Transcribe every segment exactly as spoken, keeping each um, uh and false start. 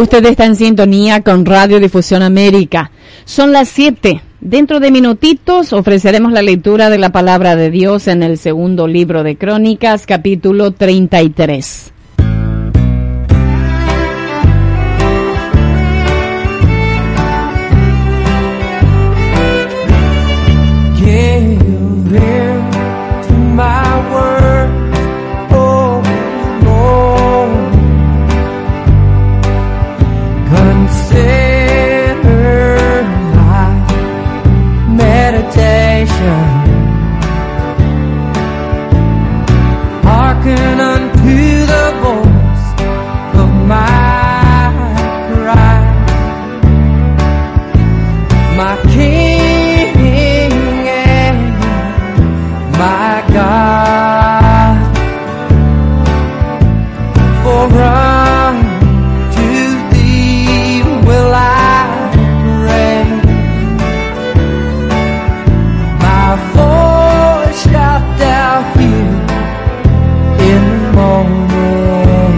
Usted está en sintonía con Radio Difusión América. Son las siete. Dentro de minutitos ofreceremos la lectura de la palabra de Dios en el segundo libro de Crónicas, capítulo treinta y tres. Hearken unto the voice of my cry, my King and my God. For unto thee will I pray, my voice shalt thou hear in the morning.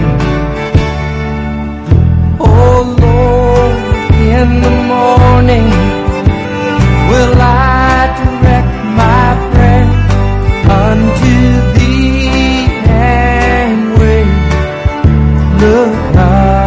Oh Lord, in the morning will I direct my prayer unto thee and wait, look up.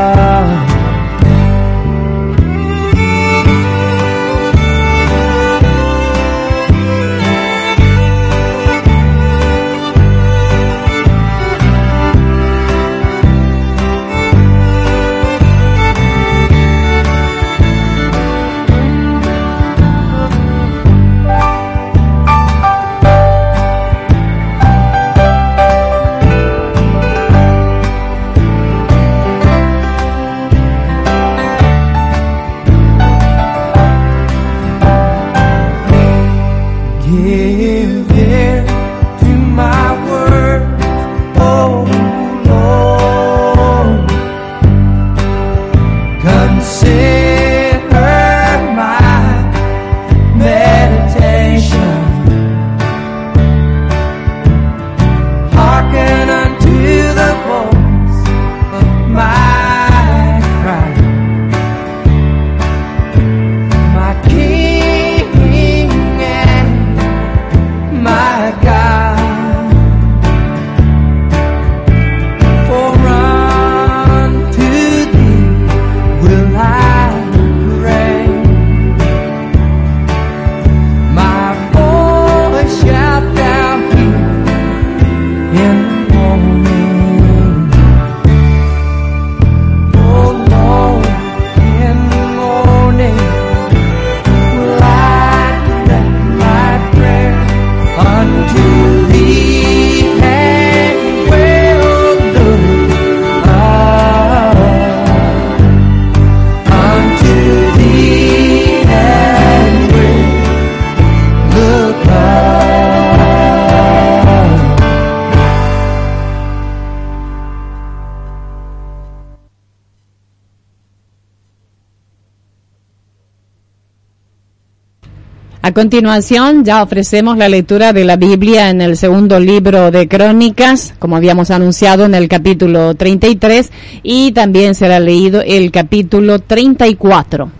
A continuación, ya ofrecemos la lectura de la Biblia en el segundo libro de Crónicas, como habíamos anunciado en el capítulo treinta y tres, y también será leído el capítulo treinta y cuatro.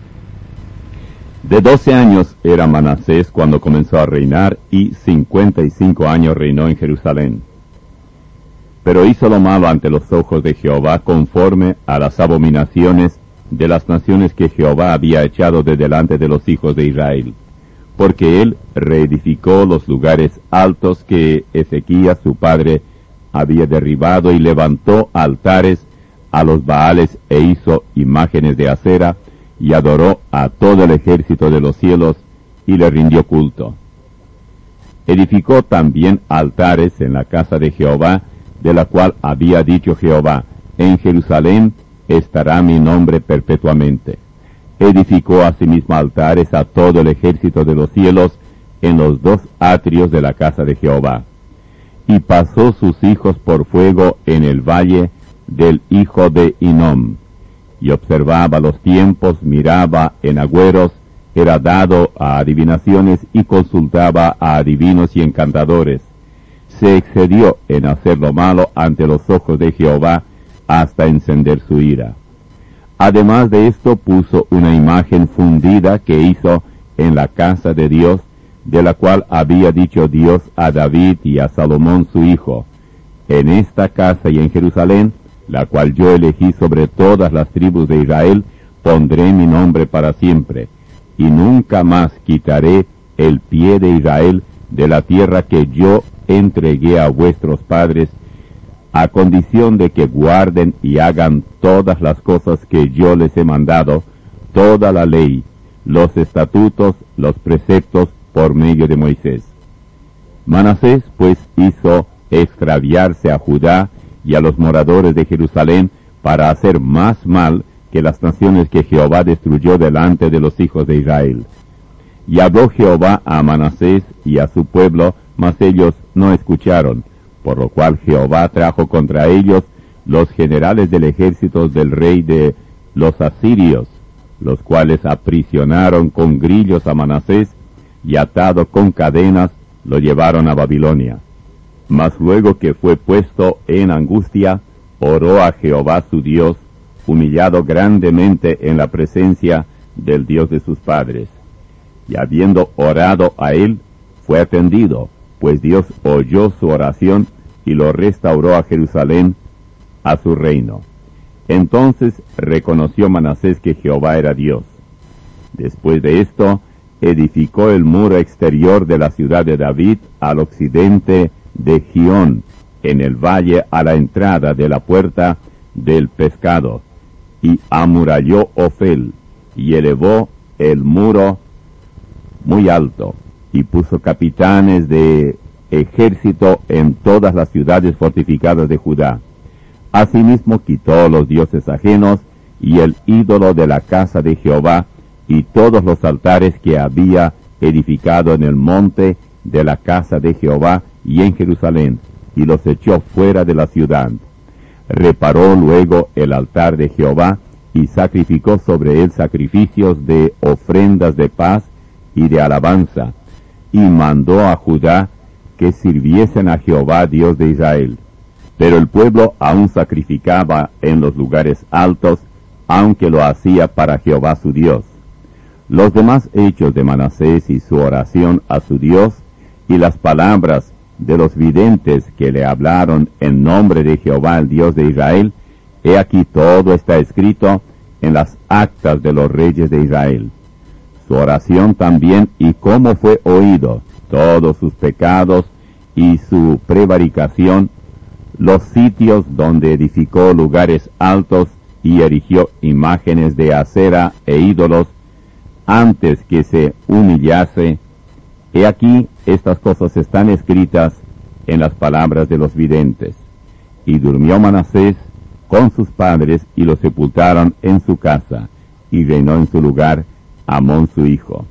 De doce años era Manasés cuando comenzó a reinar, y cincuenta y cinco años reinó en Jerusalén. Pero hizo lo malo ante los ojos de Jehová, conforme a las abominaciones de las naciones que Jehová había echado de delante de los hijos de Israel. Porque él reedificó los lugares altos que Ezequías su padre había derribado, y levantó altares a los Baales, e hizo imágenes de acera, y adoró a todo el ejército de los cielos, y le rindió culto. Edificó también altares en la casa de Jehová, de la cual había dicho Jehová: en Jerusalén estará mi nombre perpetuamente. Edificó asimismo altares a todo el ejército de los cielos en los dos atrios de la casa de Jehová. Y pasó sus hijos por fuego en el valle del hijo de Hinnom. Y observaba los tiempos, miraba en agüeros, era dado a adivinaciones y consultaba a adivinos y encantadores. Se excedió en hacer lo malo ante los ojos de Jehová hasta encender su ira. Además de esto puso una imagen fundida que hizo en la casa de Dios, de la cual había dicho Dios a David y a Salomón su hijo: en esta casa y en Jerusalén, la cual yo elegí sobre todas las tribus de Israel, pondré mi nombre para siempre, y nunca más quitaré el pie de Israel de la tierra que yo entregué a vuestros padres, a condición de que guarden y hagan todas las cosas que yo les he mandado, toda la ley, los estatutos, los preceptos, por medio de Moisés. Manasés pues hizo extraviarse a Judá y a los moradores de Jerusalén para hacer más mal que las naciones que Jehová destruyó delante de los hijos de Israel. Y habló Jehová a Manasés y a su pueblo, mas ellos no escucharon, por lo cual Jehová trajo contra ellos los generales del ejército del rey de los asirios, los cuales aprisionaron con grillos a Manasés, y atado con cadenas lo llevaron a Babilonia. Mas luego que fue puesto en angustia, oró a Jehová su Dios, humillado grandemente en la presencia del Dios de sus padres. Y habiendo orado a él, fue atendido, pues Dios oyó su oración y lo restauró a Jerusalén, a su reino. Entonces reconoció Manasés que Jehová era Dios. Después de esto, edificó el muro exterior de la ciudad de David al occidente de Gión, en el valle a la entrada de la puerta del pescado, y amuralló Ofel, y elevó el muro muy alto, y puso capitanes de ejército en todas las ciudades fortificadas de Judá. Asimismo quitó los dioses ajenos y el ídolo de la casa de Jehová, y todos los altares que había edificado en el monte de la casa de Jehová y en Jerusalén, y los echó fuera de la ciudad. Reparó luego el altar de Jehová, y sacrificó sobre él sacrificios de ofrendas de paz y de alabanza, y mandó a Judá que sirviesen a Jehová Dios de Israel. Pero el pueblo aún sacrificaba en los lugares altos, aunque lo hacía para Jehová su Dios. Los demás hechos de Manasés y su oración a su Dios, y las palabras de los videntes que le hablaron en nombre de Jehová el Dios de Israel, he aquí todo está escrito en las actas de los reyes de Israel. Su oración también y cómo fue oído, todos sus pecados y su prevaricación, los sitios donde edificó lugares altos y erigió imágenes de acera e ídolos, antes que se humillase. He aquí estas cosas están escritas en las palabras de los videntes. Y durmió Manasés con sus padres, y lo sepultaron en su casa, y reinó en su lugar Amón su hijo.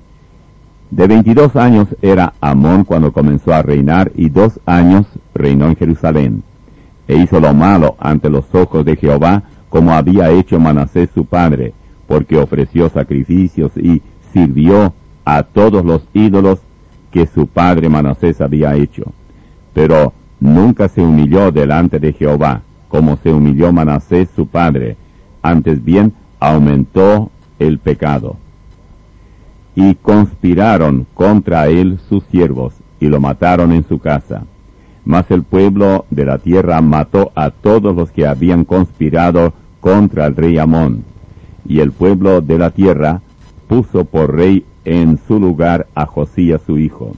De veintidós años era Amón cuando comenzó a reinar, y dos años reinó en Jerusalén. E hizo lo malo ante los ojos de Jehová, como había hecho Manasés su padre, porque ofreció sacrificios y sirvió a todos los ídolos que su padre Manasés había hecho. Pero nunca se humilló delante de Jehová, como se humilló Manasés su padre, antes bien aumentó el pecado. Y conspiraron contra él sus siervos, y lo mataron en su casa. Mas el pueblo de la tierra mató a todos los que habían conspirado contra el rey Amón, y el pueblo de la tierra puso por rey en su lugar a Josías su hijo.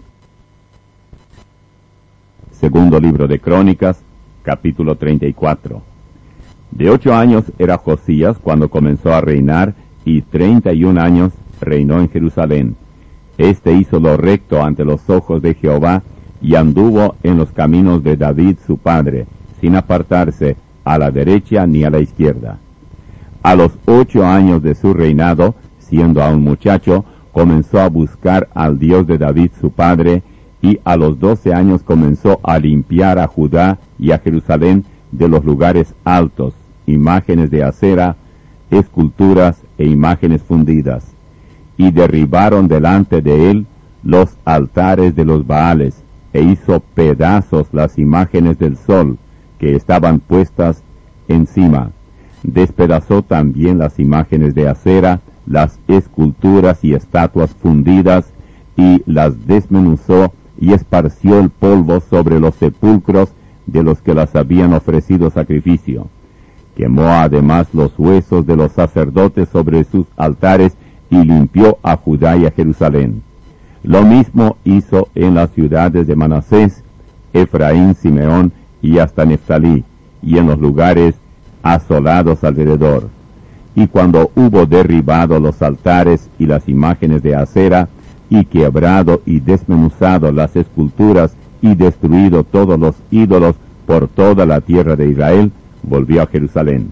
Segundo libro de Crónicas, capítulo treinta y cuatro. De ocho años era Josías cuando comenzó a reinar, y treinta y un años reinó en Jerusalén. Este hizo lo recto ante los ojos de Jehová, y anduvo en los caminos de David su padre, sin apartarse a la derecha ni a la izquierda. A los ocho años de su reinado, siendo aún muchacho, comenzó a buscar al Dios de David su padre, y a los doce años comenzó a limpiar a Judá y a Jerusalén de los lugares altos, imágenes de acera, esculturas e imágenes fundidas. Y derribaron delante de él los altares de los Baales, e hizo pedazos las imágenes del sol que estaban puestas encima. despedazó también las imágenes de acera, las esculturas y estatuas fundidas, y las desmenuzó y esparció el polvo sobre los sepulcros de los que las habían ofrecido sacrificio. Quemó además los huesos de los sacerdotes sobre sus altares y limpió a Judá y a Jerusalén. Lo mismo hizo en las ciudades de Manasés, Efraín, Simeón y hasta Neftalí, y en los lugares asolados alrededor. Y cuando hubo derribado los altares y las imágenes de acera, y quebrado y desmenuzado las esculturas, y destruido todos los ídolos por toda la tierra de Israel, volvió a Jerusalén.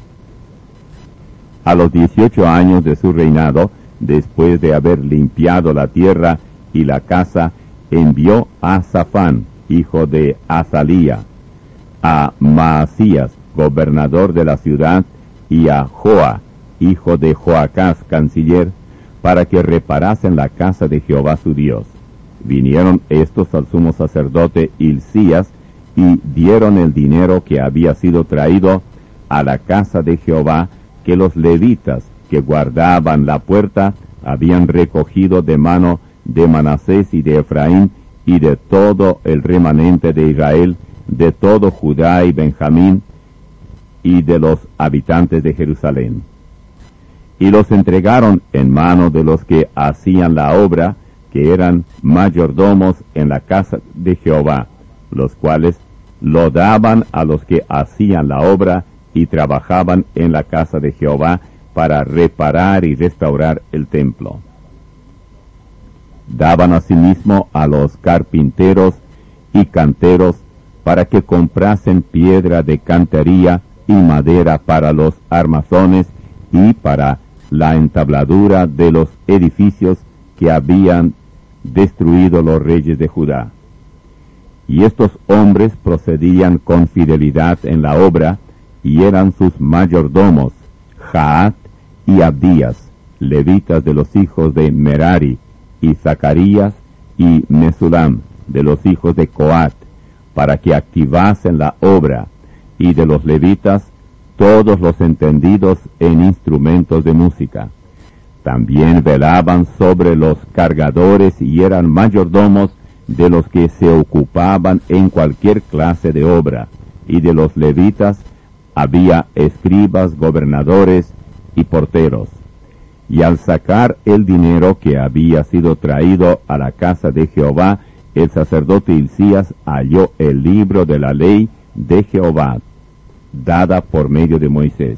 A los dieciocho años de su reinado, después de haber limpiado la tierra y la casa, envió a Safán, hijo de Azalía, a Maasías, gobernador de la ciudad, y a Joa, hijo de Joacás, canciller, para que reparasen la casa de Jehová su Dios. Vinieron estos al sumo sacerdote Hilcías, y dieron el dinero que había sido traído a la casa de Jehová, que los levitas que guardaban la puerta habían recogido de mano de Manasés y de Efraín, y de todo el remanente de Israel, de todo Judá y Benjamín, y de los habitantes de Jerusalén. Y los entregaron en mano de los que hacían la obra, que eran mayordomos en la casa de Jehová, los cuales lo daban a los que hacían la obra y trabajaban en la casa de Jehová para reparar y restaurar el templo. Daban asimismo a los carpinteros y canteros para que comprasen piedra de cantería y madera para los armazones y para la entabladura de los edificios que habían destruido los reyes de Judá. Y estos hombres procedían con fidelidad en la obra, y eran sus mayordomos, Jaat y Abdías, levitas de los hijos de Merari, y Zacarías y Mesulam, de los hijos de Coat, para que activasen la obra, y de los levitas, todos los entendidos en instrumentos de música. También velaban sobre los cargadores y eran mayordomos de los que se ocupaban en cualquier clase de obra, y de los levitas había escribas, gobernadores y porteros. Y al sacar el dinero que había sido traído a la casa de Jehová, el sacerdote Hilcías halló el libro de la ley de Jehová, dada por medio de Moisés.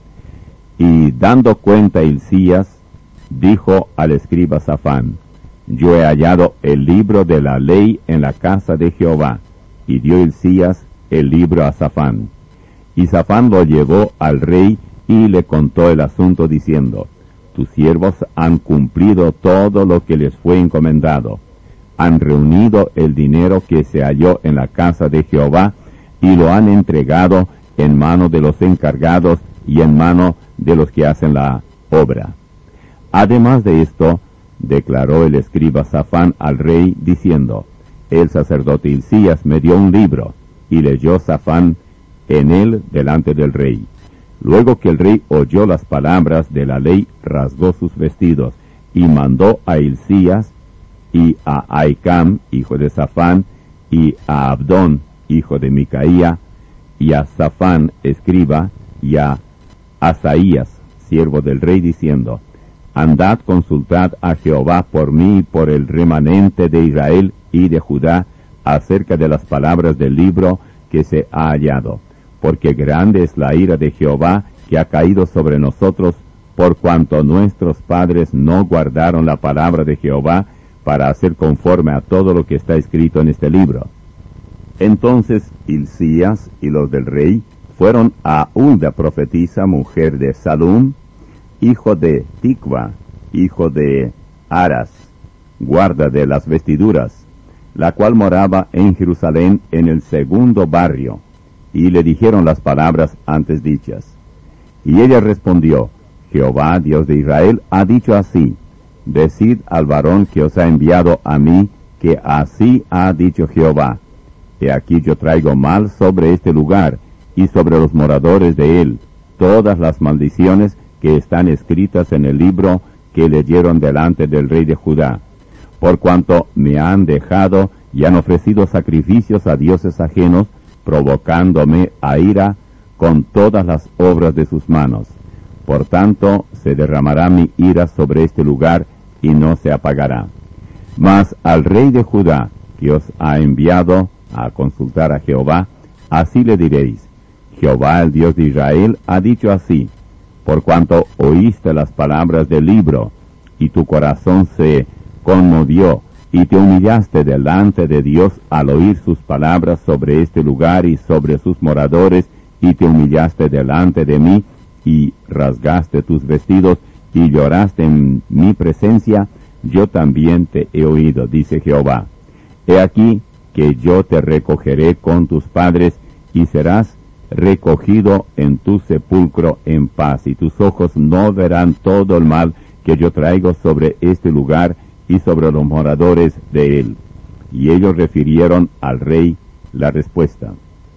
Y dando cuenta Hilcías, dijo al escriba Safán: yo he hallado el libro de la ley en la casa de Jehová. Y dio Hilcías el libro a Safán. Y Safán lo llevó al rey y le contó el asunto diciendo: tus siervos han cumplido todo lo que les fue encomendado. Han reunido el dinero que se halló en la casa de Jehová y lo han entregado en mano de los encargados y en mano de los que hacen la obra. Además de esto, declaró el escriba Safán al rey, diciendo: el sacerdote Hilcías me dio un libro, y leyó Safán en él delante del rey. Luego que el rey oyó las palabras de la ley, rasgó sus vestidos, y mandó a Hilcías, y a Ahicam, hijo de Safán, y a Abdón, hijo de Micaía, y a Safán, escriba, y a Asaías, siervo del rey, diciendo: andad, consultad a Jehová por mí y por el remanente de Israel y de Judá acerca de las palabras del libro que se ha hallado, porque grande es la ira de Jehová que ha caído sobre nosotros, por cuanto nuestros padres no guardaron la palabra de Jehová para hacer conforme a todo lo que está escrito en este libro. Entonces Hilcías y los del rey fueron a Hulda profetisa, mujer de Salum, hijo de Ticva, hijo de Aras, guarda de las vestiduras, la cual moraba en Jerusalén en el segundo barrio, y le dijeron las palabras antes dichas. Y ella respondió: Jehová, Dios de Israel, ha dicho así: decid al varón que os ha enviado a mí, que así ha dicho Jehová: he aquí yo traigo mal sobre este lugar, y sobre los moradores de él, todas las maldiciones que están escritas en el libro que leyeron delante del rey de Judá, por cuanto me han dejado y han ofrecido sacrificios a dioses ajenos, provocándome a ira con todas las obras de sus manos. Por tanto, se derramará mi ira sobre este lugar y no se apagará. Mas al rey de Judá, que os ha enviado a consultar a Jehová, así le diréis: Jehová, el Dios de Israel, ha dicho así: por cuanto oíste las palabras del libro, y tu corazón se conmovió, y te humillaste delante de Dios al oír sus palabras sobre este lugar y sobre sus moradores, y te humillaste delante de mí, y rasgaste tus vestidos, y lloraste en mi presencia, yo también te he oído, dice Jehová. He aquí que yo te recogeré con tus padres, y serás recogido en tu sepulcro en paz, y tus ojos no verán todo el mal que yo traigo sobre este lugar y sobre los moradores de él. Y ellos refirieron al rey la respuesta.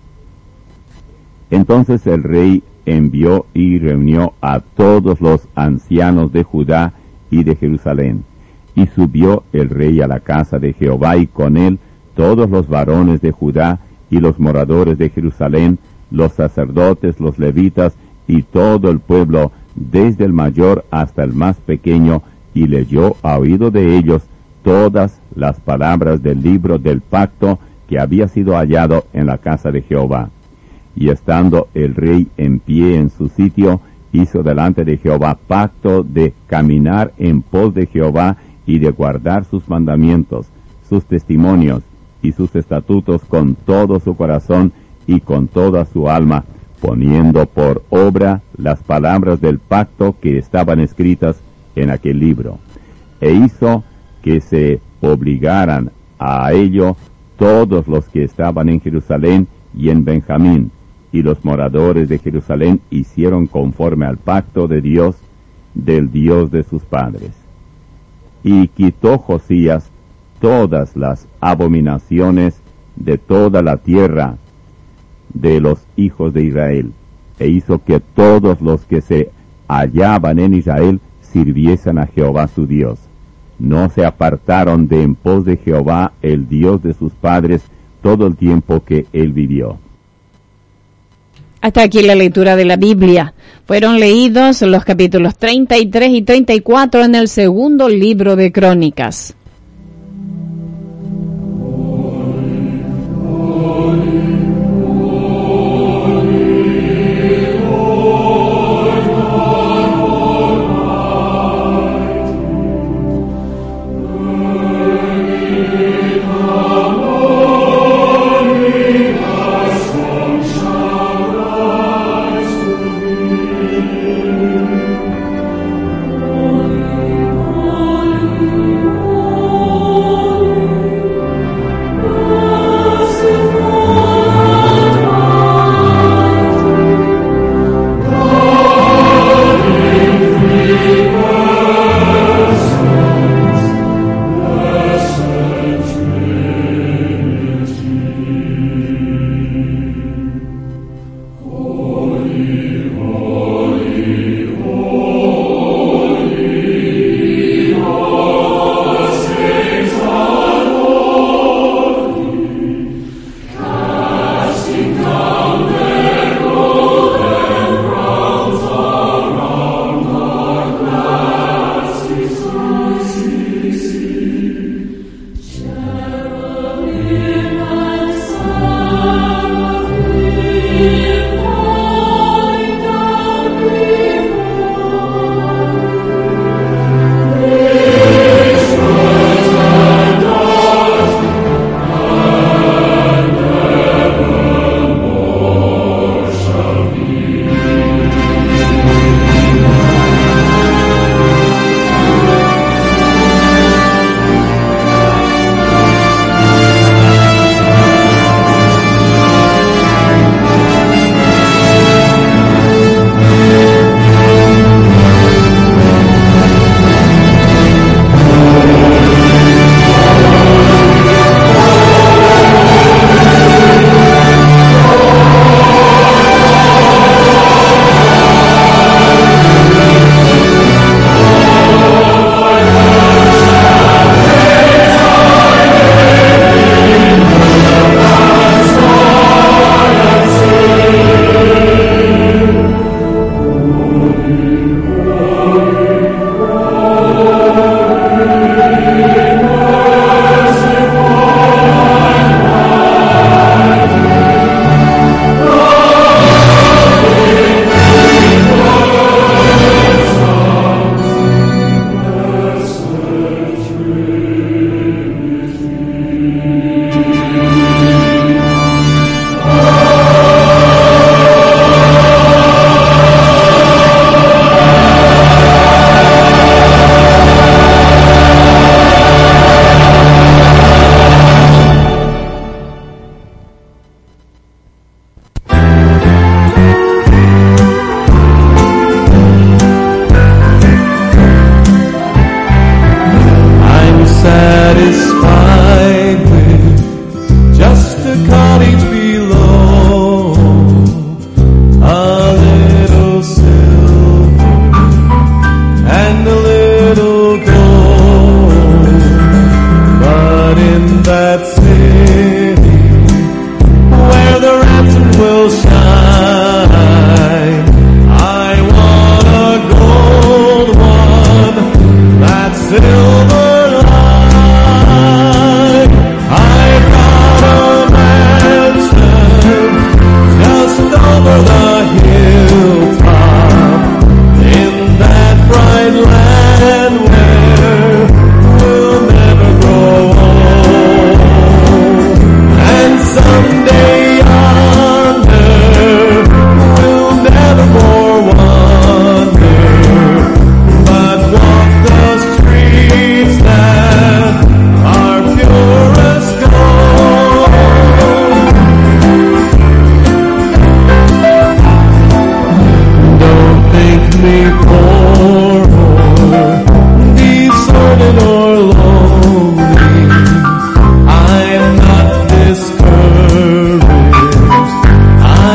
Entonces el rey envió y reunió a todos los ancianos de Judá y de Jerusalén. Y subió el rey a la casa de Jehová, y con él todos los varones de Judá y los moradores de Jerusalén, los sacerdotes, los levitas y todo el pueblo, desde el mayor hasta el más pequeño, y leyó a oído de ellos todas las palabras del libro del pacto que había sido hallado en la casa de Jehová. Y estando el rey en pie en su sitio, hizo delante de Jehová pacto de caminar en pos de Jehová y de guardar sus mandamientos, sus testimonios y sus estatutos con todo su corazón y con toda su alma, poniendo por obra las palabras del pacto que estaban escritas en aquel libro. E hizo que se obligaran a ello todos los que estaban en Jerusalén y en Benjamín, y los moradores de Jerusalén hicieron conforme al pacto de Dios, del Dios de sus padres. Y quitó Josías todas las abominaciones de toda la tierra de los hijos de Israel, e hizo que todos los que se hallaban en Israel sirviesen a Jehová su Dios. No se apartaron de en pos de Jehová, el Dios de sus padres, todo el tiempo que él vivió. Hasta aquí la lectura de la Biblia. Fueron leídos los capítulos treinta y tres y treinta y cuatro en el segundo libro de Crónicas. Oh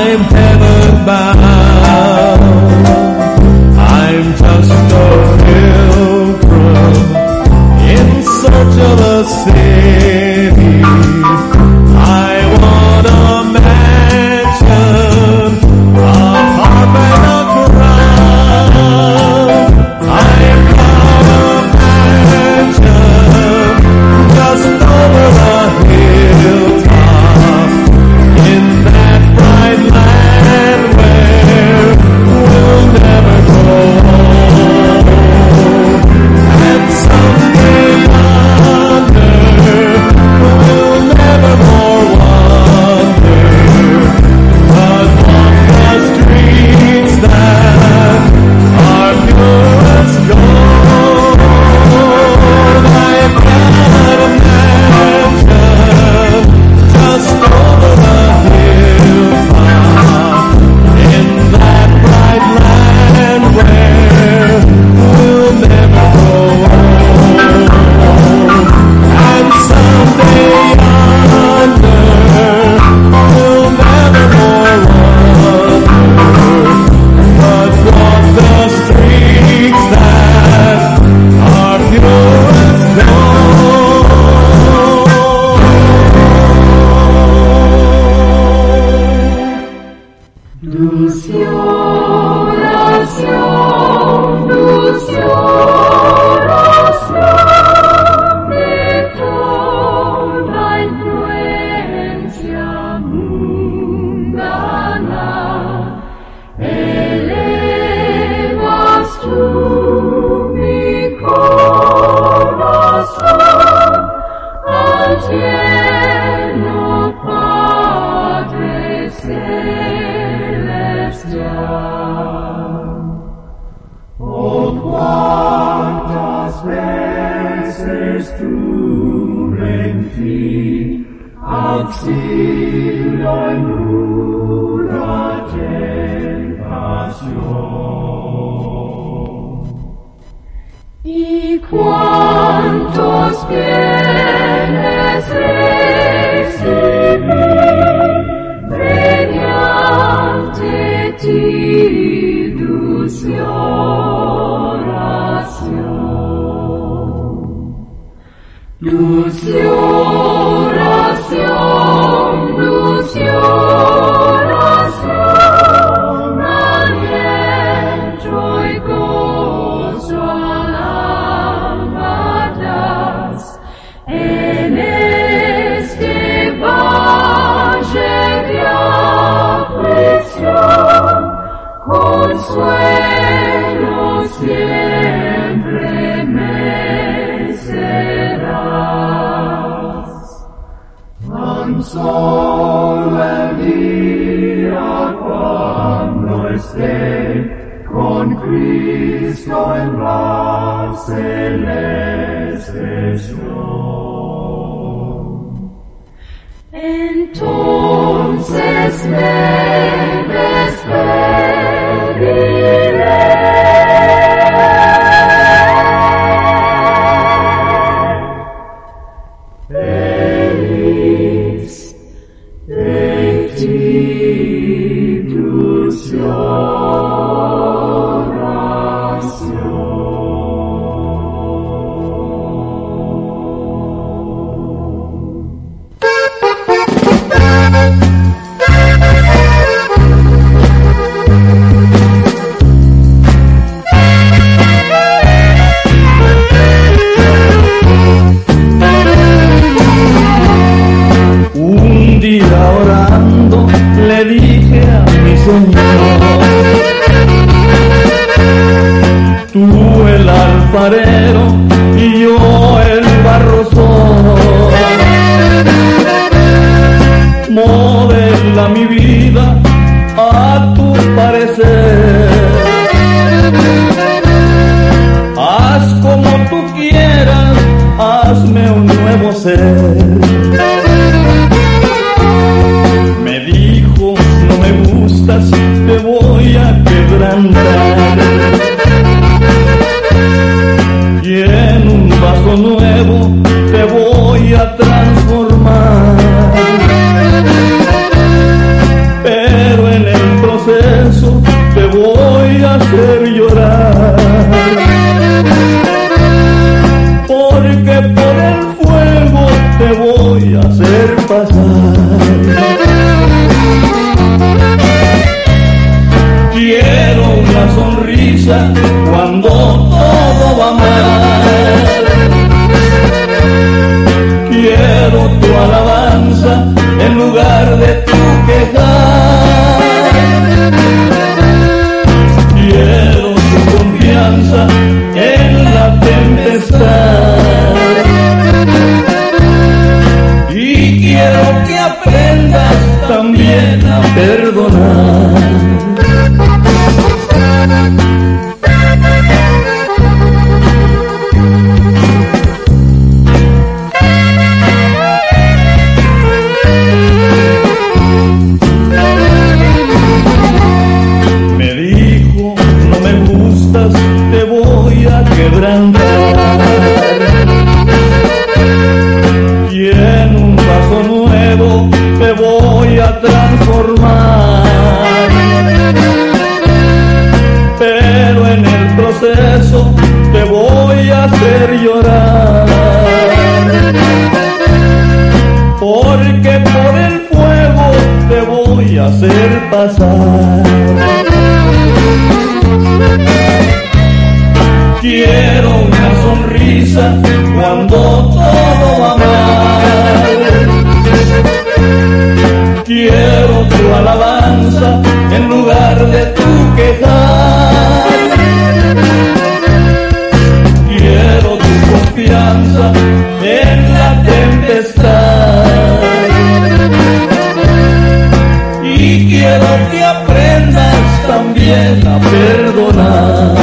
I'm heaven bound. I'm just a pilgrim in search of a city. I want a mansion, a harp and a crown. I've got a mansion just over a hilltop in that bright land where we'll never grow old. And someday yonder we'll never more wander, but walk the streets that are pure as gold. I've got a mansion just over the hilltop in that bright land where we'll never grow old. And someday yonder we'll never more wander, but walk the streets that are pure as gold. Lucio, Lucio, Lucio, Lucio, de toda influencia mundana, elevas tú mi corazón al cielo, Padre celestial. Oh, cuántas veces tuve en ti auxilio en dura tentación. Y cuántos bienes recibí mediante ti, dulce oración. Dulce oración, dulce oración, aliento y gozo al alma das en este valle de aflicción. Consuelo siempre me serás. Tan solo el día cuando esté con Cristo en la celeste Sion. Entonces me despediré. Feliz de ti, dulce alfarero y yo el barro soy. Modela mi vida a tu parecer. Haz como tú quieras, hazme un nuevo ser. Me dijo, no me gustas, te voy a quebrantar. Y en un vaso nuevo te voy a transformar. Pero en sonrisa cuando todo va mal. Quiero tu alabanza en lugar de tu quejar. Quiero tu confianza en la tempestad. Y quiero que aprendas también a perdonar. Me dijo, no me gustas, te voy a quebrantar. Y en un vaso nuevo te voy a transformar. Pero en el proceso te voy a hacer llorar. Porque por el fuego te voy a hacer pasar. Quiero una sonrisa cuando todo va mal. Quiero tu alabanza en lugar de tu quejar. Quiero tu confianza en la tempestad. Y quiero que aprendas también a perdonar.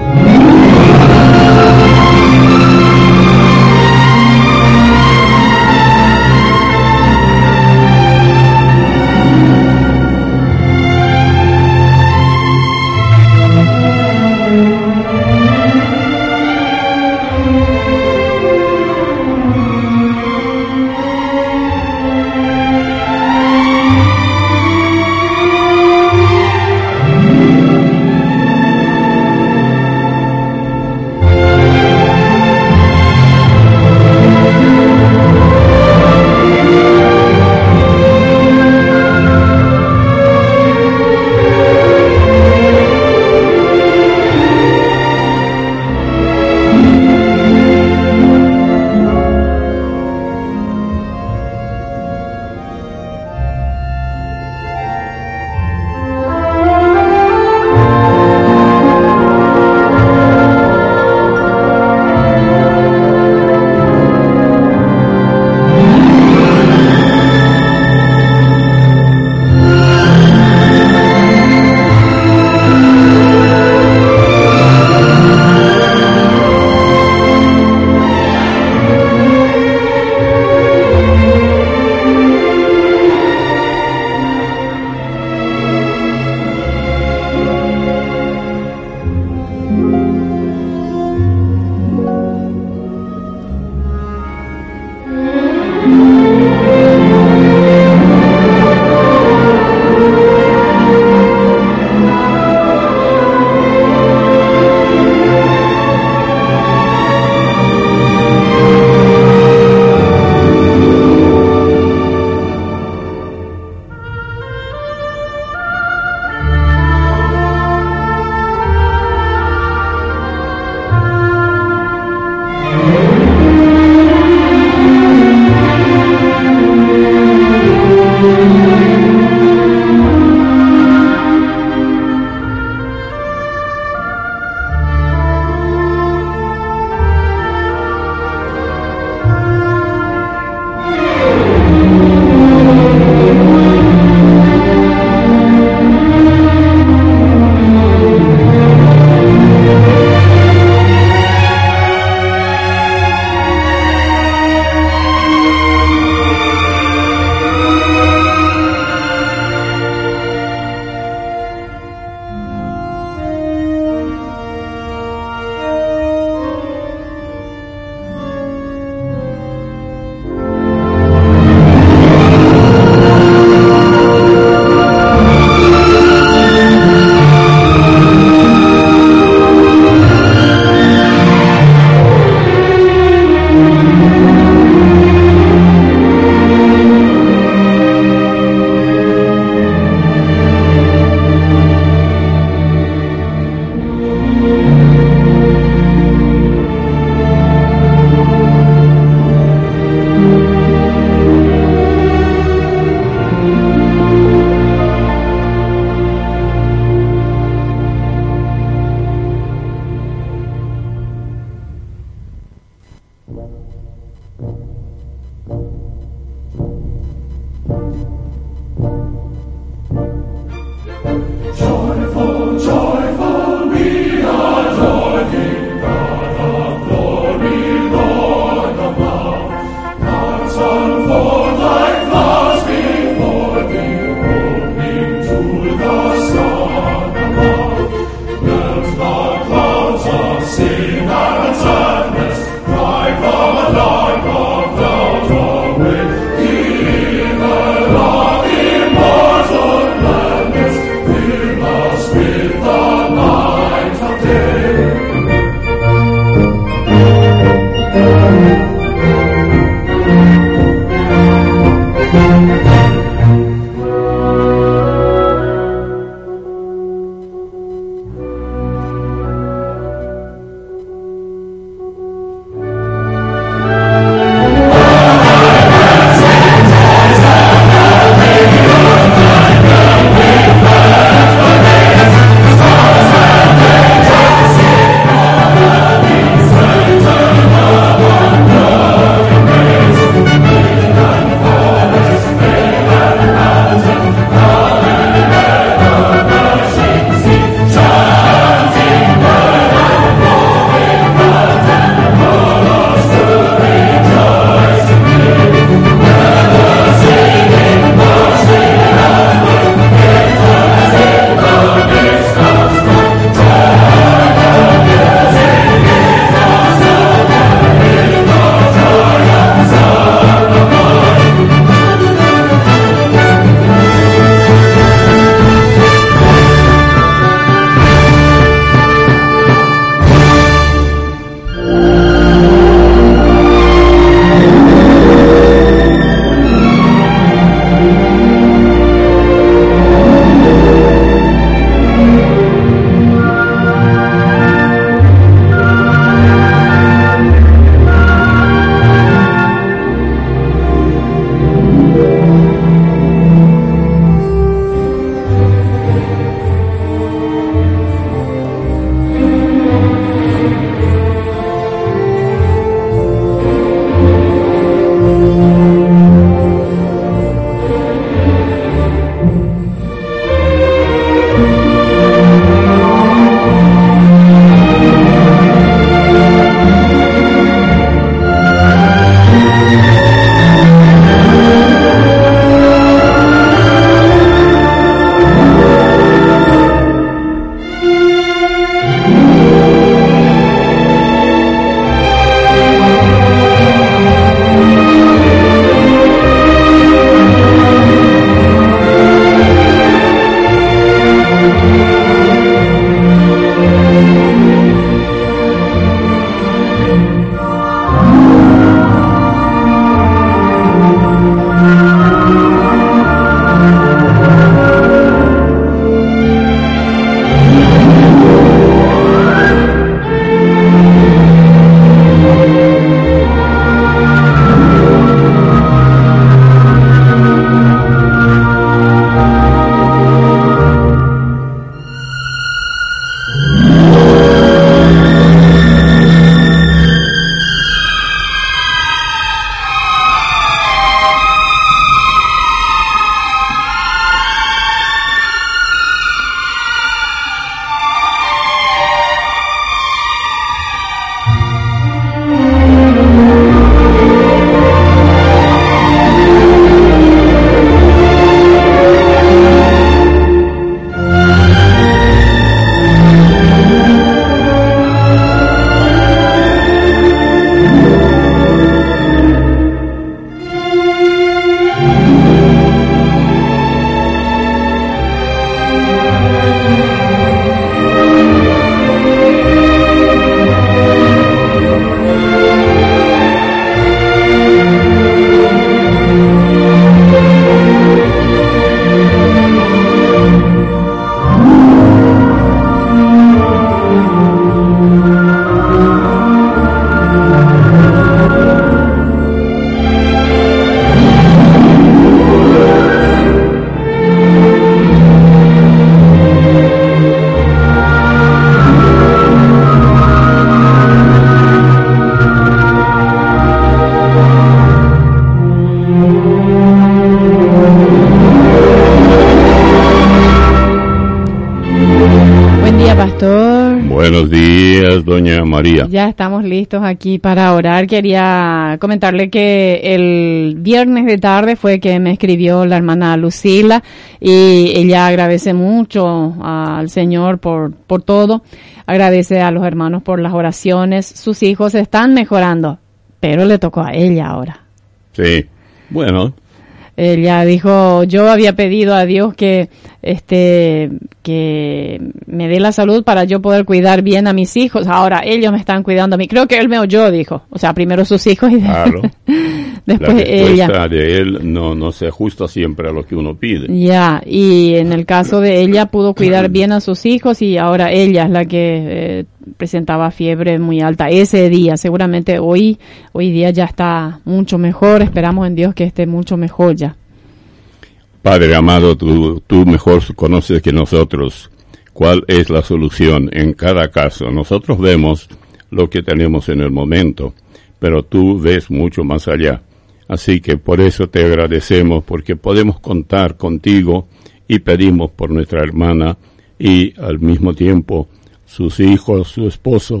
día, pastor. Buenos días, doña María. Ya estamos listos aquí para orar. Quería comentarle que el viernes de tarde fue que me escribió la hermana Lucila y ella agradece mucho al Señor por, por todo. Agradece a los hermanos por las oraciones. Sus hijos están mejorando, pero le tocó a ella ahora. Sí, bueno. Ella dijo, yo había pedido a Dios que este que me dé la salud para yo poder cuidar bien a mis hijos. Ahora ellos me están cuidando a mí. Creo que él me oyó, dijo. O sea, primero sus hijos y claro. después la ella. La respuesta de él no, no se ajusta siempre a lo que uno pide. Ya, y en el caso de ella pudo cuidar bien a sus hijos y ahora ella es la que eh, presentaba fiebre muy alta ese día. Seguramente hoy, hoy día ya está mucho mejor. Esperamos en Dios que esté mucho mejor ya. Padre amado, tú, tú mejor conoces que nosotros cuál es la solución en cada caso. Nosotros vemos lo que tenemos en el momento, pero tú ves mucho más allá. Así que por eso te agradecemos, porque podemos contar contigo y pedimos por nuestra hermana y al mismo tiempo sus hijos, su esposo.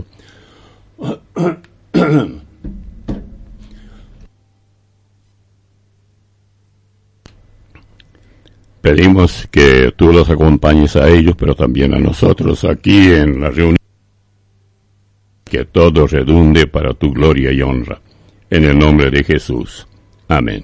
Pedimos que tú los acompañes a ellos, pero también a nosotros aquí en la reunión. Que todo redunde para tu gloria y honra. En el nombre de Jesús. Amén.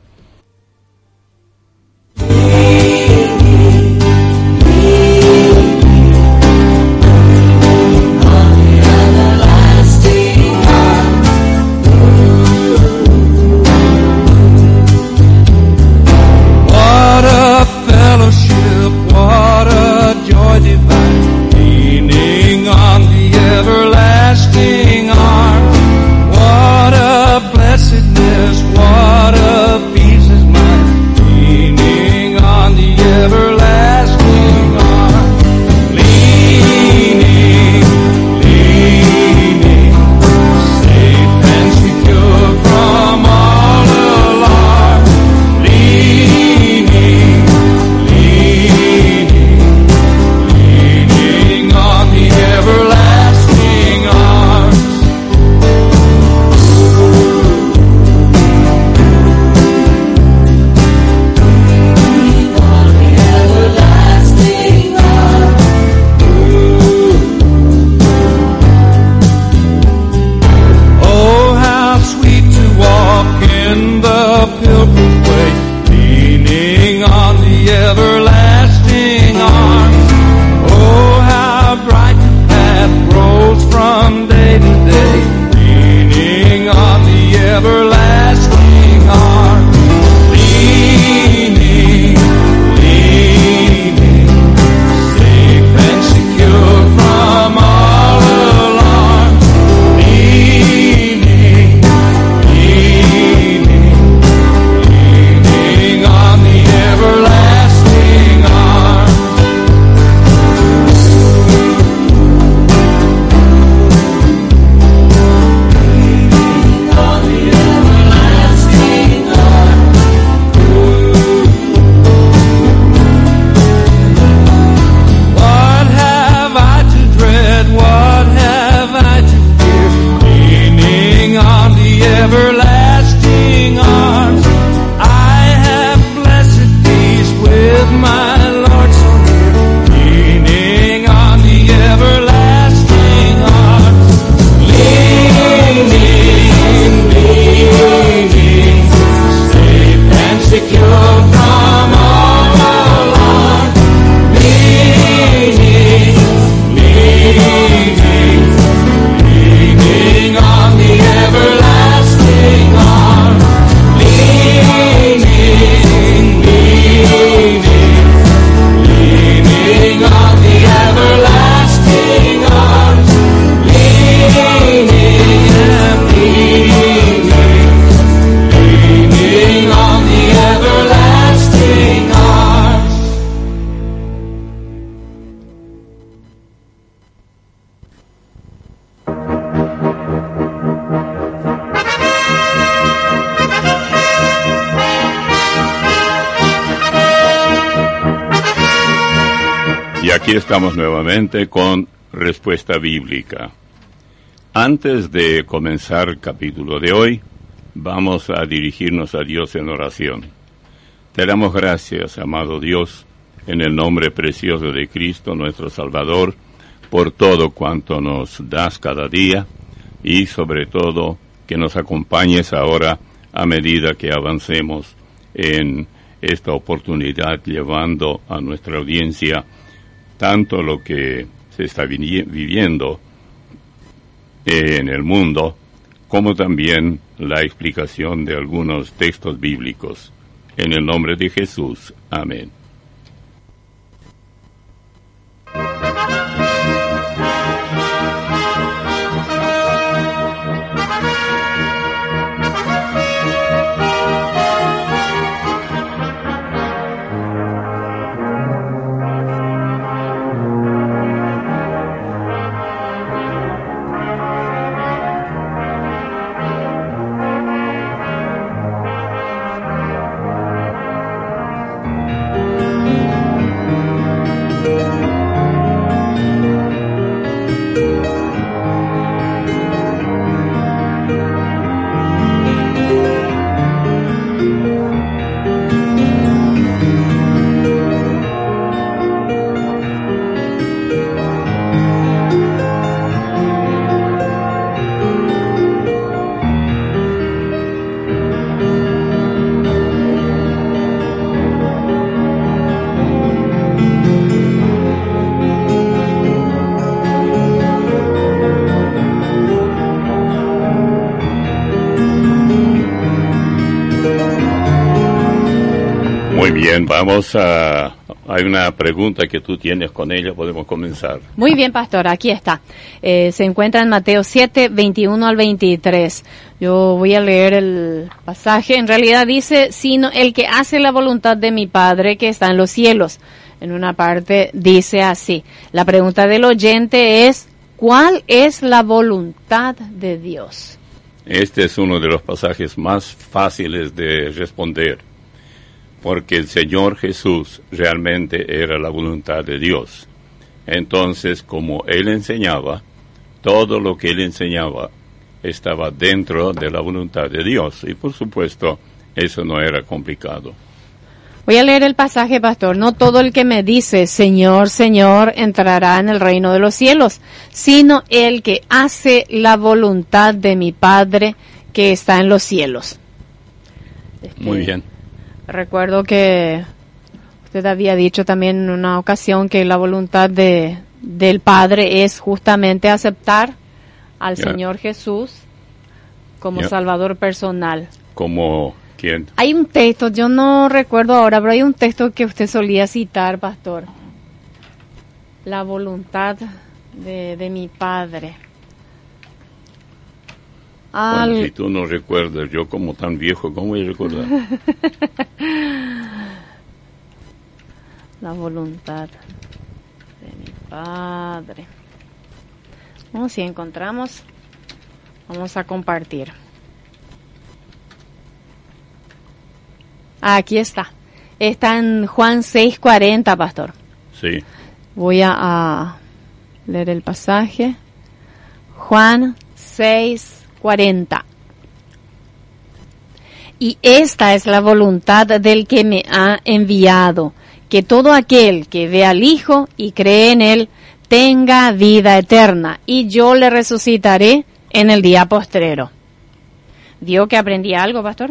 What a joy divine, leaning on the everlasting arm. What a blessedness, what a Aquí estamos nuevamente con Respuesta Bíblica. Antes de comenzar el capítulo de hoy, vamos a dirigirnos a Dios en oración. Te damos gracias, amado Dios, en el nombre precioso de Cristo, nuestro Salvador, por todo cuanto nos das cada día y sobre todo que nos acompañes ahora a medida que avancemos en esta oportunidad, llevando a nuestra audiencia tanto lo que se está vi- viviendo en el mundo, como también la explicación de algunos textos bíblicos. En el nombre de Jesús. Amén. Muy bien, vamos a... Hay una pregunta que tú tienes con ella, podemos comenzar. Muy bien, pastor, aquí está. Eh, se encuentra en Mateo siete, veintiuno al veintitrés. Yo voy a leer el pasaje. En realidad dice, sino el que hace la voluntad de mi Padre que está en los cielos. En una parte dice así. La pregunta del oyente es, ¿cuál es la voluntad de Dios? Este es uno de los pasajes más fáciles de responder, porque el Señor Jesús realmente era la voluntad de Dios. Entonces, como Él enseñaba, todo lo que Él enseñaba estaba dentro de la voluntad de Dios. Y por supuesto, eso no era complicado. Voy a leer el pasaje, pastor. No todo el que me dice, Señor, Señor, entrará en el reino de los cielos, sino el que hace la voluntad de mi Padre que está en los cielos. Este, Muy bien. Recuerdo que usted había dicho también en una ocasión que la voluntad de del Padre es justamente aceptar al Yeah. Señor Jesús como Yeah. Salvador personal. Como quien... Hay un texto, yo no recuerdo ahora, pero hay un texto que usted solía citar, pastor. La voluntad de, de mi Padre. Al... Bueno, si tú no recuerdas, yo como tan viejo, ¿cómo voy a recordar? La voluntad de mi Padre. Bueno, si encontramos, vamos a compartir. Aquí está. Está en Juan seis cuarenta, pastor. Sí. Voy a, a leer el pasaje. Juan seis cuarenta. Y esta es la voluntad del que me ha enviado, que todo aquel que ve al Hijo y cree en Él tenga vida eterna, y yo le resucitaré en el día postrero. ¿Vio que aprendí algo, pastor?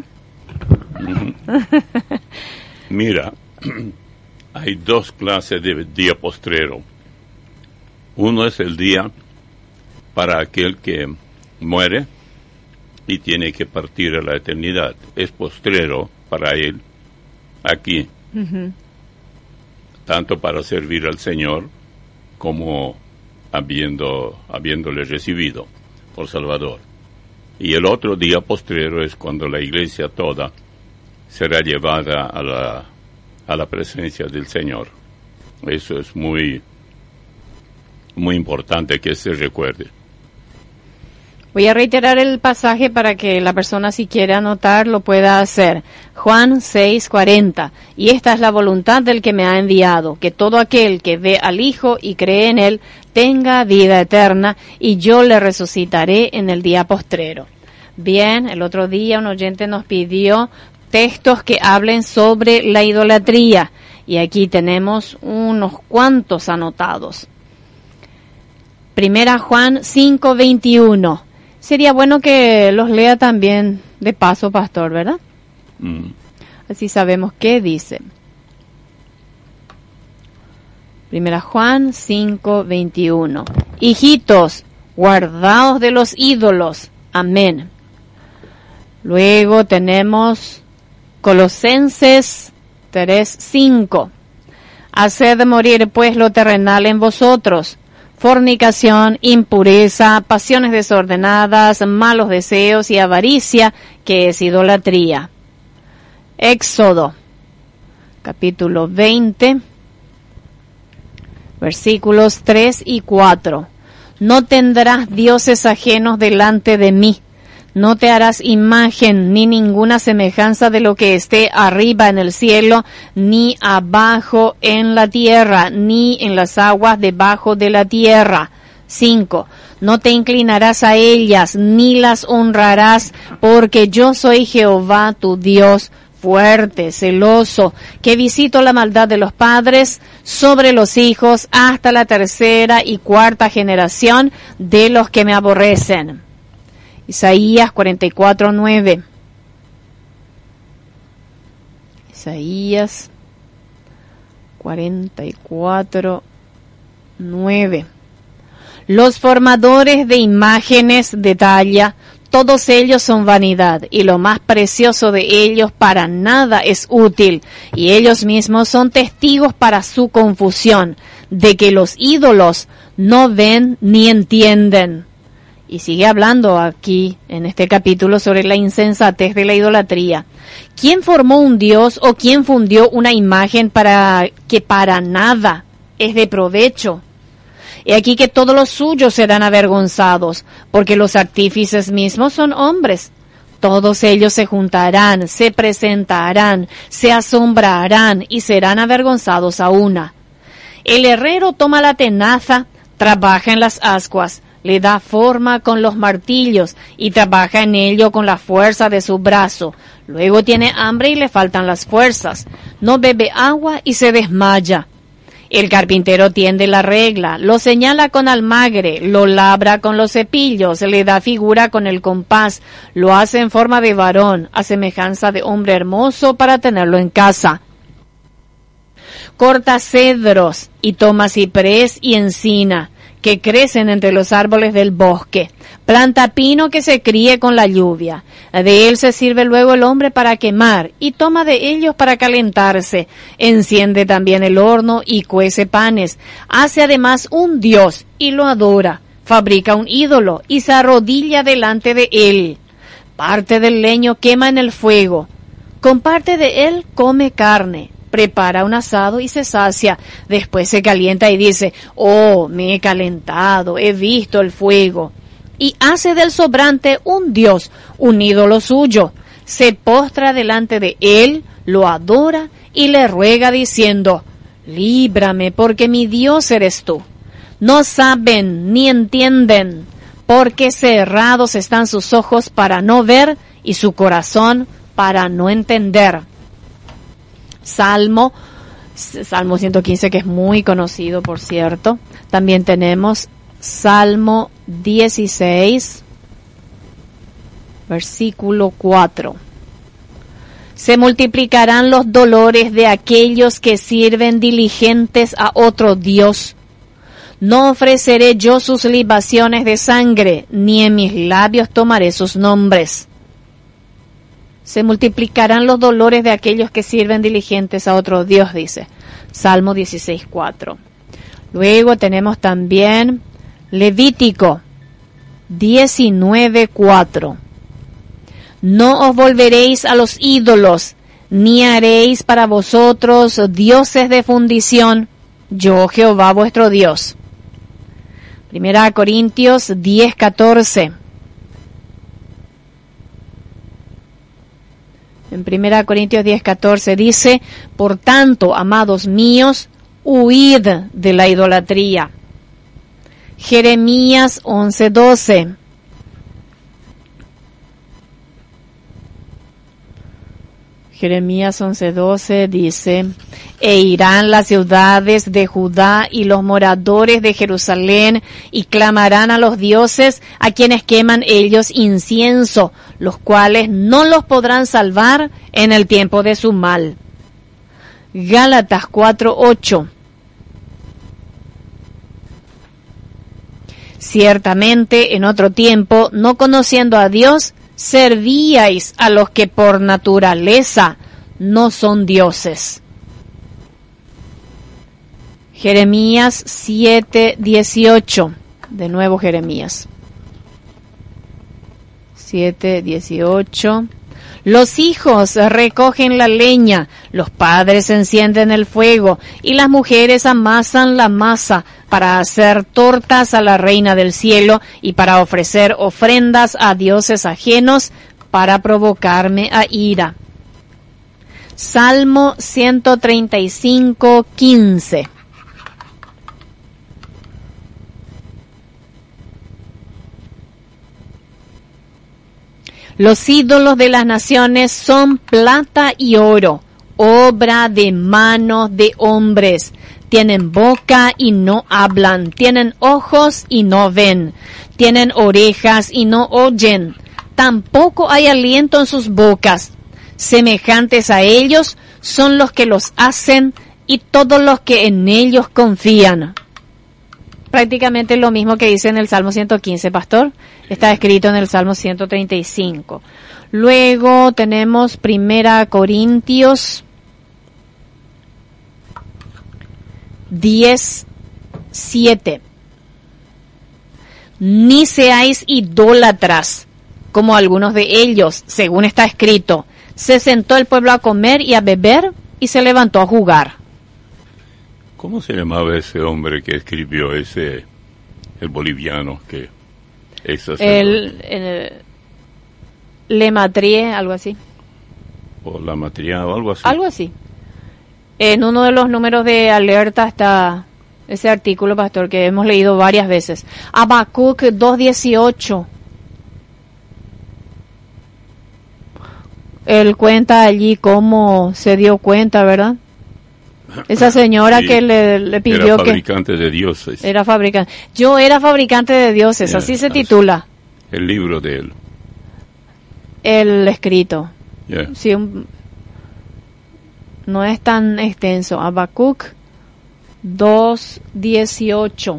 Mira, hay dos clases de día postrero. Uno es el día para aquel que muere y tiene que partir a la eternidad. Es postrero para él aquí, Uh-huh. tanto para servir al Señor como habiendo, habiéndole recibido por Salvador. Y el otro día postrero es cuando la iglesia toda será llevada a la, a la presencia del Señor. Eso es muy, muy importante que se recuerde. Voy a reiterar el pasaje para que la persona, si quiere anotar, lo pueda hacer. Juan seis cuarenta. Y esta es la voluntad del que me ha enviado, que todo aquel que ve al Hijo y cree en Él tenga vida eterna, y yo le resucitaré en el día postrero. Bien, el otro día un oyente nos pidió textos que hablen sobre la idolatría, y aquí tenemos unos cuantos anotados. Primera Juan cinco veintiuno. Sería bueno que los lea también de paso, pastor, ¿verdad? Mm. Así sabemos qué dice. Primera Juan cinco veintiuno. Hijitos, guardaos de los ídolos. Amén. Luego tenemos Colosenses tres cinco. Haced morir pues lo terrenal en vosotros: fornicación, impureza, pasiones desordenadas, malos deseos y avaricia, que es idolatría. Éxodo, capítulo veinte, versículos tres y cuatro. No tendrás dioses ajenos delante de mí. No te harás imagen ni ninguna semejanza de lo que esté arriba en el cielo, ni abajo en la tierra, ni en las aguas debajo de la tierra. Cinco. No te inclinarás a ellas, ni las honrarás, porque yo soy Jehová tu Dios, fuerte, celoso, que visito la maldad de los padres sobre los hijos hasta la tercera y cuarta generación de los que me aborrecen. Isaías cuarenta y cuatro nueve. Isaías cuarenta y cuatro nueve. Los formadores de imágenes de talla, todos ellos son vanidad, y lo más precioso de ellos para nada es útil, y ellos mismos son testigos para su confusión, de que los ídolos no ven ni entienden. Y sigue hablando aquí, en este capítulo, sobre la insensatez de la idolatría. ¿Quién formó un dios o quién fundió una imagen para que para nada es de provecho? He aquí que todos los suyos serán avergonzados, porque los artífices mismos son hombres. Todos ellos se juntarán, se presentarán, se asombrarán y serán avergonzados a una. El herrero toma la tenaza, trabaja en las ascuas, le da forma con los martillos y trabaja en ello con la fuerza de su brazo. Luego tiene hambre y le faltan las fuerzas. No bebe agua y se desmaya. El carpintero tiende la regla, lo señala con almagre, lo labra con los cepillos, le da figura con el compás, lo hace en forma de varón, a semejanza de hombre hermoso para tenerlo en casa. Corta cedros y toma ciprés y encina, que crecen entre los árboles del bosque. Planta pino que se críe con la lluvia. De él se sirve luego el hombre para quemar, y toma de ellos para calentarse. Enciende también el horno y cuece panes. Hace además un dios y lo adora. Fabrica un ídolo y se arrodilla delante de él. Parte del leño quema en el fuego. Con parte de él come carne. Prepara un asado y se sacia. Después se calienta y dice: oh, me he calentado, he visto el fuego. Y hace del sobrante un dios, un ídolo suyo. Se postra delante de él, lo adora y le ruega diciendo: líbrame, porque mi Dios eres tú. No saben ni entienden, porque cerrados están sus ojos para no ver y su corazón para no entender. Salmo, Salmo ciento quince, que es muy conocido, por cierto. También tenemos Salmo dieciséis, versículo cuatro. Se multiplicarán los dolores de aquellos que sirven diligentes a otro Dios. No ofreceré yo sus libaciones de sangre, ni en mis labios tomaré sus nombres. Se multiplicarán los dolores de aquellos que sirven diligentes a otro Dios, dice Salmo dieciséis cuatro. Luego tenemos también Levítico diecinueve cuatro. No os volveréis a los ídolos, ni haréis para vosotros dioses de fundición, yo Jehová vuestro Dios. Primera Corintios diez catorce. En primera Corintios diez, catorce dice, por tanto, amados míos, huid de la idolatría. Jeremías once, doce. Jeremías once, doce dice, e irán las ciudades de Judá y los moradores de Jerusalén y clamarán a los dioses a quienes queman ellos incienso, los cuales no los podrán salvar en el tiempo de su mal. Gálatas cuatro, ocho. Ciertamente en otro tiempo, no conociendo a Dios, servíais a los que por naturaleza no son dioses. Jeremías siete, dieciocho. De nuevo Jeremías. siete, dieciocho. Los hijos recogen la leña, los padres encienden el fuego y las mujeres amasan la masa para hacer tortas a la reina del cielo y para ofrecer ofrendas a dioses ajenos para provocarme a ira. Salmo ciento treinta y cinco, quince. Los ídolos de las naciones son plata y oro, obra de manos de hombres. Tienen boca y no hablan, tienen ojos y no ven, tienen orejas y no oyen, tampoco hay aliento en sus bocas. Semejantes a ellos son los que los hacen y todos los que en ellos confían. Prácticamente lo mismo que dice en el Salmo ciento quince, pastor. Está escrito en el Salmo ciento treinta y cinco. Luego tenemos Primera Corintios diez, siete. Ni seáis idólatras, como algunos de ellos, según está escrito. Se sentó el pueblo a comer y a beber y se levantó a jugar. ¿Cómo se llamaba ese hombre que escribió ese, el boliviano que es el, el Le Matrie, algo así. O La Matria o algo así. Algo así. En uno de los números de alerta está ese artículo, pastor, que hemos leído varias veces. Habacuc dos dieciocho. Él cuenta allí cómo se dio cuenta, ¿verdad? Esa señora sí, que le, le pidió era que... fabricante de dioses. Era fabricante. Yo era fabricante de dioses, yeah, así se así, titula. El libro de él. El escrito. Yeah. Sí, un, no es tan extenso. Habacuc dos dieciocho.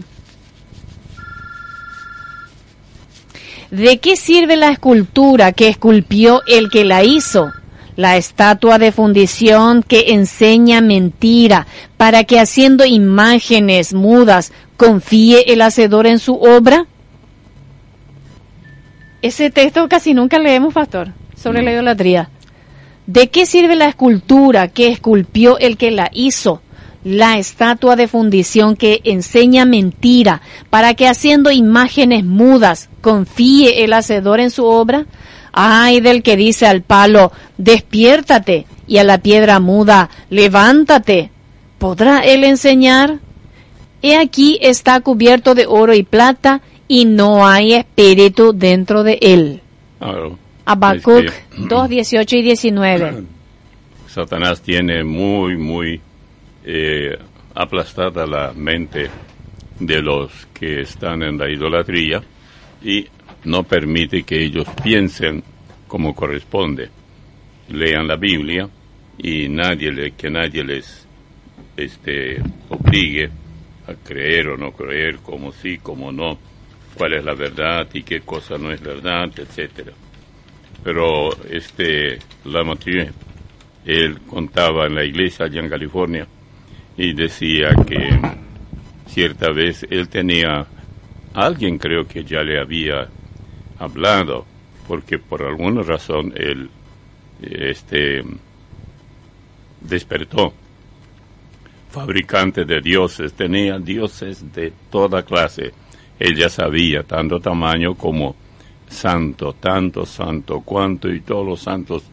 ¿De qué sirve la escultura que esculpió el que la hizo? La estatua de fundición que enseña mentira, para que haciendo imágenes mudas confíe el hacedor en su obra. Ese texto casi nunca leemos, pastor, sobre la idolatría. ¿De qué sirve la escultura que esculpió el que la hizo? La estatua de fundición que enseña mentira, para que haciendo imágenes mudas confíe el hacedor en su obra. Ay del que dice al palo, despiértate, y a la piedra muda, levántate. ¿Podrá él enseñar? He aquí está cubierto de oro y plata, y no hay espíritu dentro de él. Oh, Habacuc es que, dos, dieciocho y diecinueve. Satanás tiene muy, muy eh, aplastada la mente de los que están en la idolatría y no permite que ellos piensen como corresponde. Lean la Biblia y nadie le, que nadie les este, obligue a creer o no creer, como sí, como no, cuál es la verdad y qué cosa no es verdad, etcétera. Pero este Lamartine, él contaba en la iglesia allá en California y decía que cierta vez él tenía a alguien, creo que ya le había hablado, porque por alguna razón él este despertó. Fabricante de dioses, tenía dioses de toda clase. Él ya sabía tanto tamaño como santo, tanto santo, cuanto y todos los santos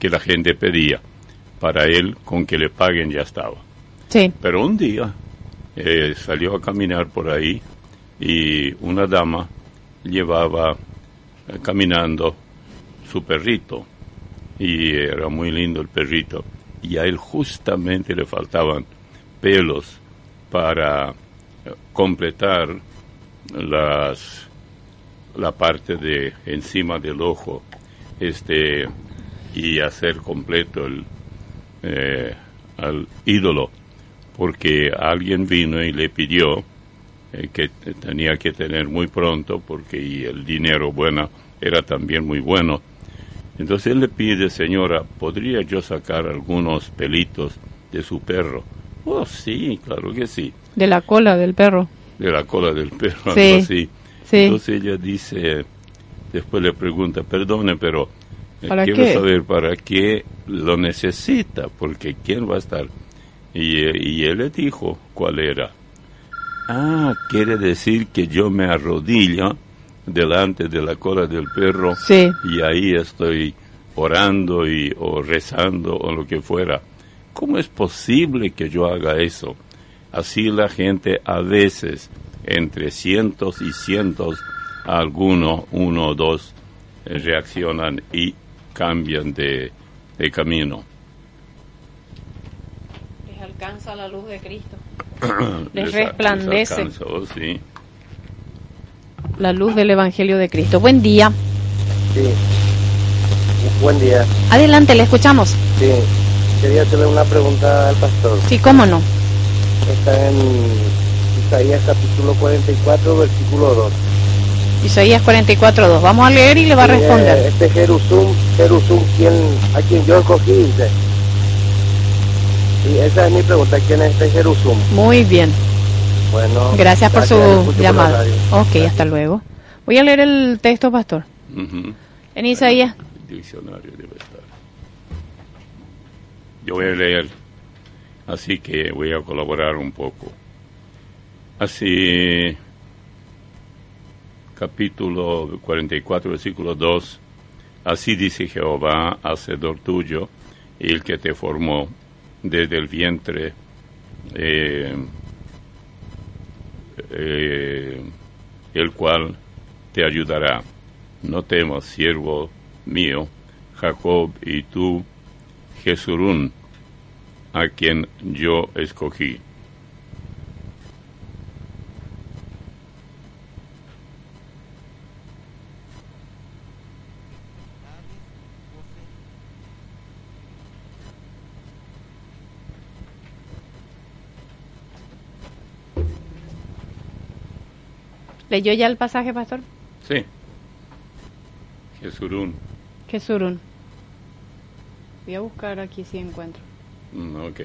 que la gente pedía. Para él, con que le paguen ya estaba. Sí. Pero un día eh, salió a caminar por ahí y una dama llevaba eh, caminando su perrito y era muy lindo el perrito y a él justamente le faltaban pelos para eh, completar las la parte de encima del ojo este y hacer completo el eh, al ídolo, porque alguien vino y le pidió eh, que tenía que tener muy pronto porque y el dinero bueno era también muy bueno. Entonces él le pide: señora, ¿podría yo sacar algunos pelitos de su perro? Oh, sí, claro que sí. De la cola del perro. De la cola del perro, Sí, algo así. Sí. Entonces ella dice, después le pregunta: perdone, pero eh, ¿Para quiero qué? saber para qué lo necesita, porque ¿quién va a estar? Y, eh, y él le dijo cuál era. Ah, quiere decir que yo me arrodillo delante de la cola del perro Sí. y ahí estoy orando y o rezando o lo que fuera. ¿Cómo es posible que yo haga eso? Así la gente a veces, entre cientos y cientos, algunos, uno o dos, eh, reaccionan y cambian de, de camino. Les alcanza la luz de Cristo. Les Les a- resplandece. les alcanza, oh, sí. La luz del Evangelio de Cristo. Buen día. Sí. Buen día. Adelante, le escuchamos. Sí. Quería hacerle una pregunta al pastor. Sí, cómo no. Está en Isaías capítulo cuarenta y cuatro, versículo dos. Isaías cuarenta y cuatro dos. Vamos a leer y le va a Sí, responder. eh, Este Jerusum, Jerusum, ¿quién, a quien yo escogí, dice. Y esa es mi pregunta, ¿quién es este Jerusum? Muy bien. Bueno, Gracias por su escucho por la llamada. radio. Ok, hasta luego. Voy a leer el texto, pastor. Ujú. En Isaías. El diccionario debe estar. Yo voy a leer, así que voy a colaborar un poco. Así, capítulo cuarenta y cuatro, versículo dos. Así dice Jehová, hacedor tuyo, y el que te formó desde el vientre, eh, eh, el cual te ayudará. No temas, siervo mío, Jacob, y tú, Jesurún, a quien yo escogí. ¿Leyó ya el pasaje, pastor? Sí. Jesurún. Jesurún. Voy a buscar aquí si encuentro. Mm, ok.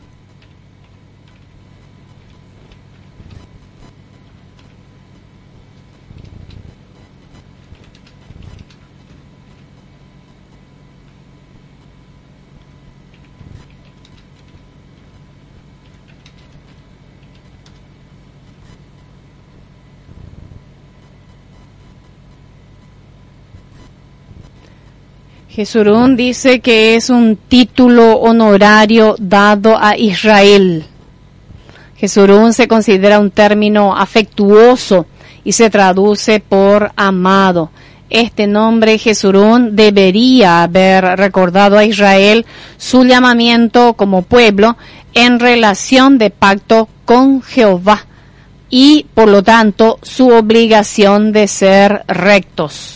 Jesurún dice que es un título honorario dado a Israel. Jesurún se considera un término afectuoso y se traduce por amado. Este nombre Jesurún debería haber recordado a Israel su llamamiento como pueblo en relación de pacto con Jehová y, por lo tanto, su obligación de ser rectos.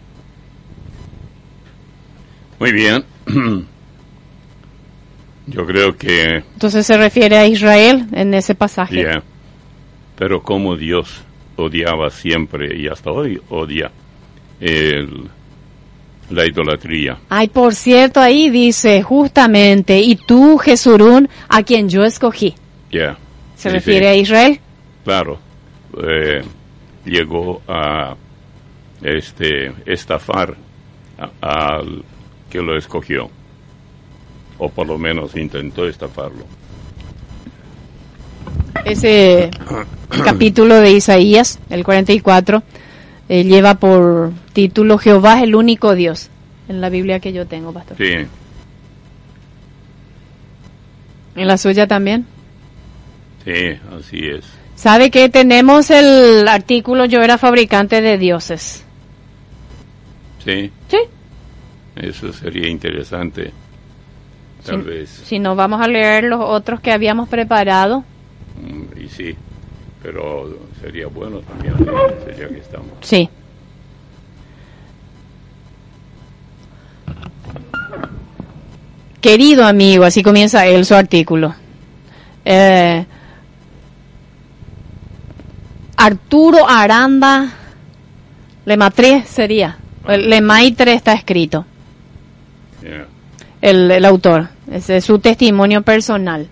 Muy bien. Yo creo que... Entonces se refiere a Israel en ese pasaje. Yeah. Pero como Dios odiaba siempre y hasta hoy odia el, la idolatría. Ay, por cierto, ahí dice justamente, y tú, Jesurún, a quien yo escogí. Yeah. ¿Se Sí, refiere sí. a Israel? Claro. Eh, llegó a este estafar a- al que lo escogió. O por lo menos intentó estafarlo. Ese capítulo de Isaías, el cuarenta y cuatro, eh, lleva por título Jehová es el único Dios, en la Biblia que yo tengo, pastor. Sí. ¿En la suya también? Sí, así es. ¿Sabe que tenemos el artículo Yo era fabricante de dioses? Sí. Sí. Eso sería interesante, tal si, vez. Si no, vamos a leer los otros que habíamos preparado. Mm, y sí, pero sería bueno también leerse, ya que estamos. Sí. Querido amigo, así comienza él su artículo. Eh, Arturo Aranda Lemaitre sería. El Lemaitre está escrito. Yeah. El, el autor. Ese es su testimonio personal.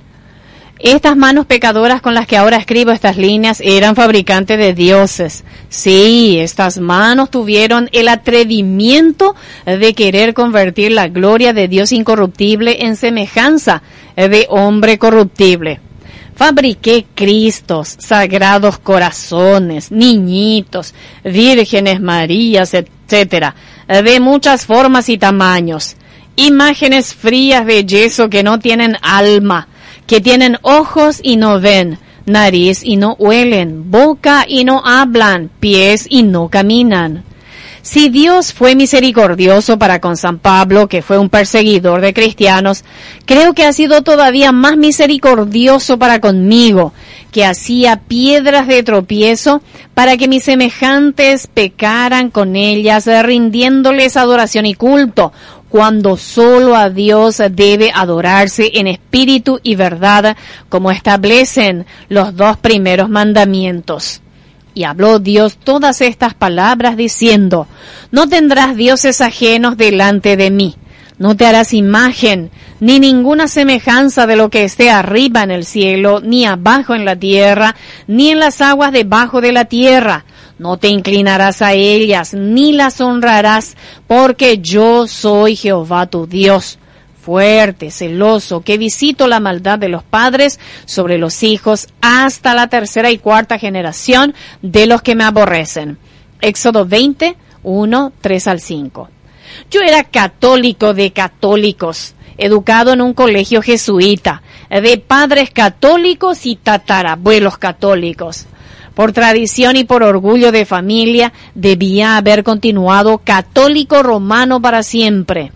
Estas manos pecadoras con las que ahora escribo estas líneas eran fabricantes de dioses. Sí, estas manos tuvieron el atrevimiento de querer convertir la gloria de Dios incorruptible en semejanza de hombre corruptible. Fabriqué Cristos, sagrados corazones, niñitos, vírgenes Marías, etcétera, de muchas formas y tamaños. Imágenes frías de yeso que no tienen alma, que tienen ojos y no ven, nariz y no huelen, boca y no hablan, pies y no caminan. Si Dios fue misericordioso para con San Pablo, que fue un perseguidor de cristianos, creo que ha sido todavía más misericordioso para conmigo, que hacía piedras de tropiezo para que mis semejantes pecaran con ellas, rindiéndoles adoración y culto, cuando solo a Dios debe adorarse en espíritu y verdad, como establecen los dos primeros mandamientos. Y habló Dios todas estas palabras diciendo: no tendrás dioses ajenos delante de mí, no te harás imagen, ni ninguna semejanza de lo que esté arriba en el cielo, ni abajo en la tierra, ni en las aguas debajo de la tierra. No te inclinarás a ellas, ni las honrarás, porque yo soy Jehová tu Dios, fuerte, celoso, que visito la maldad de los padres sobre los hijos hasta la tercera y cuarta generación de los que me aborrecen. Éxodo veinte, uno, tres al cinco. Yo era católico de católicos, educado en un colegio jesuita, de padres católicos y tatarabuelos católicos. Por tradición y por orgullo de familia, debía haber continuado católico romano para siempre.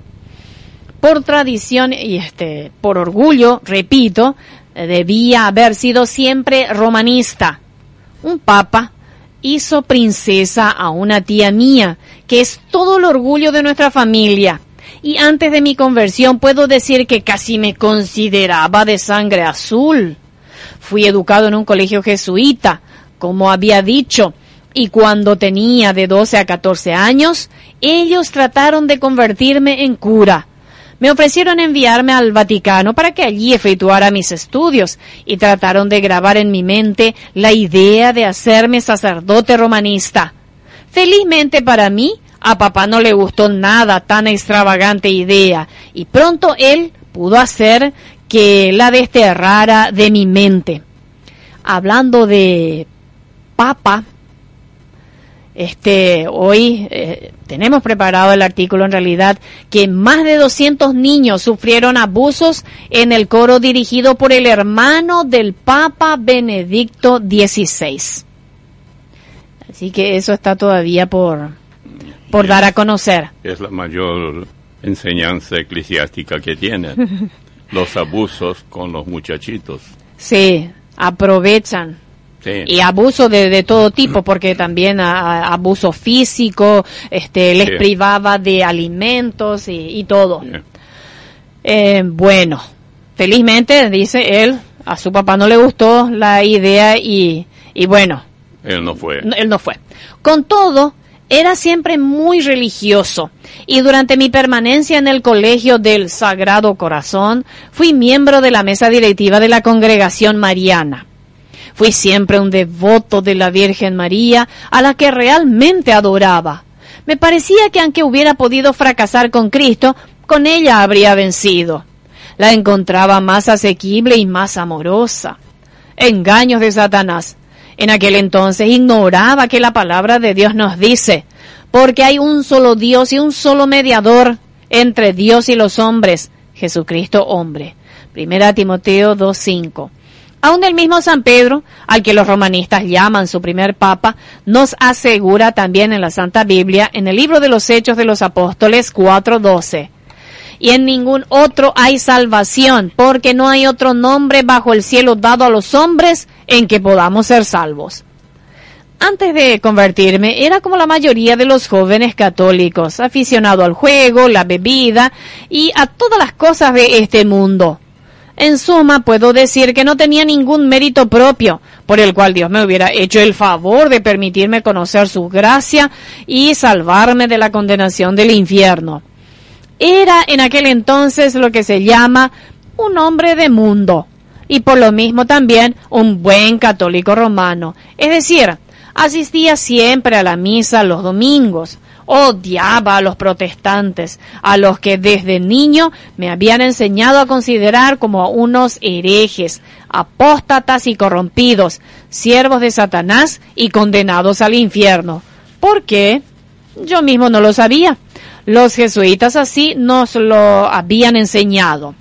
Por tradición y este, por orgullo, repito, debía haber sido siempre romanista. Un papa hizo princesa a una tía mía, que es todo el orgullo de nuestra familia. Y antes de mi conversión puedo decir que casi me consideraba de sangre azul. Fui educado en un colegio jesuita, como había dicho, y cuando tenía de doce a catorce años, ellos trataron de convertirme en cura. Me ofrecieron enviarme al Vaticano para que allí efectuara mis estudios y trataron de grabar en mi mente la idea de hacerme sacerdote romanista. Felizmente para mí, a papá no le gustó nada tan extravagante idea y pronto él pudo hacer que la desterrara de mi mente. Hablando de Papa, este, hoy eh, tenemos preparado el artículo en realidad que más de doscientos niños sufrieron abusos en el coro dirigido por el hermano del Papa Benedicto dieciséis. Así que eso está todavía por, por dar a conocer. Es la mayor enseñanza eclesiástica que tienen, los abusos con los muchachitos. Sí, aprovechan. Sí. Y abuso de, de todo tipo, porque también a, a, abuso físico, este, les sí. privaba de alimentos y, y todo. Sí. Eh, bueno, felizmente, dice él, a su papá no le gustó la idea y, y bueno. Él no fue. Él no fue. Con todo, era siempre muy religioso y durante mi permanencia en el Colegio del Sagrado Corazón, fui miembro de la mesa directiva de la Congregación Mariana. Fui siempre un devoto de la Virgen María, a la que realmente adoraba. Me parecía que aunque hubiera podido fracasar con Cristo, con ella habría vencido. La encontraba más asequible y más amorosa. Engaños de Satanás. En aquel entonces ignoraba que la palabra de Dios nos dice, porque hay un solo Dios y un solo mediador entre Dios y los hombres, Jesucristo hombre. Primera Timoteo dos cinco. Aún el mismo San Pedro, al que los romanistas llaman su primer papa, nos asegura también en la Santa Biblia, en el libro de los Hechos de los Apóstoles cuatro doce. Y en ningún otro hay salvación, porque no hay otro nombre bajo el cielo dado a los hombres en que podamos ser salvos. Antes de convertirme, era como la mayoría de los jóvenes católicos, aficionado al juego, la bebida y a todas las cosas de este mundo. En suma, puedo decir que no tenía ningún mérito propio, por el cual Dios me hubiera hecho el favor de permitirme conocer su gracia y salvarme de la condenación del infierno. Era en aquel entonces lo que se llama un hombre de mundo, y por lo mismo también un buen católico romano. Es decir, asistía siempre a la misa los domingos. Odiaba a los protestantes, a los que desde niño me habían enseñado a considerar como unos herejes, apóstatas y corrompidos, siervos de Satanás y condenados al infierno. ¿Por qué? Yo mismo no lo sabía. Los jesuitas así nos lo habían enseñado.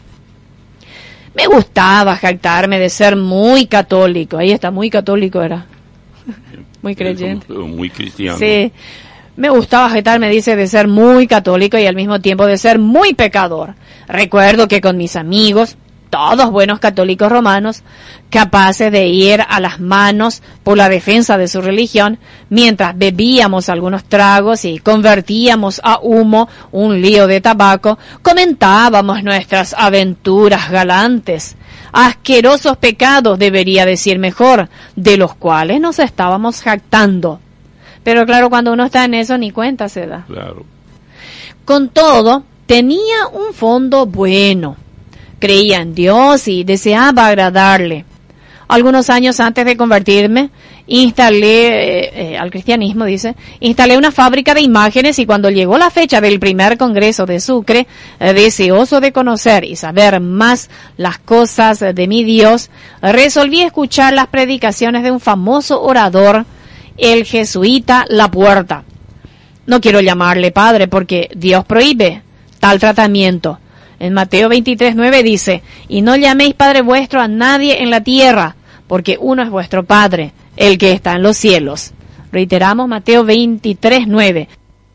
Me gustaba jactarme de ser muy católico. Ahí está, muy católico era. Muy creyente. Muy cristiano. Sí. Me gustaba jactarme, dice, de ser muy católico y al mismo tiempo de ser muy pecador. Recuerdo que con mis amigos, todos buenos católicos romanos, capaces de ir a las manos por la defensa de su religión, mientras bebíamos algunos tragos y convertíamos a humo un lío de tabaco, comentábamos nuestras aventuras galantes, asquerosos pecados, debería decir mejor, de los cuales nos estábamos jactando. Pero claro, cuando uno está en eso, ni cuenta se da. Claro. Con todo, tenía un fondo bueno. Creía en Dios y deseaba agradarle. Algunos años antes de convertirme, instalé, eh, eh, al cristianismo dice, instalé una fábrica de imágenes y cuando llegó la fecha del primer congreso de Sucre, eh, deseoso de conocer y saber más las cosas de mi Dios, resolví escuchar las predicaciones de un famoso orador, el jesuita La Puerta. No quiero llamarle padre porque Dios prohíbe tal tratamiento. En Mateo veintitrés nueve dice, y no llaméis Padre vuestro a nadie en la tierra, porque uno es vuestro Padre, el que está en los cielos. Reiteramos Mateo veintitrés nueve.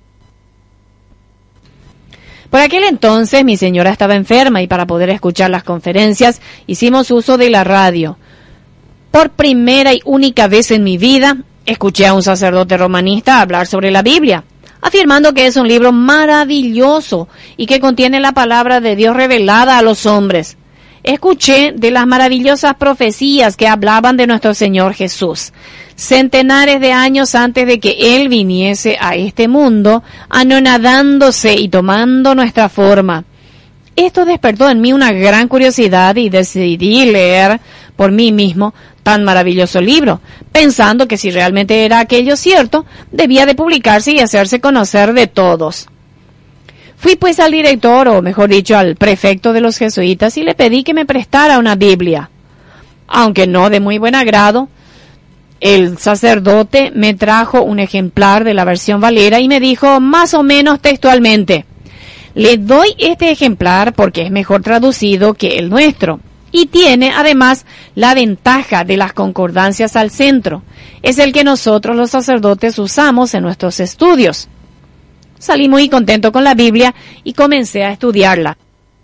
Por aquel entonces mi señora estaba enferma y para poder escuchar las conferencias hicimos uso de la radio. Por primera y única vez en mi vida, escuché a un sacerdote romanista hablar sobre la Biblia, afirmando que es un libro maravilloso y que contiene la palabra de Dios revelada a los hombres. Escuché de las maravillosas profecías que hablaban de nuestro Señor Jesús, centenares de años antes de que Él viniese a este mundo, anonadándose y tomando nuestra forma. Esto despertó en mí una gran curiosidad y decidí leer por mí mismo tan maravilloso libro, pensando que si realmente era aquello cierto, debía de publicarse y hacerse conocer de todos. Fui pues al director, o mejor dicho, al prefecto de los jesuitas y le pedí que me prestara una Biblia. Aunque no de muy buen agrado, el sacerdote me trajo un ejemplar de la versión Valera y me dijo más o menos textualmente, le doy este ejemplar porque es mejor traducido que el nuestro. Y tiene, además, la ventaja de las concordancias al centro. Es el que nosotros los sacerdotes usamos en nuestros estudios. Salí muy contento con la Biblia y comencé a estudiarla.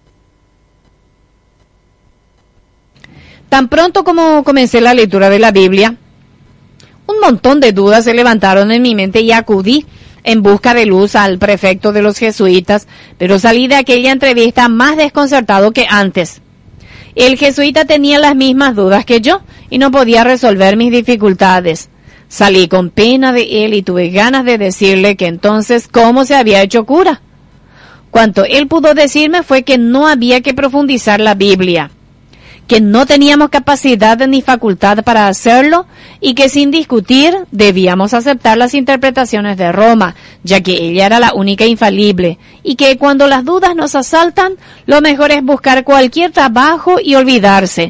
Tan pronto como comencé la lectura de la Biblia, un montón de dudas se levantaron en mi mente y acudí en busca de luz al prefecto de los jesuitas, pero salí de aquella entrevista más desconcertado que antes. El jesuita tenía las mismas dudas que yo y no podía resolver mis dificultades. Salí con pena de él y tuve ganas de decirle que entonces cómo se había hecho cura. Cuanto él pudo decirme fue que no había que profundizar la Biblia, que no teníamos capacidad ni facultad para hacerlo y que sin discutir debíamos aceptar las interpretaciones de Roma, ya que ella era la única infalible, y que cuando las dudas nos asaltan, lo mejor es buscar cualquier trabajo y olvidarse.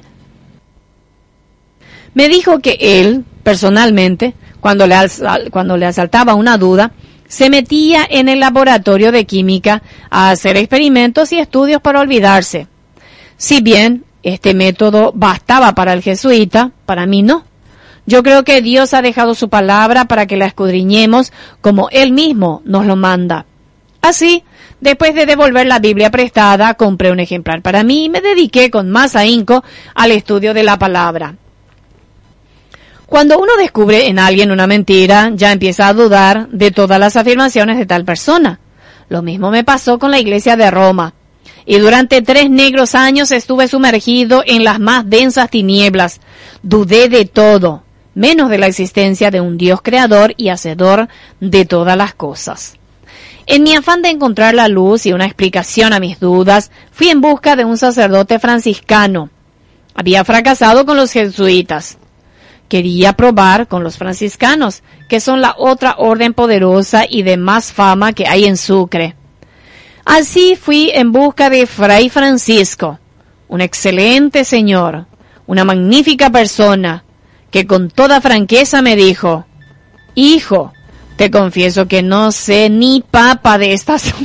Me dijo que él, personalmente, cuando le, asal- cuando le asaltaba una duda, se metía en el laboratorio de química a hacer experimentos y estudios para olvidarse. Si bien Este método bastaba para el jesuita, para mí no. Yo creo que Dios ha dejado su palabra para que la escudriñemos como Él mismo nos lo manda. Así, después de devolver la Biblia prestada, compré un ejemplar para mí y me dediqué con más ahínco al estudio de la palabra. Cuando uno descubre en alguien una mentira, ya empieza a dudar de todas las afirmaciones de tal persona. Lo mismo me pasó con la iglesia de Roma. Y durante tres negros años estuve sumergido en las más densas tinieblas. Dudé de todo, menos de la existencia de un Dios creador y hacedor de todas las cosas. En mi afán de encontrar la luz y una explicación a mis dudas, fui en busca de un sacerdote franciscano. Había fracasado con los jesuitas. Quería probar con los franciscanos, que son la otra orden poderosa y de más fama que hay en Sucre. Así fui en busca de Fray Francisco, un excelente señor, una magnífica persona, que con toda franqueza me dijo: hijo, te confieso que no sé ni papa de estas...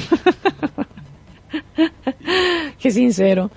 Qué sincero.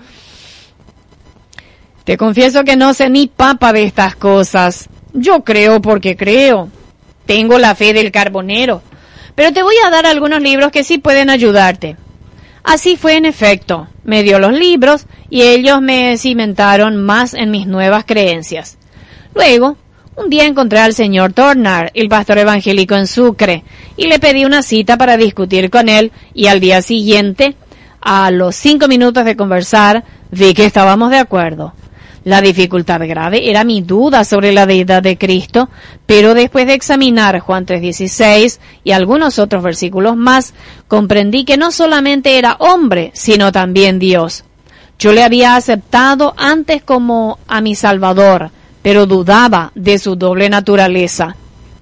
Te confieso que no sé ni papa de estas cosas. Yo creo porque creo. Tengo la fe del carbonero. Pero te voy a dar algunos libros que sí pueden ayudarte. Así fue en efecto. Me dio los libros y ellos me cimentaron más en mis nuevas creencias. Luego, un día encontré al señor Tornar, el pastor evangélico en Sucre, y le pedí una cita para discutir con él, y al día siguiente, a los cinco minutos de conversar, vi que estábamos de acuerdo. La dificultad grave era mi duda sobre la deidad de Cristo, pero después de examinar Juan tres dieciséis y algunos otros versículos más, comprendí que no solamente era hombre, sino también Dios. Yo le había aceptado antes como a mi Salvador, pero dudaba de su doble naturaleza.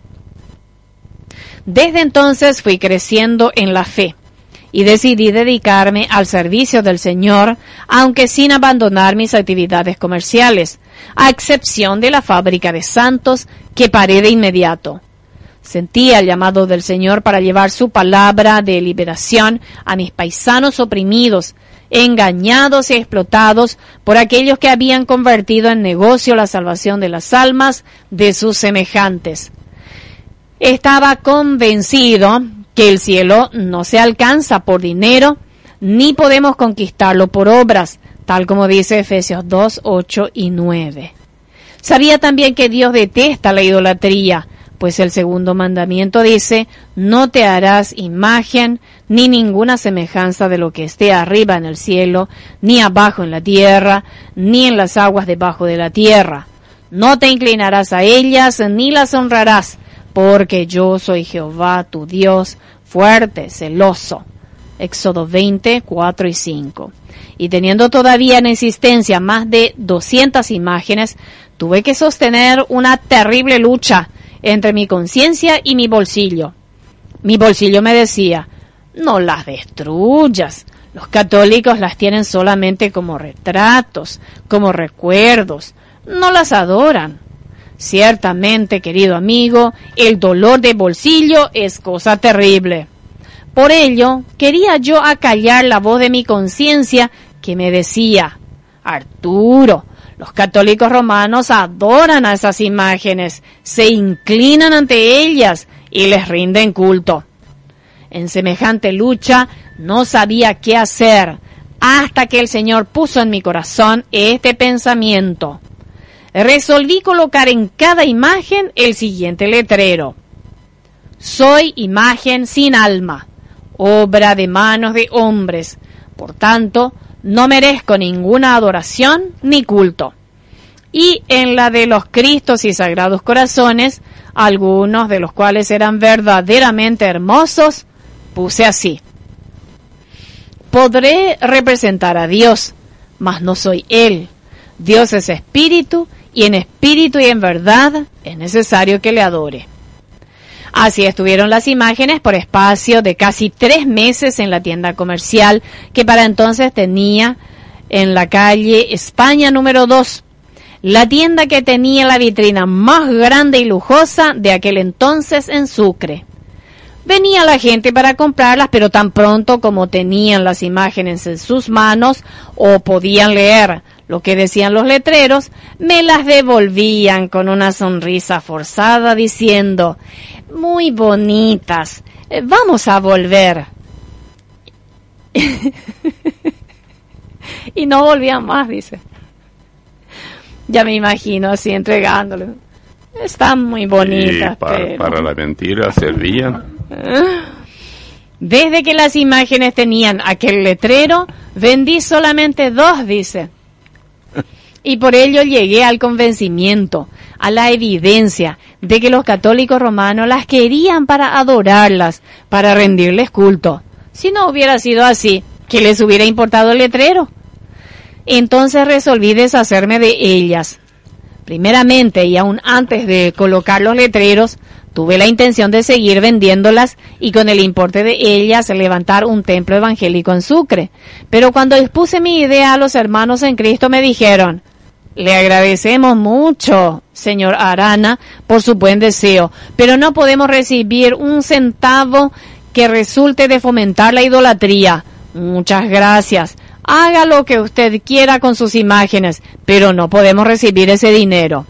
Desde entonces fui creciendo en la fe y decidí dedicarme al servicio del Señor, aunque sin abandonar mis actividades comerciales, a excepción de la fábrica de Santos, que paré de inmediato. Sentía el llamado del Señor para llevar su palabra de liberación a mis paisanos oprimidos, engañados y explotados por aquellos que habían convertido en negocio la salvación de las almas de sus semejantes. Estaba convencido que el cielo no se alcanza por dinero, ni podemos conquistarlo por obras, tal como dice Efesios dos, ocho y nueve. Sabía también que Dios detesta la idolatría, pues el segundo mandamiento dice: no te harás imagen ni ninguna semejanza de lo que esté arriba en el cielo, ni abajo en la tierra, ni en las aguas debajo de la tierra. No te inclinarás a ellas, ni las honrarás, porque yo soy Jehová tu Dios, fuerte, celoso. Éxodo veinte, cuatro y cinco. Y teniendo todavía en existencia más de doscientas imágenes, tuve que sostener una terrible lucha entre mi conciencia y mi bolsillo. Mi bolsillo me decía: no las destruyas. Los católicos las tienen solamente como retratos, como recuerdos. No las adoran. Ciertamente, querido amigo, el dolor de bolsillo es cosa terrible. Por ello, quería yo acallar la voz de mi conciencia que me decía: Arturo, los católicos romanos adoran a esas imágenes, se inclinan ante ellas y les rinden culto. En semejante lucha no sabía qué hacer, hasta que el Señor puso en mi corazón este pensamiento. Resolví colocar en cada imagen el siguiente letrero: soy imagen sin alma, obra de manos de hombres, por tanto, no merezco ninguna adoración ni culto. Y en la de los Cristos y Sagrados Corazones, algunos de los cuales eran verdaderamente hermosos, puse así: podré representar a Dios, mas no soy Él. Dios es espíritu, y en espíritu y en verdad es necesario que le adore. Así estuvieron las imágenes por espacio de casi tres meses en la tienda comercial que para entonces tenía en la calle España número dos, la tienda que tenía la vitrina más grande y lujosa de aquel entonces en Sucre. Venía la gente para comprarlas, pero tan pronto como tenían las imágenes en sus manos o podían leer lo que decían los letreros, me las devolvían con una sonrisa forzada diciendo, muy bonitas, eh, vamos a volver. Y no volvían más, dice. Ya me imagino así entregándole. Están muy bonitas. Y para, pero... para la mentira servían. Desde que las imágenes tenían aquel letrero, vendí solamente dos, dice. Y por ello llegué al convencimiento, a la evidencia de que los católicos romanos las querían para adorarlas, para rendirles culto. Si no hubiera sido así, ¿qué les hubiera importado el letrero? Entonces resolví deshacerme de ellas. Primeramente, y aún antes de colocar los letreros, tuve la intención de seguir vendiéndolas y con el importe de ellas levantar un templo evangélico en Sucre. Pero cuando expuse mi idea a los hermanos en Cristo me dijeron, le agradecemos mucho, señor Arana, por su buen deseo, pero no podemos recibir un centavo que resulte de fomentar la idolatría. Muchas gracias. Haga lo que usted quiera con sus imágenes, pero no podemos recibir ese dinero.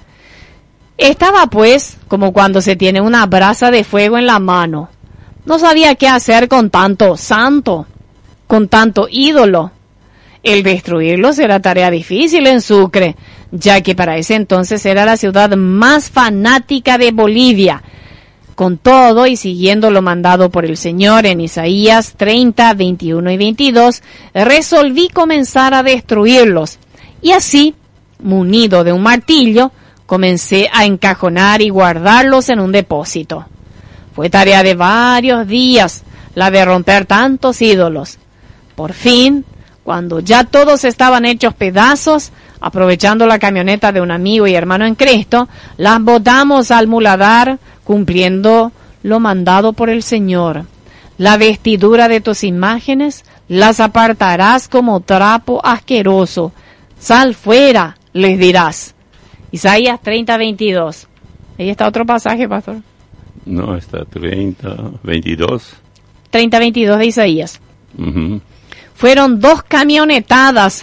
Estaba pues como cuando se tiene una brasa de fuego en la mano. No sabía qué hacer con tanto santo, con tanto ídolo. El destruirlos era tarea difícil en Sucre, ya que para ese entonces era la ciudad más fanática de Bolivia. Con todo y siguiendo lo mandado por el Señor en Isaías treinta, veintiuno y veintidós, resolví comenzar a destruirlos. Y así, munido de un martillo, comencé a encajonar y guardarlos en un depósito. Fue tarea de varios días la de romper tantos ídolos. Por fin, cuando ya todos estaban hechos pedazos, aprovechando la camioneta de un amigo y hermano en Cristo, las botamos al muladar, cumpliendo lo mandado por el Señor. La vestidura de tus imágenes las apartarás como trapo asqueroso. Sal fuera, les dirás. Isaías treinta, veintidós. Ahí está otro pasaje, pastor. No, está treinta, veintidós. treinta, veintidós de Isaías. Uh-huh. Fueron dos camionetadas.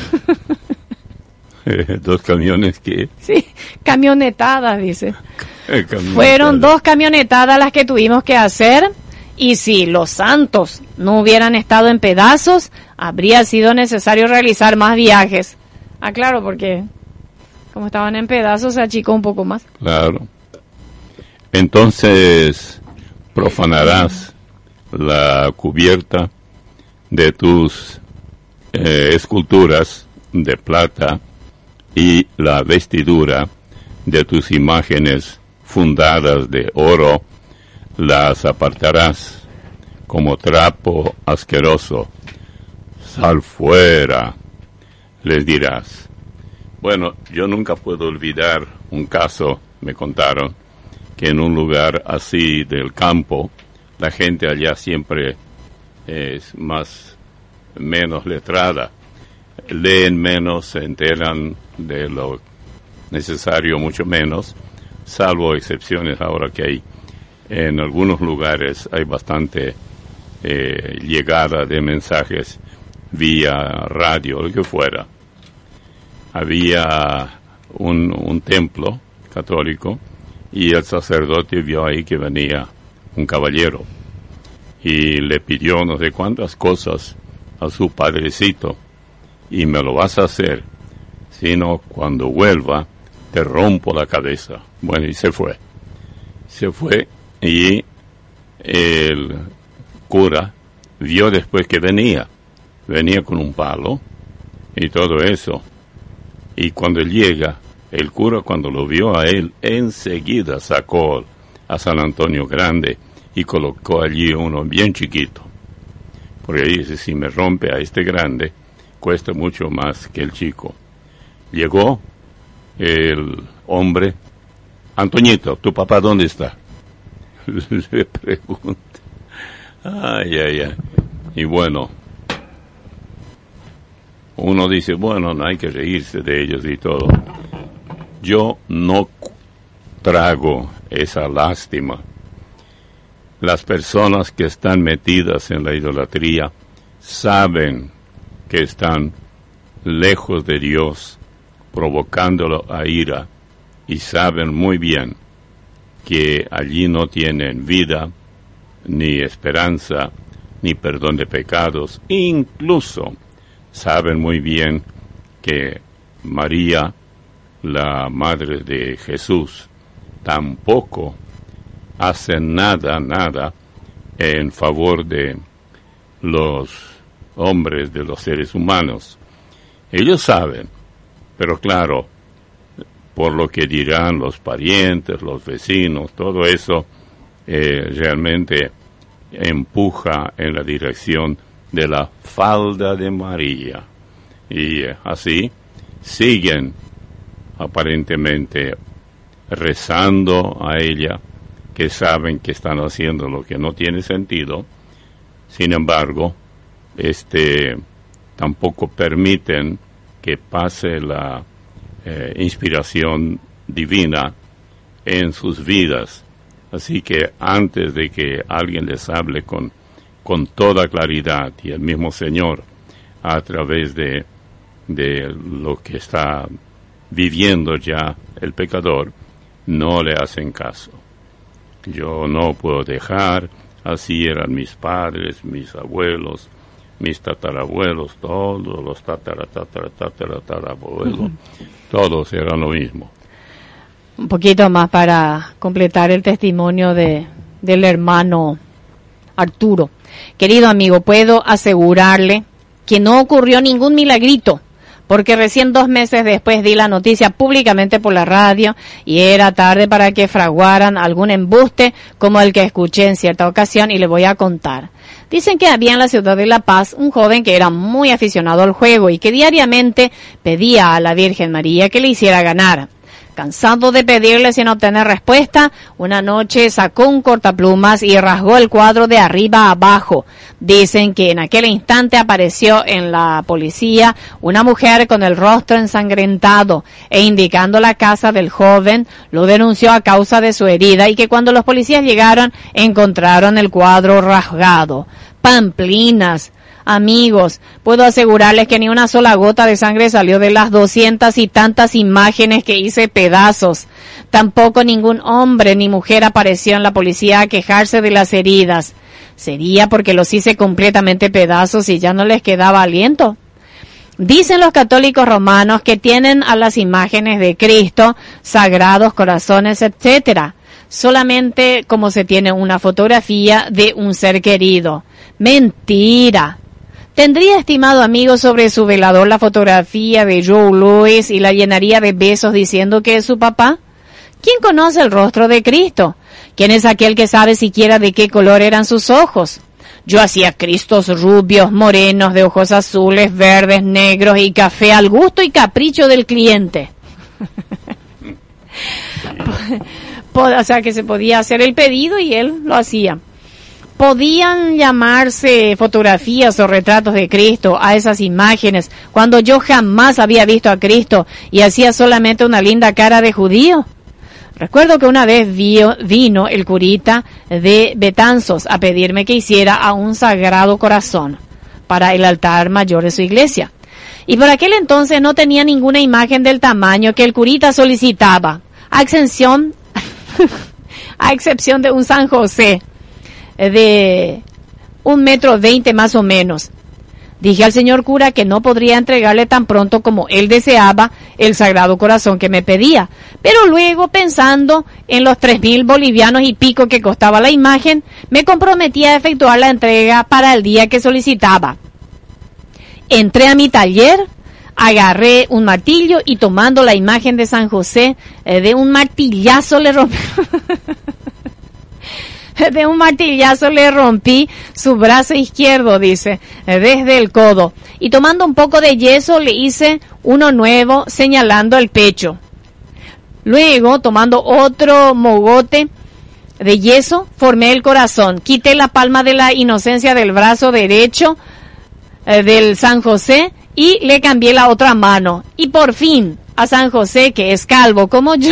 ¿Dos camiones qué? Sí, camionetadas, dice. Camionetadas. Fueron dos camionetadas las que tuvimos que hacer, y si los santos no hubieran estado en pedazos, habría sido necesario realizar más viajes. Ah, claro, porque como estaban en pedazos se achicó un poco más. Claro. Entonces profanarás la cubierta de tus eh, esculturas de plata y la vestidura de tus imágenes fundadas de oro, las apartarás como trapo asqueroso. Sal fuera, les dirás. Bueno, yo nunca puedo olvidar un caso, me contaron, que en un lugar así del campo, la gente allá siempre es más, menos letrada, leen menos, se enteran de lo necesario mucho menos, salvo excepciones ahora que hay en algunos lugares hay bastante eh, llegada de mensajes vía radio, lo que fuera. Había un, un templo católico y el sacerdote vio ahí que venía un caballero y le pidió no sé cuántas cosas a su padrecito, y me lo vas a hacer, sino cuando vuelva te rompo la cabeza. Bueno, y se fue. Se fue y el cura vio después que venía. Venía con un palo y todo eso. Y cuando él llega, el cura cuando lo vio a él, enseguida sacó a San Antonio Grande y colocó allí uno bien chiquito. Porque ahí dice, si me rompe a este grande, cuesta mucho más que el chico. Llegó el hombre, Antoñito, ¿tu papá dónde está? Le pregunta. Ay, ay, ay. Y bueno, uno dice, bueno, no hay que reírse de ellos y todo. Yo no trago esa lástima. Las personas que están metidas en la idolatría saben que están lejos de Dios, provocándolo a ira, y saben muy bien que allí no tienen vida, ni esperanza, ni perdón de pecados. Incluso saben muy bien que María, la madre de Jesús, tampoco hace nada, nada en favor de los hombres, de los seres humanos. Ellos saben, pero claro, por lo que dirán los parientes, los vecinos, todo eso eh, realmente empuja en la dirección de la falda de María. Y eh, así siguen aparentemente rezando a ella, que saben que están haciendo lo que no tiene sentido. Sin embargo, este tampoco permiten que pase la eh, inspiración divina en sus vidas. Así que antes de que alguien les hable con, con toda claridad, y el mismo Señor, a través de, de lo que está viviendo ya el pecador, no le hacen caso. Yo no puedo dejar, así eran mis padres, mis abuelos, mis tatarabuelos, todos los tatara, tatara, tatara, tatarabuelos, uh-huh. Todos eran lo mismo. Un poquito más para completar el testimonio de del hermano Arturo. Querido amigo, puedo asegurarle que no ocurrió ningún milagrito, porque recién dos meses después di la noticia públicamente por la radio y era tarde para que fraguaran algún embuste como el que escuché en cierta ocasión, y le voy a contar. Dicen que había en la ciudad de La Paz un joven que era muy aficionado al juego y que diariamente pedía a la Virgen María que le hiciera ganar. Cansado de pedirle sin obtener respuesta, una noche sacó un cortaplumas y rasgó el cuadro de arriba a abajo. Dicen que en aquel instante apareció en la policía una mujer con el rostro ensangrentado e indicando la casa del joven, lo denunció a causa de su herida, y que cuando los policías llegaron encontraron el cuadro rasgado. Pamplinas. Amigos, puedo asegurarles que ni una sola gota de sangre salió de las doscientas y tantas imágenes que hice pedazos. Tampoco ningún hombre ni mujer apareció en la policía a quejarse de las heridas. ¿Sería porque los hice completamente pedazos y ya no les quedaba aliento? Dicen los católicos romanos que tienen a las imágenes de Cristo, sagrados corazones, etcétera, solamente como se tiene una fotografía de un ser querido. Mentira. ¿Tendría, estimado amigo, sobre su velador la fotografía de Joe Louis y la llenaría de besos diciendo que es su papá? ¿Quién conoce el rostro de Cristo? ¿Quién es aquel que sabe siquiera de qué color eran sus ojos? Yo hacía Cristos rubios, morenos, de ojos azules, verdes, negros y café al gusto y capricho del cliente. O sea, que se podía hacer el pedido y él lo hacía. Podían llamarse fotografías o retratos de Cristo a esas imágenes, cuando yo jamás había visto a Cristo y hacía solamente una linda cara de judío. Recuerdo que una vez vio, vino el curita de Betanzos a pedirme que hiciera a un sagrado corazón para el altar mayor de su iglesia. Y por aquel entonces no tenía ninguna imagen del tamaño que el curita solicitaba, a excepción, a excepción de un San José de un metro veinte más o menos. Dije al señor cura que no podría entregarle tan pronto como él deseaba el Sagrado Corazón que me pedía, pero luego, pensando en los tres mil bolivianos y pico que costaba la imagen, me comprometí a efectuar la entrega para el día que solicitaba. Entré a mi taller, agarré un martillo y, tomando la imagen de San José, eh, de un martillazo le rompí de un martillazo le rompí su brazo izquierdo, dice, desde el codo. Y tomando un poco de yeso le hice uno nuevo señalando el pecho. Luego, tomando otro mogote de yeso, formé el corazón. Quité la palma de la inocencia del brazo derecho eh, del San José y le cambié la otra mano. Y por fin, a San José, que es calvo como yo...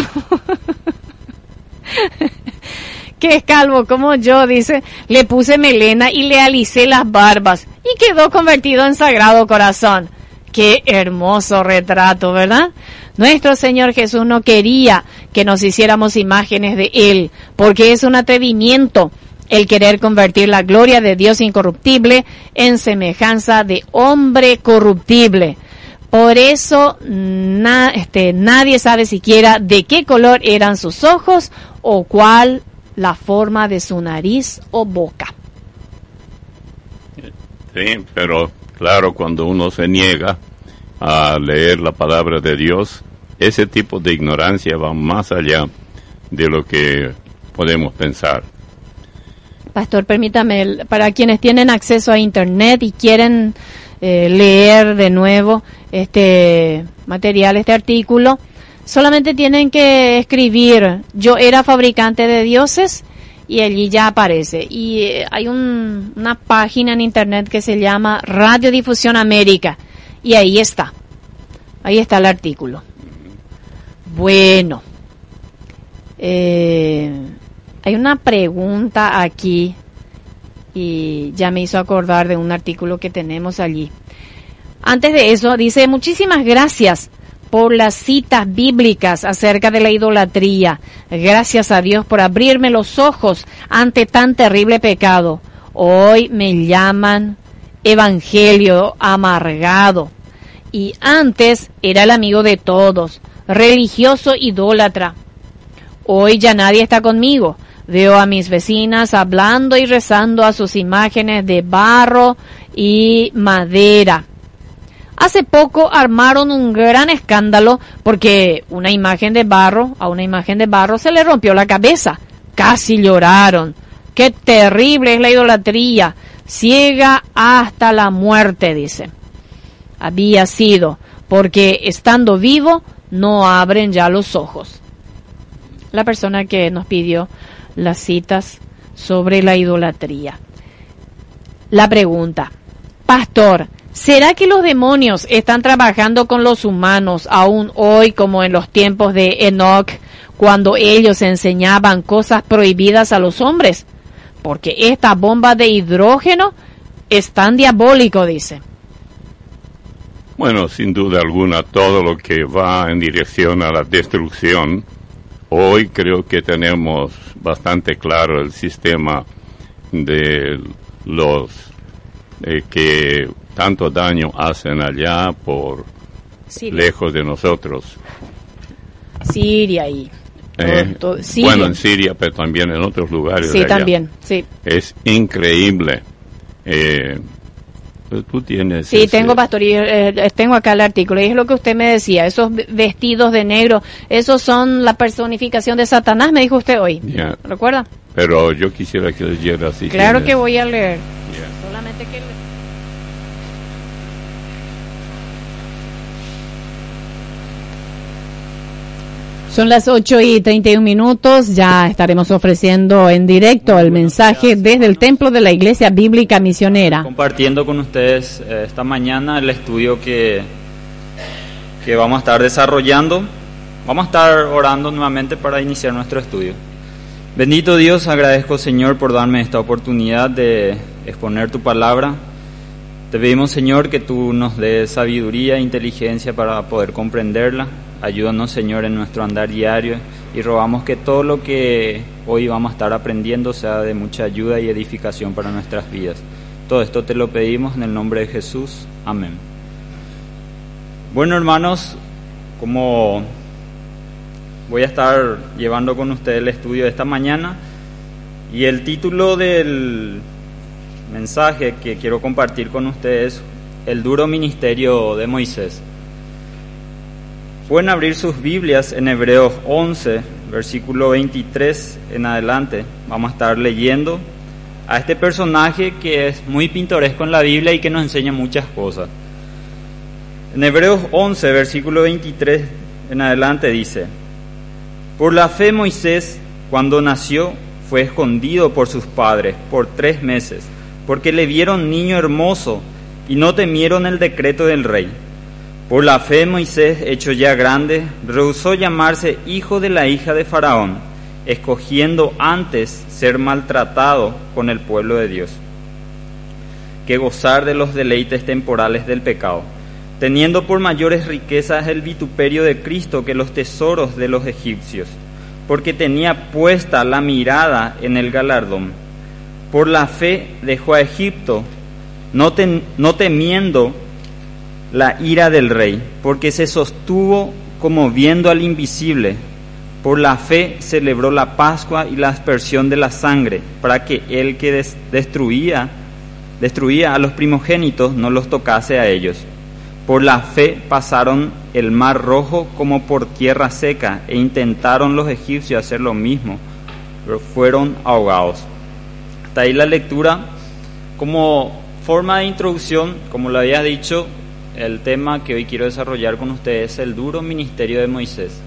que es calvo como yo, dice, le puse melena y le alicé las barbas y quedó convertido en Sagrado Corazón. Qué hermoso retrato, ¿verdad? Nuestro Señor Jesús no quería que nos hiciéramos imágenes de Él, porque es un atrevimiento el querer convertir la gloria de Dios incorruptible en semejanza de hombre corruptible. Por eso na, este, nadie sabe siquiera de qué color eran sus ojos o cuál la forma de su nariz o boca. Sí, pero claro, cuando uno se niega a leer la palabra de Dios, ese tipo de ignorancia va más allá de lo que podemos pensar. Pastor, permítame, para quienes tienen acceso a Internet y quieren eh, leer de nuevo este material, este artículo, solamente tienen que escribir "yo era fabricante de dioses" y allí ya aparece. Y eh, hay un, una página en Internet que se llama Radiodifusión América y ahí está, ahí está el artículo. Bueno, eh, hay una pregunta aquí y ya me hizo acordar de un artículo que tenemos allí. Antes de eso, dice: muchísimas gracias por las citas bíblicas acerca de la idolatría. Gracias a Dios por abrirme los ojos ante tan terrible pecado. Hoy me llaman evangelio amargado. Y antes era el amigo de todos, religioso idólatra. Hoy ya nadie está conmigo. Veo a mis vecinas hablando y rezando a sus imágenes de barro y madera. Hace poco armaron un gran escándalo porque una imagen de barro, a una imagen de barro se le rompió la cabeza. Casi lloraron. Qué terrible es la idolatría, ciega hasta la muerte, dice. Había sido porque estando vivo no abren ya los ojos. La persona que nos pidió las citas sobre la idolatría. La pregunta: pastor, ¿será que los demonios están trabajando con los humanos aún hoy como en los tiempos de Enoch, cuando ellos enseñaban cosas prohibidas a los hombres? Porque esta bomba de hidrógeno es tan diabólico, dice. Bueno, sin duda alguna, todo lo que va en dirección a la destrucción, hoy creo que tenemos bastante claro el sistema de los eh, que tanto daño hacen allá por Siria. Lejos de nosotros. Siria y Eh, todo, todo, Siria. Bueno, en Siria, pero también en otros lugares. Sí, de allá. también, sí. Es increíble. Eh, tú tienes... Sí, ese... tengo, pastor, y eh, tengo acá el artículo, y es lo que usted me decía, esos vestidos de negro, esos son la personificación de Satanás, me dijo usted hoy. Yeah. ¿Recuerda? Pero yo quisiera que leyera así. Claro tienes... que voy a leer. Yeah. Solamente que... Son las ocho y treinta y un minutos, ya estaremos ofreciendo en directo el mensaje desde el templo de la Iglesia Bíblica Misionera. Compartiendo con ustedes eh, esta mañana el estudio que, que vamos a estar desarrollando. Vamos a estar orando nuevamente para iniciar nuestro estudio. Bendito Dios, agradezco, Señor, por darme esta oportunidad de exponer tu palabra. Te pedimos, Señor, que tú nos des sabiduría e inteligencia para poder comprenderla. Ayúdanos, Señor, en nuestro andar diario, y rogamos que todo lo que hoy vamos a estar aprendiendo sea de mucha ayuda y edificación para nuestras vidas. Todo esto te lo pedimos en el nombre de Jesús. Amén. Bueno, hermanos, como voy a estar llevando con ustedes el estudio de esta mañana, y el título del mensaje que quiero compartir con ustedes es El duro ministerio de Moisés. Pueden abrir sus Biblias en Hebreos once, versículo veintitrés en adelante. Vamos a estar leyendo a este personaje que es muy pintoresco en la Biblia y que nos enseña muchas cosas. En Hebreos once, versículo veintitrés en adelante dice: Por la fe Moisés, cuando nació, fue escondido por sus padres por tres meses, porque le vieron niño hermoso y no temieron el decreto del rey. Por la fe Moisés, hecho ya grande, rehusó llamarse hijo de la hija de Faraón, escogiendo antes ser maltratado con el pueblo de Dios, que gozar de los deleites temporales del pecado, teniendo por mayores riquezas el vituperio de Cristo que los tesoros de los egipcios, porque tenía puesta la mirada en el galardón. Por la fe dejó a Egipto, no, ten, no temiendo la ira del rey, porque se sostuvo como viendo al invisible. Por la fe celebró la Pascua y la aspersión de la sangre, para que el que des, destruía, destruía a los primogénitos no los tocase a ellos. Por la fe pasaron el mar rojo como por tierra seca, e intentaron los egipcios hacer lo mismo, pero fueron ahogados. Hasta ahí la lectura. Como forma de introducción, como lo había dicho, el tema que hoy quiero desarrollar con ustedes es el duro ministerio de Moisés.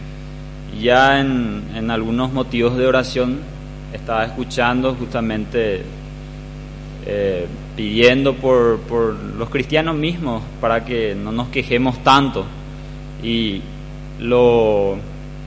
Ya en, en algunos motivos de oración estaba escuchando justamente eh, pidiendo por, por los cristianos mismos para que no nos quejemos tanto, y lo,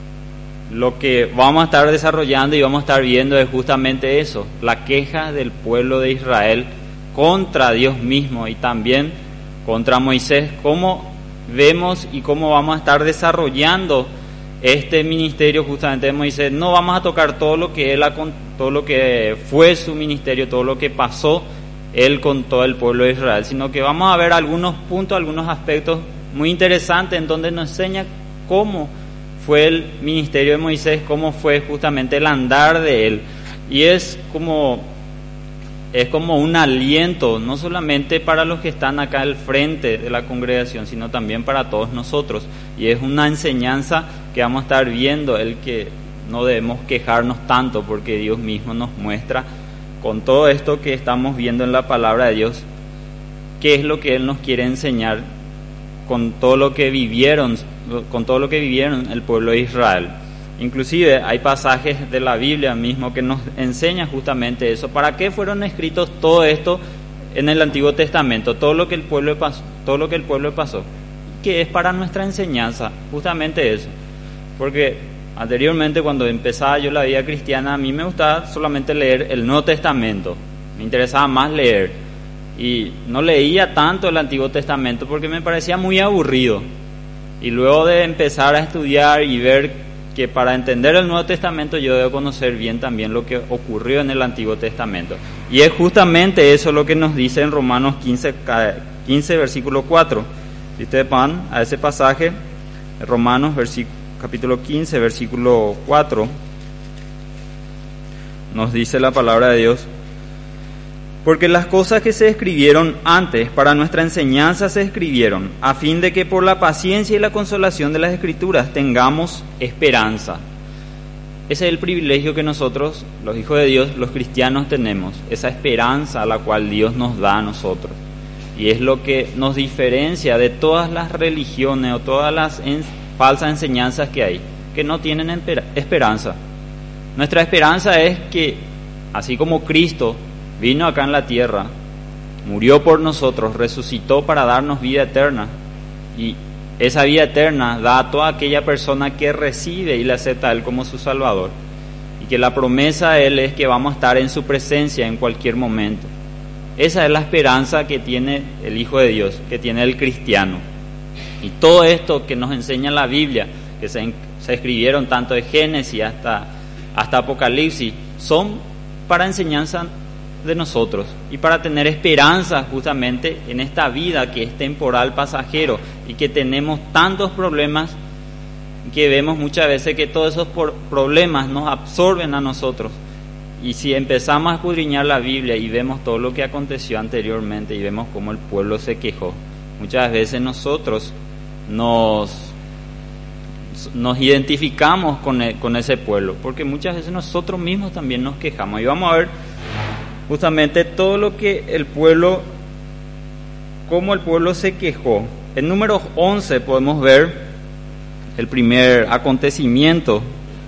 lo que vamos a estar desarrollando y vamos a estar viendo es justamente eso, la queja del pueblo de Israel contra Dios mismo y también contra Moisés. Cómo vemos y cómo vamos a estar desarrollando este ministerio justamente de Moisés. No vamos a tocar todo lo que él ha, todo lo que fue su ministerio, todo lo que pasó él con todo el pueblo de Israel, sino que vamos a ver algunos puntos, algunos aspectos muy interesantes en donde nos enseña cómo fue el ministerio de Moisés, cómo fue justamente el andar de él, y es como es como un aliento no solamente para los que están acá al frente de la congregación, sino también para todos nosotros, y es una enseñanza que vamos a estar viendo, el que no debemos quejarnos tanto, porque Dios mismo nos muestra con todo esto que estamos viendo en la palabra de Dios qué es lo que Él nos quiere enseñar con todo lo que vivieron, con todo lo que vivieron el pueblo de Israel. Inclusive hay pasajes de la Biblia mismo que nos enseñan justamente eso. ¿Para qué fueron escritos todo esto en el Antiguo Testamento? Todo lo que el pueblo pasó, todo lo que el pueblo pasó, que es para nuestra enseñanza, justamente eso. Porque anteriormente, cuando empezaba yo la vida cristiana, a mí me gustaba solamente leer el Nuevo Testamento, me interesaba más leer, y no leía tanto el Antiguo Testamento porque me parecía muy aburrido. Y luego de empezar a estudiar y ver que para entender el Nuevo Testamento yo debo conocer bien también lo que ocurrió en el Antiguo Testamento. Y es justamente eso lo que nos dice en Romanos quince, quince versículo cuatro. Si ustedes van a ese pasaje, Romanos versículo, capítulo quince, versículo cuatro, nos dice la palabra de Dios: porque las cosas que se escribieron antes para nuestra enseñanza se escribieron, a fin de que por la paciencia y la consolación de las Escrituras tengamos esperanza. Ese es el privilegio que nosotros, los hijos de Dios, los cristianos, tenemos, esa esperanza a la cual Dios nos da a nosotros. Y es lo que nos diferencia de todas las religiones o todas las en, falsas enseñanzas que hay, que no tienen esperanza. Nuestra esperanza es que, así como Cristo vino acá en la tierra, murió por nosotros, resucitó para darnos vida eterna, y esa vida eterna da a toda aquella persona que recibe y le acepta a Él como su Salvador, y que la promesa de Él es que vamos a estar en su presencia en cualquier momento. Esa es la esperanza que tiene el Hijo de Dios, que tiene el cristiano. Y todo esto que nos enseña la Biblia, que se, se escribieron tanto de Génesis hasta, hasta Apocalipsis, son para enseñanza de nosotros y para tener esperanza justamente en esta vida que es temporal, pasajero, y que tenemos tantos problemas que vemos muchas veces que todos esos problemas nos absorben a nosotros. Y si empezamos a escudriñar la Biblia y vemos todo lo que aconteció anteriormente y vemos cómo el pueblo se quejó, muchas veces nosotros nos nos identificamos con, el, con ese pueblo, porque muchas veces nosotros mismos también nos quejamos. Y vamos a ver justamente todo lo que el pueblo, cómo el pueblo se quejó. En Números once podemos ver el primer acontecimiento,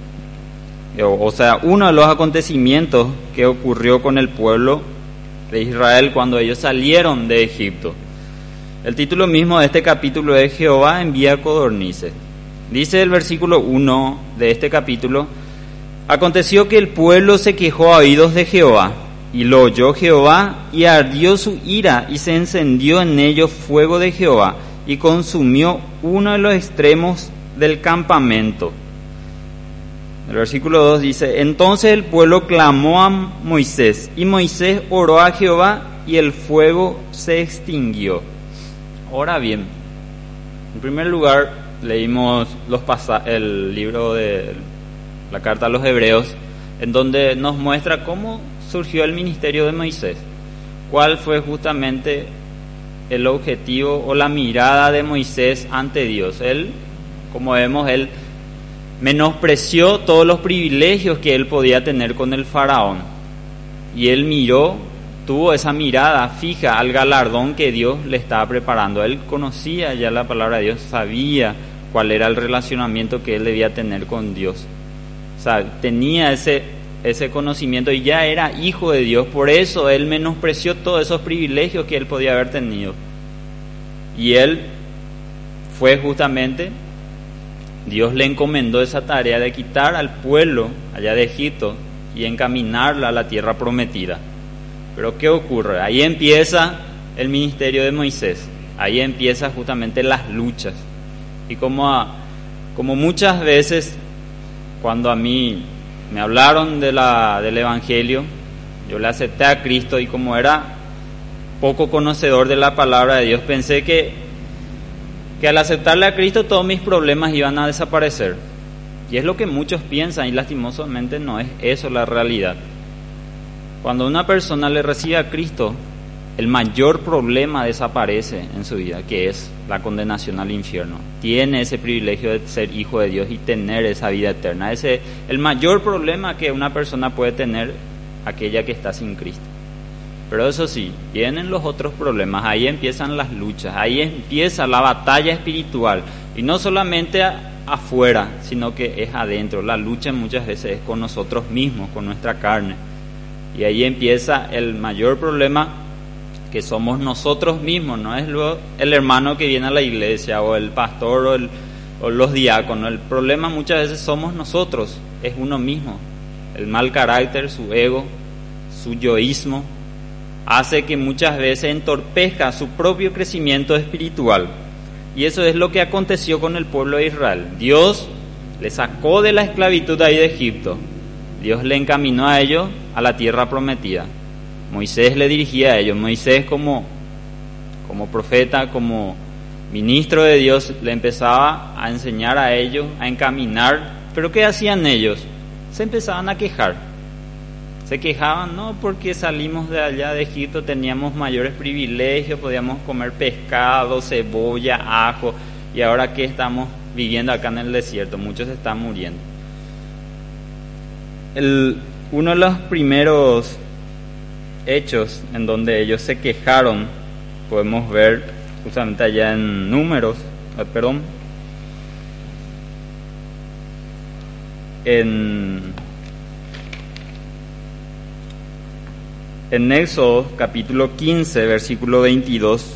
o, o sea, uno de los acontecimientos que ocurrió con el pueblo de Israel cuando ellos salieron de Egipto. El título mismo de este capítulo es Jehová envía codornices. Dice el versículo uno de este capítulo: aconteció que el pueblo se quejó a oídos de Jehová, y lo oyó Jehová, y ardió su ira, y se encendió en ellos fuego de Jehová, y consumió uno de los extremos del campamento. El versículo dos dice: entonces el pueblo clamó a Moisés, y Moisés oró a Jehová, y el fuego se extinguió. Ahora bien, en primer lugar leímos los pasa- el libro de la carta a los Hebreos, en donde nos muestra cómo surgió el ministerio de Moisés, cuál fue justamente el objetivo o la mirada de Moisés ante Dios. Él, como vemos, él menospreció todos los privilegios que él podía tener con el faraón, y él miró, tuvo esa mirada fija al galardón que Dios le estaba preparando. Él conocía ya la palabra de Dios, sabía cuál era el relacionamiento que él debía tener con Dios. O sea, tenía ese, ese conocimiento y ya era hijo de Dios. Por eso él menospreció todos esos privilegios que él podía haber tenido. Y él fue justamente, Dios le encomendó esa tarea de quitar al pueblo allá de Egipto y encaminarla a la tierra prometida. Pero ¿qué ocurre? Ahí empieza el ministerio de Moisés. Ahí empiezan justamente las luchas. Y como, a, como muchas veces cuando a mí me hablaron de la, del Evangelio, yo le acepté a Cristo, y como era poco conocedor de la palabra de Dios, pensé que, que al aceptarle a Cristo todos mis problemas iban a desaparecer. Y es lo que muchos piensan, y lastimosamente no es eso la realidad. Cuando una persona le recibe a Cristo, el mayor problema desaparece en su vida, que es la condenación al infierno. Tiene ese privilegio de ser hijo de Dios y tener esa vida eterna. Ese es el mayor problema que una persona puede tener, aquella que está sin Cristo. Pero eso sí, vienen los otros problemas, ahí empiezan las luchas, ahí empieza la batalla espiritual. Y no solamente a, afuera, sino que es adentro. La lucha muchas veces es con nosotros mismos, con nuestra carne. Y ahí empieza el mayor problema, que somos nosotros mismos, no es luego el hermano que viene a la iglesia o el pastor o, el, o los diáconos. El problema muchas veces somos nosotros, es uno mismo. El mal carácter, su ego, su yoísmo, hace que muchas veces entorpezca su propio crecimiento espiritual. Y eso es lo que aconteció con el pueblo de Israel. Dios le sacó de la esclavitud ahí de Egipto, Dios le encaminó a ellos a la tierra prometida. Moisés le dirigía a ellos. Moisés como, como profeta, como ministro de Dios, le empezaba a enseñar a ellos, a encaminar. Pero ¿qué hacían ellos? Se empezaban a quejar. Se quejaban, no, porque salimos de allá de Egipto, teníamos mayores privilegios, podíamos comer pescado, cebolla, ajo, y ahora que estamos viviendo acá en el desierto, muchos están muriendo. El, uno de los primeros hechos en donde ellos se quejaron, podemos ver justamente allá en Números, eh, perdón, en, en Éxodo capítulo quince, versículo veintidós,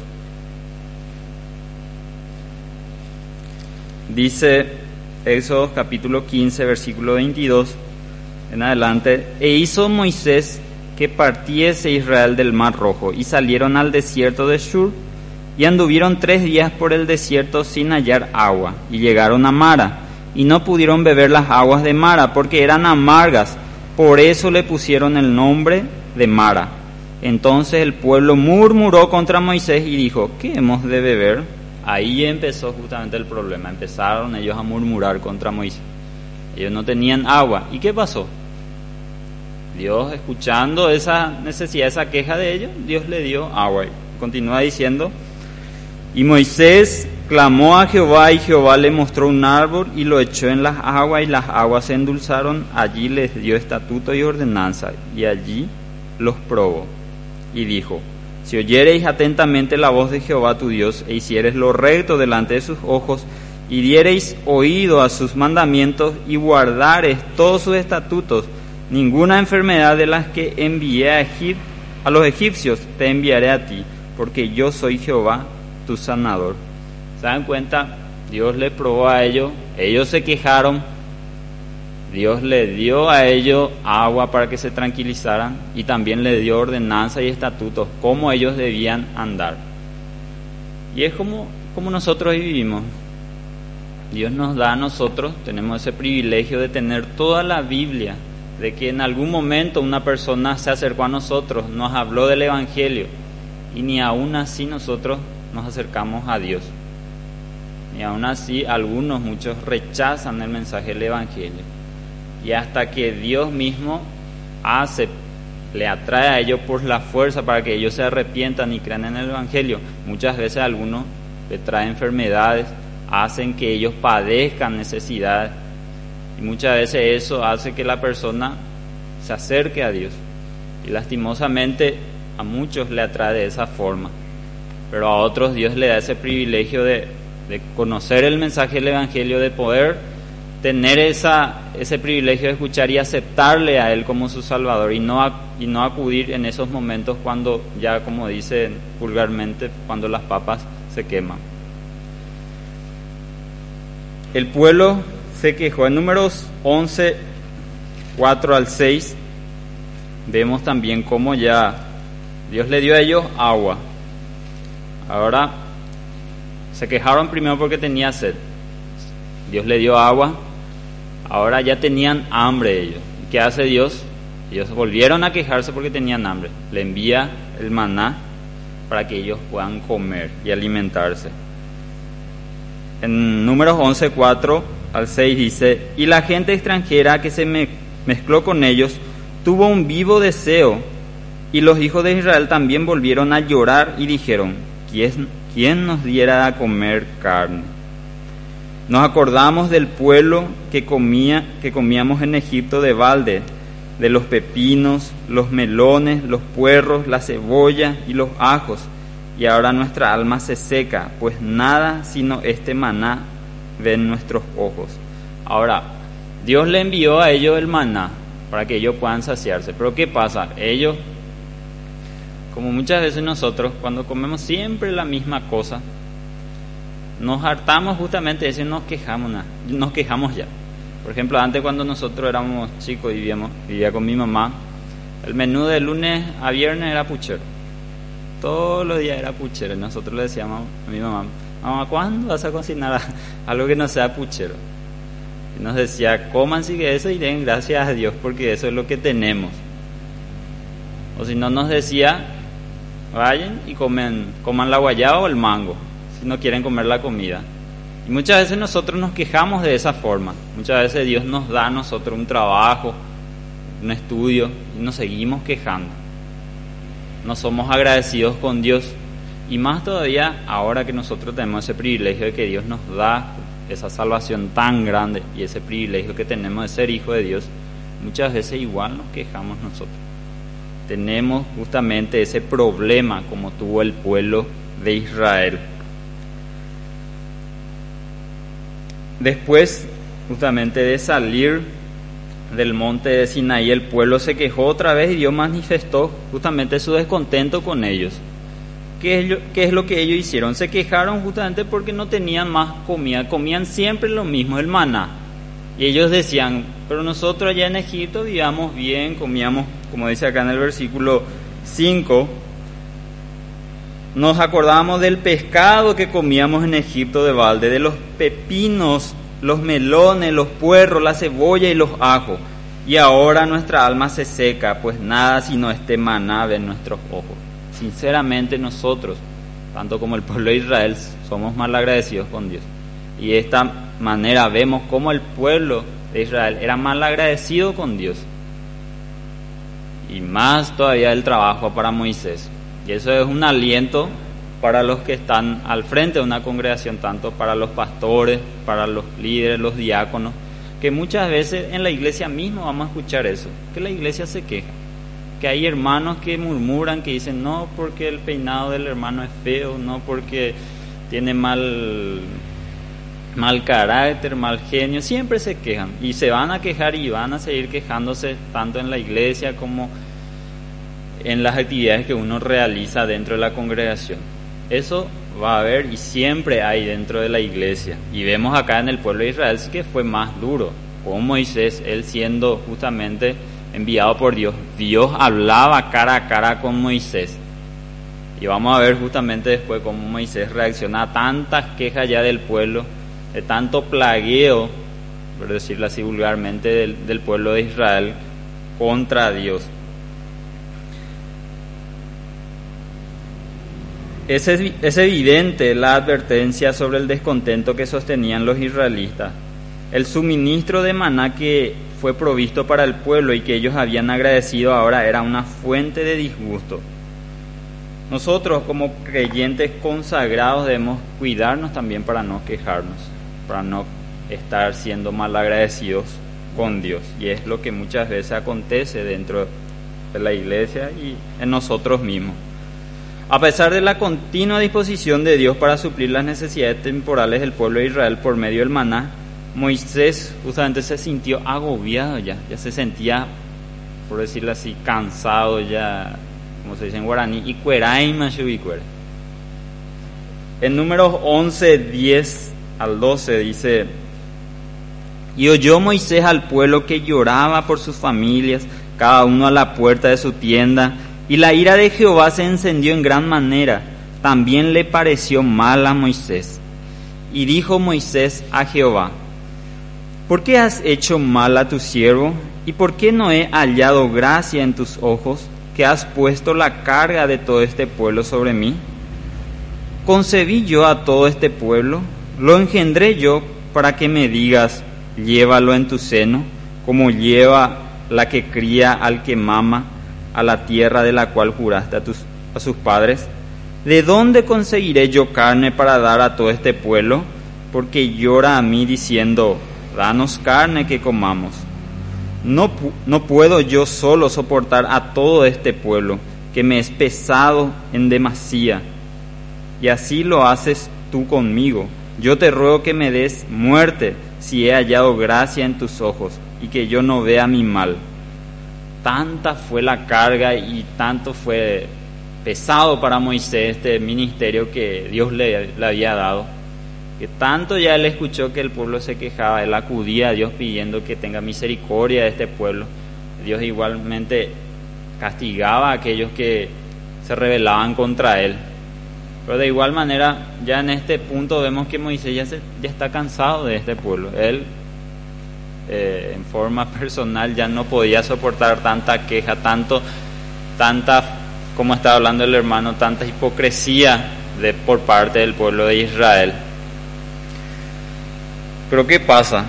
dice Éxodo capítulo quince, versículo veintidós en adelante: e hizo Moisés que partiese Israel del Mar Rojo, y salieron al desierto de Shur, y anduvieron tres días por el desierto sin hallar agua, y llegaron a Mara, y no pudieron beber las aguas de Mara, porque eran amargas, por eso le pusieron el nombre de Mara. Entonces el pueblo murmuró contra Moisés y dijo: ¿qué hemos de beber? Ahí empezó justamente el problema, empezaron ellos a murmurar contra Moisés. Ellos no tenían agua. ¿Y qué pasó? Dios, escuchando esa necesidad, esa queja de ellos, Dios le dio agua. Continúa diciendo: y Moisés clamó a Jehová, y Jehová le mostró un árbol y lo echó en las aguas, y las aguas se endulzaron. Allí les dio estatuto y ordenanza, y allí los probó. Y dijo: si oyereis atentamente la voz de Jehová tu Dios, e hiciereis lo recto delante de sus ojos, y diereis oído a sus mandamientos, y guardareis todos sus estatutos, ninguna enfermedad de las que envié a, Egip, a los egipcios te enviaré a ti, porque yo soy Jehová tu sanador. ¿Se dan cuenta? Dios les probó a ellos, ellos se quejaron, Dios le dio a ellos agua para que se tranquilizaran, y también le dio ordenanza y estatutos, cómo ellos debían andar. Y es como como nosotros vivimos. Dios nos da a nosotros, tenemos ese privilegio de tener toda la Biblia, de que en algún momento una persona se acercó a nosotros, nos habló del Evangelio, y ni aún así nosotros nos acercamos a Dios. Y aún así algunos, muchos rechazan el mensaje del Evangelio. Y hasta que Dios mismo hace, le atrae a ellos por la fuerza para que ellos se arrepientan y crean en el Evangelio, muchas veces a algunos le trae enfermedades, hacen que ellos padezcan necesidades, y muchas veces eso hace que la persona se acerque a Dios, y lastimosamente a muchos le atrae de esa forma, pero a otros Dios le da ese privilegio de, de conocer el mensaje del Evangelio, de poder tener esa, ese privilegio de escuchar y aceptarle a Él como su Salvador, y no, y no acudir en esos momentos cuando ya, como dicen vulgarmente, cuando las papas se queman. El pueblo se quejó. En Números once, cuatro al seis, vemos también cómo ya Dios le dio a ellos agua. Ahora se quejaron primero porque tenía sed. Dios le dio agua. Ahora ya tenían hambre ellos. ¿Qué hace Dios? Ellos volvieron a quejarse porque tenían hambre. Le envía el maná para que ellos puedan comer y alimentarse. En Números once, cuatro al seis dice: y la gente extranjera que se me mezcló con ellos tuvo un vivo deseo, y los hijos de Israel también volvieron a llorar y dijeron: ¿quién, quién nos diera a comer carne? Nos acordamos del pueblo que comía, que comíamos en Egipto de balde, de los pepinos, los melones, los puerros, la cebolla y los ajos, y ahora nuestra alma se seca, pues nada sino este maná ven nuestros ojos. Ahora, Dios le envió a ellos el maná para que ellos puedan saciarse, pero ¿qué pasa? Ellos, como muchas veces nosotros, cuando comemos siempre la misma cosa, nos hartamos justamente de eso y nos quejamos, nos quejamos ya. Por ejemplo, antes cuando nosotros éramos chicos y vivíamos, vivía con mi mamá, el menú de lunes a viernes era puchero. Todos los días era puchero. Nosotros le decíamos a mi mamá: mamá, ¿cuándo vas a cocinar algo que no sea puchero? Y nos decía: coman sí que eso y den gracias a Dios porque eso es lo que tenemos. O si no, nos decía: vayan y comen, coman la guayaba o el mango, si no quieren comer la comida. Y muchas veces nosotros nos quejamos de esa forma. Muchas veces Dios nos da a nosotros un trabajo, un estudio, y nos seguimos quejando. No somos agradecidos con Dios, y más todavía ahora que nosotros tenemos ese privilegio de que Dios nos da esa salvación tan grande y ese privilegio que tenemos de ser hijo de Dios, muchas veces igual nos quejamos nosotros. Tenemos justamente ese problema como tuvo el pueblo de Israel. Después justamente de salir del monte de Sinaí, el pueblo se quejó otra vez y Dios manifestó justamente su descontento con ellos. ¿Qué es, lo, ¿Qué es lo que ellos hicieron? Se quejaron justamente porque no tenían más comida, comían siempre lo mismo, el maná. Y ellos decían: pero nosotros allá en Egipto vivíamos bien, comíamos, como dice acá en el versículo cinco, nos acordábamos del pescado que comíamos en Egipto de balde, de los pepinos, los melones, los puerros, la cebolla y los ajos. Y ahora nuestra alma se seca, pues nada sino este maná ven nuestros ojos. Sinceramente nosotros, tanto como el pueblo de Israel, somos mal agradecidos con Dios. Y de esta manera vemos cómo el pueblo de Israel era mal agradecido con Dios. Y más todavía el trabajo para Moisés. Y eso es un aliento para los que están al frente de una congregación, tanto para los pastores, para los líderes, los diáconos, que muchas veces en la iglesia misma vamos a escuchar eso, que la iglesia se queja, que hay hermanos que murmuran, que dicen: no porque el peinado del hermano es feo, no porque tiene mal, mal carácter, mal genio, siempre se quejan y se van a quejar y van a seguir quejándose tanto en la iglesia como en las actividades que uno realiza dentro de la congregación. Eso va a haber y siempre hay dentro de la iglesia. Y vemos acá en el pueblo de Israel sí que fue más duro. Con Moisés, él siendo justamente enviado por Dios, Dios hablaba cara a cara con Moisés. Y vamos a ver justamente después cómo Moisés reacciona a tantas quejas ya del pueblo, de tanto plagueo, por decirlo así vulgarmente, del, del pueblo de Israel contra Dios. Es, es evidente la advertencia sobre el descontento que sostenían los israelitas. El suministro de maná que fue provisto para el pueblo y que ellos habían agradecido ahora era una fuente de disgusto. Nosotros como creyentes consagrados debemos cuidarnos también para no quejarnos, para no estar siendo malagradecidos con Dios. Y es lo que muchas veces acontece dentro de la iglesia y en nosotros mismos. A pesar de la continua disposición de Dios para suplir las necesidades temporales del pueblo de Israel por medio del maná, Moisés justamente se sintió agobiado ya, ya se sentía, por decirlo así, cansado ya, como se dice en guaraní, y cueraima shubicuera. En números once, diez al doce dice: y oyó Moisés al pueblo que lloraba por sus familias, cada uno a la puerta de su tienda, y la ira de Jehová se encendió en gran manera. También le pareció mal a Moisés. Y dijo Moisés a Jehová: ¿por qué has hecho mal a tu siervo? ¿Y por qué no he hallado gracia en tus ojos, que has puesto la carga de todo este pueblo sobre mí? ¿Concebí yo a todo este pueblo? ¿Lo engendré yo para que me digas, llévalo en tu seno, como lleva la que cría al que mama, a la tierra de la cual juraste a, tus, a sus padres? ¿De dónde conseguiré yo carne para dar a todo este pueblo? Porque llora a mí diciendo, danos carne que comamos. No, no puedo yo solo soportar a todo este pueblo, que me es pesado en demasía. Y así lo haces tú conmigo. Yo te ruego que me des muerte, si he hallado gracia en tus ojos, y que yo no vea mi mal. Tanta fue la carga y tanto fue pesado para Moisés este ministerio que Dios le, le había dado, que tanto ya él escuchó que el pueblo se quejaba, él acudía a Dios pidiendo que tenga misericordia de este pueblo. Dios igualmente castigaba a aquellos que se rebelaban contra él. Pero de igual manera, ya en este punto vemos que Moisés ya, se, ya está cansado de este pueblo. Él, eh, en forma personal, ya no podía soportar tanta queja, tanto, tanta, como está hablando el hermano, tanta hipocresía de, por parte del pueblo de Israel. Pero ¿qué pasa?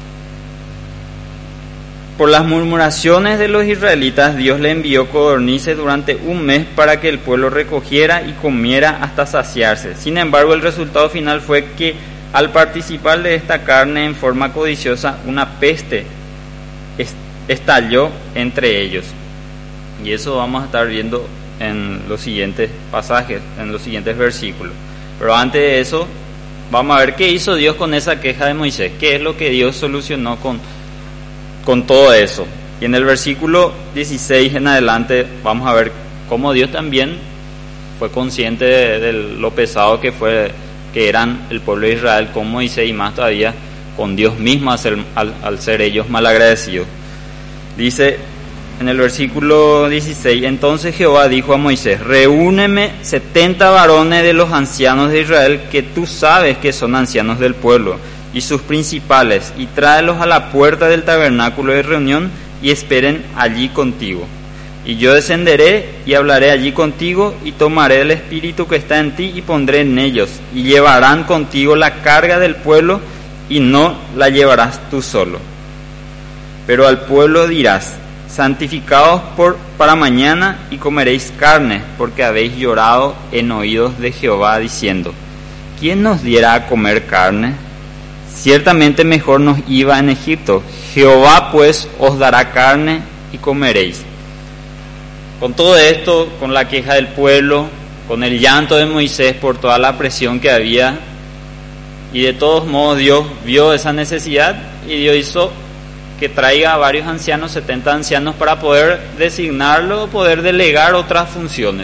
Por las murmuraciones de los israelitas, Dios le envió codornices durante un mes para que el pueblo recogiera y comiera hasta saciarse. Sin embargo, el resultado final fue que al participar de esta carne en forma codiciosa, una peste estalló entre ellos. Y eso vamos a estar viendo en los siguientes pasajes, en los siguientes versículos. Pero antes de eso, vamos a ver qué hizo Dios con esa queja de Moisés, qué es lo que Dios solucionó con con todo eso. Y en el versículo dieciséis en adelante vamos a ver cómo Dios también fue consciente de, de lo pesado que fue que eran el pueblo de Israel con Moisés, y más todavía con Dios mismo al ser, al, al ser ellos malagradecidos. Dice en el versículo dieciséis: entonces Jehová dijo a Moisés, reúneme setenta varones de los ancianos de Israel, que tú sabes que son ancianos del pueblo, y sus principales, y tráelos a la puerta del tabernáculo de reunión, y esperen allí contigo. Y yo descenderé y hablaré allí contigo, y tomaré el espíritu que está en ti y pondré en ellos, y llevarán contigo la carga del pueblo, y no la llevarás tú solo. Pero al pueblo dirás, santificaos por, para mañana, y comeréis carne, porque habéis llorado en oídos de Jehová, diciendo, ¿quién nos diera a comer carne? Ciertamente mejor nos iba en Egipto. Jehová pues os dará carne y comeréis. Con todo esto, con la queja del pueblo, con el llanto de Moisés por toda la presión que había, y de todos modos Dios vio esa necesidad y Dios hizo que traiga a varios ancianos, setenta ancianos, para poder designarlo o poder delegar otras funciones.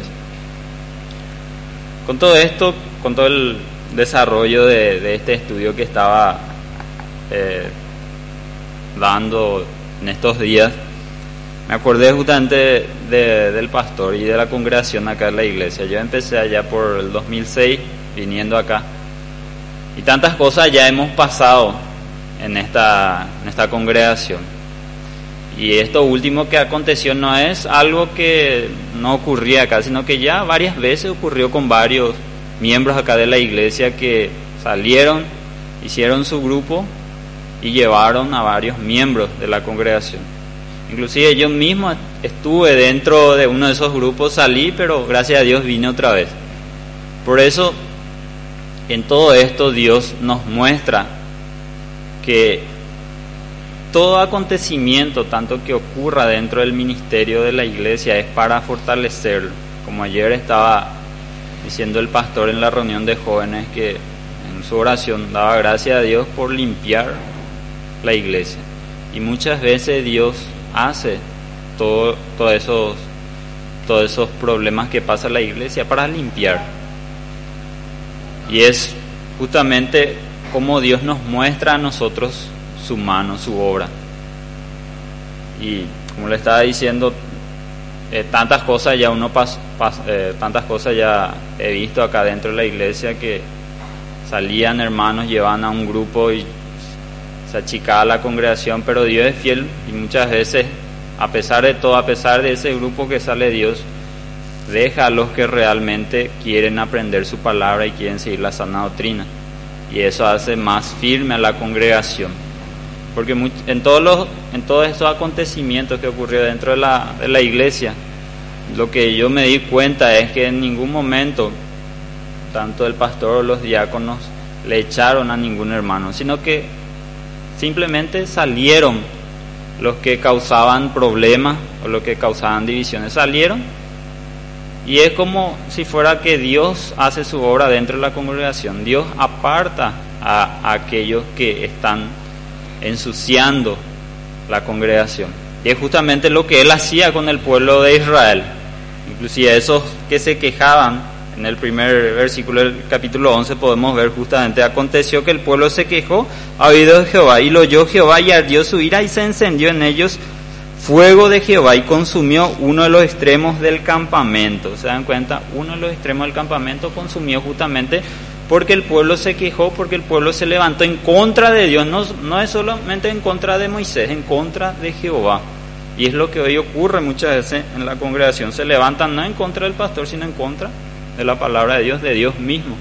Con todo esto, con todo el desarrollo de, de este estudio que estaba eh, dando en estos días, me acordé justamente de, del pastor y de la congregación acá en la iglesia. Yo empecé allá por el dos mil seis, viniendo acá. Y tantas cosas ya hemos pasado en esta, en esta congregación. Y esto último que aconteció no es algo que no ocurría acá, sino que ya varias veces ocurrió con varios miembros acá de la iglesia que salieron, hicieron su grupo y llevaron a varios miembros de la congregación. Inclusive yo mismo estuve dentro de uno de esos grupos, salí, pero gracias a Dios vine otra vez. Por eso, en todo esto Dios nos muestra que todo acontecimiento, tanto que ocurra dentro del ministerio de la iglesia, es para fortalecerlo. Como ayer estaba diciendo el pastor en la reunión de jóvenes, que en su oración daba gracias a Dios por limpiar la iglesia. Y muchas veces Dios hace todo, todo esos, todos esos problemas que pasa en la iglesia para limpiar. Y es justamente como Dios nos muestra a nosotros su mano, su obra. Y como le estaba diciendo, eh, tantas cosas ya uno pas, pas, eh, tantas cosas ya he visto acá dentro de la iglesia, que salían hermanos, llevaban a un grupo y se achicaba la congregación, pero Dios es fiel y muchas veces, a pesar de todo, a pesar de ese grupo que sale, Dios deja a los que realmente quieren aprender su palabra y quieren seguir la sana doctrina, y eso hace más firme a la congregación. Porque en todos los, en todos estos acontecimientos que ocurrió dentro de la, de la iglesia, lo que yo me di cuenta es que en ningún momento tanto el pastor o los diáconos le echaron a ningún hermano, sino que simplemente salieron los que causaban problemas o los que causaban divisiones, salieron, y es como si fuera que Dios hace su obra dentro de la congregación. Dios aparta a, a aquellos que están ensuciando la congregación, y es justamente lo que Él hacía con el pueblo de Israel. Inclusive esos que se quejaban, en el primer versículo del capítulo once podemos ver justamente: aconteció que el pueblo se quejó a oído de Jehová, y lo oyó Jehová, y ardió su ira, y se encendió en ellos fuego de Jehová, y consumió uno de los extremos del campamento. ¿Se dan cuenta? Uno de los extremos del campamento consumió justamente porque el pueblo se quejó, porque el pueblo se levantó en contra de Dios. No, no es solamente en contra de Moisés, en contra de Jehová. Y es lo que hoy ocurre muchas veces en la congregación. Se levantan no en contra del pastor, sino en contra de la palabra de Dios, de Dios mismo.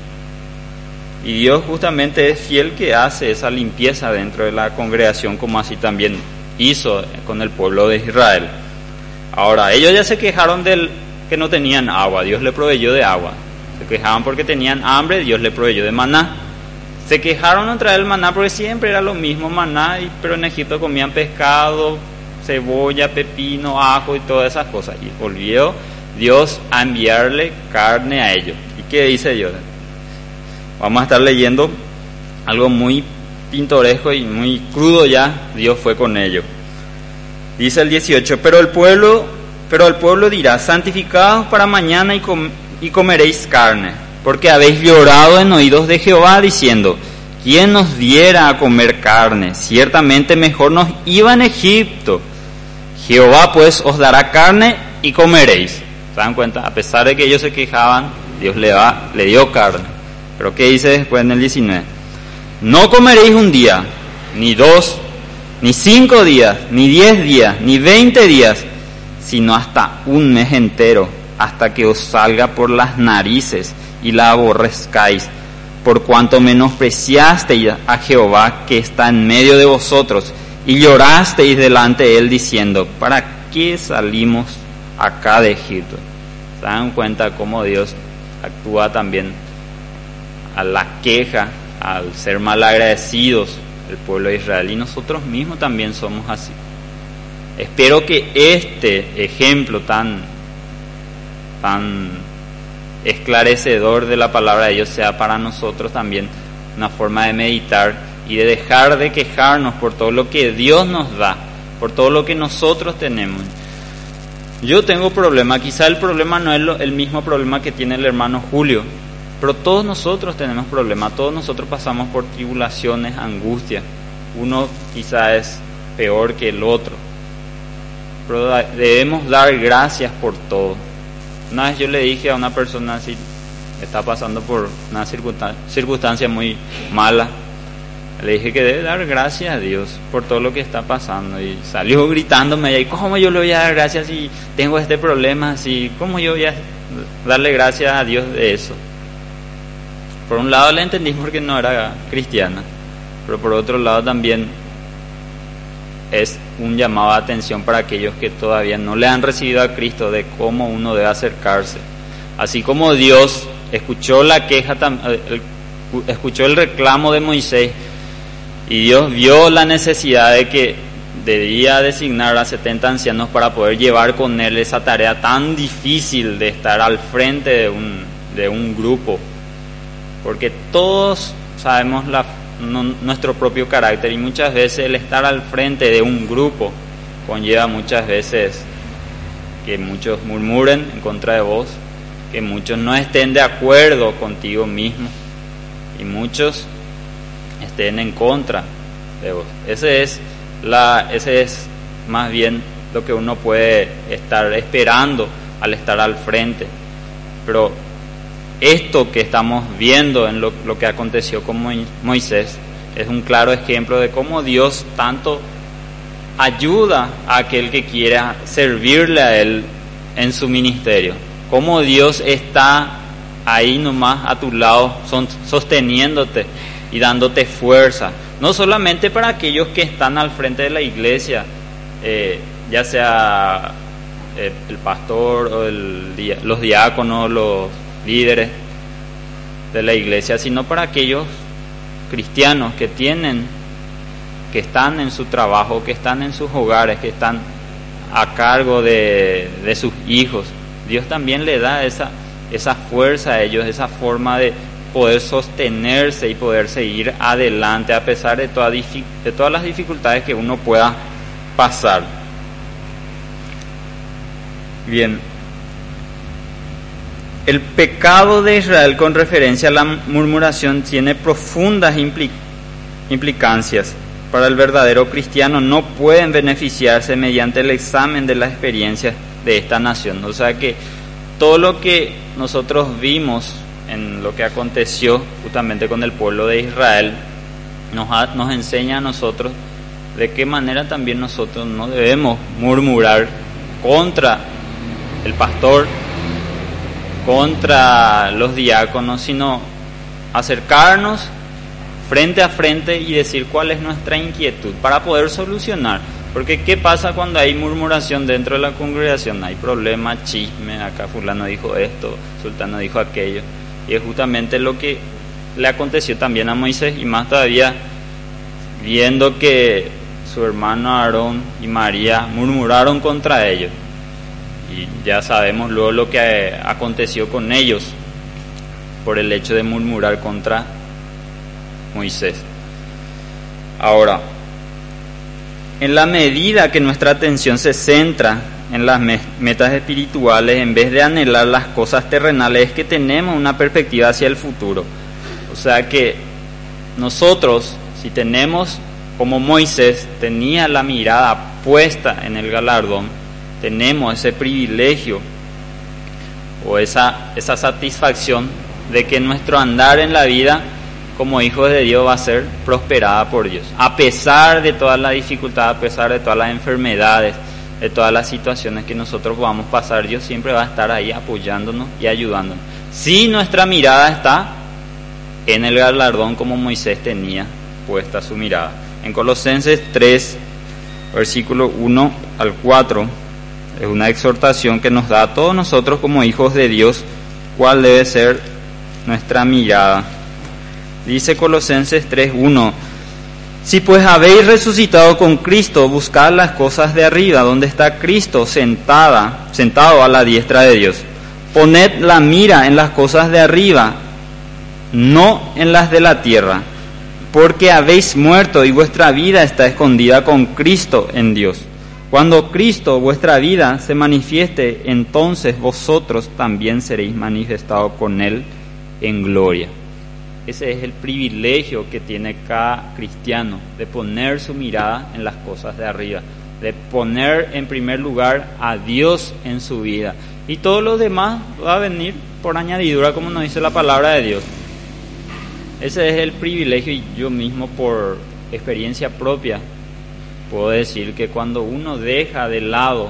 Y Dios justamente es fiel, que hace esa limpieza dentro de la congregación, como así también hizo con el pueblo de Israel. Ahora, ellos ya se quejaron del que no tenían agua, Dios le proveyó de agua. Se quejaban porque tenían hambre, Dios le proveyó de maná. Se quejaron otra vez del maná porque siempre era lo mismo, maná, y, pero en Egipto comían pescado, cebolla, pepino, ajo y todas esas cosas. Y volvió Dios a enviarle carne a ellos. ¿Y qué dice Dios? Vamos a estar leyendo algo muy pintoresco y muy crudo ya. Dios fue con ellos. Dice el dieciocho: Pero el pueblo, pero el pueblo dirá: santificados para mañana y com- y comeréis carne, porque habéis llorado en oídos de Jehová, diciendo: ¿quién nos diera a comer carne? Ciertamente mejor nos iba en Egipto. Jehová pues os dará carne y comeréis. ¿Se dan cuenta? A pesar de que ellos se quejaban, Dios le, da, le dio carne. Pero ¿qué dice después en el diecinueve? No comeréis un día, ni dos, ni cinco días, ni diez días, ni veinte días, sino hasta un mes entero, hasta que os salga por las narices y la aborrezcáis, por cuanto menospreciasteis a Jehová que está en medio de vosotros, y llorasteis delante de él diciendo: ¿para qué salimos acá de Egipto? ¿Se dan cuenta cómo Dios actúa también a la queja, al ser malagradecidos el pueblo de Israel? Y nosotros mismos también somos así. Espero que este ejemplo tan tan esclarecedor de la palabra de Dios sea para nosotros también una forma de meditar y de dejar de quejarnos por todo lo que Dios nos da, por todo lo que nosotros tenemos. Yo tengo problema, quizá el problema no es lo, el mismo problema que tiene el hermano Julio, pero todos nosotros tenemos problemas, todos nosotros pasamos por tribulaciones, angustias. Uno quizá es peor que el otro, pero da, debemos dar gracias por todo. Una vez yo le dije a una persona así, está pasando por una circunstancia, circunstancia muy mala, le dije que debe dar gracias a Dios por todo lo que está pasando, y salió gritándome, ¿y cómo yo le voy a dar gracias si tengo este problema? Si, ¿cómo yo voy a darle gracias a Dios de eso? Por un lado le entendí porque no era cristiana, pero por otro lado también es un llamado de atención para aquellos que todavía no le han recibido a Cristo, de cómo uno debe acercarse. Así como Dios escuchó la queja, escuchó el reclamo de Moisés, y Dios vio la necesidad de que debía designar a setenta ancianos para poder llevar con él esa tarea tan difícil de estar al frente de un, de un grupo, porque todos sabemos la No, nuestro propio carácter, y muchas veces el estar al frente de un grupo conlleva muchas veces que muchos murmuren en contra de vos, que muchos no estén de acuerdo contigo mismo y muchos estén en contra de vos. Ese es la, ese es más bien lo que uno puede estar esperando al estar al frente. Pero esto que estamos viendo en lo, lo que aconteció con Moisés es un claro ejemplo de cómo Dios tanto ayuda a aquel que quiera servirle a Él en su ministerio, cómo Dios está ahí nomás a tu lado, son, sosteniéndote y dándote fuerza, no solamente para aquellos que están al frente de la iglesia, eh, ya sea eh, el pastor o el, los diáconos, los líderes de la iglesia, sino para aquellos cristianos que tienen, que están en su trabajo, que están en sus hogares, que están a cargo de, de sus hijos. Dios también le da esa, esa fuerza a ellos, esa forma de poder sostenerse y poder seguir adelante a pesar de, toda, de todas las dificultades que uno pueda pasar. Bien. El pecado de Israel con referencia a la murmuración tiene profundas impli- implicancias. Para el verdadero cristiano no pueden beneficiarse mediante el examen de las experiencias de esta nación. O sea que todo lo que nosotros vimos en lo que aconteció justamente con el pueblo de Israel nos, ha, nos enseña a nosotros de qué manera también nosotros no debemos murmurar contra el pastor, contra los diáconos, sino acercarnos frente a frente y decir cuál es nuestra inquietud para poder solucionar. Porque ¿qué pasa cuando hay murmuración dentro de la congregación? Hay problemas, chisme, acá fulano dijo esto, sultano dijo aquello, y es justamente lo que le aconteció también a Moisés, y más todavía viendo que su hermano Aarón y María murmuraron contra ellos. Y ya sabemos luego lo que aconteció con ellos por el hecho de murmurar contra Moisés. Ahora, en la medida que nuestra atención se centra en las metas espirituales, en vez de anhelar las cosas terrenales, es que tenemos una perspectiva hacia el futuro. O sea que nosotros, si tenemos, como Moisés tenía la mirada puesta en el galardón, tenemos ese privilegio o esa, esa satisfacción de que nuestro andar en la vida como hijos de Dios va a ser prosperada por Dios, a pesar de todas las dificultades, a pesar de todas las enfermedades, de todas las situaciones que nosotros vamos a pasar. Dios siempre va a estar ahí apoyándonos y ayudándonos, si nuestra mirada está en el galardón como Moisés tenía puesta su mirada. En Colosenses tres, versículo uno al cuatro, es una exhortación que nos da a todos nosotros como hijos de Dios cuál debe ser nuestra mirada. Dice Colosenses tres uno: si pues habéis resucitado con Cristo, buscad las cosas de arriba, donde está Cristo sentada, sentado a la diestra de Dios. Poned la mira en las cosas de arriba, no en las de la tierra, porque habéis muerto y vuestra vida está escondida con Cristo en Dios. Cuando Cristo, vuestra vida, se manifieste, entonces vosotros también seréis manifestados con Él en gloria. Ese es el privilegio que tiene cada cristiano, de poner su mirada en las cosas de arriba, de poner en primer lugar a Dios en su vida. Y todo lo demás va a venir por añadidura, como nos dice la palabra de Dios. Ese es el privilegio, y yo mismo por experiencia propia puedo decir que cuando uno deja de lado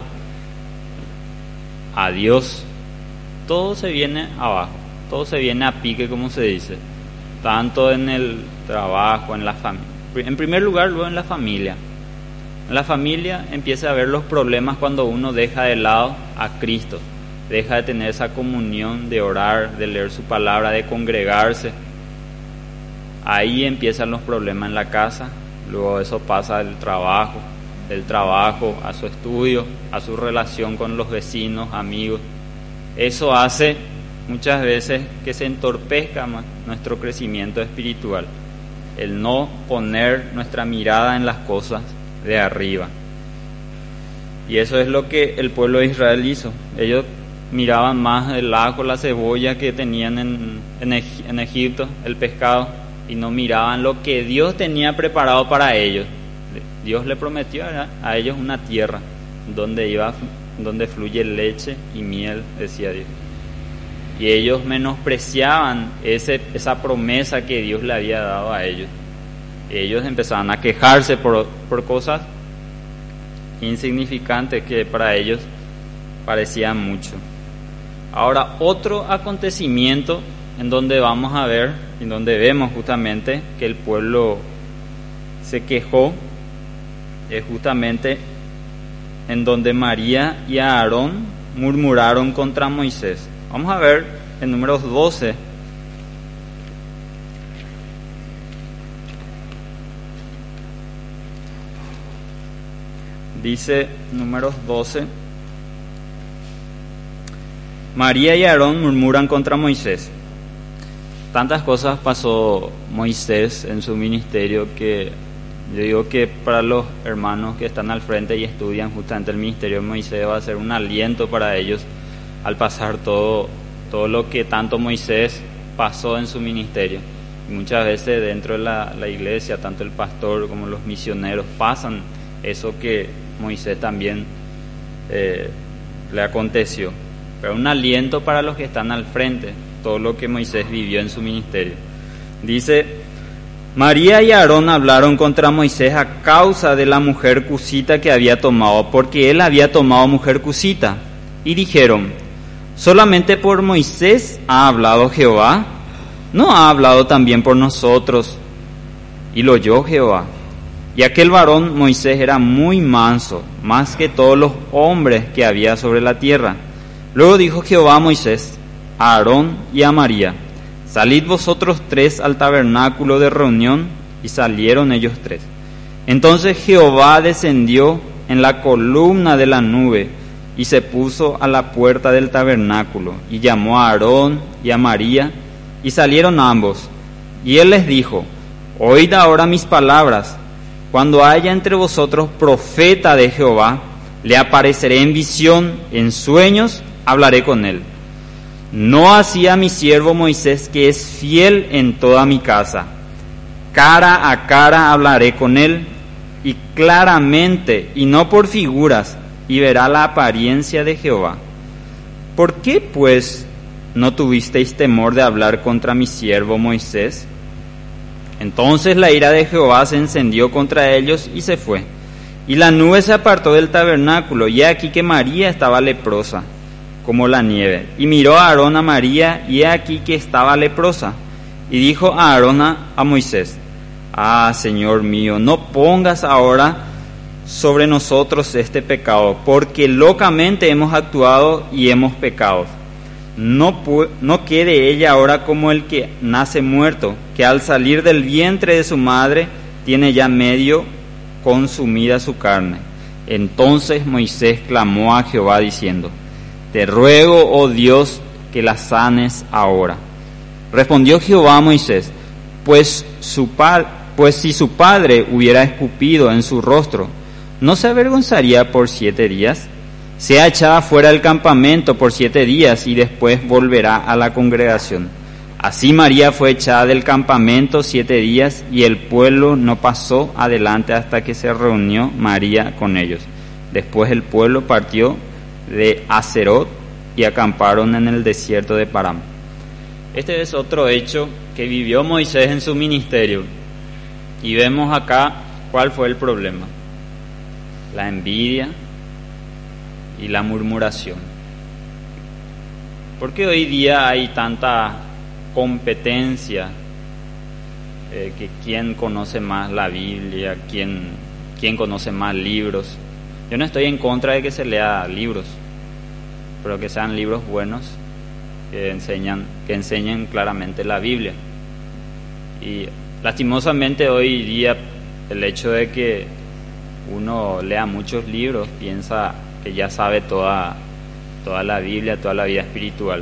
a Dios, todo se viene abajo, todo se viene a pique, como se dice, tanto en el trabajo, en la familia. En primer lugar, luego en la familia. En la familia empieza a ver los problemas cuando uno deja de lado a Cristo, deja de tener esa comunión, de orar, de leer su palabra, de congregarse. Ahí empiezan los problemas en la casa, luego eso pasa al trabajo, del trabajo a su estudio, a su relación con los vecinos, amigos. Eso hace muchas veces que se entorpezca más nuestro crecimiento espiritual, el no poner nuestra mirada en las cosas de arriba. Y eso es lo que el pueblo de Israel hizo. Ellos miraban más el ajo, la cebolla que tenían en, en, en Egipto, el pescado, y no miraban lo que Dios tenía preparado para ellos. Dios le prometió a, a ellos una tierra donde iba, donde fluye leche y miel, decía Dios. Y ellos menospreciaban ese, esa promesa que Dios le había dado a ellos. Ellos empezaban a quejarse por, por cosas insignificantes que para ellos parecían mucho. Ahora, otro acontecimiento en donde vamos a ver, en donde vemos justamente que el pueblo se quejó, es justamente en donde María y Aarón murmuraron contra Moisés. Vamos a ver en Números doce. Dice Números doce: María y Aarón murmuran contra Moisés. Tantas cosas pasó Moisés en su ministerio que yo digo que para los hermanos que están al frente y estudian justamente el ministerio de Moisés va a ser un aliento para ellos al pasar todo, todo lo que tanto Moisés pasó en su ministerio. Y muchas veces dentro de la, la iglesia, tanto el pastor como los misioneros pasan eso que Moisés también eh, le aconteció. Pero un aliento para los que están al frente, todo lo que Moisés vivió en su ministerio. Dice: María y Aarón hablaron contra Moisés a causa de la mujer cusita que había tomado, porque él había tomado mujer cusita. Y dijeron: ¿solamente por Moisés ha hablado Jehová? ¿No ha hablado también por nosotros? Y lo oyó Jehová. Y aquel varón Moisés era muy manso, más que todos los hombres que había sobre la tierra. Luego dijo Jehová a Moisés, a Aarón y a María: salid vosotros tres al tabernáculo de reunión. Y salieron ellos tres. Entonces Jehová descendió en la columna de la nube y se puso a la puerta del tabernáculo, y llamó a Aarón y a María, y salieron ambos. Y él les dijo: oíd ahora mis palabras. Cuando haya entre vosotros profeta de Jehová, le apareceré en visión, en sueños hablaré con él. No así a mi siervo Moisés, que es fiel en toda mi casa. Cara a cara hablaré con él, y claramente, y no por figuras, y verá la apariencia de Jehová. ¿Por qué, pues, no tuvisteis temor de hablar contra mi siervo Moisés? Entonces la ira de Jehová se encendió contra ellos y se fue. Y la nube se apartó del tabernáculo, y he aquí que María estaba leprosa, como la nieve. Y miró a Aarón a María, y he aquí que estaba leprosa. Y dijo a Aarón a Moisés: ah, Señor mío, no pongas ahora sobre nosotros este pecado, porque locamente hemos actuado y hemos pecado. No, pu- no quede ella ahora como el que nace muerto, que al salir del vientre de su madre tiene ya medio consumida su carne. Entonces Moisés clamó a Jehová diciendo: te ruego, oh Dios, que la sanes ahora. Respondió Jehová a Moisés: pues, su pa- pues si su padre hubiera escupido en su rostro, ¿no se avergonzaría por siete días? Sea echada fuera del campamento por siete días y después volverá a la congregación. Así María fue echada del campamento siete días y el pueblo no pasó adelante hasta que se reunió María con ellos. Después el pueblo partió de Haserot y acamparon en el desierto de Param. Este es otro hecho que vivió Moisés en su ministerio. Y vemos acá cuál fue el problema: la envidia y la murmuración. ¿Por qué hoy día hay tanta competencia? Eh, que quién conoce más la Biblia, quién, quién conoce más libros. Yo no estoy en contra de que se lea libros, pero que sean libros buenos, que enseñan, que enseñen claramente la Biblia. Y lastimosamente hoy día el hecho de que uno lea muchos libros piensa que ya sabe toda, toda la Biblia, toda la vida espiritual.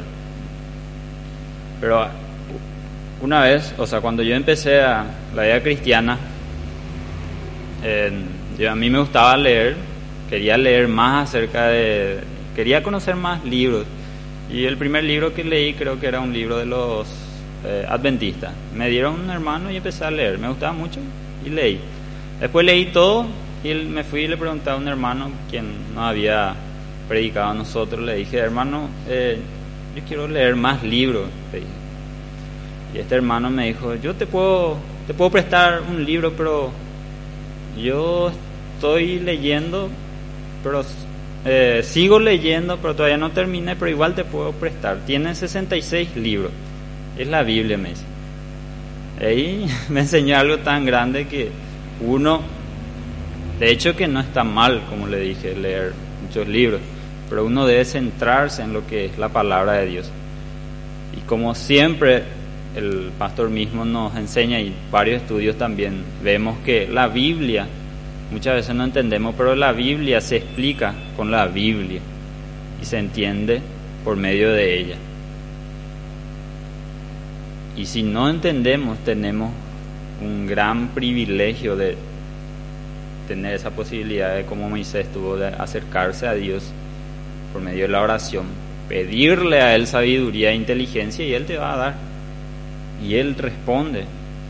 Pero una vez, o sea, cuando yo empecé a la vida cristiana, eh, yo, a mí me gustaba leer, quería leer más acerca de, quería conocer más libros. Y el primer libro que leí creo que era un libro de los eh, adventistas. Me dieron un hermano y empecé a leer, me gustaba mucho y leí. Después leí todo y me fui y le pregunté a un hermano quien nos había predicado a nosotros. Le dije: hermano, eh, yo quiero leer más libros, le dije. Y este hermano me dijo: yo te puedo, te puedo prestar un libro, pero yo estoy leyendo, pero eh, sigo leyendo, pero todavía no terminé, pero igual te puedo prestar. Tiene sesenta y seis libros, es la Biblia, me dice. Ahí me enseñó algo tan grande que uno, de hecho que no está mal, como le dije, leer muchos libros, pero uno debe centrarse en lo que es la palabra de Dios. Y como siempre el pastor mismo nos enseña, y varios estudios también, vemos que la Biblia, muchas veces no entendemos, pero la Biblia se explica con la Biblia y se entiende por medio de ella. Y si no entendemos, tenemos un gran privilegio de tener esa posibilidad de, como Moisés tuvo, de acercarse a Dios por medio de la oración, pedirle a Él sabiduría e inteligencia, y Él te va a dar. Y Él responde.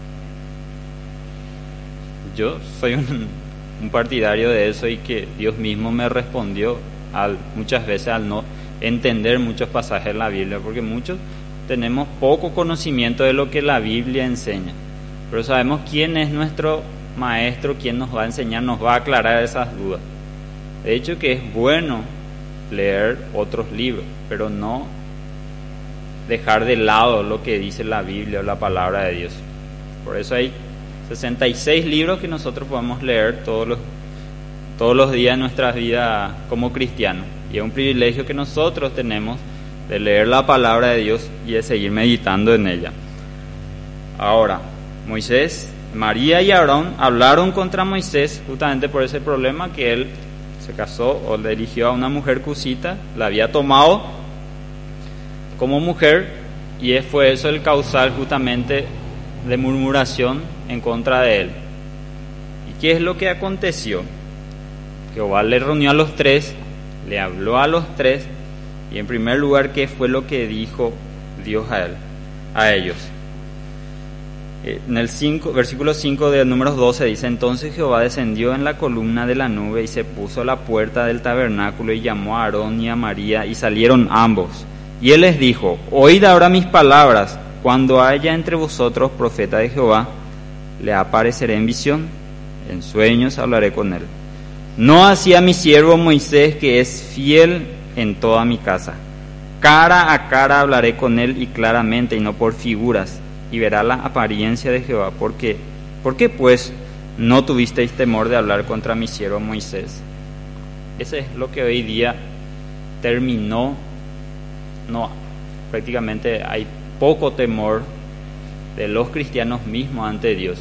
Yo soy un, un partidario de eso, y que Dios mismo me respondió al, muchas veces al no entender muchos pasajes de la Biblia, porque muchos tenemos poco conocimiento de lo que la Biblia enseña, pero sabemos quién es nuestro maestro, quién nos va a enseñar, nos va a aclarar esas dudas. De hecho que es bueno leer otros libros, pero no dejar de lado lo que dice la Biblia o la palabra de Dios. Por eso hay sesenta y seis libros que nosotros podemos leer todos los, todos los días de nuestra vida como cristianos, y es un privilegio que nosotros tenemos de leer la palabra de Dios y de seguir meditando en ella. Ahora, Moisés, María y Aarón hablaron contra Moisés justamente por ese problema, que él se casó o le eligió a una mujer cusita, la había tomado como mujer, y fue eso el causal justamente de murmuración en contra de él. ¿Y qué es lo que aconteció? Jehová le reunió a los tres, le habló a los tres, y en primer lugar, ¿qué fue lo que dijo Dios a él, a ellos? En el cinco, versículo cinco de Números doce dice: entonces Jehová descendió en la columna de la nube y se puso a la puerta del tabernáculo y llamó a Aarón y a María, y salieron ambos. Y él les dijo: oíd ahora mis palabras, cuando haya entre vosotros profeta de Jehová, le apareceré en visión, en sueños hablaré con él. No así a mi siervo Moisés, que es fiel en toda mi casa. Cara a cara hablaré con él, y claramente, y no por figuras, y verá la apariencia de Jehová. ¿Por qué? ¿Por qué pues no tuvisteis temor de hablar contra mi siervo Moisés? Ese es lo que hoy día terminó. No, prácticamente hay poco temor de los cristianos mismos ante Dios.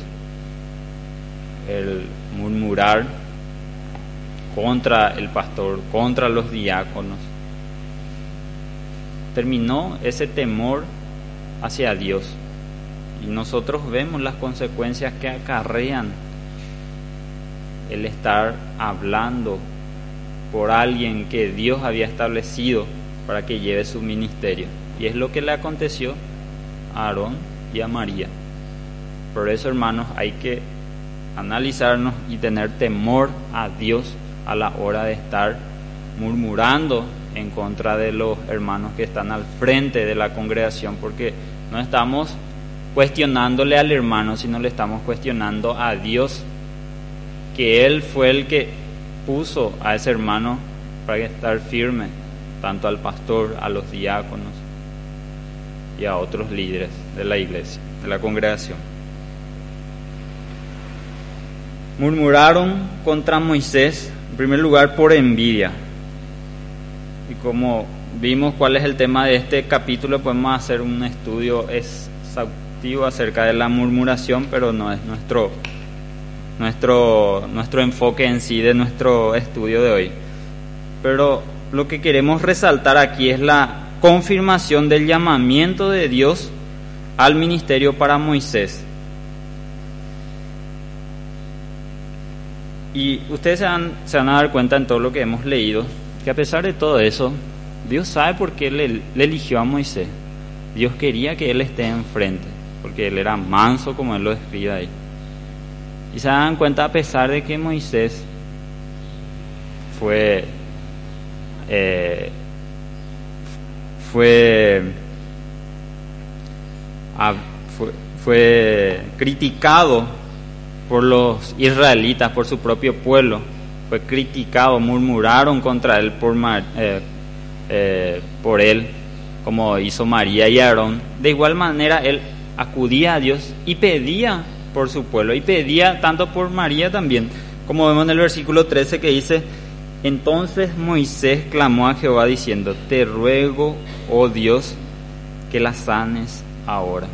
El murmurar contra el pastor, contra los diáconos. Terminó ese temor hacia Dios. Y nosotros vemos las consecuencias que acarrean el estar hablando por alguien que Dios había establecido para que lleve su ministerio. Y es lo que le aconteció a Aarón y a María. Por eso, hermanos, hay que analizarnos y tener temor a Dios a la hora de estar murmurando en contra de los hermanos que están al frente de la congregación, porque no estamos cuestionándole al hermano, sino le estamos cuestionando a Dios, que Él fue el que puso a ese hermano para estar firme, tanto al pastor, a los diáconos y a otros líderes de la iglesia, de la congregación. Murmuraron contra Moisés, en primer lugar por envidia. Y como vimos cuál es el tema de este capítulo, podemos hacer un estudio exhaustivo acerca de la murmuración, pero no es nuestro, nuestro, nuestro enfoque en sí de nuestro estudio de hoy. Pero lo que queremos resaltar aquí es la confirmación del llamamiento de Dios al ministerio para Moisés. Y ustedes se van, se van a dar cuenta en todo lo que hemos leído, que a pesar de todo eso, Dios sabe por qué le, le eligió a Moisés. Dios quería que él esté enfrente, porque él era manso, como él lo describe ahí. Y se dan cuenta, a pesar de que Moisés fue eh, fue, a, fue fue criticado por los israelitas, por su propio pueblo, fue criticado, murmuraron contra él por, eh, eh, por él, como hizo María y Aarón. De igual manera él acudía a Dios y pedía por su pueblo, y pedía tanto por María también, como vemos en el versículo trece que dice: entonces Moisés clamó a Jehová diciendo: te ruego, oh Dios, que la sanes ahora.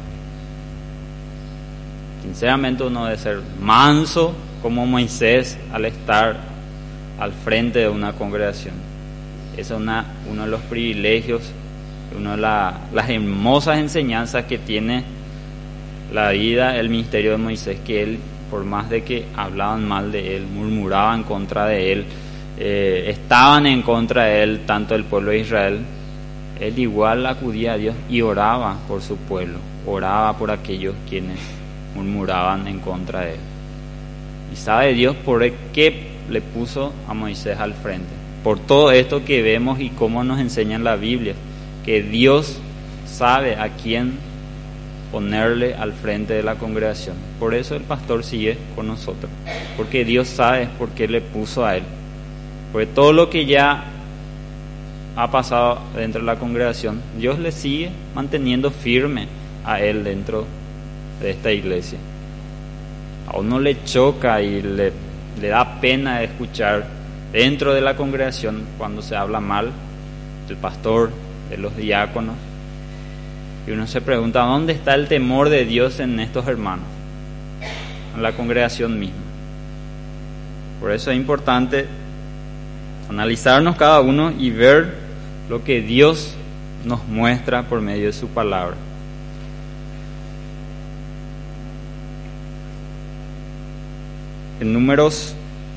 Sinceramente uno debe ser manso como Moisés al estar al frente de una congregación. Ese es una, uno de los privilegios, una de la, las hermosas enseñanzas que tiene la vida, el ministerio de Moisés, que él, por más de que hablaban mal de él, murmuraban contra de él, eh, estaban en contra de él, tanto el pueblo de Israel, él igual acudía a Dios y oraba por su pueblo, oraba por aquellos quienes murmuraban en contra de él. Y sabe Dios por qué le puso a Moisés al frente, por todo esto que vemos y cómo nos enseña en la Biblia, que Dios sabe a quién ponerle al frente de la congregación. Por eso el pastor sigue con nosotros, porque Dios sabe por qué le puso a él, porque todo lo que ya ha pasado dentro de la congregación, Dios le sigue manteniendo firme a él dentro de esta iglesia. A uno le choca y le, le da pena escuchar dentro de la congregación cuando se habla mal del pastor, de los diáconos, y uno se pregunta: ¿dónde está el temor de Dios en estos hermanos, en la congregación misma? Por eso es importante analizarnos cada uno y ver lo que Dios nos muestra por medio de su palabra. En Números,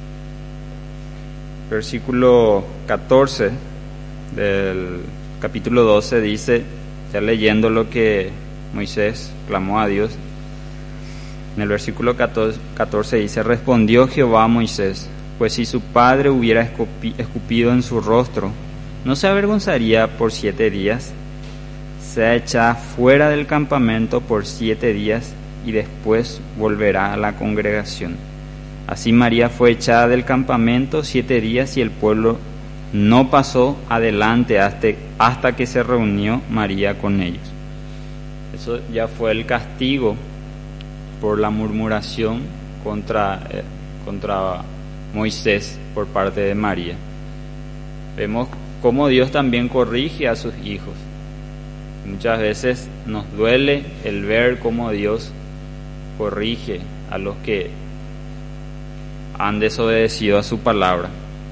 versículo catorce del capítulo doce, dice, ya leyendo lo que Moisés clamó a Dios, en el versículo catorce dice: respondió Jehová a Moisés: pues si su padre hubiera escupido en su rostro, ¿no se avergonzaría por siete días? Sea echada fuera del campamento por siete días y después volverá a la congregación. Así María fue echada del campamento siete días y el pueblo no pasó adelante hasta, hasta que se reunió María con ellos. Eso ya fue el castigo por la murmuración contra, eh, contra Moisés por parte de María. Vemos cómo Dios también corrige a sus hijos. Muchas veces nos duele el ver cómo Dios corrige a los que han desobedecido a su palabra.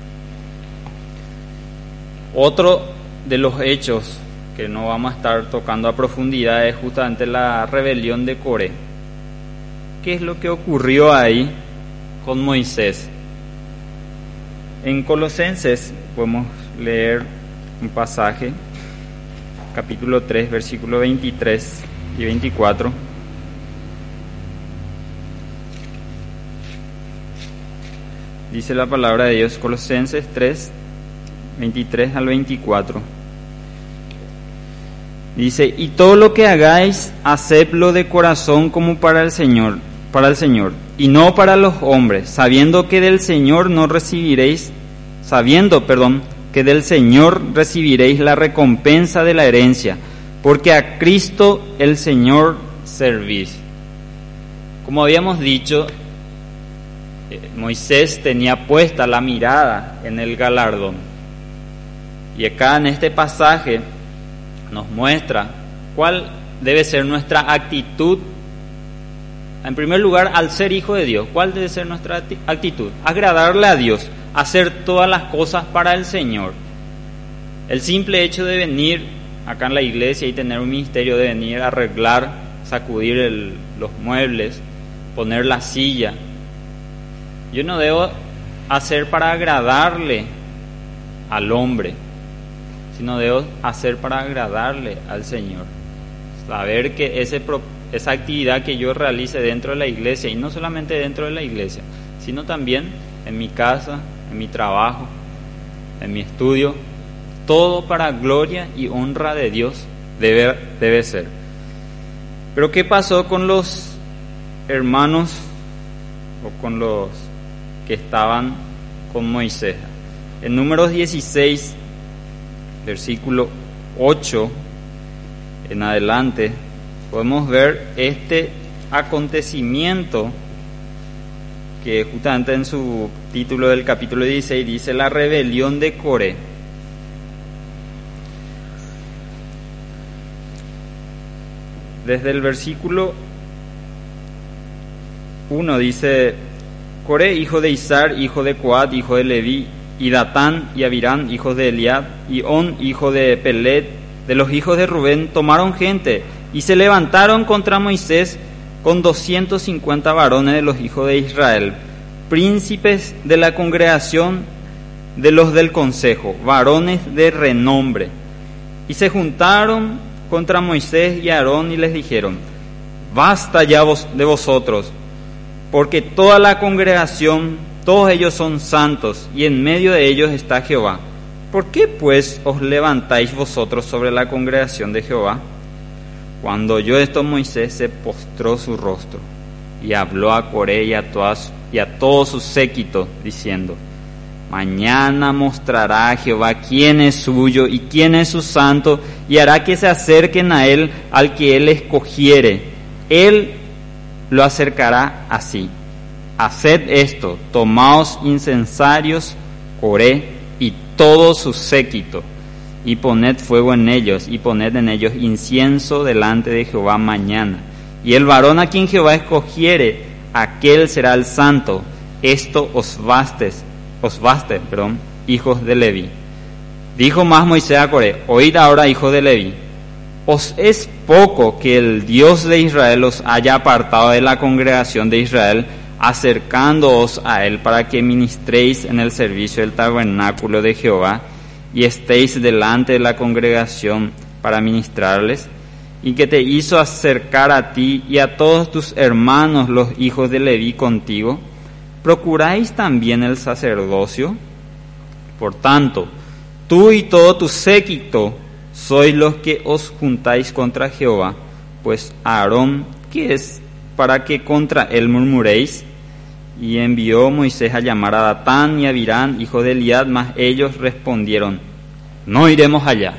Otro de los hechos que no vamos a estar tocando a profundidad es justamente la rebelión de Coré. ¿Qué es lo que ocurrió ahí con Moisés? En Colosenses podemos leer un pasaje, capítulo tres, versículos veintitrés y veinticuatro. Dice la palabra de Dios, Colosenses tres, veintitrés al veinticuatro. Dice, y todo lo que hagáis, hacedlo de corazón como para el Señor, para el Señor, y no para los hombres, sabiendo que del Señor no recibiréis, sabiendo, perdón, que del Señor recibiréis la recompensa de la herencia, porque a Cristo el Señor servís. Como habíamos dicho, Moisés tenía puesta la mirada en el galardón. Y acá en este pasaje nos muestra cuál debe ser nuestra actitud. En primer lugar, al ser hijo de Dios, ¿cuál debe ser nuestra actitud? Agradarle a Dios, hacer todas las cosas para el Señor. El simple hecho de venir acá en la iglesia y tener un ministerio, de venir a arreglar, sacudir el, los muebles, poner la silla, yo no debo hacer para agradarle al hombre, sino debo hacer para agradarle al Señor. Saber que ese, esa actividad que yo realice dentro de la iglesia, y no solamente dentro de la iglesia, sino también en mi casa, en mi trabajo, en mi estudio, todo para gloria y honra de Dios debe, debe ser. Pero ¿qué pasó con los hermanos o con los que estaban con Moisés? En Números dieciséis, versículo ocho en adelante, podemos ver este acontecimiento que justamente en su título del capítulo dieciséis dice la rebelión de Coré. Desde el versículo uno dice: Coré, hijo de Izar, hijo de Coat, hijo de Leví, y Datán y Abirán, hijos de Eliab, y On, hijo de Pelet, de los hijos de Rubén, tomaron gente y se levantaron contra Moisés con doscientos cincuenta varones de los hijos de Israel, príncipes de la congregación de los del consejo, varones de renombre. Y se juntaron contra Moisés y Aarón y les dijeron: basta ya vos, de vosotros, porque toda la congregación, todos ellos son santos, y en medio de ellos está Jehová. ¿Por qué pues os levantáis vosotros sobre la congregación de Jehová? Cuando oyó esto, Moisés se postró su rostro y habló a Coré y a, todas, y a todo su séquito, diciendo: mañana mostrará a Jehová quién es suyo y quién es su santo, y hará que se acerquen a él al que él escogiere. Él lo acercará así: haced esto, tomaos incensarios, Coré y todo su séquito, y poned fuego en ellos, y poned en ellos incienso delante de Jehová mañana. Y el varón a quien Jehová escogiere, aquel será el santo. Esto os bastes, os baste, perdón, hijos de Leví. Dijo más Moisés a Coré: oíd ahora, hijos de Leví, ¿os es poco que el Dios de Israel os haya apartado de la congregación de Israel, acercándoos a él para que ministréis en el servicio del tabernáculo de Jehová, y estéis delante de la congregación para ministrarles? Y que te hizo acercar a ti y a todos tus hermanos los hijos de Leví contigo. ¿Procuráis también el sacerdocio? Por tanto, tú y todo tu séquito sois los que os juntáis contra Jehová, pues Aarón, ¿qué es para que contra él murmuréis? Y envió Moisés a llamar a Datán y a Abirán, hijo de Eliab, mas ellos respondieron: no iremos allá.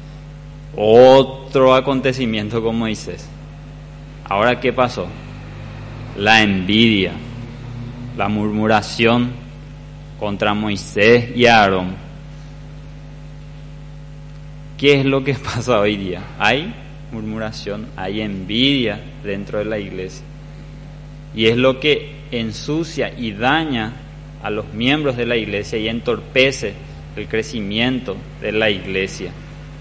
Otro acontecimiento con Moisés. Ahora, ¿qué pasó? La envidia, la murmuración contra Moisés y Aarón. ¿Qué es lo que pasa hoy día? Hay murmuración, hay envidia dentro de la iglesia. Y es lo que ensucia y daña a los miembros de la iglesia y entorpece el crecimiento de la iglesia.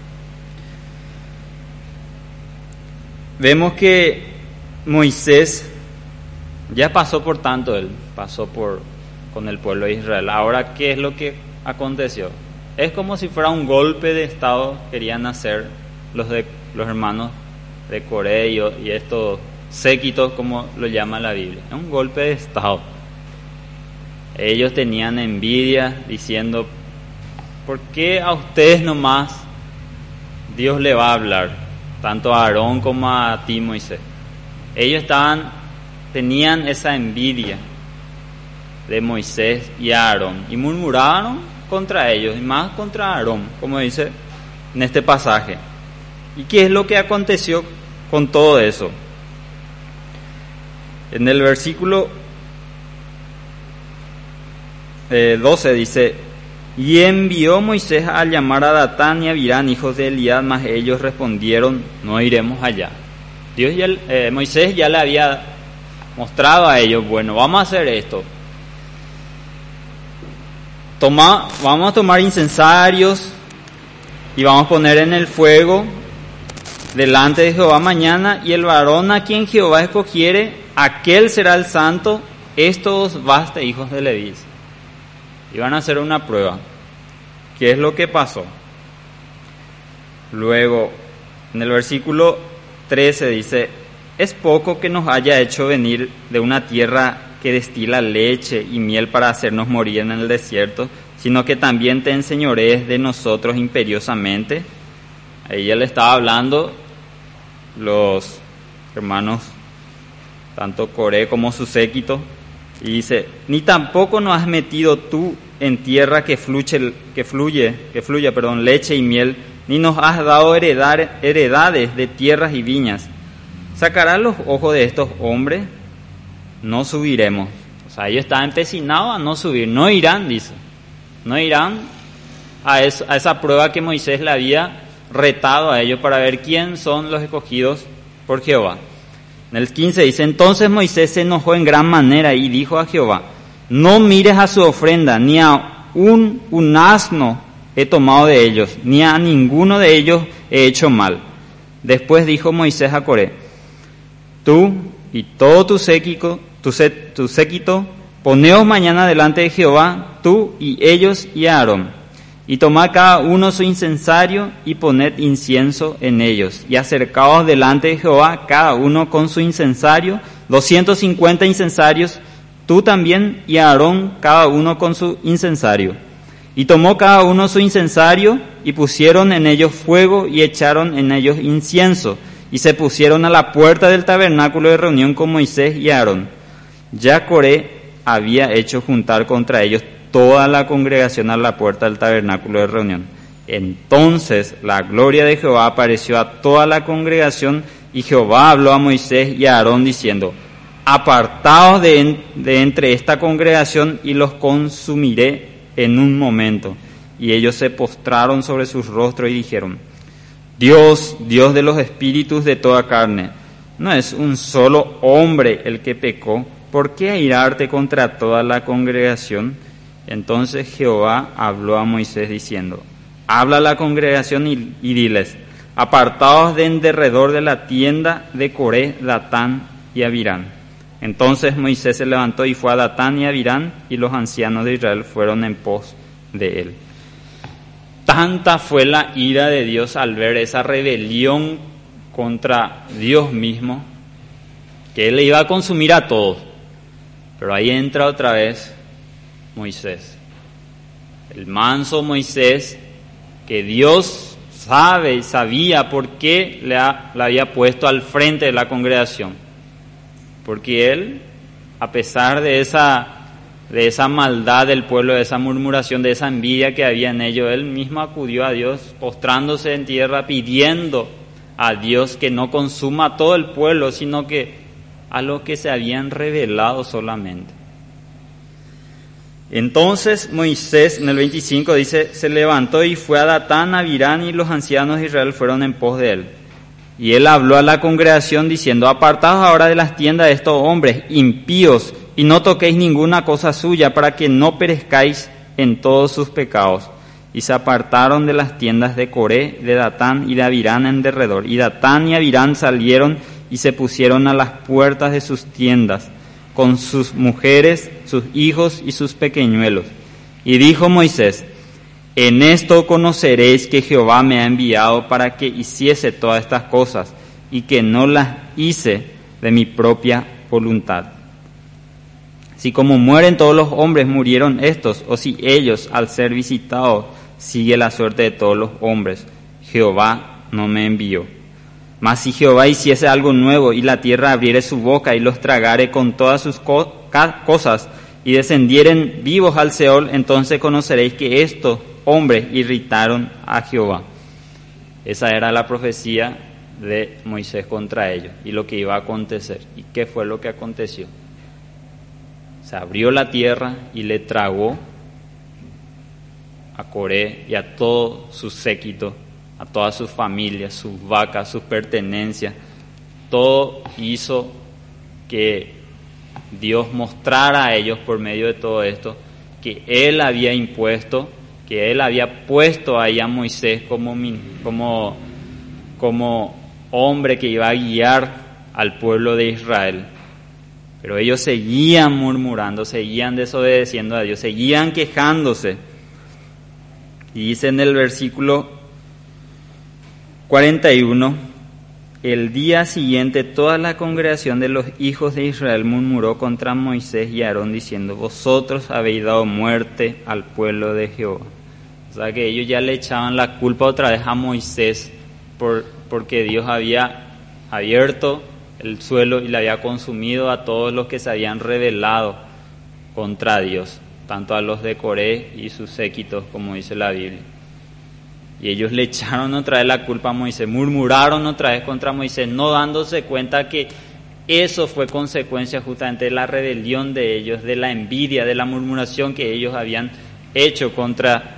Vemos que Moisés ya pasó por tanto, él pasó por con el pueblo de Israel. Ahora, ¿qué es lo que aconteció? Es como si fuera un golpe de estado querían hacer los de los hermanos de Coré y, y estos séquitos, como lo llama la Biblia. Es un golpe de estado. Ellos tenían envidia diciendo, ¿por qué a ustedes nomás Dios le va a hablar? Tanto a Aarón como a ti, Moisés. Ellos estaban, tenían esa envidia de Moisés y Aarón y murmuraron contra ellos y más contra Aarón, como dice en este pasaje. ¿Y qué es lo que aconteció con todo eso? En el versículo eh, doce dice: y envió Moisés a llamar a Datán y a Abirán, hijos de Eliab, mas ellos respondieron: no iremos allá. Dios ya, eh, Moisés ya le había mostrado a ellos, bueno, vamos a hacer esto. Toma, vamos a tomar incensarios y vamos a poner en el fuego delante de Jehová mañana, y el varón a quien Jehová escogiere, aquel será el santo. Estos baste, hijos de Leví. Iban a hacer una prueba. ¿Qué es lo que pasó? Luego, en el versículo trece dice: es poco que nos haya hecho venir de una tierra que destila leche y miel para hacernos morir en el desierto, sino que también te enseñorees de nosotros imperiosamente. Ahí ya le estaba hablando los hermanos, tanto Coré como su séquito, y dice: ni tampoco nos has metido tú en tierra que fluye, que fluye, que fluye, perdón, leche y miel, ni nos has dado heredar, heredades de tierras y viñas. ¿Sacarás los ojos de estos hombres? No subiremos. O sea, ellos estaban empecinados a no subir, no irán, dice, no irán a, eso, a esa prueba que Moisés le había retado a ellos para ver quién son los escogidos por Jehová. En el quince dice: entonces Moisés se enojó en gran manera y dijo a Jehová: no mires a su ofrenda, ni a un, un asno he tomado de ellos, ni a ninguno de ellos he hecho mal. Después dijo Moisés a Coré: tú y todo tu séquito, tu, tu séquito, poneos mañana delante de Jehová, tú y ellos y Aarón, y tomad cada uno su incensario y poned incienso en ellos, y acercaos delante de Jehová cada uno con su incensario, doscientos cincuenta incensarios, tú también y Aarón cada uno con su incensario. Y tomó cada uno su incensario y pusieron en ellos fuego y echaron en ellos incienso, y se pusieron a la puerta del tabernáculo de reunión con Moisés y Aarón. Ya Coré había hecho juntar contra ellos toda la congregación a la puerta del tabernáculo de reunión. Entonces la gloria de Jehová apareció a toda la congregación, y Jehová habló a Moisés y a Aarón diciendo: apartaos de, en, de entre esta congregación y los consumiré en un momento. Y ellos se postraron sobre sus rostros y dijeron: Dios, Dios de los espíritus de toda carne, no es un solo hombre el que pecó, ¿por qué airarte contra toda la congregación? Entonces Jehová habló a Moisés diciendo: habla a la congregación y, y diles: apartaos de en derredor de la tienda de Coré, Datán y Abirán. Entonces Moisés se levantó y fue a Datán y Abirán, y los ancianos de Israel fueron en pos de él. Tanta fue la ira de Dios al ver esa rebelión contra Dios mismo, que él le iba a consumir a todos. Pero ahí entra otra vez Moisés, el manso Moisés, que Dios sabe y sabía por qué le, ha, le había puesto al frente de la congregación. Porque él, a pesar de esa, de esa maldad del pueblo, de esa murmuración, de esa envidia que había en ellos, él mismo acudió a Dios, postrándose en tierra, pidiendo a Dios que no consuma a todo el pueblo, sino que a los que se habían revelado solamente. Entonces Moisés, en el veinticinco dice, se levantó y fue a Datán, a Abirán, y los ancianos de Israel fueron en pos de él. Y él habló a la congregación diciendo: apartaos ahora de las tiendas de estos hombres impíos, y no toquéis ninguna cosa suya, para que no perezcáis en todos sus pecados. Y se apartaron de las tiendas de Coré, de Datán y de Abirán en derredor. Y Datán y Abirán salieron y se pusieron a las puertas de sus tiendas, con sus mujeres, sus hijos y sus pequeñuelos. Y dijo Moisés: en esto conoceréis que Jehová me ha enviado para que hiciese todas estas cosas, y que no las hice de mi propia voluntad, Si como mueren todos los hombres murieron estos, o si ellos, al ser visitados, sigue la suerte de todos los hombres, Jehová no me envió. Mas si Jehová hiciese algo nuevo, y la tierra abriere su boca, y los tragare con todas sus co- cosas, y descendieren vivos al Seol, entonces conoceréis que estos hombres irritaron a Jehová. Esa era la profecía de Moisés contra ellos, y lo que iba a acontecer. ¿Y qué fue lo que aconteció? Se abrió la tierra y le tragó a Coré y a todo su séquito, a todas sus familias, sus vacas, sus pertenencias. Todo hizo que Dios mostrara a ellos por medio de todo esto que Él había impuesto, que Él había puesto ahí a Moisés como, como, como hombre que iba a guiar al pueblo de Israel. Pero ellos seguían murmurando, seguían desobedeciendo a Dios, seguían quejándose. Y dice en el versículo cuarenta y uno, el día siguiente toda la congregación de los hijos de Israel murmuró contra Moisés y Aarón diciendo, vosotros habéis dado muerte al pueblo de Jehová. O sea que ellos ya le echaban la culpa otra vez a Moisés por, porque Dios había abierto el suelo y le había consumido a todos los que se habían rebelado contra Dios, tanto a los de Coré y sus séquitos, como dice la Biblia. Y ellos le echaron otra vez la culpa a Moisés, murmuraron otra vez contra Moisés, no dándose cuenta que eso fue consecuencia justamente de la rebelión de ellos, de la envidia, de la murmuración que ellos habían hecho contra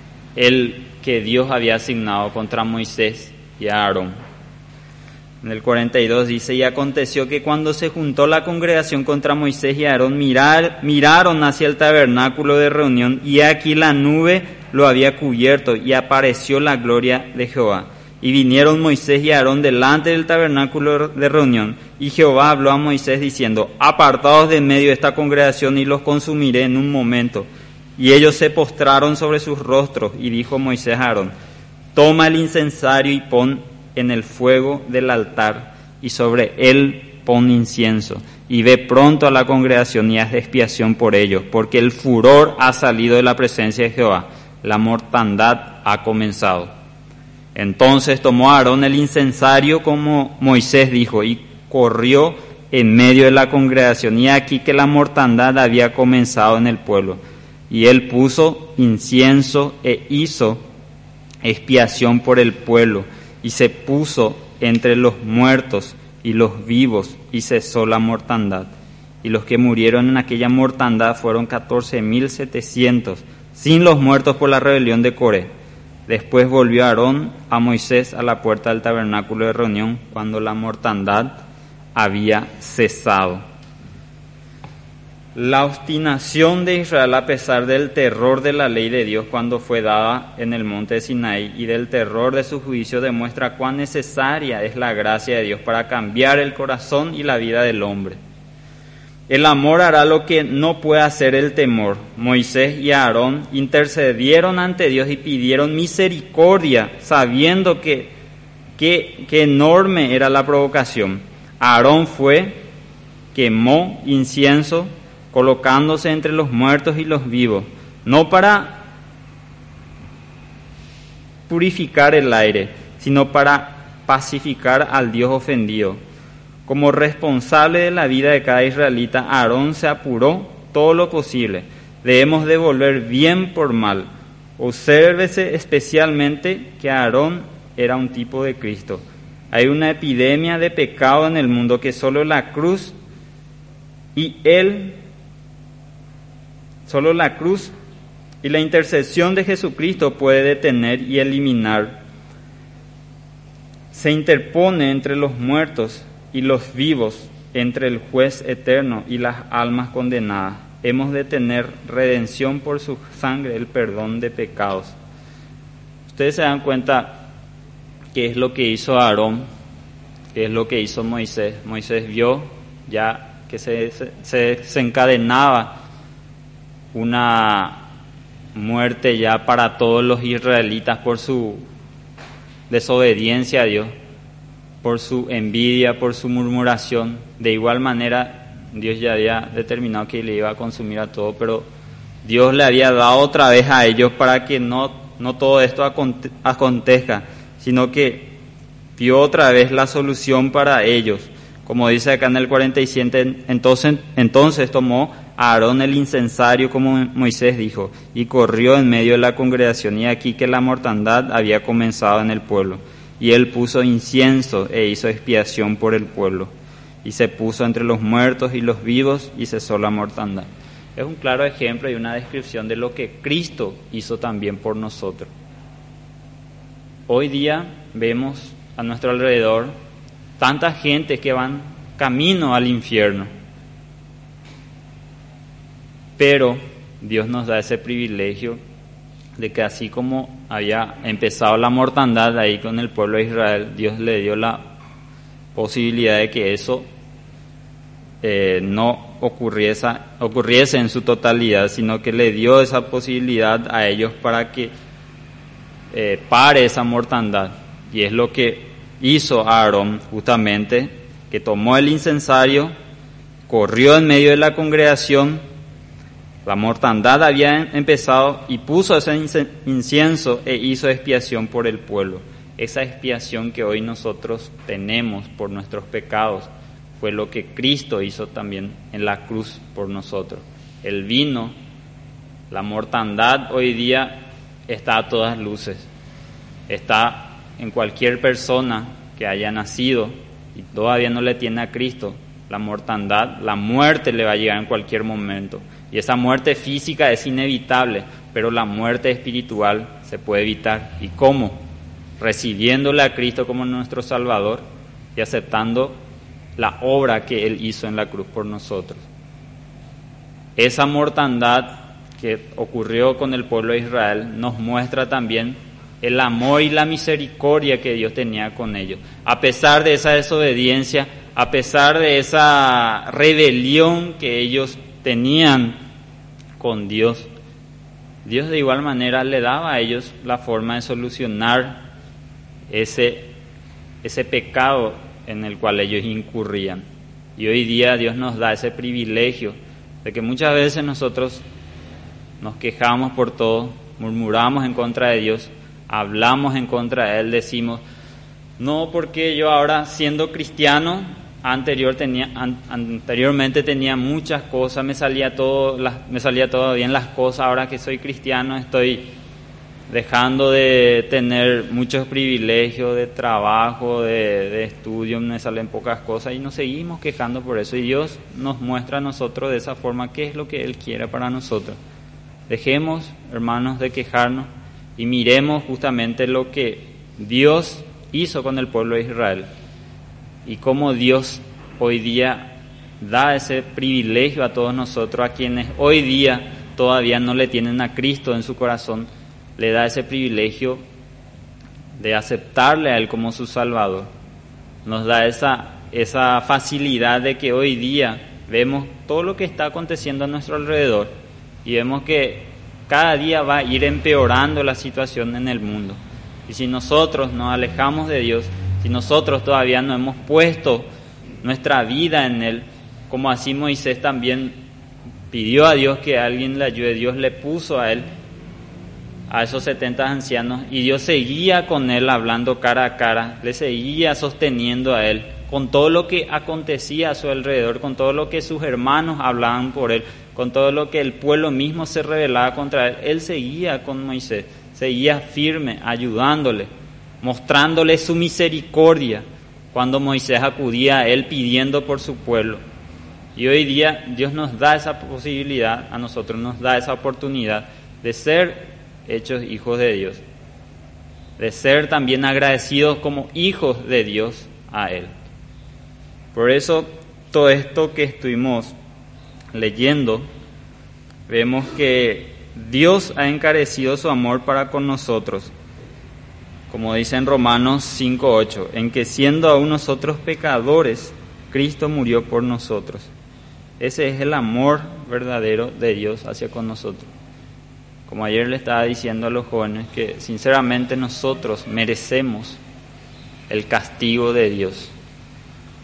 el que Dios había asignado contra Moisés y a Aarón. En el cuarenta y dos dice, y aconteció que cuando se juntó la congregación contra Moisés y Aarón, mirar, miraron hacia el tabernáculo de reunión, y aquí la nube lo había cubierto, y apareció la gloria de Jehová. Y vinieron Moisés y Aarón delante del tabernáculo de reunión, y Jehová habló a Moisés diciendo, apartaos de en medio de esta congregación, y los consumiré en un momento. Y ellos se postraron sobre sus rostros, y dijo Moisés a Aarón, toma el incensario y pon en el fuego del altar, y sobre él pon incienso, y ve pronto a la congregación y haz expiación por ellos, porque el furor ha salido de la presencia de Jehová, la mortandad ha comenzado. Entonces tomó Aarón el incensario como Moisés dijo, y corrió en medio de la congregación, y aquí que la mortandad había comenzado en el pueblo, y él puso incienso e hizo expiación por el pueblo, y se puso entre los muertos y los vivos, y cesó la mortandad. Y los que murieron en aquella mortandad fueron catorce mil setecientos, sin los muertos por la rebelión de Coré. Después volvió Aarón a Moisés a la puerta del tabernáculo de reunión, cuando la mortandad había cesado. La obstinación de Israel a pesar del terror de la ley de Dios cuando fue dada en el monte de Sinaí y del terror de su juicio demuestra cuán necesaria es la gracia de Dios para cambiar el corazón y la vida del hombre. El amor hará lo que no puede hacer el temor. Moisés y Aarón intercedieron ante Dios y pidieron misericordia, sabiendo que, que, que enorme era la provocación. Aarón fue, quemó incienso, colocándose entre los muertos y los vivos, no para purificar el aire, sino para pacificar al Dios ofendido. Como responsable de la vida de cada israelita, Aarón se apuró todo lo posible. Debemos devolver bien por mal. Obsérvese especialmente que Aarón era un tipo de Cristo. Hay una epidemia de pecado en el mundo que solo la cruz y él Solo la cruz y la intercesión de Jesucristo puede detener y eliminar. Se interpone entre los muertos y los vivos, entre el juez eterno y las almas condenadas. Hemos de tener redención por su sangre, el perdón de pecados. Ustedes se dan cuenta qué es lo que hizo Aarón, qué es lo que hizo Moisés. Moisés vio ya que se, se, se desencadenaba una muerte ya para todos los israelitas por su desobediencia a Dios, por su envidia, por su murmuración. De igual manera Dios ya había determinado que le iba a consumir a todo, pero Dios le había dado otra vez a ellos para que no, no todo esto aconte- acontezca, sino que dio otra vez la solución para ellos. Como dice acá en el cuarenta y siete, entonces, entonces tomó a Aarón el incensario, como Moisés dijo, y corrió en medio de la congregación, y aquí que la mortandad había comenzado en el pueblo. Y él puso incienso e hizo expiación por el pueblo, y se puso entre los muertos y los vivos, y cesó la mortandad. Es un claro ejemplo y una descripción de lo que Cristo hizo también por nosotros. Hoy día vemos a nuestro alrededor tanta gente que van camino al infierno, pero Dios nos da ese privilegio de que así como había empezado la mortandad ahí con el pueblo de Israel, Dios le dio la posibilidad de que eso eh, no ocurriese, ocurriese en su totalidad, sino que le dio esa posibilidad a ellos para que eh, pare esa mortandad. Y es lo que hizo Aarón, justamente, que tomó el incensario, corrió en medio de la congregación, la mortandad había empezado y puso ese incienso e hizo expiación por el pueblo. Esa expiación que hoy nosotros tenemos por nuestros pecados fue lo que Cristo hizo también en la cruz por nosotros. El vino, la mortandad hoy día está a todas luces, está en cualquier persona que haya nacido y todavía no le tiene a Cristo. La mortandad, la muerte le va a llegar en cualquier momento. Y esa muerte física es inevitable, pero la muerte espiritual se puede evitar. ¿Y cómo? Recibiéndole a Cristo como nuestro Salvador y aceptando la obra que Él hizo en la cruz por nosotros. Esa mortandad que ocurrió con el pueblo de Israel nos muestra también el amor y la misericordia que Dios tenía con ellos. A pesar de esa desobediencia, a pesar de esa rebelión que ellos tenían con Dios, Dios de igual manera le daba a ellos la forma de solucionar ese, ese pecado en el cual ellos incurrían. Y hoy día Dios nos da ese privilegio de que muchas veces nosotros nos quejamos por todo, murmuramos en contra de Dios, hablamos en contra de Él, decimos, no, porque yo ahora siendo cristiano, anterior tenía, an, anteriormente tenía muchas cosas, me salía todo, las, me salía todo bien las cosas, ahora que soy cristiano estoy dejando de tener muchos privilegios de trabajo, de, de estudio, me salen pocas cosas y nos seguimos quejando por eso. Y Dios nos muestra a nosotros de esa forma qué es lo que Él quiere para nosotros. Dejemos, hermanos, de quejarnos y miremos justamente lo que Dios hizo con el pueblo de Israel y cómo Dios hoy día da ese privilegio a todos nosotros, a quienes hoy día todavía no le tienen a Cristo en su corazón, le da ese privilegio de aceptarle a Él como su Salvador. Nos da esa, esa facilidad de que hoy día vemos todo lo que está aconteciendo a nuestro alrededor y vemos que cada día va a ir empeorando la situación en el mundo. Y si nosotros nos alejamos de Dios, si nosotros todavía no hemos puesto nuestra vida en Él, como así Moisés también pidió a Dios que alguien le ayude, Dios le puso a él, a esos setenta ancianos, y Dios seguía con él hablando cara a cara, le seguía sosteniendo a él, con todo lo que acontecía a su alrededor, con todo lo que sus hermanos hablaban por él, con todo lo que el pueblo mismo se rebelaba contra él, él seguía con Moisés, seguía firme, ayudándole, mostrándole su misericordia, cuando Moisés acudía a él pidiendo por su pueblo. Y hoy día Dios nos da esa posibilidad, a nosotros nos da esa oportunidad de ser hechos hijos de Dios, de ser también agradecidos como hijos de Dios a Él. Por eso, todo esto que estuvimos leyendo, vemos que Dios ha encarecido su amor para con nosotros, como dice en Romanos cinco ocho, en que siendo aún nosotros pecadores, Cristo murió por nosotros. Ese es el amor verdadero de Dios hacia con nosotros. Como ayer le estaba diciendo a los jóvenes, que sinceramente nosotros merecemos el castigo de Dios.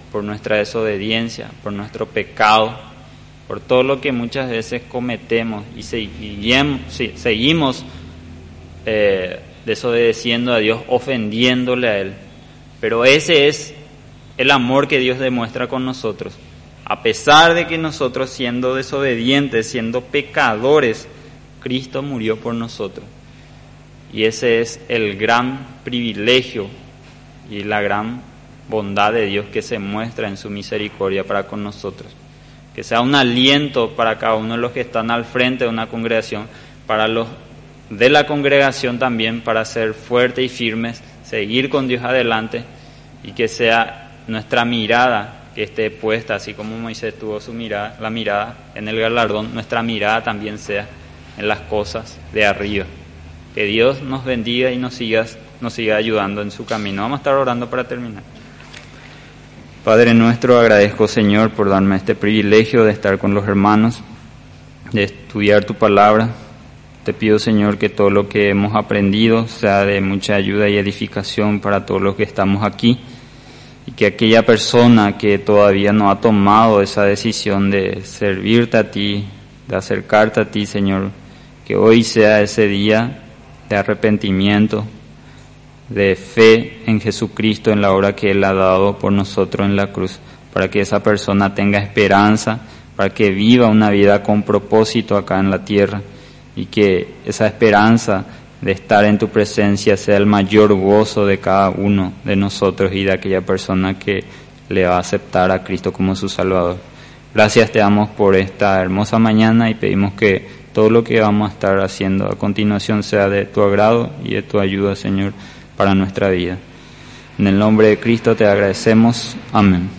por nuestra desobediencia, por nuestro pecado, por todo lo que muchas veces cometemos y seguimos, seguimos eh, desobedeciendo a Dios, ofendiéndole a Él. Pero ese es el amor que Dios demuestra con nosotros. A pesar de que nosotros, siendo desobedientes, siendo pecadores, Cristo murió por nosotros. Y ese es el gran privilegio y la gran bondad de Dios que se muestra en su misericordia para con nosotros. Que sea un aliento para cada uno de los que están al frente de una congregación, para los de la congregación también, para ser fuertes y firmes, seguir con Dios adelante, y que sea nuestra mirada que esté puesta, así como Moisés tuvo su mirada, la mirada en el galardón, nuestra mirada también sea en las cosas de arriba. Que Dios nos bendiga y nos siga, nos siga ayudando en su camino. Vamos a estar orando para terminar. Padre nuestro, agradezco, Señor, por darme este privilegio de estar con los hermanos, de estudiar tu palabra. Te pido, Señor, que todo lo que hemos aprendido sea de mucha ayuda y edificación para todos los que estamos aquí, y que aquella persona que todavía no ha tomado esa decisión de servirte a ti, de acercarte a ti, Señor, que hoy sea ese día de arrepentimiento, de fe en Jesucristo, en la obra que Él ha dado por nosotros en la cruz, para que esa persona tenga esperanza, para que viva una vida con propósito acá en la tierra, y que esa esperanza de estar en tu presencia sea el mayor gozo de cada uno de nosotros y de aquella persona que le va a aceptar a Cristo como su Salvador. Gracias te damos por esta hermosa mañana y pedimos que todo lo que vamos a estar haciendo a continuación sea de tu agrado y de tu ayuda, Señor, para nuestra vida. En el nombre de Cristo te agradecemos. Amén.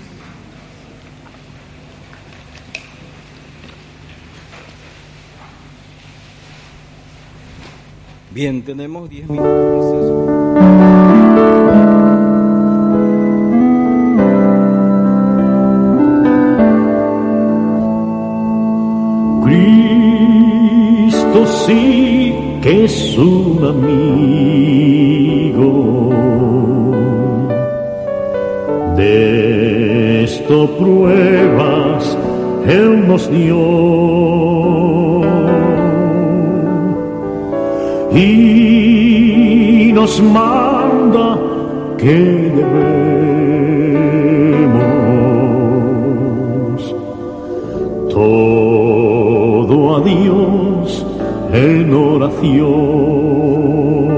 Bien, tenemos diez minutos. Cristo sí que es un amigo, de esto pruebas Él nos dio, y nos manda que debemos todo a Dios en oración.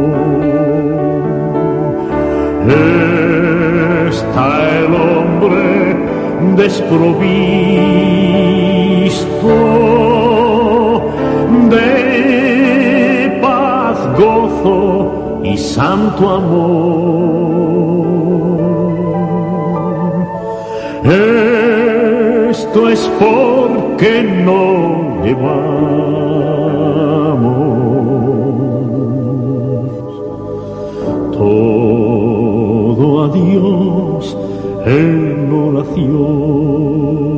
Está el hombre desprovisto de paz, gozo y santo amor. Esto es porque no llevamos todo a Dios en oración.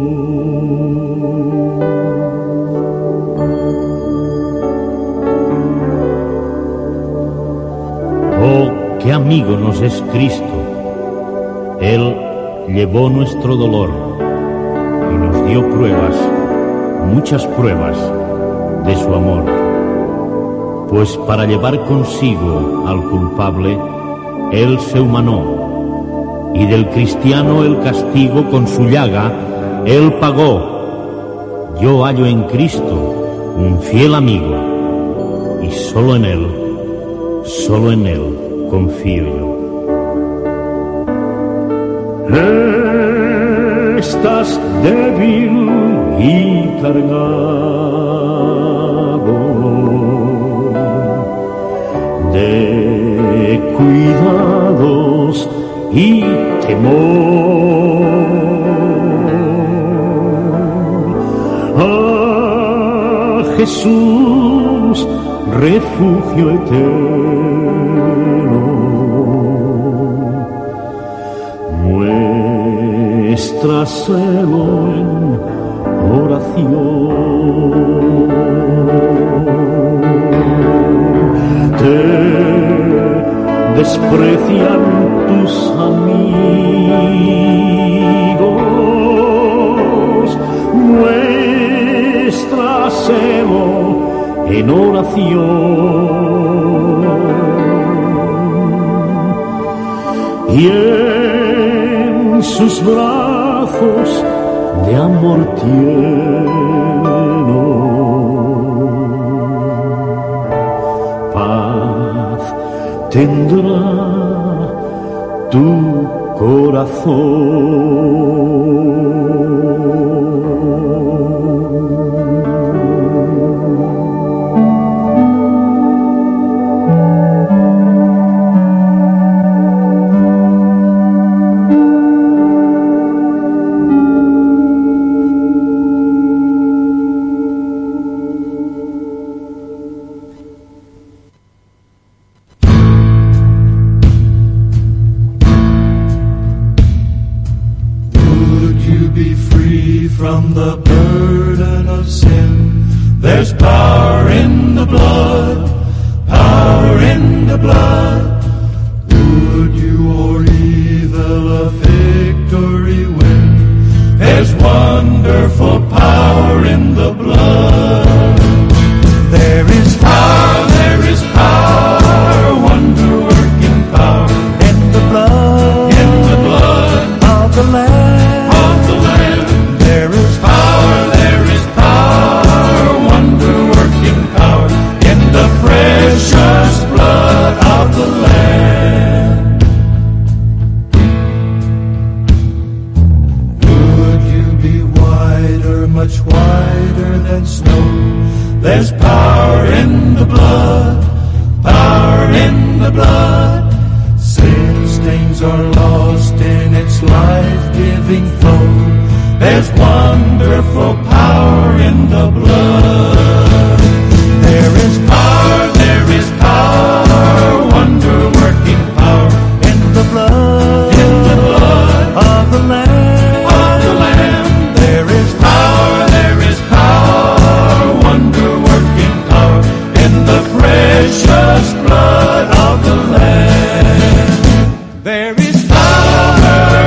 Oh, qué amigo nos es Cristo. Él llevó nuestro dolor y nos dio pruebas, muchas pruebas de su amor. Pues para llevar consigo al culpable, Él se humanó, y del cristiano el castigo con su llaga Él pagó. Yo hallo en Cristo un fiel amigo, y solo en Él, solo en Él confío yo. Estás débil y cargado de cuidados y temor. A Jesús, refugio eterno, muéstraselo en oración. Te desprecian tus amigos, y en sus brazos de amor tierno paz tendrá tu corazón. From the burden of sin, there's power in the blood, power in the blood. Would you or evil a victory win? There's wonderful power in the blood. There is power, there is power, wonder-working power in the blood, in the blood of the Lamb, of the Lamb. There is power, there is power, wonder-working power in the precious blood of the Lamb. Would you be whiter, much whiter than snow? There's power in the blood, power in the blood. Sin stains are lost in its life-giving flow. There's wonderful power in the blood. There is power, there is power, wonder-working power in the blood, in the blood of the Lamb, of the Lamb. There is power, there is power, wonder-working power in the precious blood of the Lamb. There is power,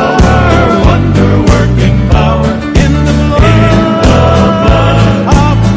power, wonder-working power in the blood, in the blood of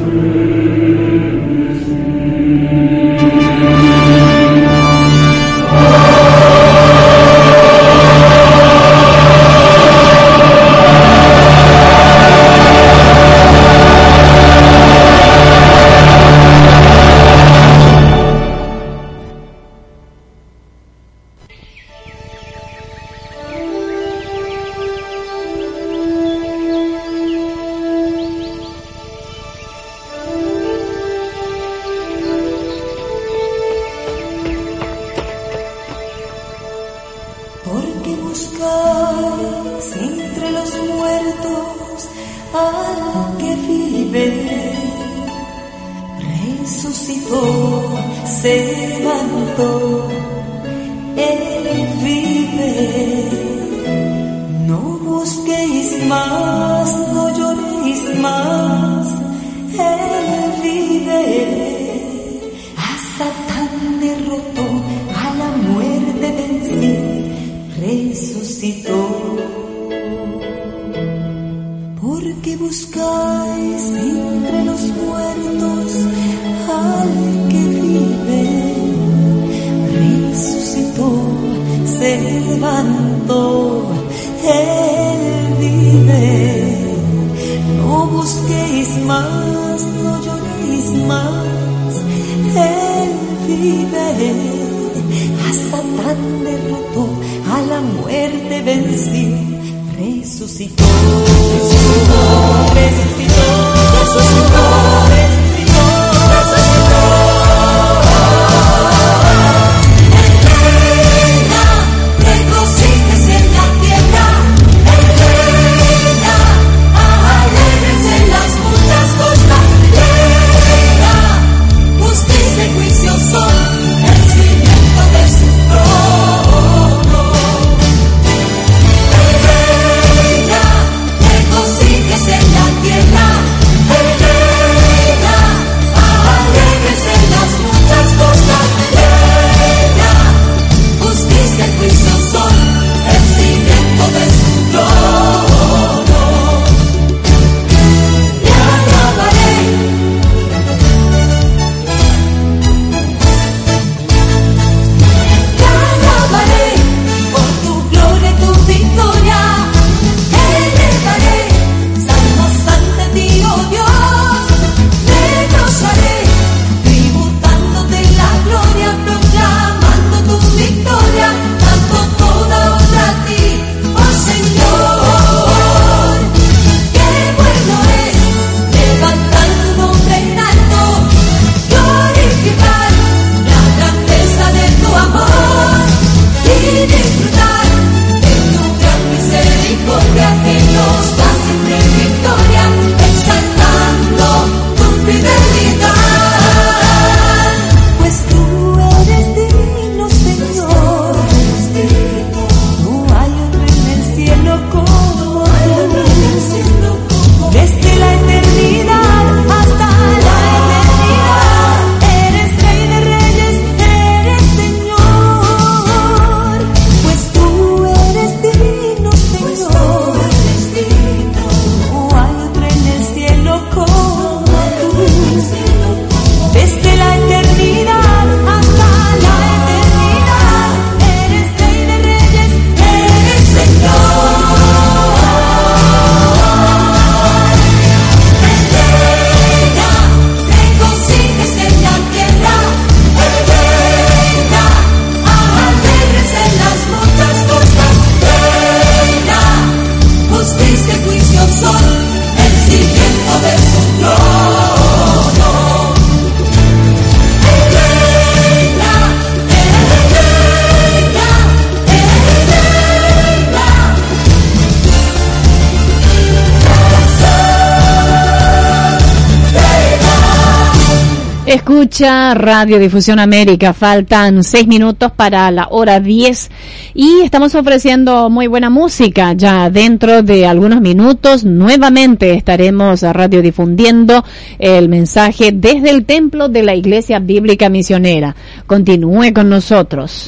Escucha Radio Difusión América, faltan seis minutos para la hora diez y estamos ofreciendo muy buena música. Ya dentro de algunos minutos nuevamente estaremos radiodifundiendo el mensaje desde el templo de la Iglesia Bíblica Misionera. Continúe con nosotros.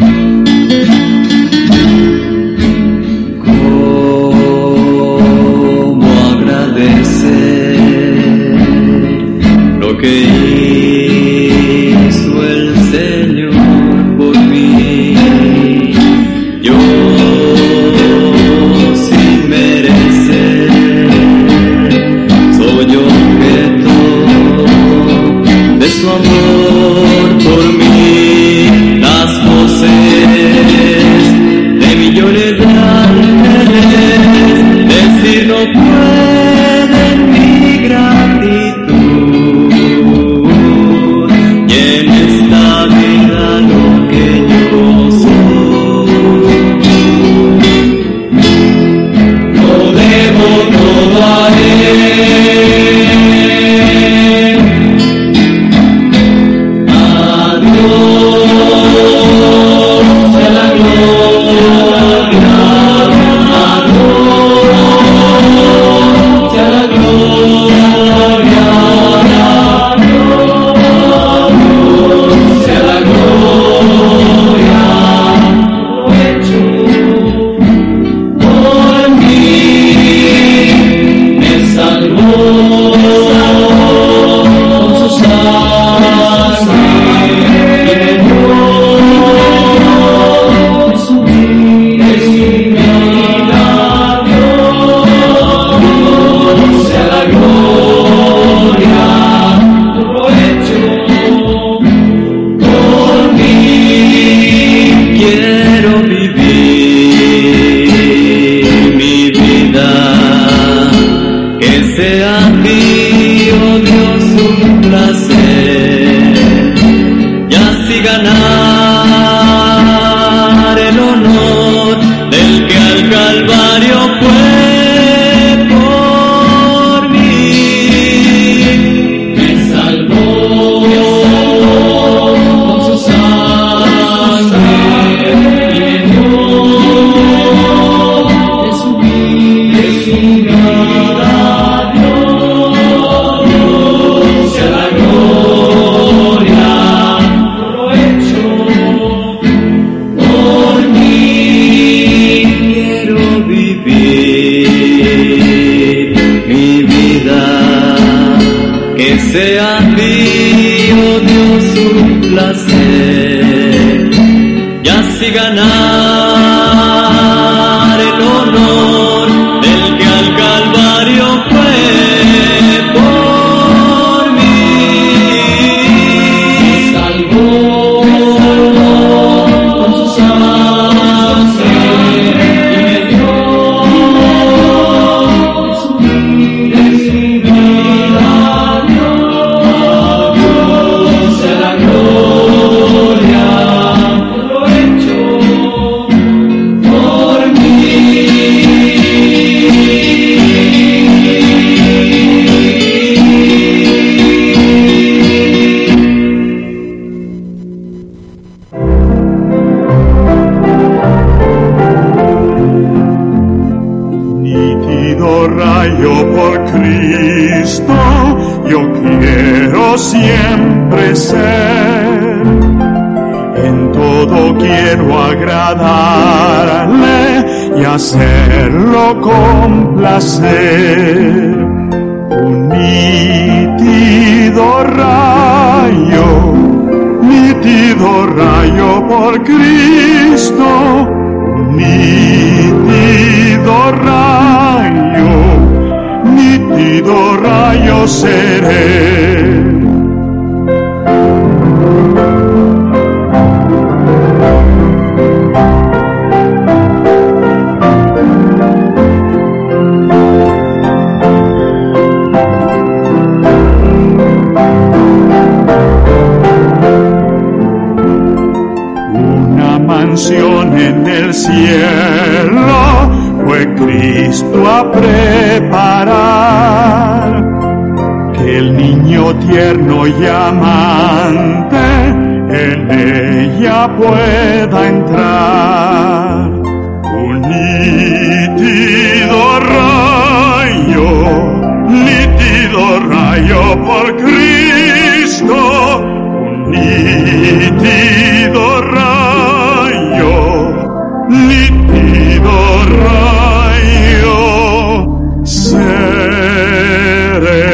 Oh Hacerlo con placer, un nítido rayo, nítido rayo por Cristo, un nítido rayo, nítido rayo seré. En el cielo fue Cristo a preparar, que el niño tierno y amante en ella pueda entrar. Un nítido rayo, nítido rayo por Cristo, un nítido rayo, nítido rayo seré.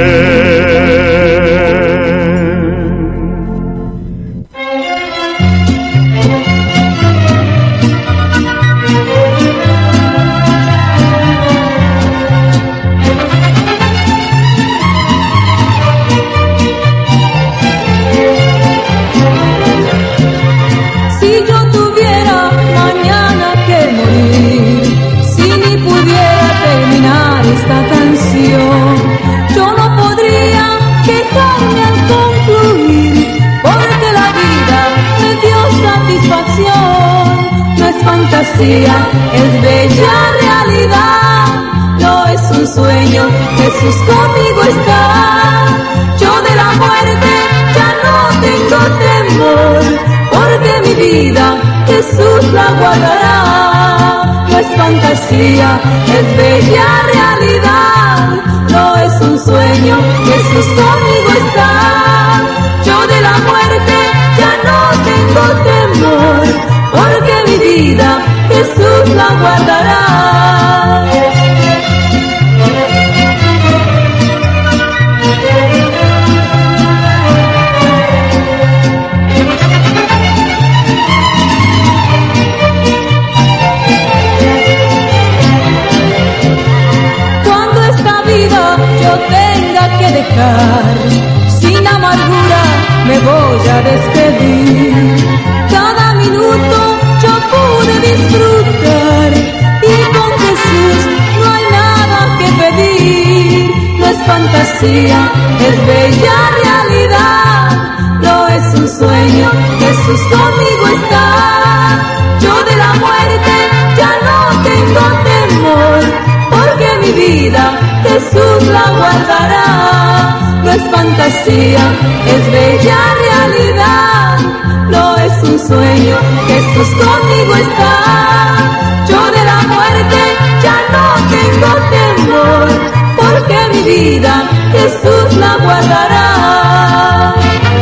Es bella realidad, no es un sueño, Jesús conmigo está. Yo de la muerte ya no tengo temor, porque mi vida Jesús la guardará. No es fantasía, es bella realidad, no es un sueño, Jesús conmigo está. Yo de la muerte ya no tengo temor, porque mi vida Jesús la guardará. dejar, sin amargura me voy a despedir. Cada minuto yo pude disfrutar y con Jesús no hay nada que pedir. No es fantasía, es bella realidad, no es un sueño, Jesús conmigo está. Yo de la muerte ya no tengo temor, porque mi vida Jesús la guardará. No es fantasía, es bella realidad, no es un sueño, Jesús conmigo está. Yo de la muerte ya no tengo temor, porque mi vida Jesús la guardará.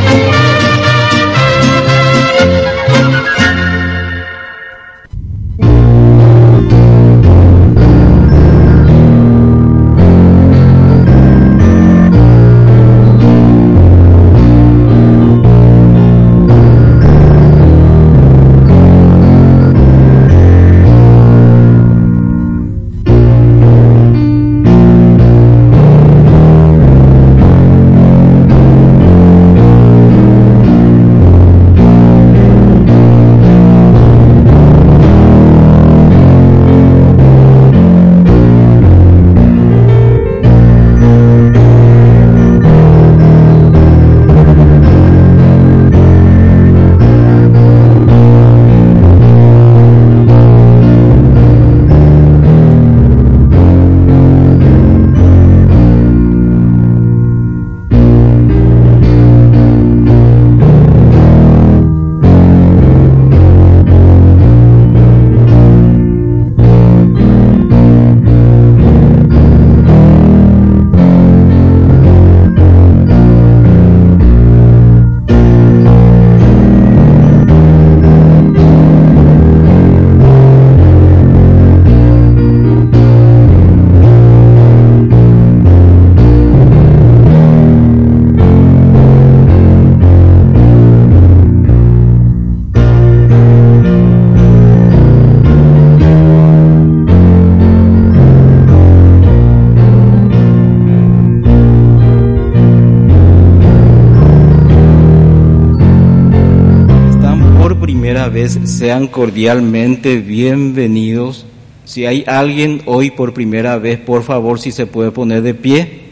Vez, sean cordialmente bienvenidos. Si hay alguien hoy por primera vez, por favor, si se puede poner de pie.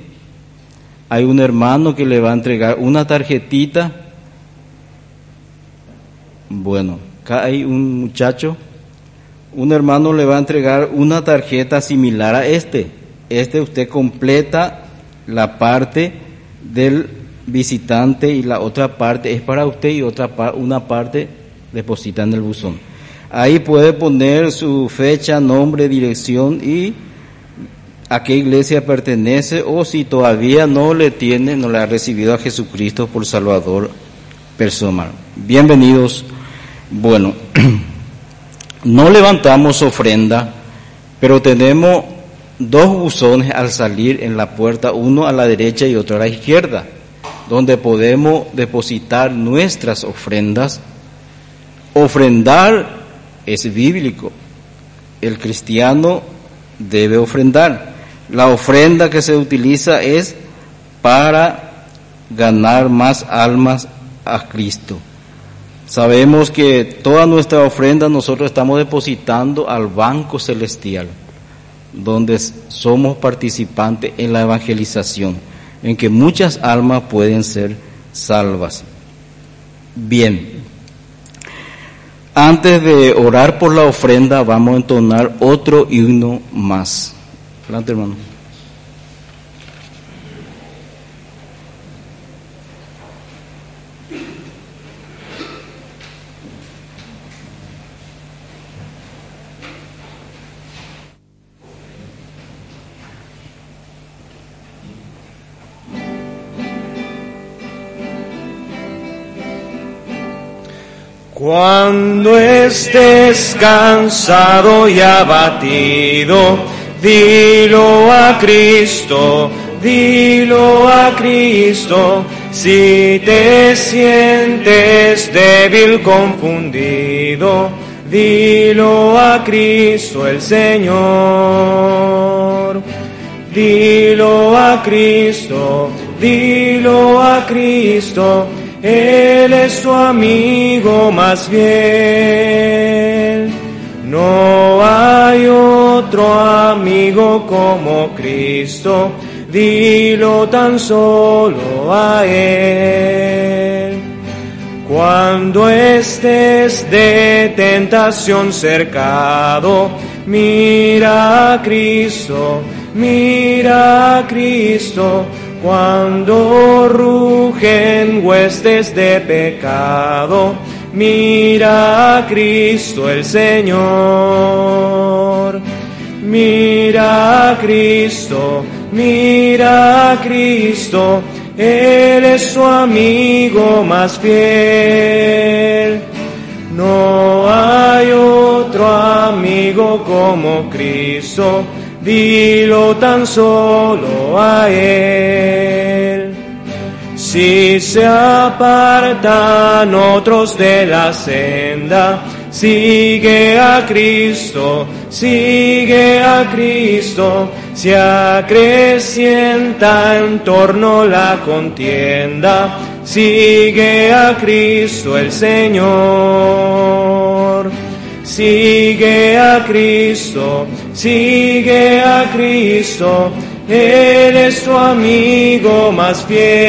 Hay un hermano que le va a entregar una tarjetita. Bueno, acá hay un muchacho. Un hermano le va a entregar una tarjeta similar a este. Este usted completa la parte del visitante y la otra parte es para usted y otra una parte deposita en el buzón. Ahí puede poner su fecha, nombre, dirección y a qué iglesia pertenece, o si todavía no le tiene, no le ha recibido a Jesucristo por Salvador personal. Bienvenidos. Bueno, no levantamos ofrenda, pero tenemos dos buzones al salir en la puerta, uno a la derecha y otro a la izquierda, donde podemos depositar nuestras ofrendas. Ofrendar es bíblico. El cristiano debe ofrendar. La ofrenda que se utiliza es para ganar más almas a Cristo. Sabemos que toda nuestra ofrenda nosotros estamos depositando al banco celestial, donde somos participantes en la evangelización, en que muchas almas pueden ser salvas. Bien. Antes de orar por la ofrenda, vamos a entonar otro himno más. Adelante, hermano. Cuando estés cansado y abatido, dilo a Cristo, dilo a Cristo. Si te sientes débil, confundido, dilo a Cristo el Señor. Dilo a Cristo, dilo a Cristo, Él es tu amigo más fiel. No hay otro amigo como Cristo, dilo tan solo a Él. Cuando estés de tentación cercado, mira a Cristo, mira a Cristo. Cuando rugen huestes de pecado, mira a Cristo el Señor. Mira a Cristo, mira a Cristo, Él es su amigo más fiel. No hay otro amigo como Cristo, dilo tan solo a Él. Si se apartan otros de la senda, sigue a Cristo, sigue a Cristo. Se acrecienta en torno la contienda, sigue a Cristo el Señor. Sigue a Cristo, sigue a Cristo, Él es tu amigo más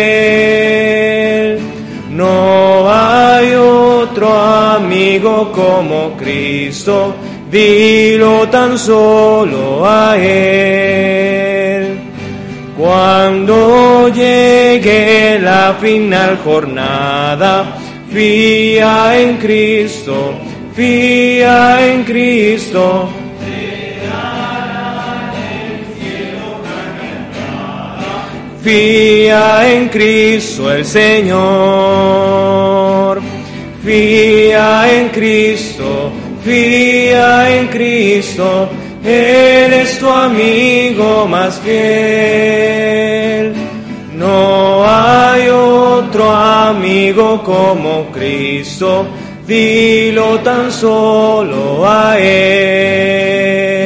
fiel. No hay otro amigo como Cristo, dilo tan solo a Él. Cuando llegue la final jornada, fía en Cristo, fía en Cristo. Fía en Cristo el Señor, fía en Cristo, fía en Cristo, Él es tu amigo más fiel. No hay otro amigo como Cristo, dilo tan solo a Él.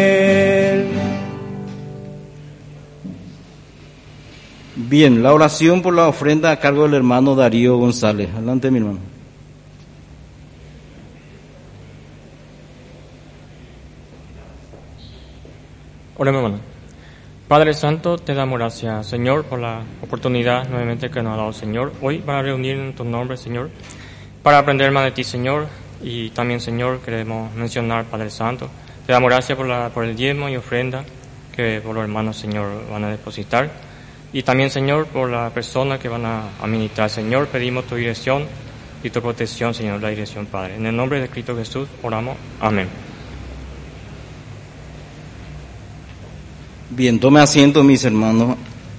Bien, la oración por la ofrenda a cargo del hermano Darío González. Adelante, mi hermano. Oremos, hermano. Padre Santo, te damos gracias, Señor, por la oportunidad nuevamente que nos ha dado el Señor hoy para reunir en tu nombre, Señor, para aprender más de ti, Señor, y también, Señor, queremos mencionar, Padre Santo, te damos gracias por, la, por el diezmo y ofrenda que por los hermanos, Señor, van a depositar. Y también, Señor, por la persona que van a administrar, Señor, pedimos tu dirección y tu protección, Señor, la dirección, Padre. En el nombre de Cristo Jesús, oramos. Amén. Bien, tome asiento, mis hermanos.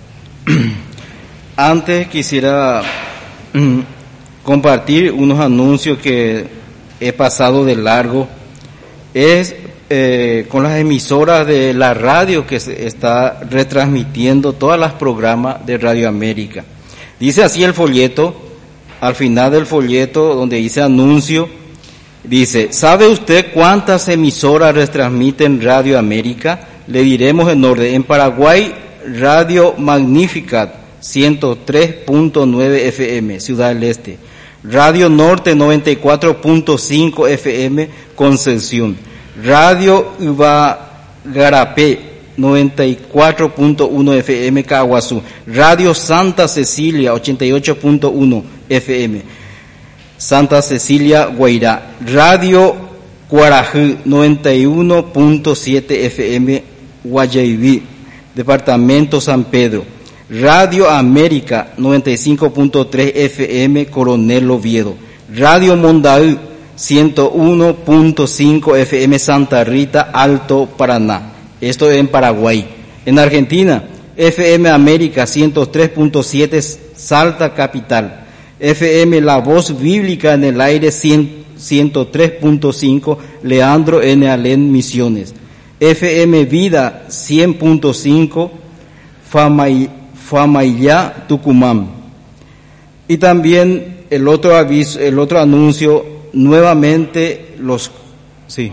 Antes quisiera compartir unos anuncios que he pasado de largo. Es Eh, con las emisoras de la radio que se está retransmitiendo todos los programas de Radio América. Dice así el folleto, al final del folleto donde dice anuncio, dice: ¿sabe usted cuántas emisoras retransmiten Radio América? Le diremos en orden. En Paraguay, Radio Magnificat ciento tres punto nueve F M, Ciudad del Este. Radio Norte noventa y cuatro punto cinco F M, Concepción. Radio Ibagarapé noventa y cuatro punto uno F M, Caguazú. Radio Santa Cecilia ochenta y ocho punto uno F M, Santa Cecilia, Guairá. Radio Cuarajú noventa y uno punto siete F M, Guayaibí, Departamento San Pedro. Radio América noventa y cinco punto tres F M, Coronel Oviedo. Radio Mondaú ciento uno punto cinco F M, Santa Rita, Alto Paraná. Esto en Paraguay. En Argentina, F M América ciento tres punto siete, Salta Capital. F M La Voz Bíblica en el Aire ciento tres punto cinco, Leandro N. Alén, Misiones. F M Vida cien punto cinco, Famay, Famayá, Tucumán. Y también el otro aviso, el otro anuncio, nuevamente los... Sí.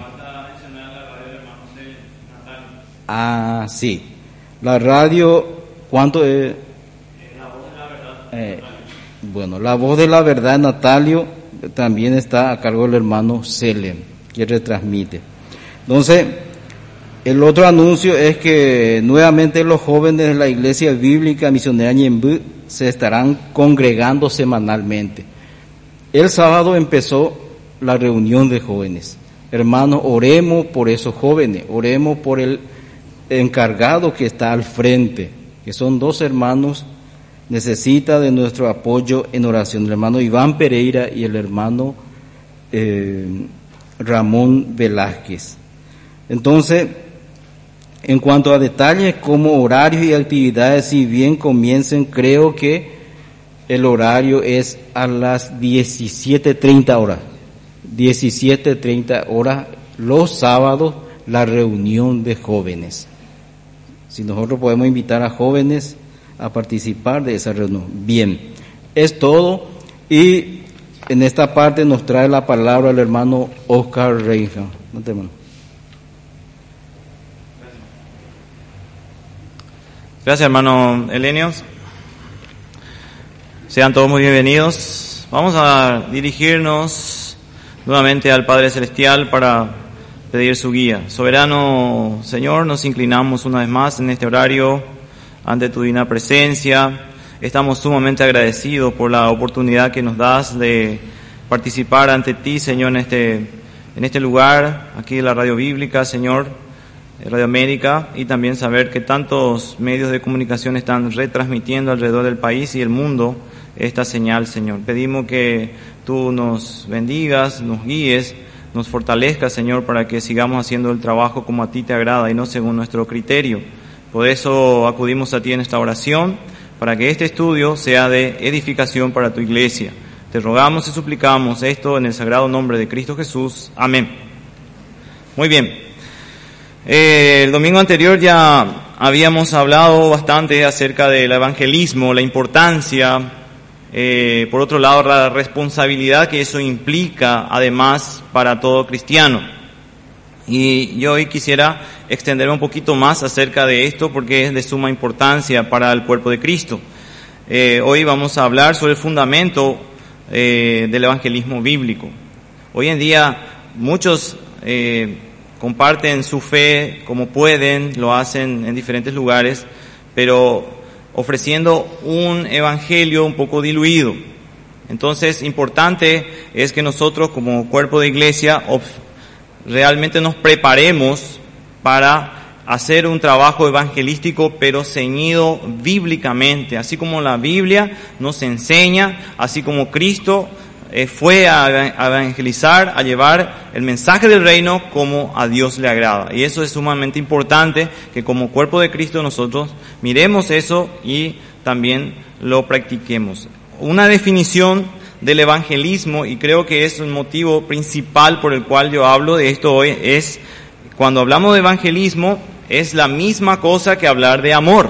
Ah, sí. La radio, ¿cuánto es? Eh, bueno, la voz de la verdad, Natalio, también está a cargo del hermano Selem, que retransmite. Entonces, el otro anuncio es que nuevamente los jóvenes de la Iglesia Bíblica Misionera Ñembú se estarán congregando semanalmente. El sábado empezó la reunión de jóvenes. Hermanos, oremos por esos jóvenes, oremos por el encargado que está al frente, que son dos hermanos, necesita de nuestro apoyo en oración, el hermano Iván Pereira y el hermano eh, Ramón Velázquez. Entonces, en cuanto a detalles como horarios y actividades, si bien comiencen, creo que el horario es a las diecisiete treinta horas. diecisiete treinta horas los sábados, la reunión de jóvenes. Si nosotros podemos invitar a jóvenes a participar de esa reunión. Bien, es todo. Y en esta parte nos trae la palabra el hermano Oscar Reija. No te mando. Gracias, hermano Elenios. Sean todos muy bienvenidos. Vamos a dirigirnos nuevamente al Padre Celestial para pedir su guía. Soberano Señor, nos inclinamos una vez más en este horario ante tu divina presencia. Estamos sumamente agradecidos por la oportunidad que nos das de participar ante ti, Señor, en este, en este lugar, aquí en la Radio Bíblica, Señor, Radio América, y también saber que tantos medios de comunicación están retransmitiendo alrededor del país y el mundo esta señal, Señor. Pedimos que tú nos bendigas, nos guíes, nos fortalezcas, Señor, para que sigamos haciendo el trabajo como a ti te agrada y no según nuestro criterio. Por eso acudimos a ti en esta oración, para que este estudio sea de edificación para tu iglesia. Te rogamos y suplicamos esto en el sagrado nombre de Cristo Jesús. Amén. Muy bien. Eh, el domingo anterior ya habíamos hablado bastante acerca del evangelismo, la importancia, eh, por otro lado, la responsabilidad que eso implica, además, para todo cristiano. Y yo hoy quisiera extenderme un poquito más acerca de esto porque es de suma importancia para el cuerpo de Cristo. Eh, hoy vamos a hablar sobre el fundamento eh, del evangelismo bíblico. Hoy en día muchos eh, comparten su fe como pueden, lo hacen en diferentes lugares, pero ofreciendo un evangelio un poco diluido. Entonces, importante es que nosotros como cuerpo de iglesia realmente nos preparemos para hacer un trabajo evangelístico, pero ceñido bíblicamente, así como la Biblia nos enseña, así como Cristo eh, fue a evangelizar, a llevar el mensaje del reino como a Dios le agrada. Y eso es sumamente importante, que como cuerpo de Cristo nosotros miremos eso y también lo practiquemos. Una definición del evangelismo, y creo que es un motivo principal por el cual yo hablo de esto hoy, es cuando hablamos de evangelismo, es la misma cosa que hablar de amor.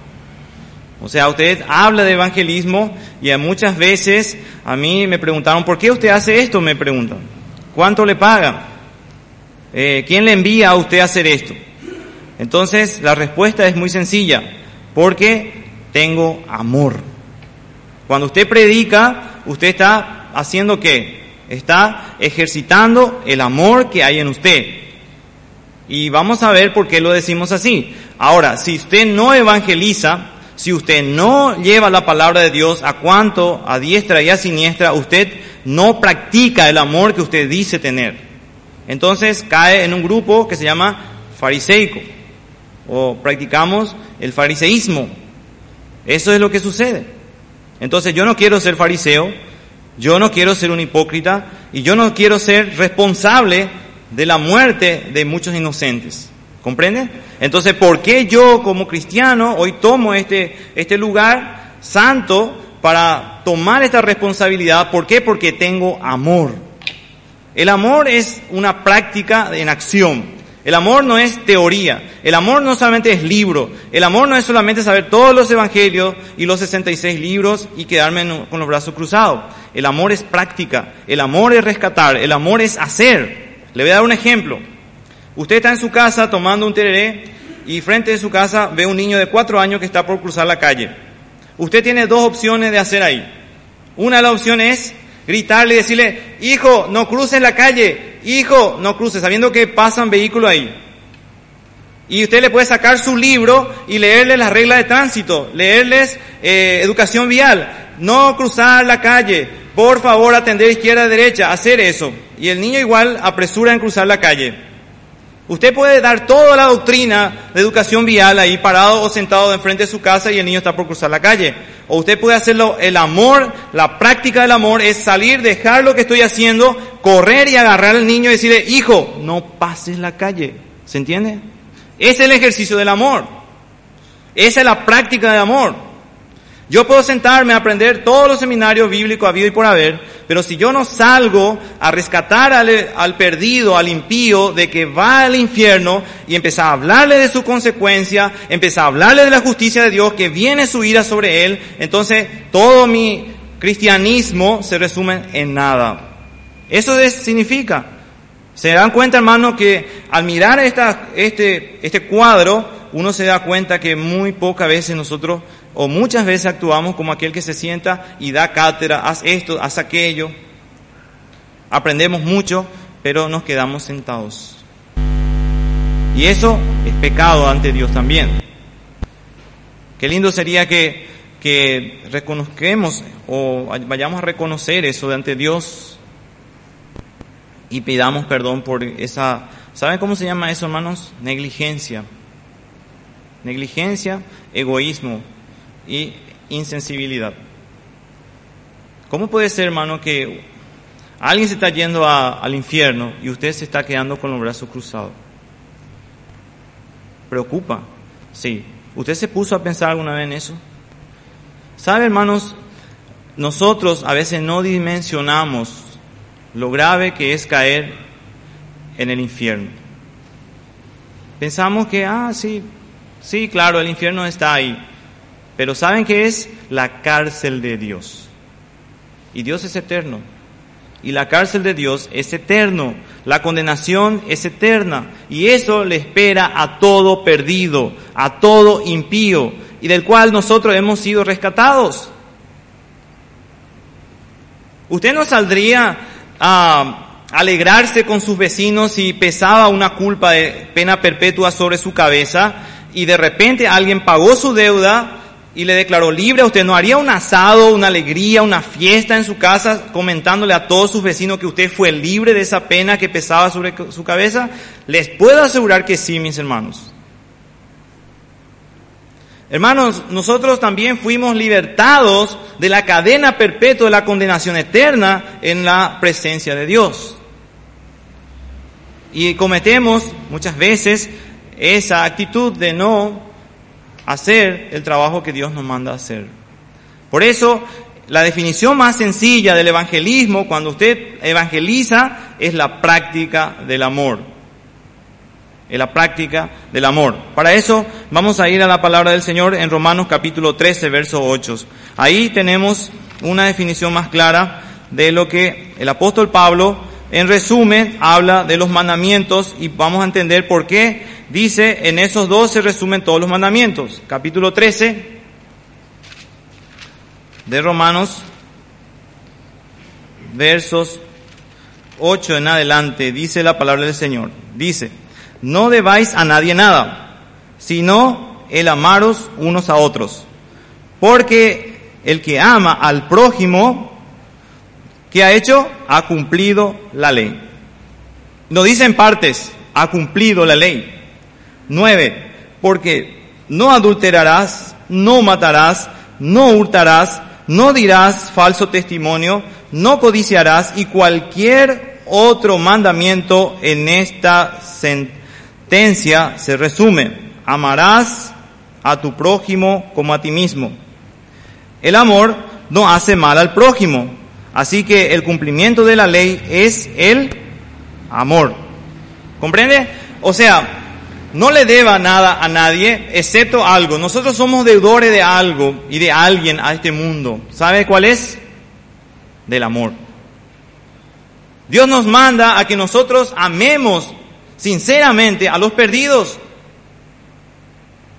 O sea, usted habla de evangelismo y muchas veces a mí me preguntaron, ¿por qué usted hace esto? Me preguntan. ¿Cuánto le pagan? Eh, ¿Quién le envía a usted a hacer esto? Entonces, la respuesta es muy sencilla, porque tengo amor. Cuando usted predica, usted está haciendo ¿qué? Está ejercitando el amor que hay en usted. Y vamos a ver por qué lo decimos así. Ahora, si usted no evangeliza, si usted no lleva la palabra de Dios a cuanto, a diestra y a siniestra, usted no practica el amor que usted dice tener. Entonces cae en un grupo que se llama fariseico, o practicamos el fariseísmo. Eso es lo que sucede. Entonces yo no quiero ser fariseo, yo no quiero ser un hipócrita, y yo no quiero ser responsable de la muerte de muchos inocentes. ¿Comprende? Entonces, ¿por qué yo como cristiano hoy tomo este, este lugar santo para tomar esta responsabilidad? ¿Por qué? Porque tengo amor. El amor es una práctica en acción. El amor no es teoría. El amor no solamente es libro. El amor no es solamente saber todos los evangelios y los sesenta y seis libros y quedarme con los brazos cruzados. El amor es práctica. El amor es rescatar. El amor es hacer. Le voy a dar un ejemplo. Usted está en su casa tomando un tereré y frente de su casa ve un niño de cuatro años que está por cruzar la calle. Usted tiene dos opciones de hacer ahí. Una de las opciones es gritarle y decirle, hijo, no cruces la calle, hijo, no cruces, sabiendo que pasan vehículos ahí. Y usted le puede sacar su libro y leerle las reglas de tránsito, leerles eh, educación vial, no cruzar la calle, por favor atender izquierda, derecha, hacer eso. Y el niño igual apresura en cruzar la calle. Usted puede dar toda la doctrina de educación vial ahí parado o sentado enfrente de su casa y el niño está por cruzar la calle. O usted puede hacerlo, el amor, la práctica del amor es salir, dejar lo que estoy haciendo, correr y agarrar al niño y decirle, hijo, no pases la calle. ¿Se entiende? Ese es el ejercicio del amor. Esa es la práctica del amor. Yo puedo sentarme a aprender todos los seminarios bíblicos habido y por haber, pero si yo no salgo a rescatar al, al perdido, al impío, de que va al infierno, y empezar a hablarle de su consecuencia, empezar a hablarle de la justicia de Dios, que viene su ira sobre él, entonces todo mi cristianismo se resume en nada. Eso es, significa. Se dan cuenta, hermano, que al mirar esta, este, este cuadro, uno se da cuenta que muy pocas veces nosotros, o muchas veces actuamos como aquel que se sienta y da cátedra, haz esto, haz aquello. Aprendemos mucho, pero nos quedamos sentados. Y eso es pecado ante Dios también. Qué lindo sería que, que reconozcamos o vayamos a reconocer eso de ante Dios y pidamos perdón por esa... ¿Saben cómo se llama eso, hermanos? Negligencia. Negligencia, egoísmo y insensibilidad. ¿Cómo puede ser, hermano, que alguien se está yendo a, al infierno y usted se está quedando con los brazos cruzados? ¿Preocupa? Sí. ¿Usted se puso a pensar alguna vez en eso? ¿Sabe, hermanos? Nosotros a veces no dimensionamos lo grave que es caer en el infierno. Pensamos que, ah, sí, sí, claro, el infierno está ahí. Pero ¿saben qué es? La cárcel de Dios. Y Dios es eterno. Y la cárcel de Dios es eterno. La condenación es eterna. Y eso le espera a todo perdido, a todo impío, y del cual nosotros hemos sido rescatados. Usted no saldría a alegrarse con sus vecinos si pesaba una culpa de pena perpetua sobre su cabeza y de repente alguien pagó su deuda y le declaró libre. Usted no haría un asado, una alegría, una fiesta en su casa comentándole a todos sus vecinos que usted fue libre de esa pena que pesaba sobre su cabeza. Les puedo asegurar que sí, mis hermanos. Hermanos, nosotros también fuimos libertados de la cadena perpetua de la condenación eterna en la presencia de Dios. Y cometemos muchas veces esa actitud de no hacer el trabajo que Dios nos manda a hacer. Por eso, la definición más sencilla del evangelismo, cuando usted evangeliza, es la práctica del amor. En la práctica del amor. Para eso vamos a ir a la palabra del Señor en Romanos capítulo trece, verso ocho. Ahí tenemos una definición más clara de lo que el apóstol Pablo, en resumen, habla de los mandamientos, y vamos a entender por qué dice en esos dos se resumen todos los mandamientos. Capítulo trece de Romanos, versos ocho en adelante, dice la palabra del Señor. Dice: no debáis a nadie nada, sino el amaros unos a otros. Porque el que ama al prójimo, ¿qué ha hecho? Ha cumplido la ley. No dice en partes, ha cumplido la ley. Nueve, porque no adulterarás, no matarás, no hurtarás, no dirás falso testimonio, no codiciarás, y cualquier otro mandamiento en esta sentencia se resume: amarás a tu prójimo como a ti mismo. El amor no hace mal al prójimo, así que el cumplimiento de la ley es el amor. ¿Comprende? O sea, no le deba nada a nadie, excepto algo. Nosotros somos deudores de algo y de alguien a este mundo. ¿Sabe cuál es? Del amor. Dios nos manda a que nosotros amemos sinceramente a los perdidos.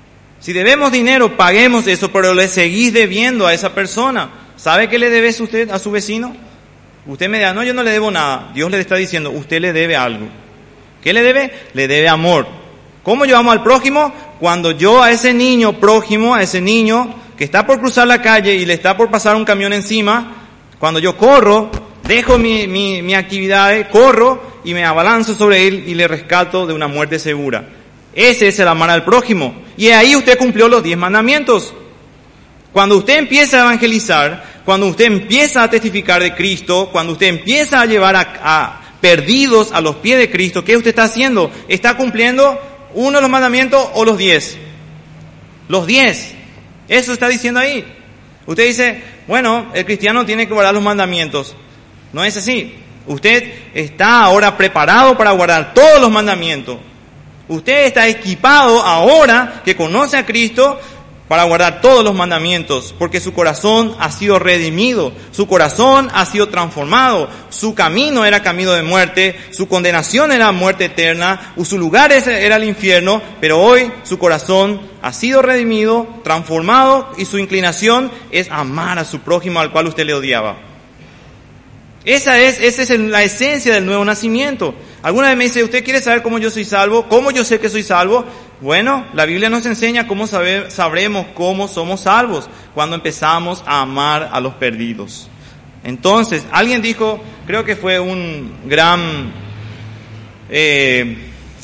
Si debemos dinero, paguemos eso, pero le seguís debiendo a esa persona. ¿Sabe qué le debes usted a su vecino? Usted me dirá, no, yo no le debo nada. Dios le está diciendo, usted le debe algo. ¿Qué le debe? Le debe amor. ¿Cómo yo amo al prójimo? Cuando yo a ese niño prójimo, a ese niño que está por cruzar la calle y le está por pasar un camión encima, cuando yo corro, dejo mi, mi, mi actividad, corro y me abalanzo sobre él y le rescato de una muerte segura. Ese es el amar al prójimo. Y ahí usted cumplió los diez mandamientos. Cuando usted empieza a evangelizar, cuando usted empieza a testificar de Cristo, cuando usted empieza a llevar a, a perdidos a los pies de Cristo, ¿qué usted está haciendo? ¿Está cumpliendo uno de los mandamientos o los diez? Los diez. Eso está diciendo ahí. Usted dice, bueno, el cristiano tiene que guardar los mandamientos. No es así. Usted está ahora preparado para guardar todos los mandamientos. Usted está equipado ahora que conoce a Cristo para guardar todos los mandamientos, porque su corazón ha sido redimido, su corazón ha sido transformado, su camino era camino de muerte, su condenación era muerte eterna, su lugar era el infierno, pero hoy su corazón ha sido redimido, transformado, y su inclinación es amar a su prójimo al cual usted le odiaba. Esa es, esa es la esencia del nuevo nacimiento. Alguna vez me dice, ¿usted quiere saber cómo yo soy salvo? ¿Cómo yo sé que soy salvo? Bueno, la Biblia nos enseña cómo saber, sabremos cómo somos salvos, cuando empezamos a amar a los perdidos. Entonces, alguien dijo, creo que fue un gran, eh,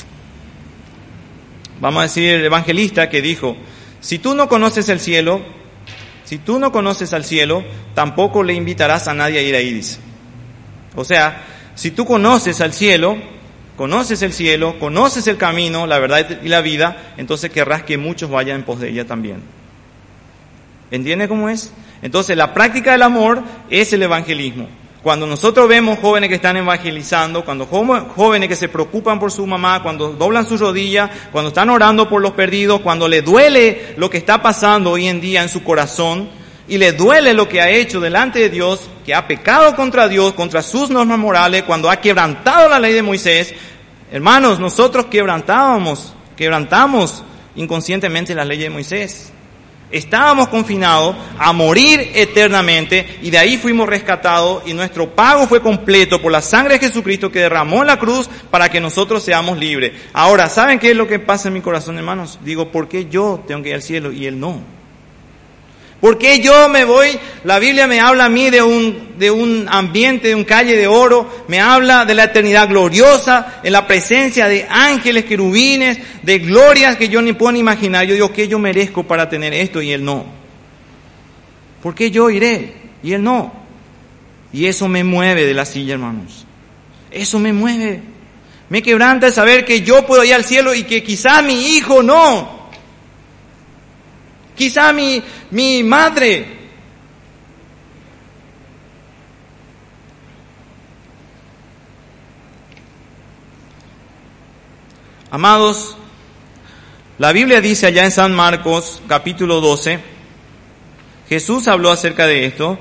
vamos a decir, evangelista, que dijo, si tú no conoces el cielo, si tú no conoces al cielo, tampoco le invitarás a nadie a ir ahí, dice. O sea, si tú conoces al cielo, conoces el cielo, conoces el camino, la verdad y la vida, entonces querrás que muchos vayan en pos de ella también. ¿Entiende cómo es? Entonces, la práctica del amor es el evangelismo. Cuando nosotros vemos jóvenes que están evangelizando, cuando jóvenes que se preocupan por su mamá, cuando doblan sus rodillas, cuando están orando por los perdidos, cuando le duele lo que está pasando hoy en día en su corazón, y le duele lo que ha hecho delante de Dios, que ha pecado contra Dios, contra sus normas morales, cuando ha quebrantado la ley de Moisés. Hermanos, nosotros quebrantábamos, quebrantamos inconscientemente la ley de Moisés. Estábamos confinados a morir eternamente, y de ahí fuimos rescatados, y nuestro pago fue completo por la sangre de Jesucristo que derramó en la cruz para que nosotros seamos libres. Ahora, ¿saben qué es lo que pasa en mi corazón, hermanos? Digo, ¿por qué yo tengo que ir al cielo y él no? ¿Por qué yo me voy? La Biblia me habla a mí de un, de un ambiente, de un calle de oro, me habla de la eternidad gloriosa, en la presencia de ángeles, querubines, de glorias que yo ni puedo ni imaginar. Yo digo, ¿qué yo merezco para tener esto y él no? ¿Por qué yo iré y él no? Y eso me mueve de la silla, hermanos. Eso me mueve. Me quebranta el saber que yo puedo ir al cielo y que quizá mi hijo no. Quizá mi, mi madre. Amados, la Biblia dice allá en San Marcos, capítulo doce, Jesús habló acerca de esto.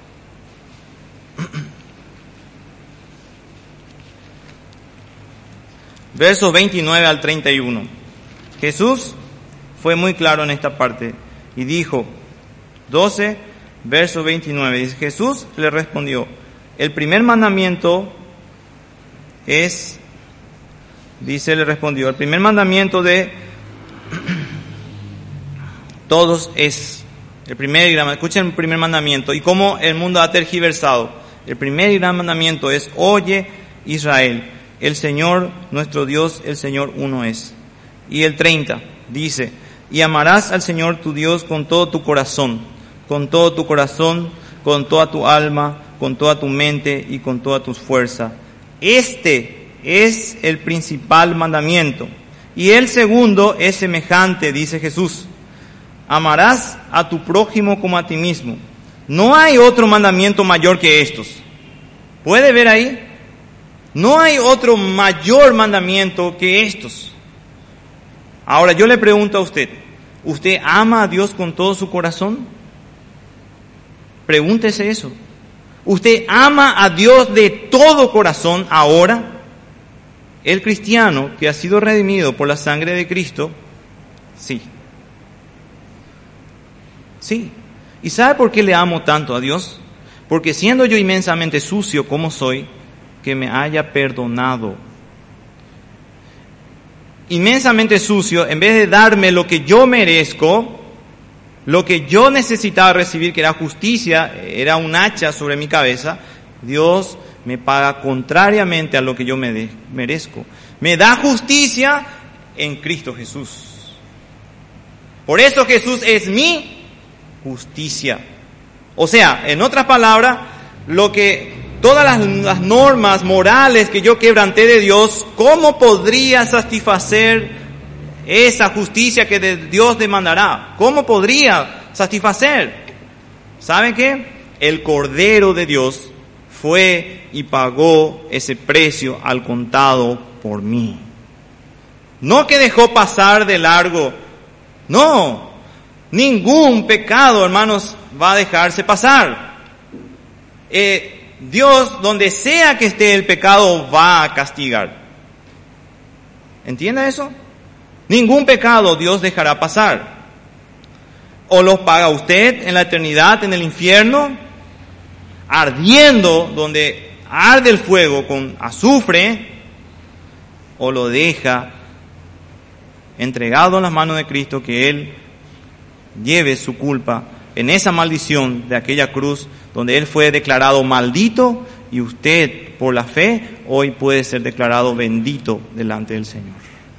Versos veintinueve al treinta y uno. Jesús fue muy claro en esta parte y dijo, doce, verso veintinueve, dice, Jesús le respondió, el primer mandamiento es, dice, le respondió, el primer mandamiento de todos es, el primer y gran, escuchen el primer mandamiento y cómo el mundo ha tergiversado. El primer y gran mandamiento es, oye Israel, el Señor nuestro Dios, el Señor uno es. Y el treinta dice, y amarás al Señor tu Dios con todo tu corazón, con todo tu corazón, con toda tu alma, con toda tu mente y con toda tu fuerza. Este es el principal mandamiento. Y el segundo es semejante, dice Jesús. Amarás a tu prójimo como a ti mismo. No hay otro mandamiento mayor que estos. ¿Puede ver ahí? No hay otro mayor mandamiento que estos. Ahora yo le pregunto a usted, ¿usted ama a Dios con todo su corazón? Pregúntese eso. ¿Usted ama a Dios de todo corazón ahora? El cristiano que ha sido redimido por la sangre de Cristo, sí. Sí. ¿Y sabe por qué le amo tanto a Dios? Porque siendo yo inmensamente sucio como soy, que me haya perdonado. Inmensamente sucio, en vez de darme lo que yo merezco, lo que yo necesitaba recibir, que era justicia, era un hacha sobre mi cabeza, Dios me paga contrariamente a lo que yo me de, merezco. Me da justicia en Cristo Jesús. Por eso Jesús es mi justicia. O sea, en otras palabras, lo que todas las, las normas morales que yo quebranté de Dios, ¿cómo podría satisfacer esa justicia que de Dios demandará? ¿Cómo podría satisfacer? ¿Saben qué? El Cordero de Dios fue y pagó ese precio al contado por mí. No que dejó pasar de largo. No. Ningún pecado, hermanos, va a dejarse pasar. Eh, Dios, donde sea que esté el pecado, va a castigar. ¿Entiende eso? Ningún pecado Dios dejará pasar. O los paga usted en la eternidad, en el infierno, ardiendo, donde arde el fuego con azufre, o lo deja entregado en las manos de Cristo, que Él lleve su culpa en esa maldición de aquella cruz donde Él fue declarado maldito, y usted por la fe hoy puede ser declarado bendito delante del Señor.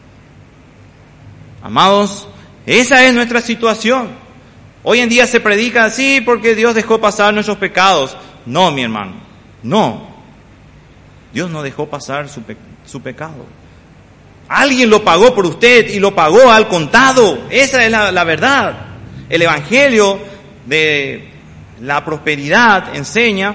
Amados, esa es nuestra situación. Hoy en día se predica así porque Dios dejó pasar nuestros pecados. No, mi hermano, no. Dios no dejó pasar su, pe- su pecado. Alguien lo pagó por usted y lo pagó al contado. Esa es la, la verdad. El Evangelio de la prosperidad enseña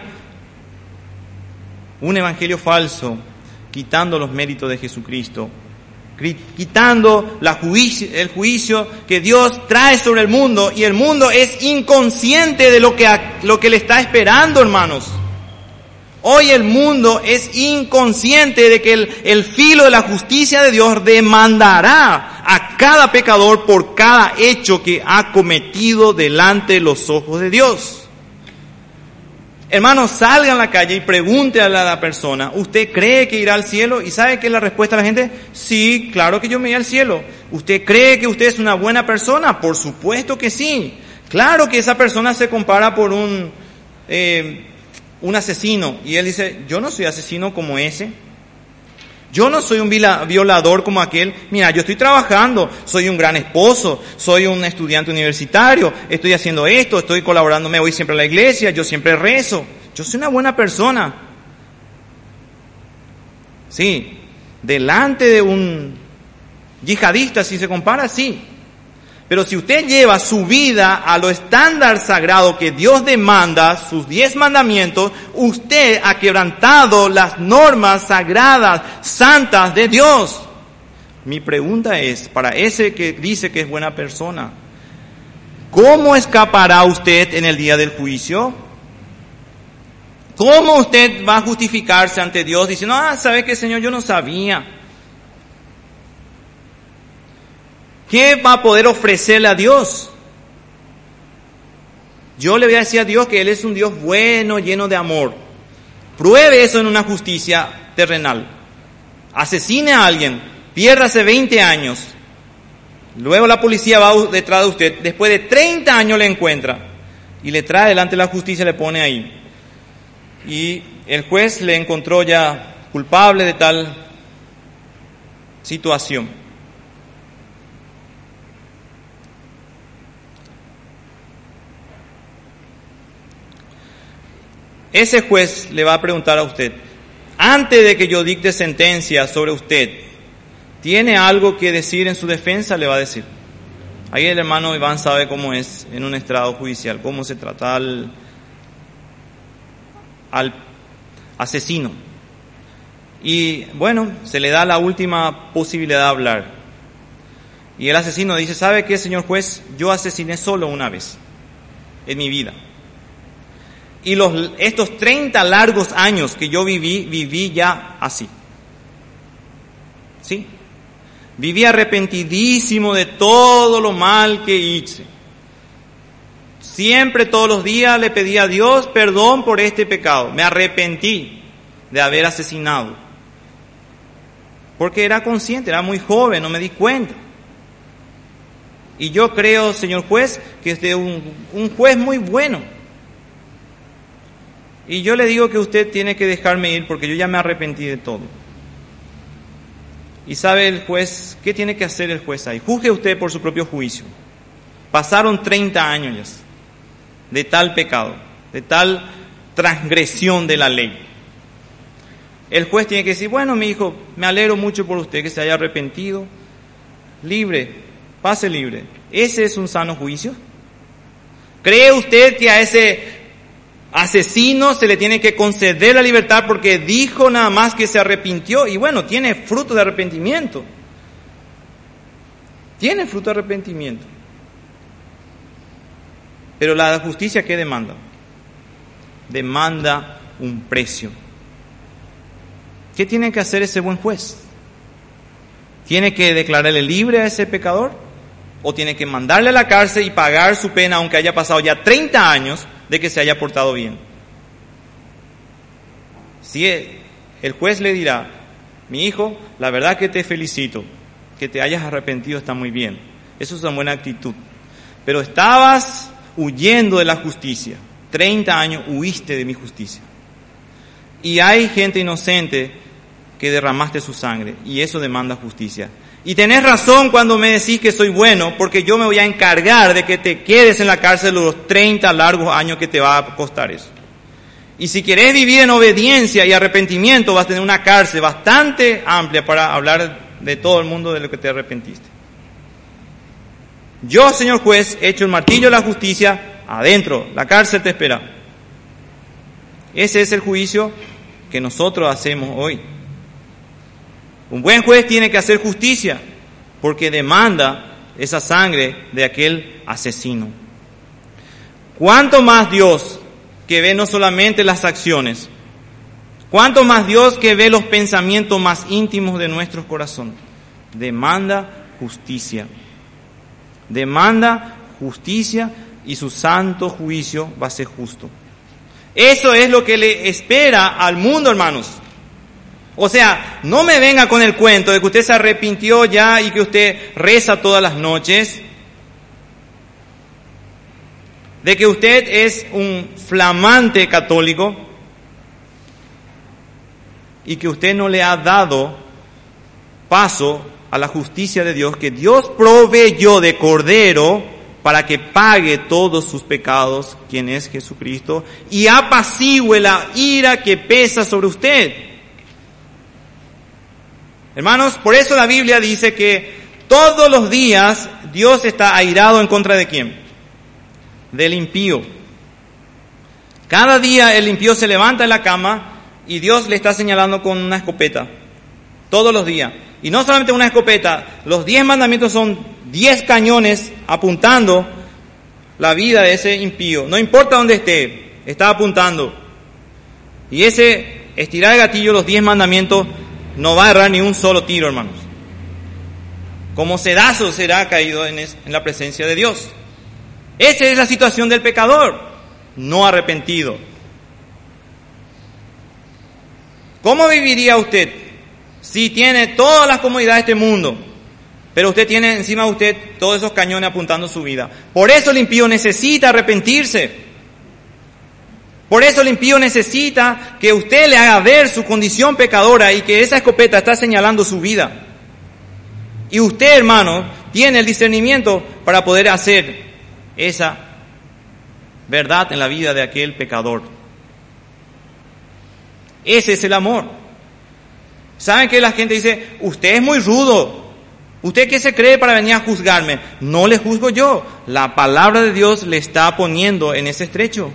un evangelio falso, quitando los méritos de Jesucristo, quitando la juicio, el juicio que Dios trae sobre el mundo, y el mundo es inconsciente de lo que, lo que le está esperando, hermanos. Hoy el mundo es inconsciente de que el, el filo de la justicia de Dios demandará a cada pecador por cada hecho que ha cometido delante de los ojos de Dios. Hermanos, salga a la calle y pregunte a la persona, ¿usted cree que irá al cielo? ¿Y sabe qué es la respuesta de la gente? Sí, claro que yo me iré al cielo. ¿Usted cree que usted es una buena persona? Por supuesto que sí. Claro que esa persona se compara por un... Eh, un asesino, y él dice, yo no soy asesino como ese, yo no soy un violador como aquel. Mira, yo estoy trabajando, soy un gran esposo, soy un estudiante universitario, estoy haciendo esto, estoy colaborando, me voy siempre a la iglesia, yo siempre rezo, yo soy una buena persona. Sí, delante de un yihadista, si se compara, sí. Pero si usted lleva su vida a lo estándar sagrado que Dios demanda, sus diez mandamientos, usted ha quebrantado las normas sagradas, santas de Dios. Mi pregunta es, para ese que dice que es buena persona, ¿cómo escapará usted en el día del juicio? ¿Cómo usted va a justificarse ante Dios diciendo, ah, ¿sabe qué, Señor? Yo no sabía. ¿Qué va a poder ofrecerle a Dios? Yo le voy a decir a Dios que Él es un Dios bueno, lleno de amor. Pruebe eso en una justicia terrenal. Asesine a alguien, piérdase veinte años. Luego la policía va detrás de usted. Después de treinta años le encuentra y le trae delante de la justicia, le pone ahí. Y el juez le encontró ya culpable de tal situación. Ese juez le va a preguntar a usted, antes de que yo dicte sentencia sobre usted, ¿tiene algo que decir en su defensa? Le va a decir. Ahí el hermano Iván sabe cómo es en un estrado judicial, cómo se trata al, al asesino. Y bueno, se le da la última posibilidad de hablar. Y el asesino dice, ¿sabe qué, señor juez? Yo asesiné solo una vez en mi vida. Y los, estos treinta largos años que yo viví, viví ya así. ¿Sí? Viví arrepentidísimo de todo lo mal que hice. Siempre, todos los días, le pedí a Dios perdón por este pecado. Me arrepentí de haber asesinado. Porque era consciente, era muy joven, no me di cuenta. Y yo creo, señor juez, que usted es un, un juez muy bueno. Y yo le digo que usted tiene que dejarme ir porque yo ya me arrepentí de todo. Y sabe el juez, ¿qué tiene que hacer el juez ahí? Juzgue usted por su propio juicio. Pasaron treinta años ya de tal pecado, de tal transgresión de la ley. El juez tiene que decir, bueno, mi hijo, me alegro mucho por usted que se haya arrepentido. Libre, pase libre. ¿Ese es un sano juicio? ¿Cree usted que a ese asesino se le tiene que conceder la libertad porque dijo nada más que se arrepintió? Y bueno, tiene fruto de arrepentimiento. Tiene fruto de arrepentimiento. Pero la justicia, ¿qué demanda? Demanda un precio. ¿Qué tiene que hacer ese buen juez? ¿Tiene que declararle libre a ese pecador? ¿O tiene que mandarle a la cárcel y pagar su pena aunque haya pasado ya treinta años de que se haya portado bien? Si el juez le dirá, mi hijo, la verdad que te felicito, que te hayas arrepentido está muy bien, eso es una buena actitud, pero estabas huyendo de la justicia, treinta años huiste de mi justicia, y hay gente inocente que derramaste su sangre, y eso demanda justicia. Y tenés razón cuando me decís que soy bueno, porque yo me voy a encargar de que te quedes en la cárcel los treinta largos años que te va a costar eso. Y si querés vivir en obediencia y arrepentimiento, vas a tener una cárcel bastante amplia para hablar de todo el mundo de lo que te arrepentiste. Yo, señor juez, echo el martillo de la justicia adentro, la cárcel te espera. Ese es el juicio que nosotros hacemos hoy. Un buen juez tiene que hacer justicia porque demanda esa sangre de aquel asesino. ¿Cuánto más Dios, que ve no solamente las acciones, cuánto más Dios que ve los pensamientos más íntimos de nuestros corazones, demanda justicia? Demanda justicia y su santo juicio va a ser justo. Eso es lo que le espera al mundo, hermanos. O sea, no me venga con el cuento de que usted se arrepintió ya y que usted reza todas las noches, de que usted es un flamante católico y que usted no le ha dado paso a la justicia de Dios, que Dios proveyó de Cordero para que pague todos sus pecados, quien es Jesucristo, y apacigüe la ira que pesa sobre usted. Hermanos, por eso la Biblia dice que todos los días Dios está airado en contra de ¿quién? Del impío. Cada día el impío se levanta en la cama y Dios le está señalando con una escopeta. Todos los días. Y no solamente una escopeta, los diez mandamientos son diez cañones apuntando la vida de ese impío. No importa dónde esté, está apuntando. Y ese estirar el gatillo, los diez mandamientos, no va a errar ni un solo tiro, hermanos. Como sedazo será caído en, es, en la presencia de Dios. Esa es la situación del pecador, no arrepentido. ¿Cómo viviría usted si tiene todas las comodidades de este mundo, pero usted tiene encima de usted todos esos cañones apuntando su vida? Por eso el impío necesita arrepentirse. Por eso el impío necesita que usted le haga ver su condición pecadora y que esa escopeta está señalando su vida. Y usted, hermano, tiene el discernimiento para poder hacer esa verdad en la vida de aquel pecador. Ese es el amor. ¿Saben que la gente dice, usted es muy rudo? ¿Usted qué se cree para venir a juzgarme? No le juzgo yo. La palabra de Dios le está poniendo en ese estrecho.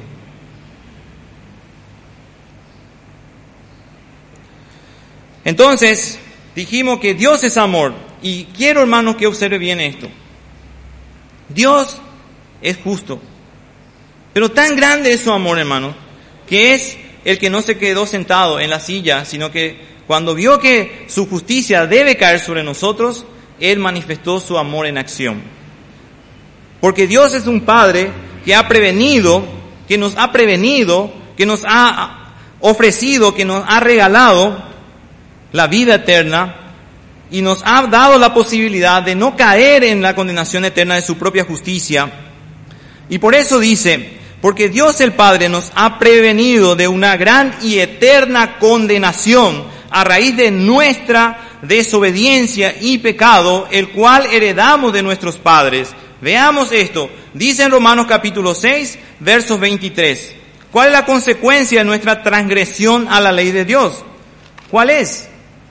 Entonces, dijimos que Dios es amor. Y quiero, hermanos, que observe bien esto. Dios es justo. Pero tan grande es su amor, hermano, que es el que no se quedó sentado en la silla, sino que cuando vio que su justicia debe caer sobre nosotros, Él manifestó su amor en acción. Porque Dios es un Padre que ha prevenido, que nos ha prevenido, que nos ha ofrecido, que nos ha regalado la vida eterna y nos ha dado la posibilidad de no caer en la condenación eterna de su propia justicia. Y por eso dice, porque Dios el Padre nos ha prevenido de una gran y eterna condenación a raíz de nuestra desobediencia y pecado, el cual heredamos de nuestros padres. Veamos esto. Dice en Romanos capítulo seis, versos veintitrés. ¿Cuál es la consecuencia de nuestra transgresión a la ley de Dios? ¿Cuál es?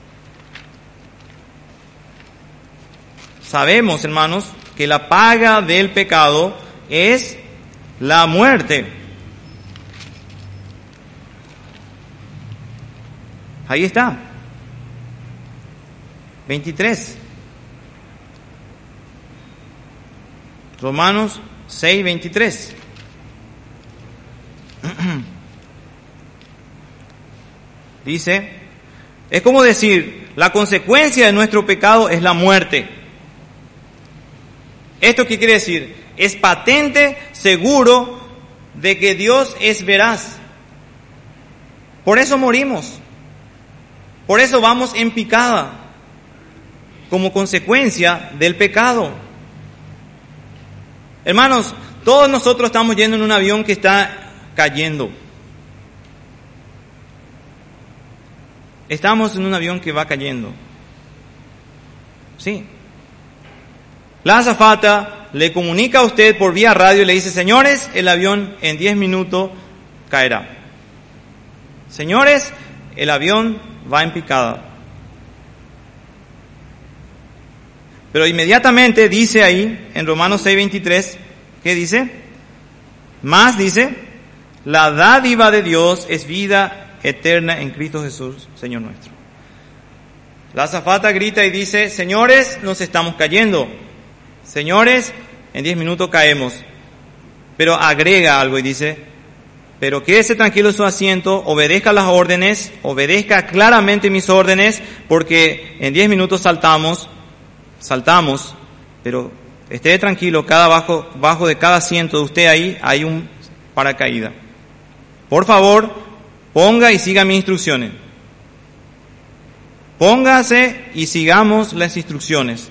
Sabemos, hermanos, que la paga del pecado es la muerte. Ahí está. veintitrés. Romanos seis, veintitrés. Dice, es como decir, la consecuencia de nuestro pecado es la muerte. ¿Esto qué quiere decir? Es patente, seguro, de que Dios es veraz. Por eso morimos. Por eso vamos en picada, como consecuencia del pecado. Hermanos, todos nosotros estamos yendo en un avión que está cayendo. Estamos en un avión que va cayendo. Sí. La azafata le comunica a usted por vía radio y le dice, señores, el avión en diez minutos caerá. Señores, el avión va en picada. Pero inmediatamente dice ahí, en Romanos seis, veintitrés, ¿qué dice? Más dice, la dádiva de Dios es vida eterna en Cristo Jesús, Señor nuestro. La azafata grita y dice, señores, nos estamos cayendo. Señores, en diez minutos caemos. Pero agrega algo y dice, pero quédese tranquilo en su asiento, obedezca las órdenes, obedezca claramente mis órdenes, porque en diez minutos saltamos, saltamos, pero esté tranquilo, cada bajo, bajo de cada asiento de usted ahí hay un paracaídas. Por favor, ponga y siga mis instrucciones. Póngase y sigamos las instrucciones.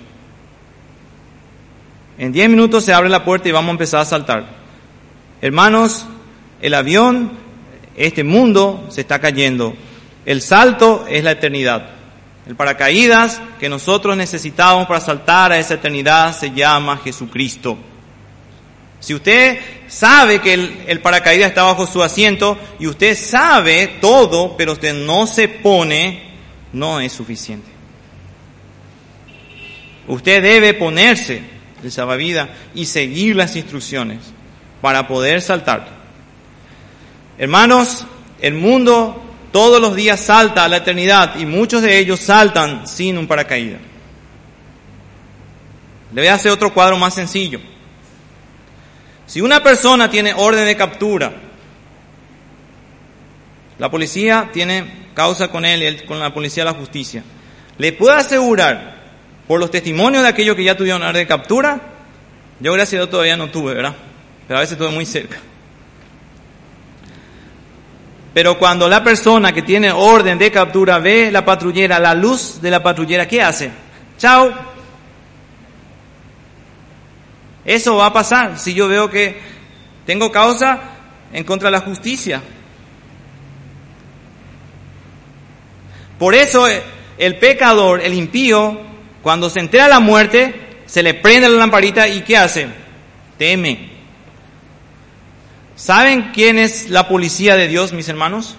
En diez minutos se abre la puerta y vamos a empezar a saltar. Hermanos, el avión, este mundo se está cayendo. El salto es la eternidad. El paracaídas que nosotros necesitamos para saltar a esa eternidad se llama Jesucristo. Si usted sabe que el, el paracaídas está bajo su asiento y usted sabe todo, pero usted no se pone, no es suficiente. Usted debe ponerse el salvavidas y seguir las instrucciones para poder saltar. Hermanos, el mundo todos los días salta a la eternidad y muchos de ellos saltan sin un paracaídas. Le voy a hacer otro cuadro más sencillo. Si una persona tiene orden de captura, la policía tiene causa con él, él con la policía de la justicia, le puedo asegurar, por los testimonios de aquellos que ya tuvieron orden de captura, yo gracias a Dios todavía no tuve, ¿verdad? Pero a veces estuve muy cerca. Pero cuando la persona que tiene orden de captura ve la patrullera, la luz de la patrullera, ¿qué hace? ¡Chao! Eso va a pasar si yo veo que tengo causa en contra de la justicia. Por eso el pecador, el impío, cuando se entera la muerte, se le prende la lamparita y ¿qué hace? Teme. ¿Saben quién es la policía de Dios, mis hermanos?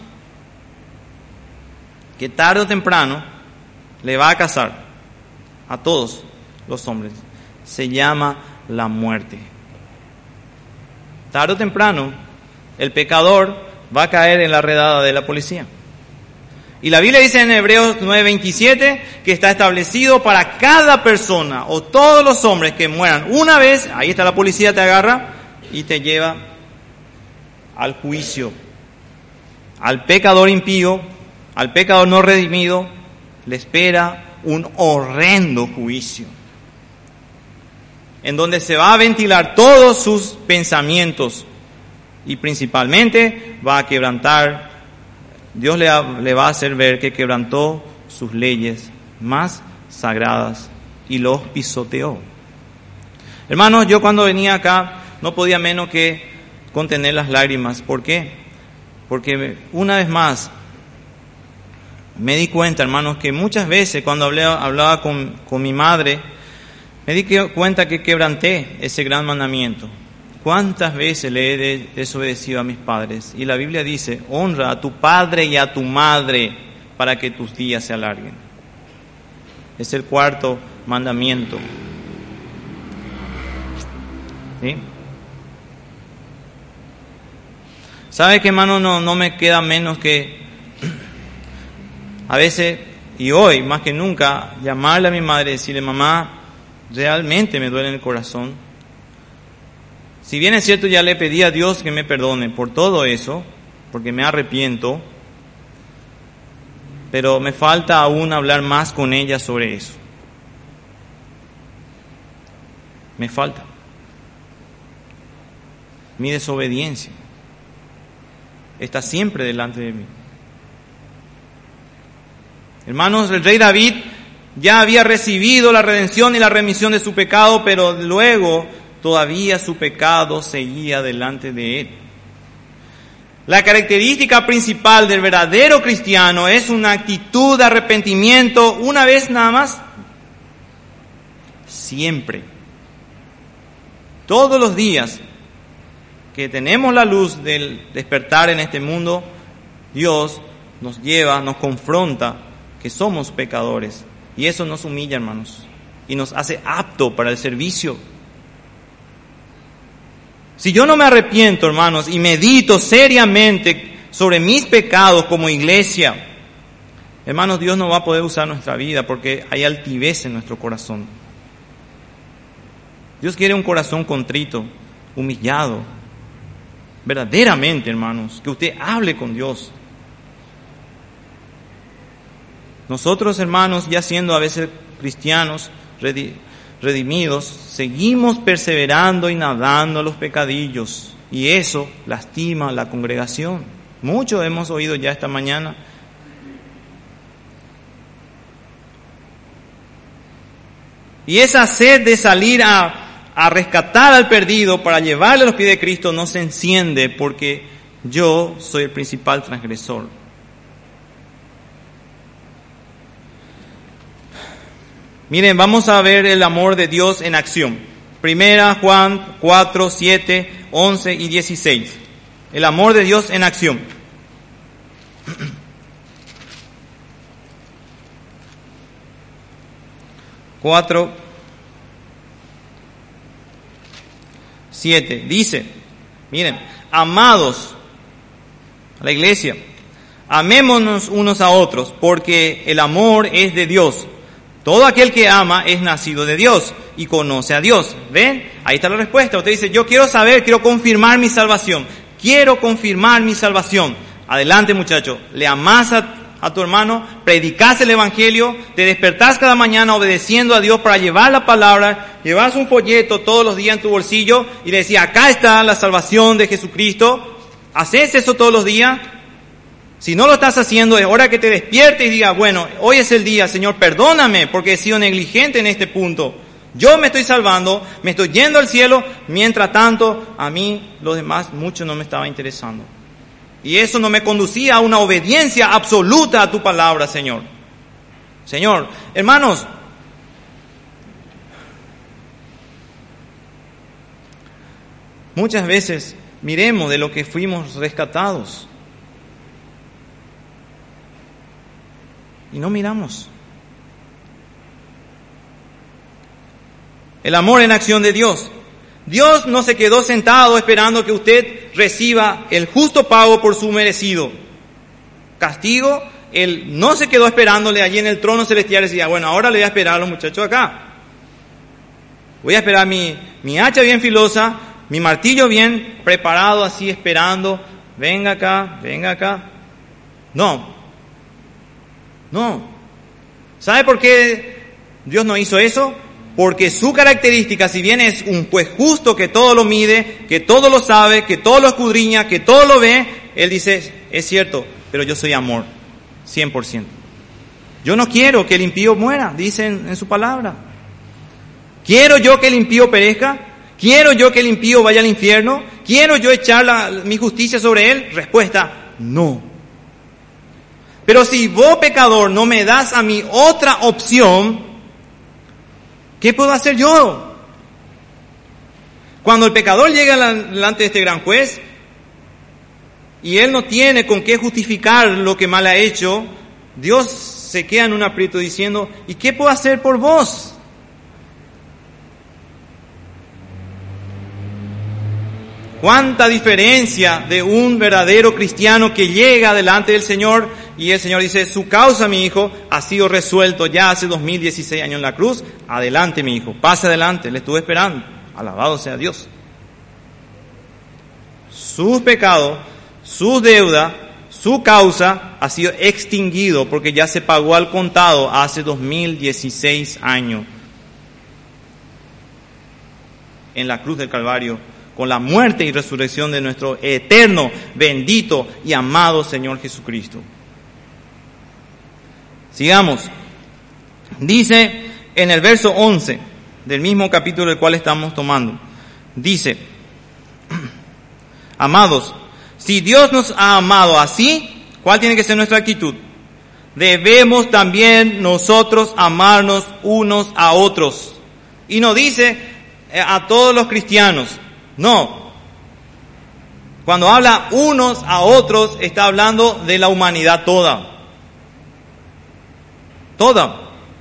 Que tarde o temprano le va a cazar a todos los hombres. Se llama la muerte. Tarde o temprano, el pecador va a caer en la redada de la policía. Y la Biblia dice en Hebreos nueve veintisiete que está establecido para cada persona o todos los hombres que mueran una vez, ahí está la policía, te agarra y te lleva al juicio. Al pecador impío, al pecador no redimido, le espera un horrendo juicio. en donde se va a ventilar todos sus pensamientos y principalmente va a quebrantar, Dios le, le va a hacer ver que quebrantó sus leyes más sagradas y los pisoteó. Hermanos, yo cuando venía acá no podía menos que contener las lágrimas. ¿Por qué? Porque una vez más me di cuenta, hermanos, que muchas veces cuando hablé, hablaba con, con mi madre, me di cuenta que quebranté ese gran mandamiento. ¿Cuántas veces le he desobedecido a mis padres? Y la Biblia dice, honra a tu padre y a tu madre para que tus días se alarguen. Es el cuarto mandamiento. ¿Sí? ¿Sabe qué, hermano? No, no me queda menos que a veces, y hoy más que nunca, llamarle a mi madre y decirle, mamá, realmente me duele en el corazón. Si bien es cierto, ya le pedí a Dios que me perdone por todo eso, porque me arrepiento, pero me falta aún hablar más con ella sobre eso. Me falta. Mi desobediencia está siempre delante de mí. Hermanos, el rey David ya había recibido la redención y la remisión de su pecado, pero luego todavía su pecado seguía delante de él. La característica principal del verdadero cristiano es una actitud de arrepentimiento una vez nada más, siempre. Todos los días que tenemos la luz del despertar en este mundo, Dios nos lleva, nos confronta que somos pecadores. Y eso nos humilla, hermanos, y nos hace apto para el servicio. Si yo no me arrepiento, hermanos, y medito seriamente sobre mis pecados como iglesia, hermanos, Dios no va a poder usar nuestra vida porque hay altivez en nuestro corazón. Dios quiere un corazón contrito, humillado, verdaderamente, hermanos, que usted hable con Dios. Nosotros, hermanos, ya siendo a veces cristianos redimidos, seguimos perseverando y nadando los pecadillos, y eso lastima a la congregación. Mucho hemos oído ya esta mañana. Y esa sed de salir a, a rescatar al perdido para llevarle a los pies de Cristo no se enciende porque yo soy el principal transgresor. Miren, vamos a ver el amor de Dios en acción. Primera Juan cuatro, siete, once y dieciséis. El amor de Dios en acción. cuatro, siete. Dice, miren, amados, a la iglesia, amémonos unos a otros, porque el amor es de Dios. Todo aquel que ama es nacido de Dios y conoce a Dios. ¿Ven? Ahí está la respuesta. Usted dice, yo quiero saber, quiero confirmar mi salvación. Quiero confirmar mi salvación. Adelante, muchacho. Le amás a, a tu hermano, predicás el evangelio, te despertás cada mañana obedeciendo a Dios para llevar la palabra, llevas un folleto todos los días en tu bolsillo y le decís, acá está la salvación de Jesucristo. ¿Haces eso todos los días? Si no lo estás haciendo, es hora que te despiertes y digas, bueno, hoy es el día, Señor, perdóname porque he sido negligente en este punto. Yo me estoy salvando, me estoy yendo al cielo, mientras tanto, a mí, los demás, mucho no me estaba interesando. Y eso no me conducía a una obediencia absoluta a tu palabra, Señor. Señor, hermanos, muchas veces miremos de lo que fuimos rescatados. Y no miramos. El amor en acción de Dios. Dios no se quedó sentado esperando que usted reciba el justo pago por su merecido castigo. Él no se quedó esperándole allí en el trono celestial y decía, bueno, ahora le voy a esperar a los muchachos acá. Voy a esperar mi, mi hacha bien filosa, mi martillo bien preparado así esperando. Venga acá, venga acá. No. No. ¿Sabe por qué Dios no hizo eso? Porque su característica, si bien es un juez justo que todo lo mide, que todo lo sabe, que todo lo escudriña, que todo lo ve, él dice, es cierto, pero yo soy amor, cien por ciento. Yo no quiero que el impío muera, dice en, en su palabra. ¿Quiero yo que el impío perezca? ¿Quiero yo que el impío vaya al infierno? ¿Quiero yo echar la, mi justicia sobre él? Respuesta, no. Pero si vos, pecador, no me das a mí otra opción, ¿qué puedo hacer yo? Cuando el pecador llega delante de este gran juez y él no tiene con qué justificar lo que mal ha hecho, Dios se queda en un aprieto diciendo, ¿y qué puedo hacer por vos? ¿Cuánta diferencia de un verdadero cristiano que llega delante del Señor y el Señor dice, su causa, mi hijo, ha sido resuelto ya hace dos mil dieciséis años en la cruz? Adelante, mi hijo, pase adelante, le estuve esperando. Alabado sea Dios. Sus pecados, su deuda, su causa ha sido extinguido porque ya se pagó al contado hace dos mil dieciséis años en la cruz del Calvario, con la muerte y resurrección de nuestro eterno, bendito y amado Señor Jesucristo. Sigamos. Dice en el verso once del mismo capítulo del cual estamos tomando, dice, amados, si Dios nos ha amado así, ¿cuál tiene que ser nuestra actitud? Debemos también nosotros amarnos unos a otros. Y no dice a todos los cristianos, no. Cuando habla unos a otros, está hablando de la humanidad toda. Toda.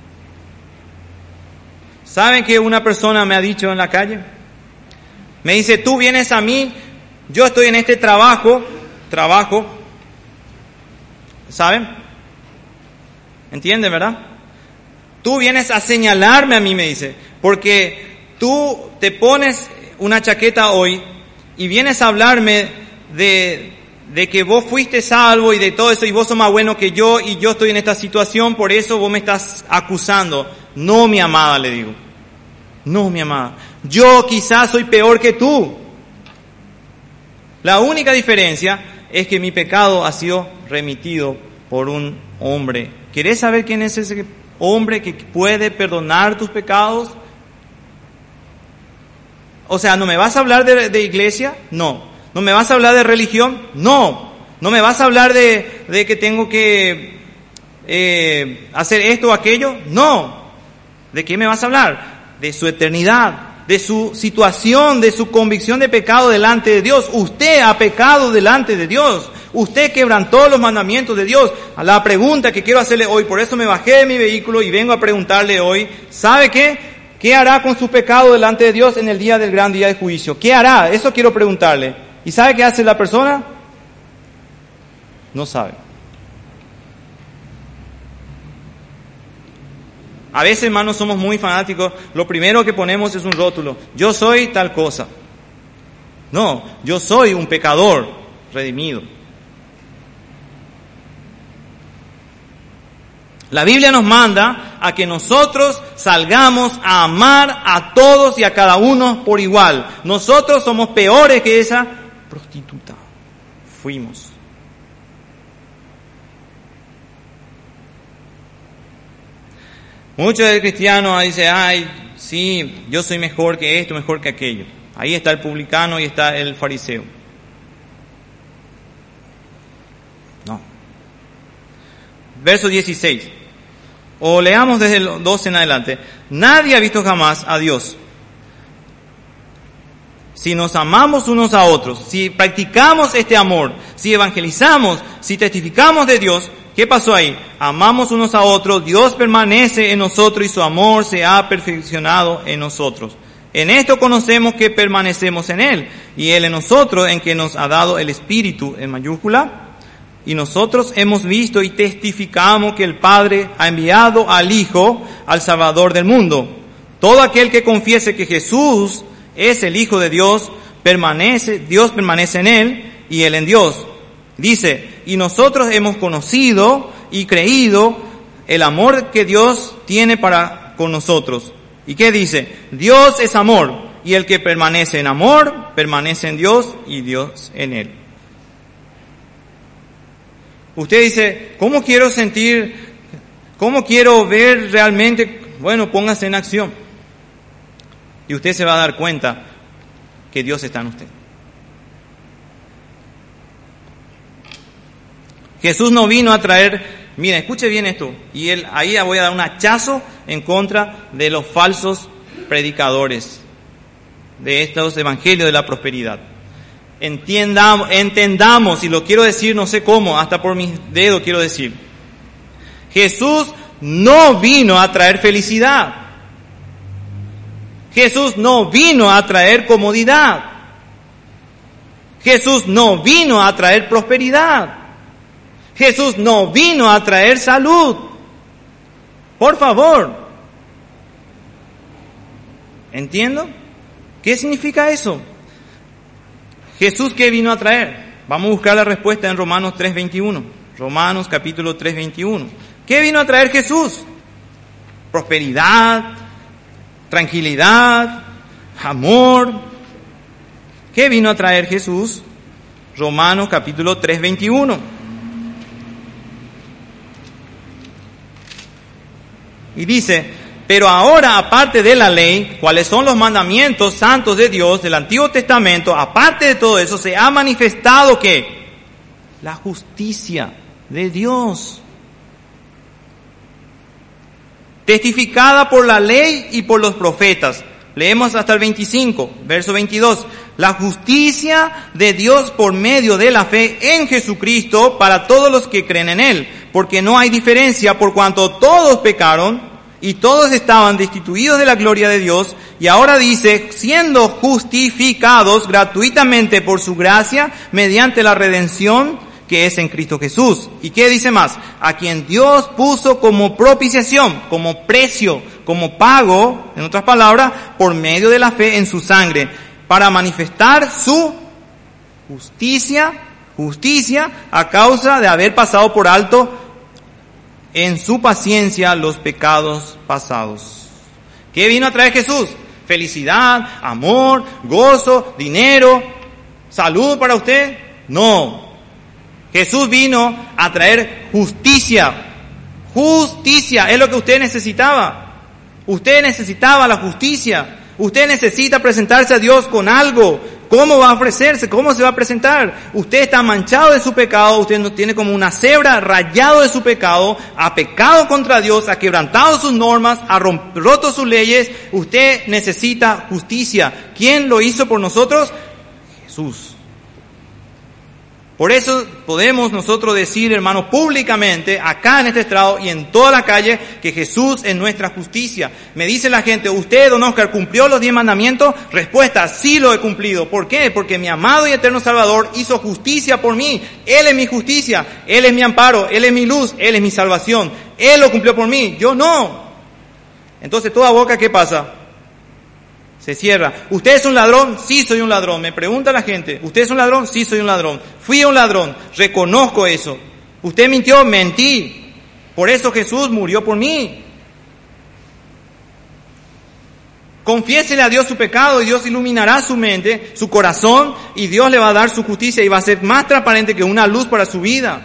¿Saben que una persona me ha dicho en la calle? Me dice, tú vienes a mí, yo estoy en este trabajo, trabajo, ¿saben? ¿Entienden, verdad? Tú vienes a señalarme a mí, me dice, porque tú te pones una chaqueta hoy y vienes a hablarme de, de que vos fuiste salvo y de todo eso y vos sos más bueno que yo y yo estoy en esta situación, por eso vos me estás acusando. No, mi amada, le digo. No, mi amada. Yo quizás soy peor que tú. La única diferencia es que mi pecado ha sido remitido por un hombre. ¿Querés saber quién es ese hombre que puede perdonar tus pecados? O sea, ¿no me vas a hablar de, de iglesia? No. ¿No me vas a hablar de religión? No. ¿No me vas a hablar de, de que tengo que eh, hacer esto o aquello? No. ¿De qué me vas a hablar? De su eternidad, de su situación, de su convicción de pecado delante de Dios. Usted ha pecado delante de Dios. Usted quebrantó los mandamientos de Dios. A la pregunta que quiero hacerle hoy, por eso me bajé de mi vehículo y vengo a preguntarle hoy, ¿sabe qué? ¿Qué hará con su pecado delante de Dios en el día del gran día de juicio? ¿Qué hará? Eso quiero preguntarle. ¿Y sabe qué hace la persona? No sabe. A veces, hermanos, somos muy fanáticos. Lo primero que ponemos es un rótulo. Yo soy tal cosa. No, yo soy un pecador redimido. La Biblia nos manda a que nosotros salgamos a amar a todos y a cada uno por igual. Nosotros somos peores que esa prostituta. Fuimos. Muchos de cristianos dicen, ay, sí, yo soy mejor que esto, mejor que aquello. Ahí está el publicano y está el fariseo. No. Verso dieciséis. O leamos desde el doce en adelante. Nadie ha visto jamás a Dios. Si nos amamos unos a otros, si practicamos este amor, si evangelizamos, si testificamos de Dios, ¿qué pasó ahí? Amamos unos a otros, Dios permanece en nosotros y su amor se ha perfeccionado en nosotros. En esto conocemos que permanecemos en Él y Él en nosotros, en que nos ha dado el Espíritu en mayúscula. Y nosotros hemos visto y testificamos que el Padre ha enviado al Hijo, al Salvador del mundo. Todo aquel que confiese que Jesús es el Hijo de Dios, permanece, Dios permanece en Él y Él en Dios. Dice, y nosotros hemos conocido y creído el amor que Dios tiene para con nosotros. ¿Y qué dice? Dios es amor, y el que permanece en amor, permanece en Dios y Dios en él. Usted dice, ¿cómo quiero sentir, cómo quiero ver realmente? Bueno, póngase en acción. Y usted se va a dar cuenta que Dios está en usted. Jesús no vino a traer... Miren, escuche bien esto, y él, ahí voy a dar un hachazo en contra de los falsos predicadores de estos evangelios de la prosperidad. Entiendamos, entendamos, y lo quiero decir no sé cómo, hasta por mis dedos quiero decir. Jesús no vino a traer felicidad. Jesús no vino a traer comodidad. Jesús no vino a traer prosperidad. Jesús no vino a traer salud. Por favor. ¿Entiendo? ¿Qué significa eso? Jesús, ¿qué vino a traer? Vamos a buscar la respuesta en Romanos tres veintiuno. Romanos capítulo tres veintiuno. ¿Qué vino a traer Jesús? Prosperidad, tranquilidad, amor. ¿Qué vino a traer Jesús? Romanos capítulo tres veintiuno. Y dice, pero ahora aparte de la ley, ¿cuáles son los mandamientos santos de Dios del Antiguo Testamento? Aparte de todo eso, se ha manifestado que la justicia de Dios, testificada por la ley y por los profetas. Leemos hasta el veinticinco, verso veintidós. La justicia de Dios por medio de la fe en Jesucristo para todos los que creen en Él. Porque no hay diferencia, por cuanto todos pecaron y todos estaban destituidos de la gloria de Dios. Y ahora dice, siendo justificados gratuitamente por su gracia mediante la redención que es en Cristo Jesús. ¿Y qué dice más? A quien Dios puso como propiciación, como precio, como pago, en otras palabras, por medio de la fe en su sangre, para manifestar su justicia, justicia a causa de haber pasado por alto en su paciencia los pecados pasados. ¿Qué vino a traer Jesús? Felicidad, amor, gozo, dinero, salud para usted. No. Jesús vino a traer justicia. Justicia es lo que usted necesitaba. Usted necesitaba la justicia. Usted necesita presentarse a Dios con algo. ¿Cómo va a ofrecerse? ¿Cómo se va a presentar? Usted está manchado de su pecado. Usted no tiene como una cebra, rayado de su pecado. Ha pecado contra Dios. Ha quebrantado sus normas. Ha roto sus leyes. Usted necesita justicia. ¿Quién lo hizo por nosotros? Jesús. Por eso podemos nosotros decir, hermanos, públicamente, acá en este estrado y en toda la calle, que Jesús es nuestra justicia. Me dice la gente, ¿usted, don Oscar, cumplió los diez mandamientos? Respuesta, sí lo he cumplido. ¿Por qué? Porque mi amado y eterno Salvador hizo justicia por mí. Él es mi justicia, Él es mi amparo, Él es mi luz, Él es mi salvación. Él lo cumplió por mí, yo no. Entonces, toda boca, ¿qué pasa? Se cierra. ¿Usted es un ladrón? Sí, soy un ladrón. Me pregunta la gente, ¿usted es un ladrón? Sí, soy un ladrón. Fui un ladrón. Reconozco eso. ¿Usted mintió? Mentí. Por eso Jesús murió por mí. Confiésele a Dios su pecado y Dios iluminará su mente, su corazón, y Dios le va a dar su justicia y va a ser más transparente que una luz para su vida.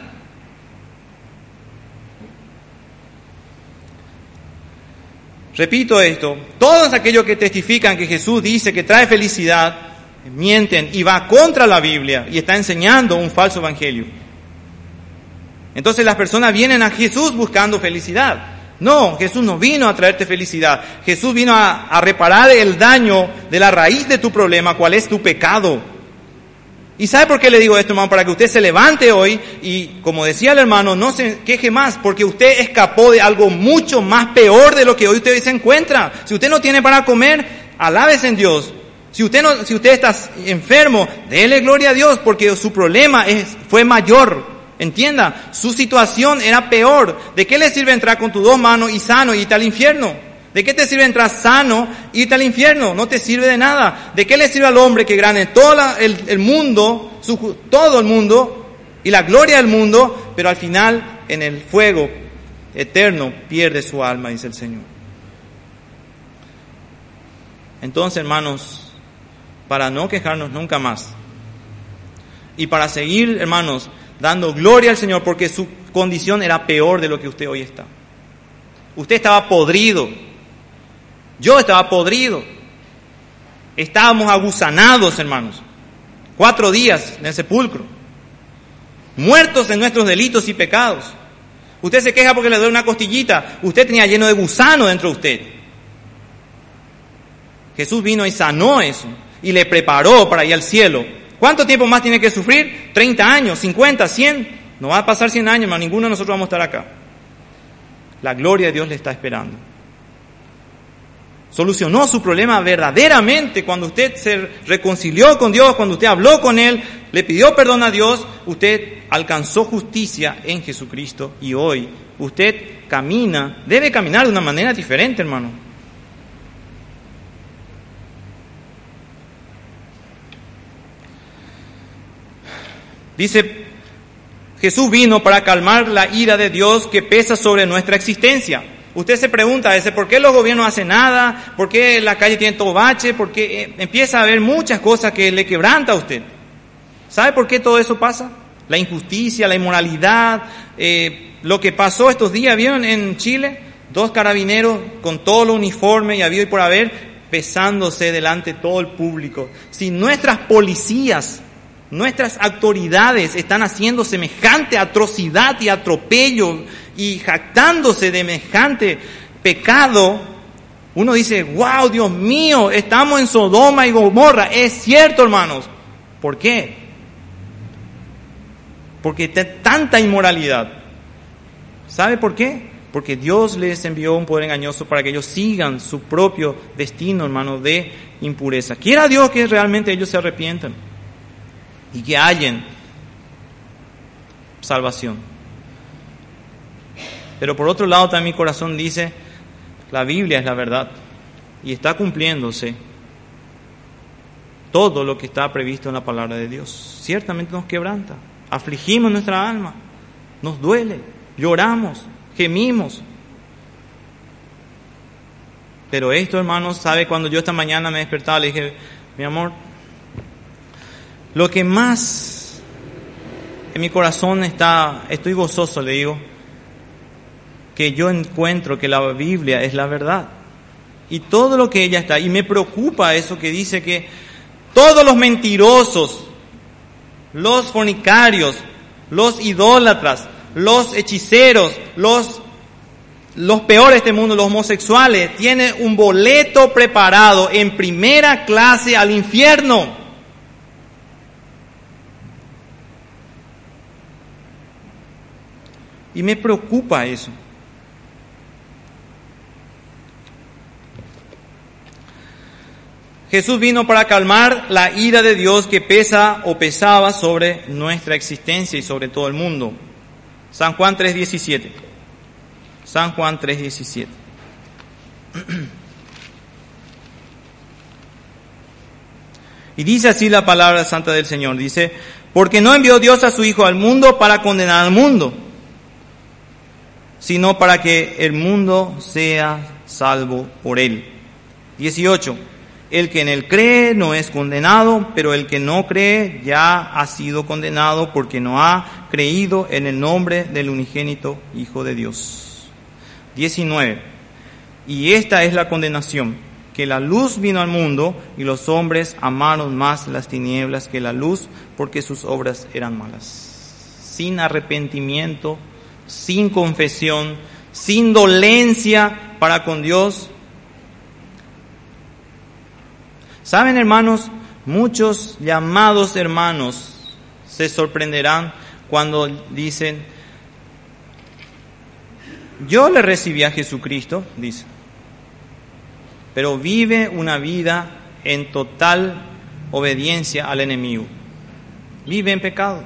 Repito esto, todos aquellos que testifican que Jesús dice que trae felicidad, mienten y va contra la Biblia y está enseñando un falso evangelio. Entonces las personas vienen a Jesús buscando felicidad. No, Jesús no vino a traerte felicidad. Jesús vino a, a reparar el daño de la raíz de tu problema, cuál es tu pecado. ¿Y sabe por qué le digo esto, hermano? Para que usted se levante hoy y, como decía el hermano, no se queje más, porque usted escapó de algo mucho más peor de lo que hoy usted se encuentra. Si usted no tiene para comer, alábese en Dios. Si usted no, si usted está enfermo, déle gloria a Dios, porque su problema es, fue mayor. Entienda, su situación era peor. ¿De qué le sirve entrar con tus dos manos y sano y irte al infierno? ¿De qué te sirve entrar sano e irte al infierno? No te sirve de nada. ¿De qué le sirve al hombre que gane todo la, el, el mundo, su, todo el mundo y la gloria del mundo, pero al final en el fuego eterno pierde su alma, dice el Señor? Entonces, hermanos, para no quejarnos nunca más y para seguir, hermanos, dando gloria al Señor, porque su condición era peor de lo que usted hoy está. Usted estaba podrido. Yo estaba podrido. Estábamos aguzanados, hermanos. Cuatro días en el sepulcro. Muertos en nuestros delitos y pecados. Usted se queja porque le duele una costillita. Usted tenía lleno de gusano dentro de usted. Jesús vino y sanó eso. Y le preparó para ir al cielo. ¿Cuánto tiempo más tiene que sufrir? ¿treinta años? ¿cincuenta? ¿cien? No va a pasar cien años, hermano. Ninguno de nosotros vamos a estar acá. La gloria de Dios le está esperando. Solucionó su problema verdaderamente cuando usted se reconcilió con Dios, cuando usted habló con Él, le pidió perdón a Dios, usted alcanzó justicia en Jesucristo y hoy usted camina, debe caminar de una manera diferente, hermano. Dice, Jesús vino para calmar la ira de Dios que pesa sobre nuestra existencia. Usted se pregunta a veces, ¿por qué los gobiernos no hacen nada? ¿Por qué la calle tiene todo bache? ¿Por qué eh, empieza a haber muchas cosas que le quebranta a usted? ¿Sabe por qué todo eso pasa? La injusticia, la inmoralidad, eh, lo que pasó estos días, ¿vieron en Chile? Dos carabineros con todo el uniforme y habido y por haber, besándose delante de todo el público. Si nuestras policías, nuestras autoridades están haciendo semejante atrocidad y atropello y jactándose de semejante pecado, uno dice, wow, Dios mío, estamos en Sodoma y Gomorra. Es cierto, hermanos. ¿Por qué? Porque tanta inmoralidad. ¿Sabe por qué? Porque Dios les envió un poder engañoso para que ellos sigan su propio destino, hermano, de impureza. Quiera Dios que realmente ellos se arrepientan y que hallen salvación. Pero por otro lado también mi corazón dice, la Biblia es la verdad y está cumpliéndose todo lo que está previsto en la palabra de Dios. Ciertamente nos quebranta, afligimos nuestra alma, nos duele, lloramos, gemimos. Pero esto, hermanos, sabe, cuando yo esta mañana me despertaba, le dije, mi amor, lo que más en mi corazón está, estoy gozoso, le digo, que yo encuentro que la Biblia es la verdad. Y todo lo que ella está, y me preocupa eso que dice que todos los mentirosos, los fornicarios, los idólatras, los hechiceros, los, los peores de este mundo, los homosexuales, tienen un boleto preparado en primera clase al infierno. Y me preocupa eso. Jesús vino para calmar la ira de Dios que pesa o pesaba sobre nuestra existencia y sobre todo el mundo. San Juan tres diecisiete. San Juan tres diecisiete. Y dice así la palabra santa del Señor. Dice, porque no envió Dios a su Hijo al mundo para condenar al mundo, sino para que el mundo sea salvo por él. dieciocho. El que en él cree no es condenado, pero el que no cree ya ha sido condenado porque no ha creído en el nombre del unigénito Hijo de Dios. diecinueve. Y esta es la condenación, que la luz vino al mundo y los hombres amaron más las tinieblas que la luz porque sus obras eran malas. Sin arrepentimiento, sin confesión, sin dolencia para con Dios. Saben, hermanos, muchos llamados hermanos se sorprenderán cuando dicen, yo le recibí a Jesucristo, dice, pero vive una vida en total obediencia al enemigo. Vive en pecado.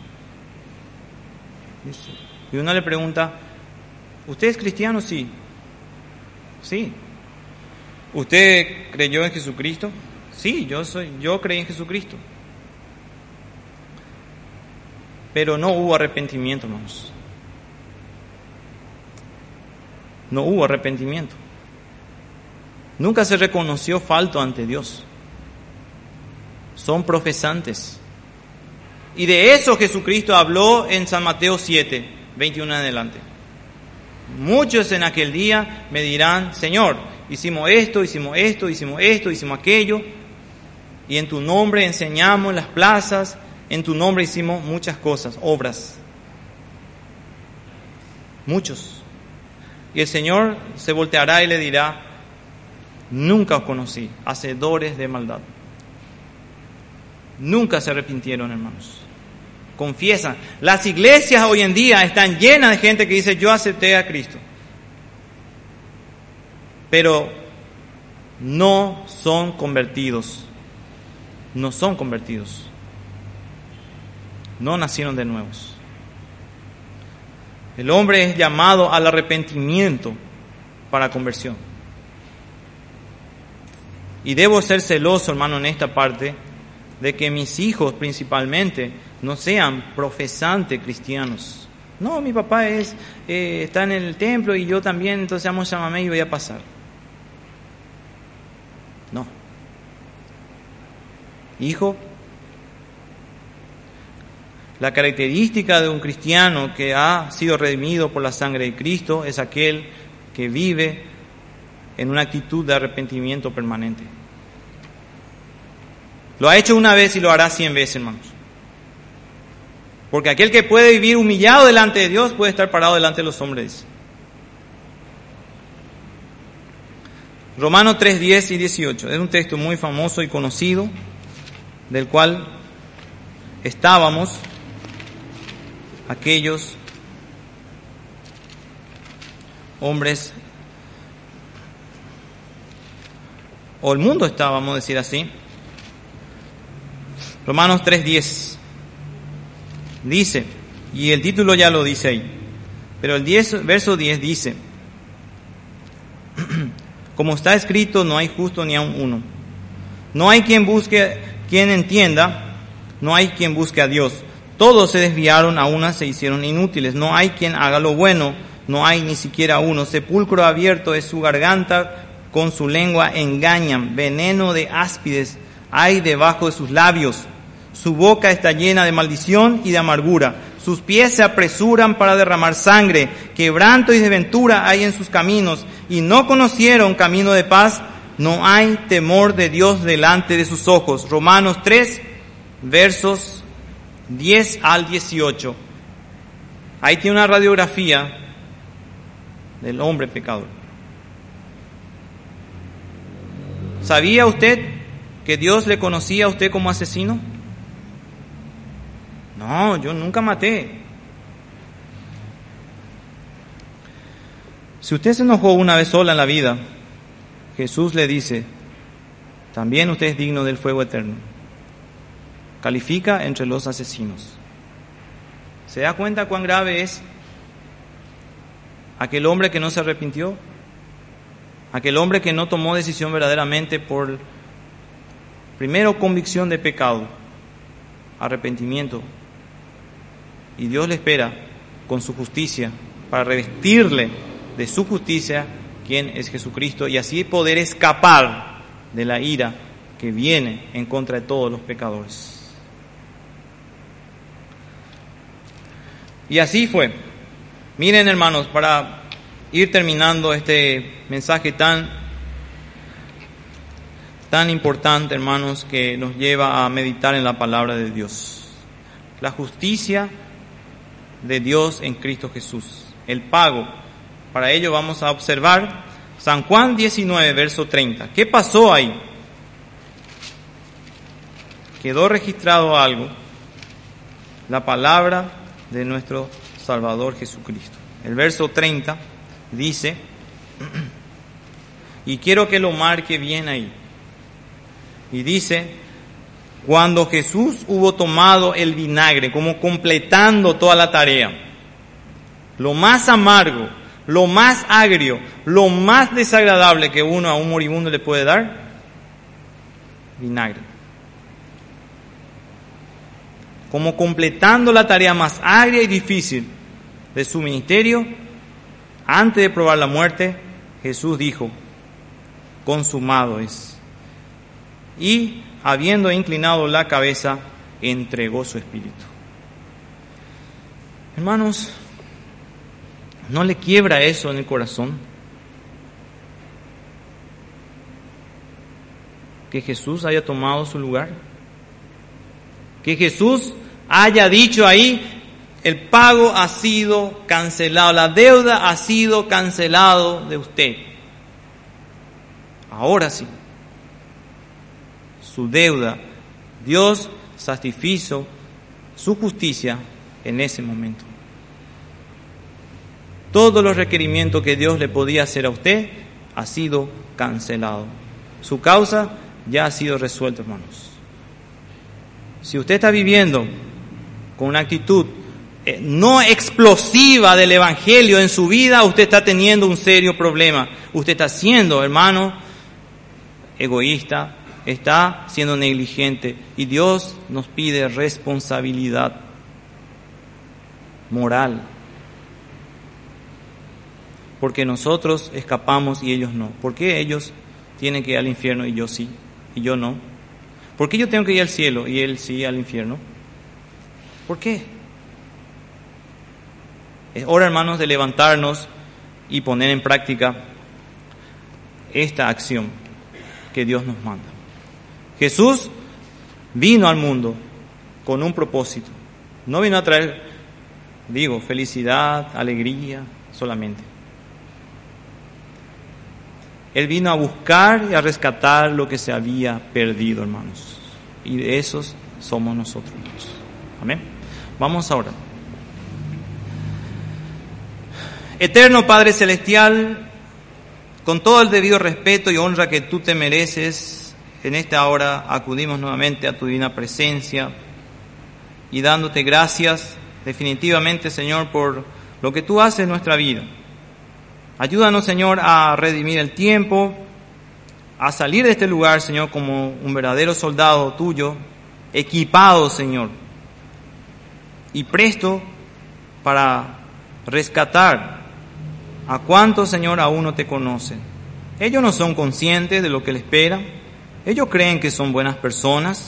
Y uno le pregunta, ¿usted es cristiano? Sí. Sí. ¿Usted creyó en Jesucristo? Sí, yo soy, yo creí en Jesucristo. Pero no hubo arrepentimiento, hermanos. No hubo arrepentimiento. Nunca se reconoció falto ante Dios. Son profesantes. Y de eso Jesucristo habló en San Mateo siete, veintiuno en adelante. Muchos en aquel día me dirán, Señor, hicimos esto, hicimos esto, hicimos esto, hicimos aquello, y en tu nombre enseñamos en las plazas, en tu nombre hicimos muchas cosas, obras. Muchos. Y el Señor se volteará y le dirá, nunca os conocí, hacedores de maldad. Nunca se arrepintieron, hermanos. Confiesan. Las iglesias hoy en día están llenas de gente que dice, yo acepté a Cristo. Pero no son convertidos. No son convertidos. No nacieron de nuevos. El hombre es llamado al arrepentimiento para conversión. Y debo ser celoso, hermano, en esta parte, de que mis hijos principalmente no sean profesantes cristianos. No, mi papá es eh, está en el templo y yo también, entonces vamos a llamar y voy a pasar. No. Hijo, la característica de un cristiano que ha sido redimido por la sangre de Cristo es aquel que vive en una actitud de arrepentimiento permanente. Lo ha hecho una vez y lo hará cien veces, hermanos. Porque aquel que puede vivir humillado delante de Dios puede estar parado delante de los hombres. Romanos tres, diez y dieciocho. Es un texto muy famoso y conocido, del cual estábamos aquellos hombres, o el mundo está, vamos a decir así. Romanos tres, diez dice, y el título ya lo dice ahí, pero el diez, verso diez dice, como está escrito, no hay justo ni aun uno. No hay quien busque, quien entienda, no hay quien busque a Dios. Todos se desviaron, a una se hicieron inútiles. No hay quien haga lo bueno, no hay ni siquiera uno. Sepulcro abierto es su garganta, con su lengua engañan. Veneno de áspides hay debajo de sus labios. Su boca está llena de maldición y de amargura. Sus pies se apresuran para derramar sangre. Quebranto y desventura hay en sus caminos. Y no conocieron camino de paz. No hay temor de Dios delante de sus ojos. Romanos tres, versos diez al dieciocho. Ahí tiene una radiografía del hombre pecador. ¿Sabía usted que Dios le conocía a usted como asesino? No, yo nunca maté. Si usted se enojó una vez sola en la vida, Jesús le dice, también usted es digno del fuego eterno. Califica entre los asesinos. ¿Se da cuenta cuán grave es aquel hombre que no se arrepintió? Aquel hombre que no tomó decisión verdaderamente por, primero, convicción de pecado, arrepentimiento. Y Dios le espera con su justicia para revestirle de su justicia, quien es Jesucristo, y así poder escapar de la ira que viene en contra de todos los pecadores. Y así fue. Miren, hermanos, para ir terminando este mensaje tan, tan importante, hermanos, que nos lleva a meditar en la palabra de Dios. La justicia de Dios en Cristo Jesús. El pago. Para ello vamos a observar San Juan diecinueve, verso treinta. ¿Qué pasó ahí? Quedó registrado algo. La palabra de nuestro Salvador Jesucristo. El verso treinta dice, y quiero que lo marque bien ahí, y dice, cuando Jesús hubo tomado el vinagre, como completando toda la tarea, lo más amargo, lo más agrio, lo más desagradable que uno a un moribundo le puede dar, vinagre. Como completando la tarea más agria y difícil de su ministerio, antes de probar la muerte, Jesús dijo, consumado es. Y, habiendo inclinado la cabeza, entregó su espíritu. Hermanos, ¿no le quiebra eso en el corazón? Que Jesús haya tomado su lugar. Que Jesús haya dicho ahí, el pago ha sido cancelado, la deuda ha sido cancelado de usted. Ahora sí, su deuda, Dios satisfizo su justicia en ese momento. Todos los requerimientos que Dios le podía hacer a usted ha sido cancelado. Su causa ya ha sido resuelta, hermanos. Si usted está viviendo con una actitud eh, no explosiva del Evangelio en su vida, usted está teniendo un serio problema. Usted está siendo, hermano, egoísta, está siendo negligente, y Dios nos pide responsabilidad moral, porque nosotros escapamos y ellos no. ¿Por qué ellos tienen que ir al infierno y yo sí, y yo no? ¿Por qué yo tengo que ir al cielo y él sí al infierno? ¿Por qué? Es hora, hermanos, de levantarnos y poner en práctica esta acción que Dios nos manda. Jesús vino al mundo con un propósito. No vino a traer, digo, felicidad, alegría solamente. Él vino a buscar y a rescatar lo que se había perdido, hermanos. Y de esos somos nosotros. Amén. Vamos ahora. Eterno Padre Celestial, con todo el debido respeto y honra que tú te mereces, en esta hora acudimos nuevamente a tu divina presencia y dándote gracias definitivamente, Señor, por lo que tú haces en nuestra vida. Ayúdanos, Señor, a redimir el tiempo, a salir de este lugar, Señor, como un verdadero soldado tuyo, equipado, Señor, y presto para rescatar a cuantos, Señor, aún no te conocen. Ellos no son conscientes de lo que les espera, ellos creen que son buenas personas,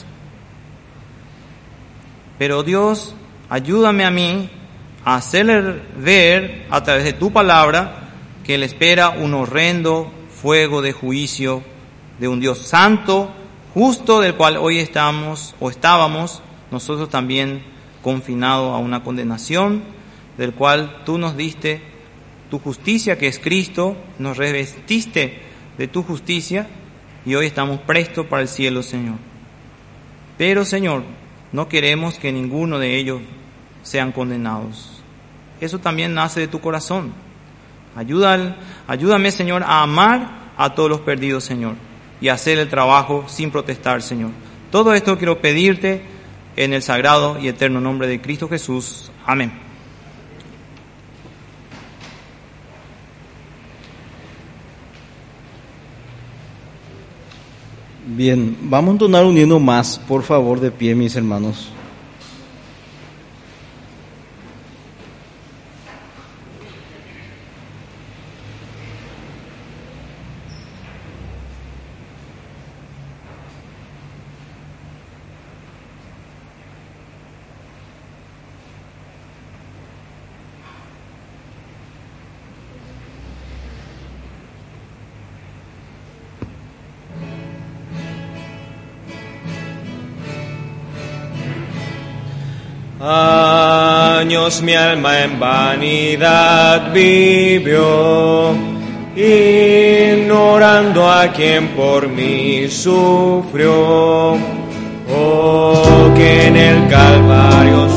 pero Dios, ayúdame a mí a hacerle ver a través de tu palabra que le espera un horrendo fuego de juicio de un Dios santo, justo, del cual hoy estamos o estábamos nosotros también confinados a una condenación, del cual tú nos diste tu justicia, que es Cristo, nos revestiste de tu justicia y hoy estamos prestos para el cielo, Señor. Pero, Señor, no queremos que ninguno de ellos sean condenados. Eso también nace de tu corazón. Ayúdame, ayúdame, Señor, a amar a todos los perdidos, Señor, y a hacer el trabajo sin protestar, Señor. Todo esto quiero pedirte en el sagrado y eterno nombre de Cristo Jesús. Amén. Bien, vamos a entonar un himno más, por favor, de pie, mis hermanos. Años mi alma en vanidad vivió, ignorando a quien por mí sufrió. Oh, que en el Calvario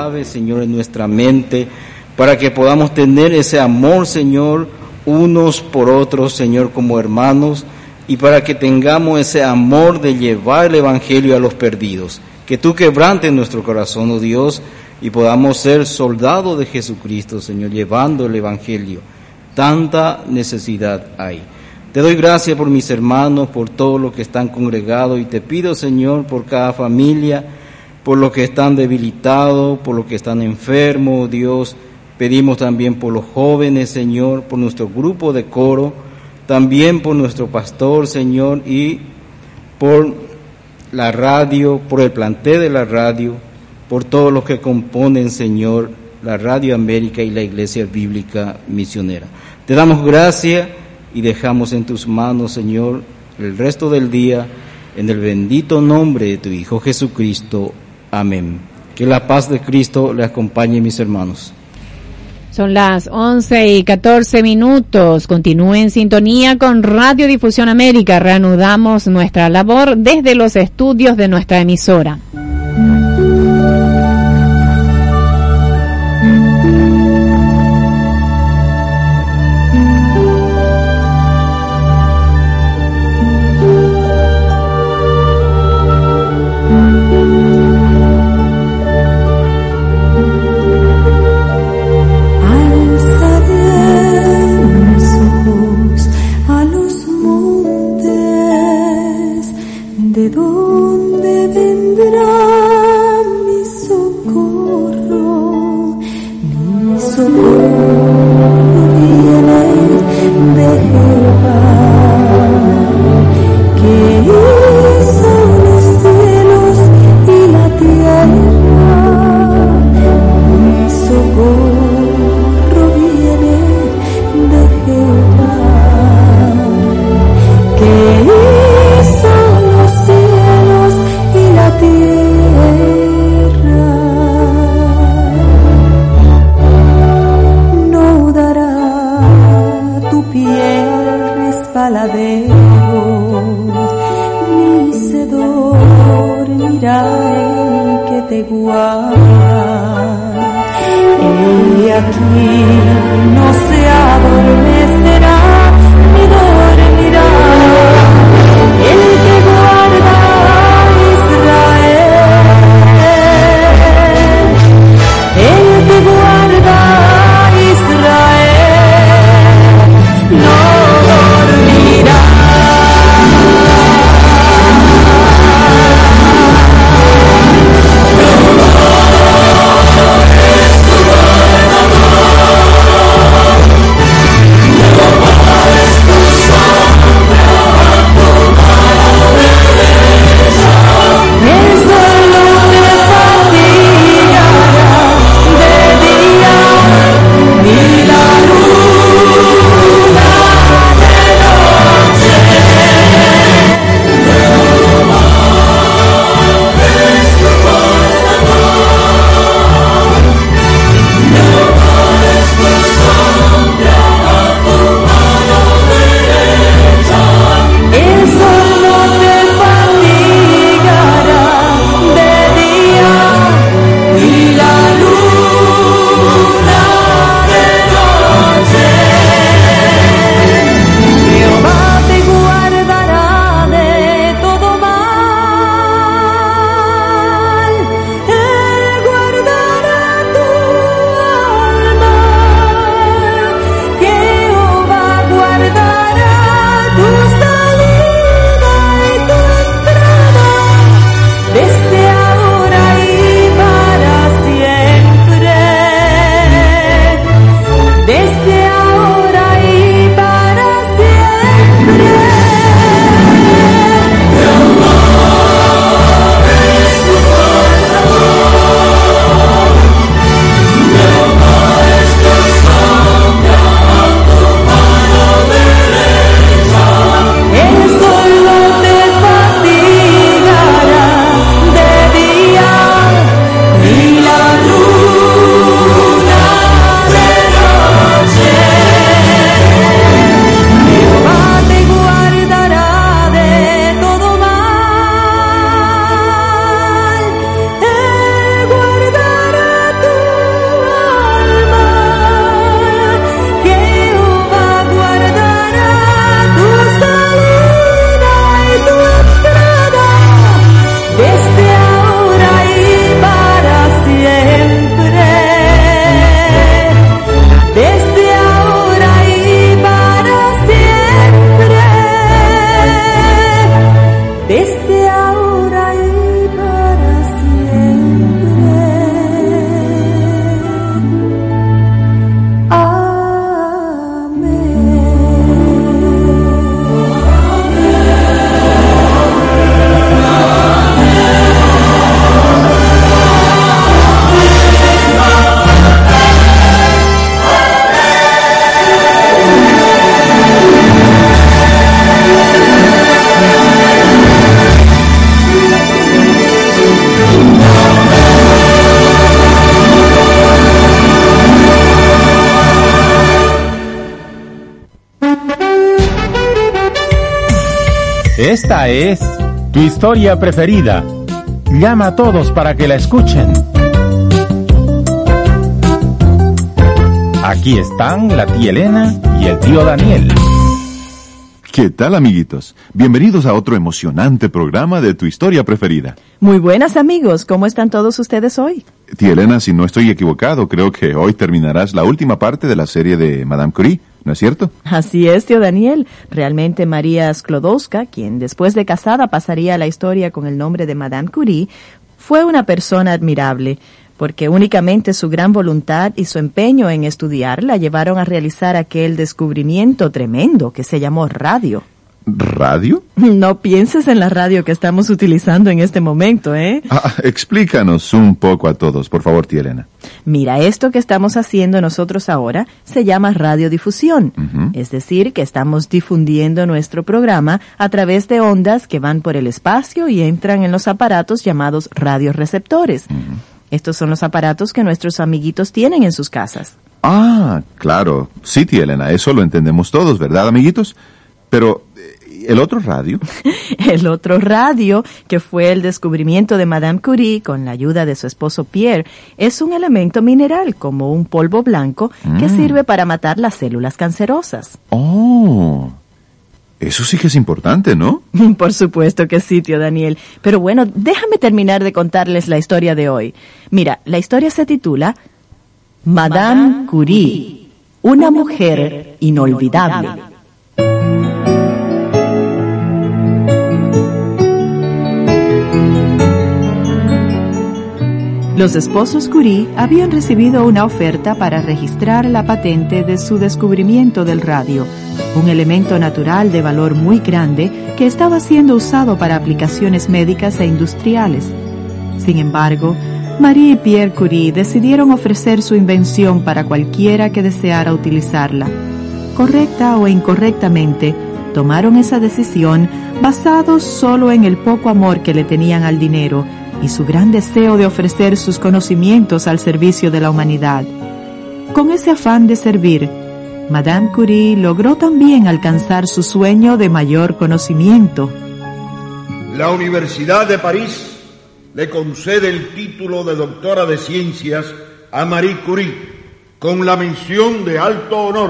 clave, Señor, en nuestra mente, para que podamos tener ese amor, Señor, unos por otros, Señor, como hermanos, y para que tengamos ese amor de llevar el Evangelio a los perdidos. Que tú quebrantes nuestro corazón, oh Dios, y podamos ser soldados de Jesucristo, Señor, llevando el Evangelio. Tanta necesidad hay. Te doy gracias por mis hermanos, por todos los que están congregados, y te pido, Señor, por cada familia, por los que están debilitados, por los que están enfermos, Dios. Pedimos también por los jóvenes, Señor, por nuestro grupo de coro, también por nuestro pastor, Señor, y por la radio, por el plantel de la radio, por todos los que componen, Señor, la Radio América y la Iglesia Bíblica Misionera. Te damos gracias y dejamos en tus manos, Señor, el resto del día, en el bendito nombre de tu Hijo Jesucristo. Amén. Que la paz de Cristo le acompañe, mis hermanos. Son las once y catorce minutos. Continúe en sintonía con Radio Difusión América. Reanudamos nuestra labor desde los estudios de nuestra emisora. Esta es tu historia preferida. Llama a todos para que la escuchen. Aquí están la tía Elena y el tío Daniel. ¿Qué tal, amiguitos? Bienvenidos a otro emocionante programa de tu historia preferida. Muy buenas, amigos. ¿Cómo están todos ustedes hoy? Tía Elena, si no estoy equivocado, creo que hoy terminarás la última parte de la serie de Madame Curie, ¿no es cierto? Así es, tío Daniel. Realmente María Sklodowska, quien después de casada pasaría a la historia con el nombre de Madame Curie, fue una persona admirable, porque únicamente su gran voluntad y su empeño en estudiar la llevaron a realizar aquel descubrimiento tremendo que se llamó radio. ¿Radio? No pienses en la radio que estamos utilizando en este momento, ¿eh? Ah, explícanos un poco a todos, por favor, tía Elena. Mira, esto que estamos haciendo nosotros ahora se llama radiodifusión. Uh-huh. Es decir, que estamos difundiendo nuestro programa a través de ondas que van por el espacio y entran en los aparatos llamados radioreceptores. Uh-huh. Estos son los aparatos que nuestros amiguitos tienen en sus casas. Ah, claro. Sí, tía Elena, eso lo entendemos todos, ¿verdad, amiguitos? Pero, ¿el otro radio? El otro radio, que fue el descubrimiento de Madame Curie con la ayuda de su esposo Pierre, es un elemento mineral, como un polvo blanco, mm. que sirve para matar las células cancerosas. Oh, eso sí que es importante, ¿no? Por supuesto que sí, tío Daniel. Pero bueno, déjame terminar de contarles la historia de hoy. Mira, la historia se titula Madame, Madame Curie, una mujer inolvidable. Los esposos Curie habían recibido una oferta para registrar la patente de su descubrimiento del radio, un elemento natural de valor muy grande que estaba siendo usado para aplicaciones médicas e industriales. Sin embargo, Marie y Pierre Curie decidieron ofrecer su invención para cualquiera que deseara utilizarla. Correcta o incorrectamente, tomaron esa decisión basados solo en el poco amor que le tenían al dinero y su gran deseo de ofrecer sus conocimientos al servicio de la humanidad. Con ese afán de servir, Madame Curie logró también alcanzar su sueño de mayor conocimiento. La Universidad de París le concede el título de doctora de ciencias a Marie Curie, con la mención de alto honor.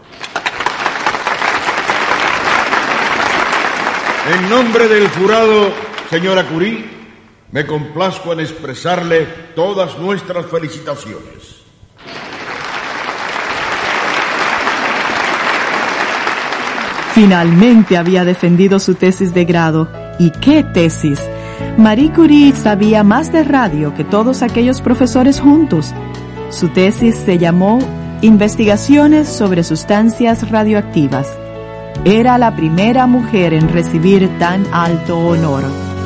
En nombre del jurado, señora Curie, me complazco en expresarle todas nuestras felicitaciones. Finalmente había defendido su tesis de grado. ¿Y qué tesis? Marie Curie sabía más de radio que todos aquellos profesores juntos. Su tesis se llamó Investigaciones sobre sustancias radioactivas. Era la primera mujer en recibir tan alto honor.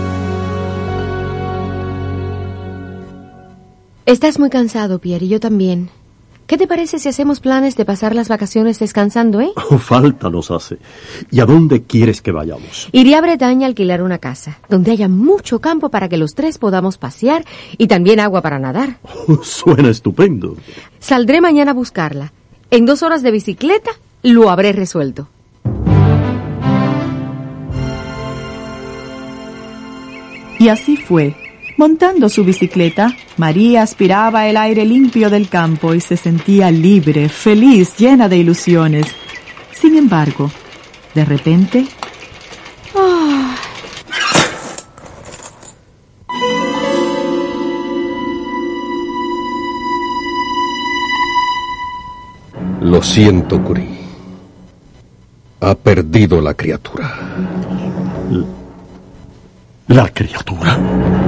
Estás muy cansado, Pierre, y yo también. ¿Qué te parece si hacemos planes de pasar las vacaciones descansando, eh? Oh, falta nos hace. ¿Y a dónde quieres que vayamos? Iré a Bretaña a alquilar una casa, donde haya mucho campo para que los tres podamos pasear y también agua para nadar. Oh, suena estupendo. Saldré mañana a buscarla. En dos horas de bicicleta lo habré resuelto. Y así fue. Montando su bicicleta, María aspiraba el aire limpio del campo y se sentía libre, feliz, llena de ilusiones. Sin embargo, de repente... ¡oh! Lo siento, Curie. Ha perdido la criatura. ¿La criatura?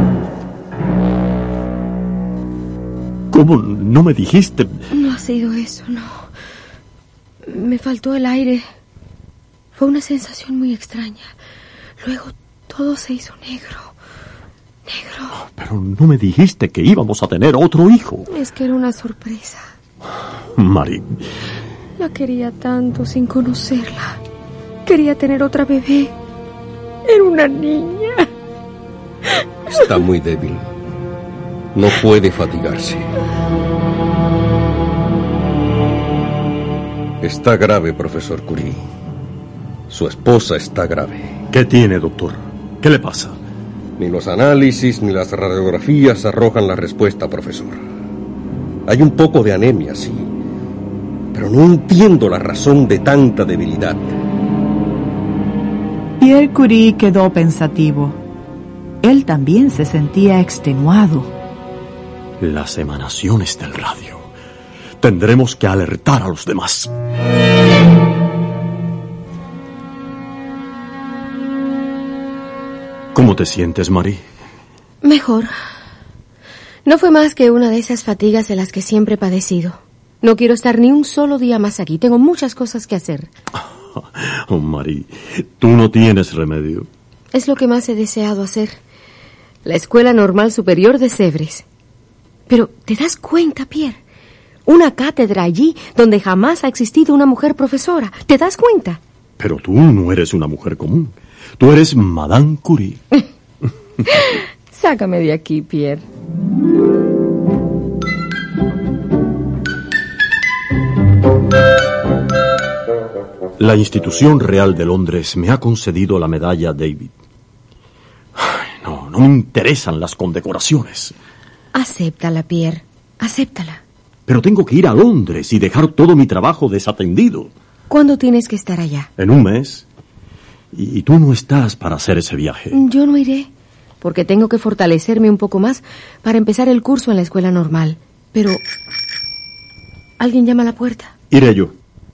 ¿Cómo no me dijiste? No ha sido eso, no. Me faltó el aire. Fue una sensación muy extraña. Luego todo se hizo negro. Negro. Pero no me dijiste que íbamos a tener otro hijo. Es que era una sorpresa. Marie. La quería tanto sin conocerla. Quería tener otra bebé. Era una niña. Está muy débil. No puede fatigarse. Está grave, profesor Curie. Su esposa está grave. ¿Qué tiene, doctor? ¿Qué le pasa? Ni los análisis ni las radiografías arrojan la respuesta, profesor. Hay un poco de anemia, sí, pero no entiendo la razón de tanta debilidad. Pierre Curie quedó pensativo. Él también se sentía extenuado. Las emanaciones del radio. Tendremos que alertar a los demás. ¿Cómo te sientes, Marie? Mejor. No fue más que una de esas fatigas de las que siempre he padecido. No quiero estar ni un solo día más aquí. Tengo muchas cosas que hacer. Oh, Marie, tú no tienes remedio. Es lo que más he deseado hacer. La Escuela Normal Superior de Sèvres. Pero, ¿te das cuenta, Pierre? Una cátedra allí donde jamás ha existido una mujer profesora. ¿Te das cuenta? Pero tú no eres una mujer común. Tú eres Madame Curie. Sácame de aquí, Pierre. La Institución Real de Londres me ha concedido la medalla David. Ay, no, no me interesan las condecoraciones. Acéptala, Pierre. Acéptala. Pero tengo que ir a Londres y dejar todo mi trabajo desatendido. ¿Cuándo tienes que estar allá? En un mes. Y, y tú no estás para hacer ese viaje. Yo no iré, porque tengo que fortalecerme un poco más para empezar el curso en la escuela normal. Pero... ¿alguien llama a la puerta? Iré yo.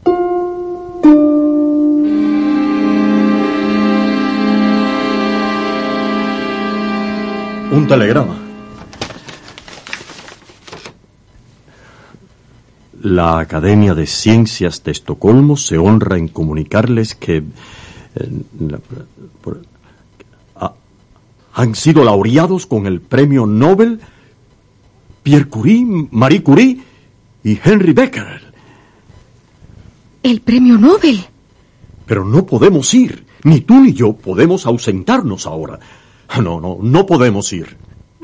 Un telegrama. La Academia de Ciencias de Estocolmo se honra en comunicarles que eh, la, por, a, han sido laureados con el premio Nobel Pierre Curie, Marie Curie y Henry Becquerel. ¿El premio Nobel? Pero no podemos ir. Ni tú ni yo podemos ausentarnos ahora. No, no, no podemos ir.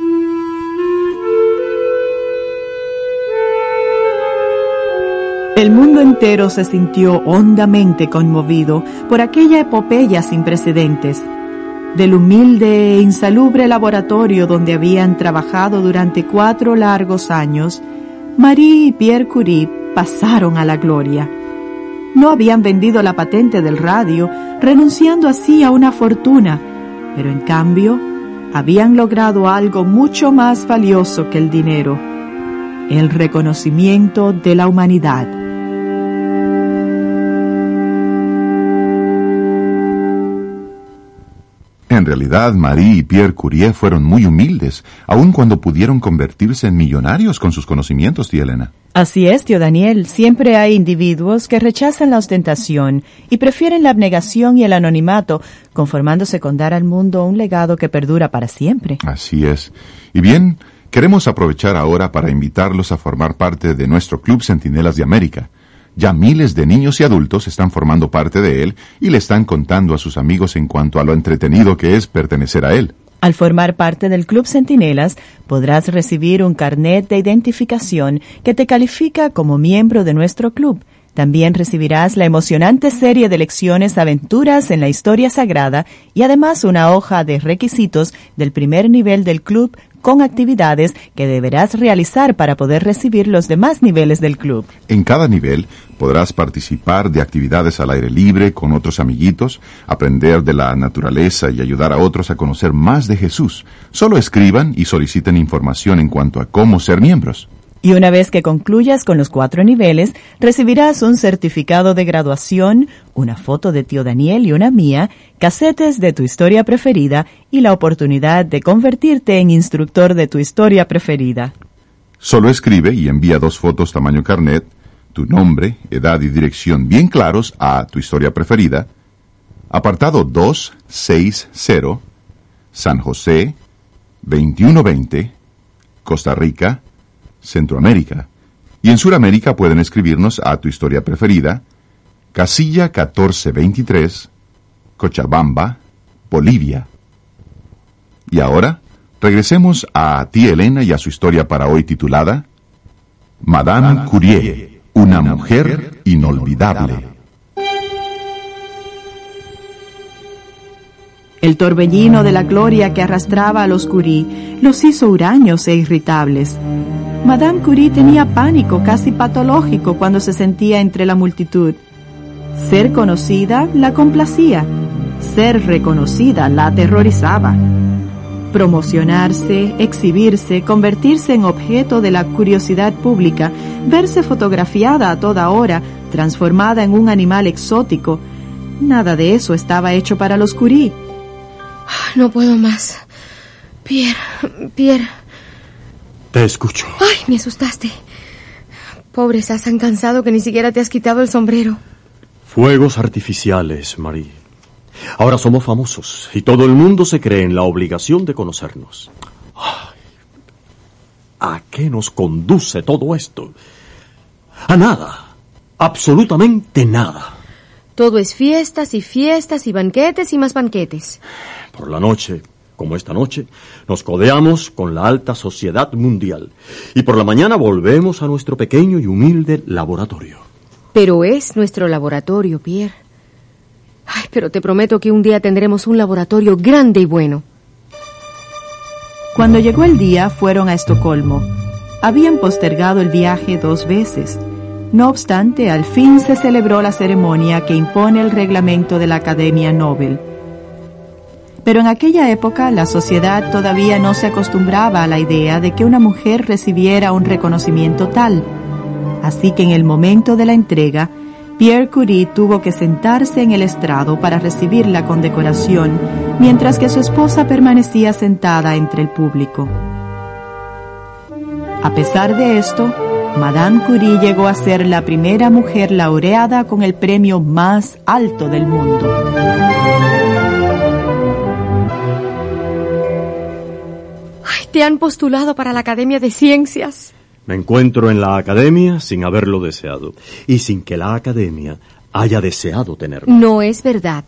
El mundo entero se sintió hondamente conmovido por aquella epopeya sin precedentes. Del humilde e insalubre laboratorio donde habían trabajado durante cuatro largos años, Marie y Pierre Curie pasaron a la gloria. No habían vendido la patente del radio, renunciando así a una fortuna, pero en cambio habían logrado algo mucho más valioso que el dinero: el reconocimiento de la humanidad. En realidad, Marie y Pierre Curie fueron muy humildes, aun cuando pudieron convertirse en millonarios con sus conocimientos, tía Elena. Así es, tío Daniel. Siempre hay individuos que rechazan la ostentación y prefieren la abnegación y el anonimato, conformándose con dar al mundo un legado que perdura para siempre. Así es. Y bien, queremos aprovechar ahora para invitarlos a formar parte de nuestro Club Centinelas de América. Ya miles de niños y adultos están formando parte de él y le están contando a sus amigos en cuanto a lo entretenido que es pertenecer a él. Al formar parte del Club Centinelas, podrás recibir un carnet de identificación que te califica como miembro de nuestro club. También recibirás la emocionante serie de lecciones Aventuras en la Historia Sagrada y además una hoja de requisitos del primer nivel del club con actividades que deberás realizar para poder recibir los demás niveles del club. En cada nivel podrás participar de actividades al aire libre con otros amiguitos, aprender de la naturaleza y ayudar a otros a conocer más de Jesús. Solo escriban y soliciten información en cuanto a cómo ser miembros. Y una vez que concluyas con los cuatro niveles, recibirás un certificado de graduación, una foto de tío Daniel y una mía, casetes de tu historia preferida y la oportunidad de convertirte en instructor de tu historia preferida. Solo escribe y envía dos fotos tamaño carnet, tu nombre, edad y dirección bien claros a tu historia preferida, apartado doscientos sesenta, San José, veintiuno veinte, Costa Rica, Centroamérica. Y en Suramérica pueden escribirnos a tu historia preferida, casilla catorce veintitrés, Cochabamba, Bolivia. Y ahora, regresemos a tía Elena y a su historia para hoy titulada Madame Curie, una mujer inolvidable. El torbellino de la gloria que arrastraba a los Curie los hizo huraños e irritables. Madame Curie tenía pánico casi patológico cuando se sentía entre la multitud. Ser conocida la complacía, ser reconocida la aterrorizaba. Promocionarse, exhibirse, convertirse en objeto de la curiosidad pública, verse fotografiada a toda hora, transformada en un animal exótico, nada de eso estaba hecho para los Curie. No puedo más. Pierre, Pierre. Te escucho. Ay, me asustaste. Pobre, estás tan cansado que ni siquiera te has quitado el sombrero. Fuegos artificiales, Marie. Ahora somos famosos y todo el mundo se cree en la obligación de conocernos. Ay, ¿a qué nos conduce todo esto? A nada. Absolutamente nada. Todo es fiestas y fiestas y banquetes y más banquetes. Por la noche, como esta noche, nos codeamos con la alta sociedad mundial. Y por la mañana volvemos a nuestro pequeño y humilde laboratorio. Pero es nuestro laboratorio, Pierre. Ay, pero te prometo que un día tendremos un laboratorio grande y bueno. Cuando llegó el día, fueron a Estocolmo. Habían postergado el viaje dos veces. No obstante, al fin se celebró la ceremonia que impone el reglamento de la Academia Nobel. Pero en aquella época la sociedad todavía no se acostumbraba a la idea de que una mujer recibiera un reconocimiento tal. Así que en el momento de la entrega, Pierre Curie tuvo que sentarse en el estrado para recibir la condecoración, mientras que su esposa permanecía sentada entre el público. A pesar de esto, Madame Curie llegó a ser la primera mujer laureada con el premio más alto del mundo. Ay, te han postulado para la Academia de Ciencias. Me encuentro en la academia sin haberlo deseado y sin que la academia haya deseado tenerme. No es verdad.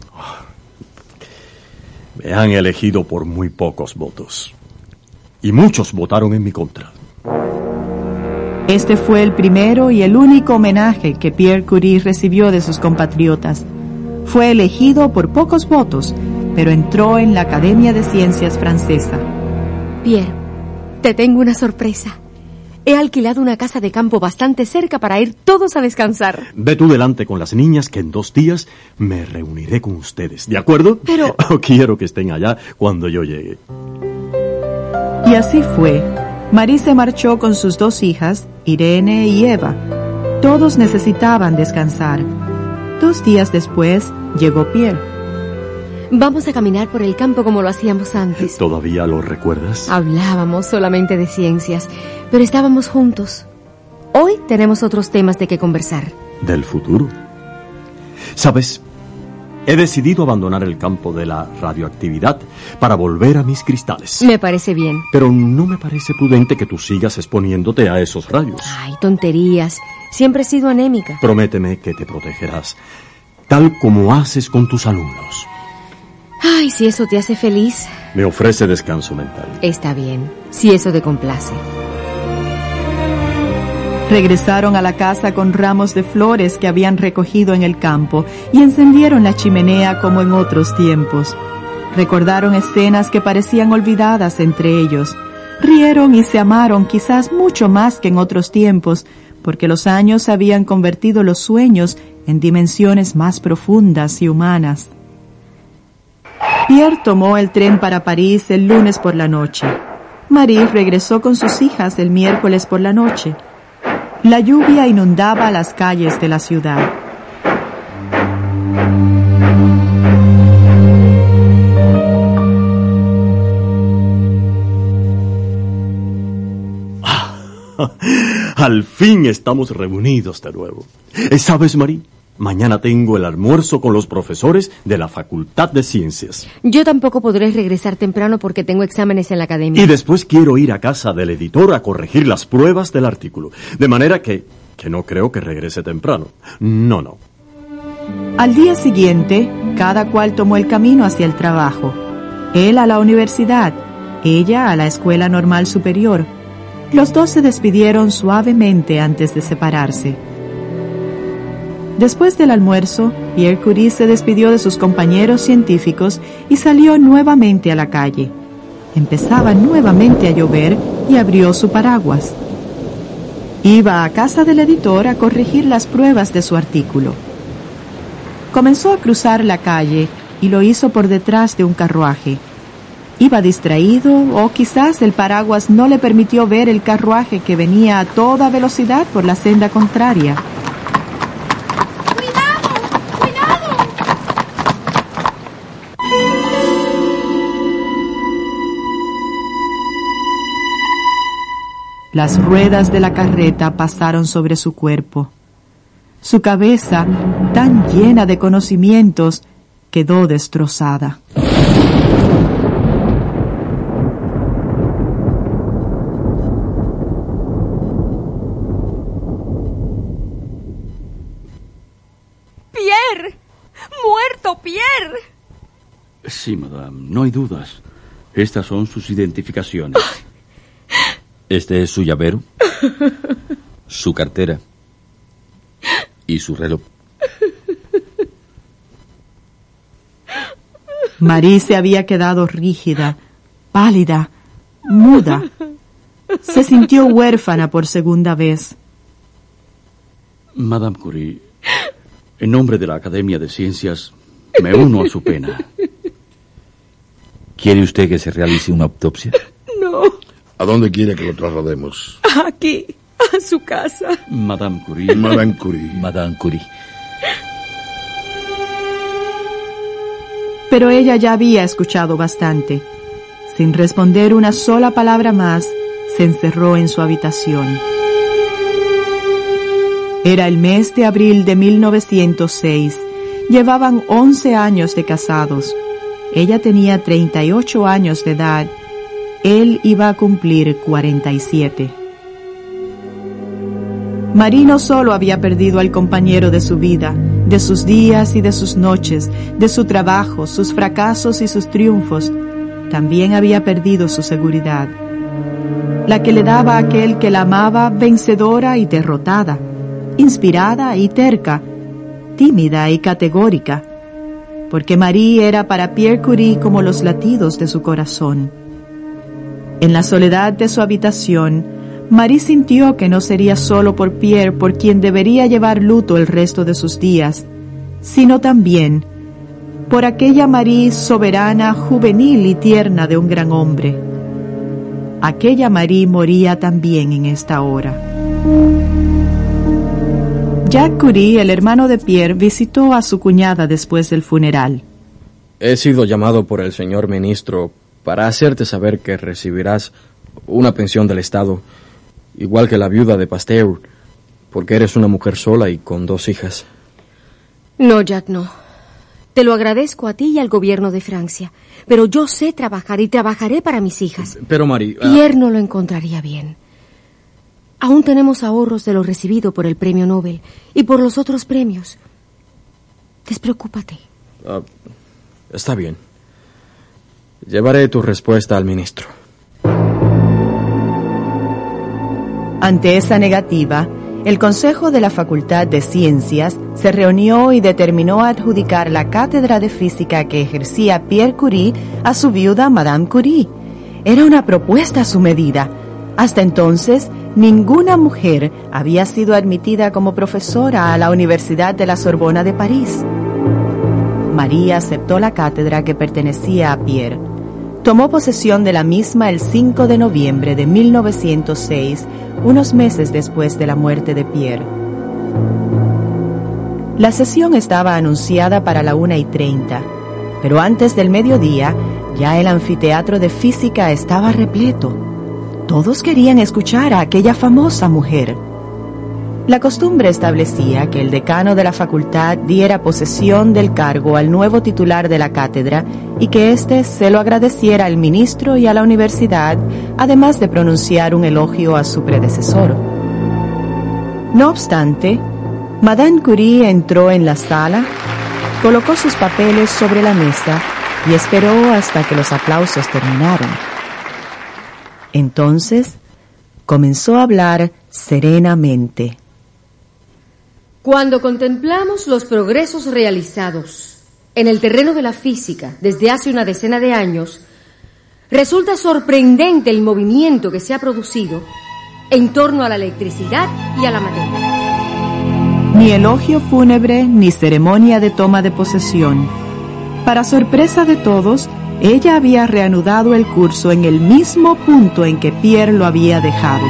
Me han elegido por muy pocos votos y muchos votaron en mi contra. Este fue el primero y el único homenaje que Pierre Curie recibió de sus compatriotas. Fue elegido por pocos votos, pero entró en la Academia de Ciencias francesa. Pierre, te tengo una sorpresa. He alquilado una casa de campo bastante cerca para ir todos a descansar. Ve tú delante con las niñas que en dos días me reuniré con ustedes, ¿de acuerdo? Pero... Quiero que estén allá cuando yo llegue. Y así fue. Marie se marchó con sus dos hijas, Irene y Eva. Todos necesitaban descansar. Dos días después, llegó Pierre. Vamos a caminar por el campo como lo hacíamos antes. ¿Todavía lo recuerdas? Hablábamos solamente de ciencias, pero estábamos juntos. Hoy tenemos otros temas de que conversar. ¿Del futuro? ¿Sabes? He decidido abandonar el campo de la radioactividad para volver a mis cristales. Me parece bien. Pero no me parece prudente que tú sigas exponiéndote a esos rayos. Ay, tonterías. Siempre he sido anémica. Prométeme que te protegerás, tal como haces con tus alumnos. Ay, si eso te hace feliz. Me ofrece descanso mental. Está bien, si eso te complace. Regresaron a la casa con ramos de flores que habían recogido en el campo y encendieron la chimenea como en otros tiempos. Recordaron escenas que parecían olvidadas entre ellos. Rieron y se amaron quizás mucho más que en otros tiempos, porque los años habían convertido los sueños en dimensiones más profundas y humanas. Pierre tomó el tren para París el lunes por la noche. Marie regresó con sus hijas el miércoles por la noche. La lluvia inundaba las calles de la ciudad. Al fin estamos reunidos de nuevo. ¿Sabes, Marie? Mañana tengo el almuerzo con los profesores de la Facultad de Ciencias. Yo tampoco podré regresar temprano porque tengo exámenes en la academia. Y después quiero ir a casa del editor a corregir las pruebas del artículo. De manera que, que no creo que regrese temprano. No, no. Al día siguiente, cada cual tomó el camino hacia el trabajo. Él a la universidad, ella a la Escuela Normal Superior. Los dos se despidieron suavemente antes de separarse. Después del almuerzo, Pierre Curie se despidió de sus compañeros científicos y salió nuevamente a la calle. Empezaba nuevamente a llover y abrió su paraguas. Iba a casa del editor a corregir las pruebas de su artículo. Comenzó a cruzar la calle y lo hizo por detrás de un carruaje. Iba distraído o quizás el paraguas no le permitió ver el carruaje que venía a toda velocidad por la senda contraria. Las ruedas de la carreta pasaron sobre su cuerpo. Su cabeza, tan llena de conocimientos, quedó destrozada. ¡Pierre! ¡Muerto, Pierre! Sí, madame, no hay dudas. Estas son sus identificaciones. Este es su llavero, su cartera y su reloj. Marie se había quedado rígida, pálida, muda. Se sintió huérfana por segunda vez. Madame Curie, en nombre de la Academia de Ciencias, me uno a su pena. ¿Quiere usted que se realice una autopsia? No. ¿A dónde quiere que lo traslademos? Aquí, a su casa. Madame Curie. Madame Curie. Madame Curie. Pero ella ya había escuchado bastante. Sin responder una sola palabra más, se encerró en su habitación. Era el mes de abril de mil novecientos seis. Llevaban once años de casados. Ella tenía treinta y ocho años de edad. Él iba a cumplir cuarenta y siete. Marie no solo había perdido al compañero de su vida, de sus días y de sus noches, de su trabajo, sus fracasos y sus triunfos, también había perdido su seguridad, la que le daba a aquel que la amaba vencedora y derrotada, inspirada y terca, tímida y categórica, porque Marie era para Pierre Curie como los latidos de su corazón. En la soledad de su habitación, Marie sintió que no sería solo por Pierre por quien debería llevar luto el resto de sus días, sino también por aquella Marie soberana, juvenil y tierna de un gran hombre. Aquella Marie moría también en esta hora. Jacques Curie, el hermano de Pierre, visitó a su cuñada después del funeral. He sido llamado por el señor ministro para hacerte saber que recibirás una pensión del Estado, igual que la viuda de Pasteur, porque eres una mujer sola y con dos hijas. No, Jack, no. Te lo agradezco a ti y al gobierno de Francia, pero yo sé trabajar y trabajaré para mis hijas. Pero, Marie... Uh... Pierre no lo encontraría bien. Aún tenemos ahorros de lo recibido por el premio Nobel y por los otros premios. Despreocúpate. Uh, está bien. Llevaré tu respuesta al ministro. Ante esa negativa, el Consejo de la Facultad de Ciencias se reunió y determinó adjudicar la cátedra de física que ejercía Pierre Curie a su viuda Madame Curie. Era una propuesta a su medida. Hasta entonces, ninguna mujer había sido admitida como profesora a la Universidad de la Sorbona de París. María aceptó la cátedra que pertenecía a Pierre. Tomó posesión de la misma el cinco de noviembre de mil novecientos seis, unos meses después de la muerte de Pierre. La sesión estaba anunciada para la una y treinta, pero antes del mediodía ya el anfiteatro de física estaba repleto. Todos querían escuchar a aquella famosa mujer. La costumbre establecía que el decano de la facultad diera posesión del cargo al nuevo titular de la cátedra y que éste se lo agradeciera al ministro y a la universidad, además de pronunciar un elogio a su predecesor. No obstante, Madame Curie entró en la sala, colocó sus papeles sobre la mesa y esperó hasta que los aplausos terminaron. Entonces, comenzó a hablar serenamente. Cuando contemplamos los progresos realizados en el terreno de la física desde hace una decena de años, resulta sorprendente el movimiento que se ha producido en torno a la electricidad y a la materia. Ni elogio fúnebre ni ceremonia de toma de posesión. Para sorpresa de todos, ella había reanudado el curso en el mismo punto en que Pierre lo había dejado.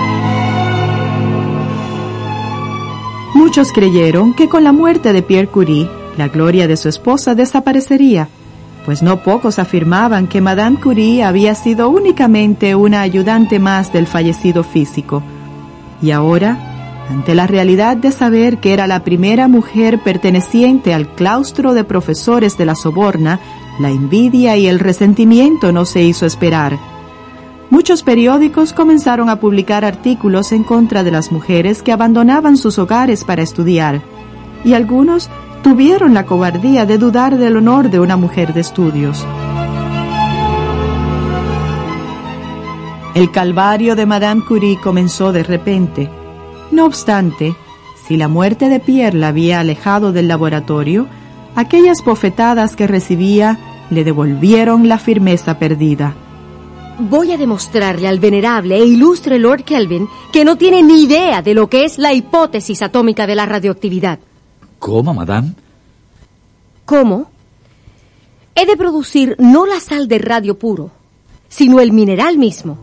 Muchos creyeron que con la muerte de Pierre Curie, la gloria de su esposa desaparecería, pues no pocos afirmaban que Madame Curie había sido únicamente una ayudante más del fallecido físico. Y ahora, ante la realidad de saber que era la primera mujer perteneciente al claustro de profesores de la Soborna, la envidia y el resentimiento no se hizo esperar. Muchos periódicos comenzaron a publicar artículos en contra de las mujeres que abandonaban sus hogares para estudiar, y algunos tuvieron la cobardía de dudar del honor de una mujer de estudios. El calvario de Madame Curie comenzó de repente. No obstante, si la muerte de Pierre la había alejado del laboratorio, aquellas bofetadas que recibía le devolvieron la firmeza perdida. Voy a demostrarle al venerable e ilustre Lord Kelvin que no tiene ni idea de lo que es la hipótesis atómica de la radioactividad. ¿Cómo, madame? ¿Cómo? He de producir no la sal de radio puro, sino el mineral mismo.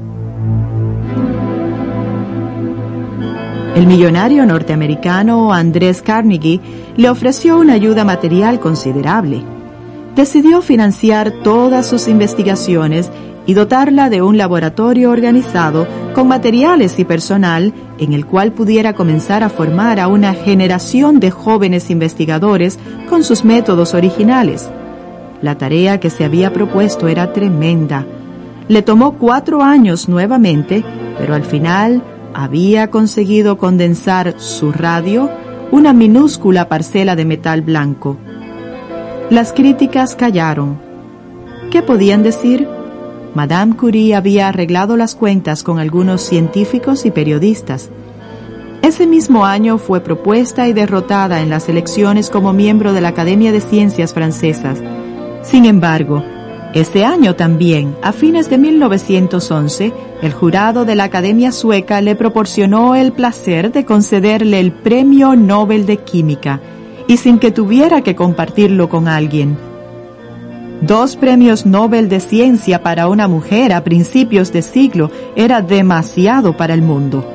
El millonario norteamericano Andrés Carnegie le ofreció una ayuda material considerable. Decidió financiar todas sus investigaciones y dotarla de un laboratorio organizado con materiales y personal en el cual pudiera comenzar a formar a una generación de jóvenes investigadores con sus métodos originales. La tarea que se había propuesto era tremenda. Le tomó cuatro años nuevamente, pero al final había conseguido condensar su radio, una minúscula parcela de metal blanco. Las críticas callaron. ¿Qué podían decir? Madame Curie había arreglado las cuentas con algunos científicos y periodistas. Ese mismo año fue propuesta y derrotada en las elecciones como miembro de la Academia de Ciencias francesas. Sin embargo, ese año también, a fines de mil novecientos once, el jurado de la Academia Sueca le proporcionó el placer de concederle el Premio Nobel de Química, y sin que tuviera que compartirlo con alguien. Dos premios Nobel de Ciencia para una mujer a principios de siglo era demasiado para el mundo.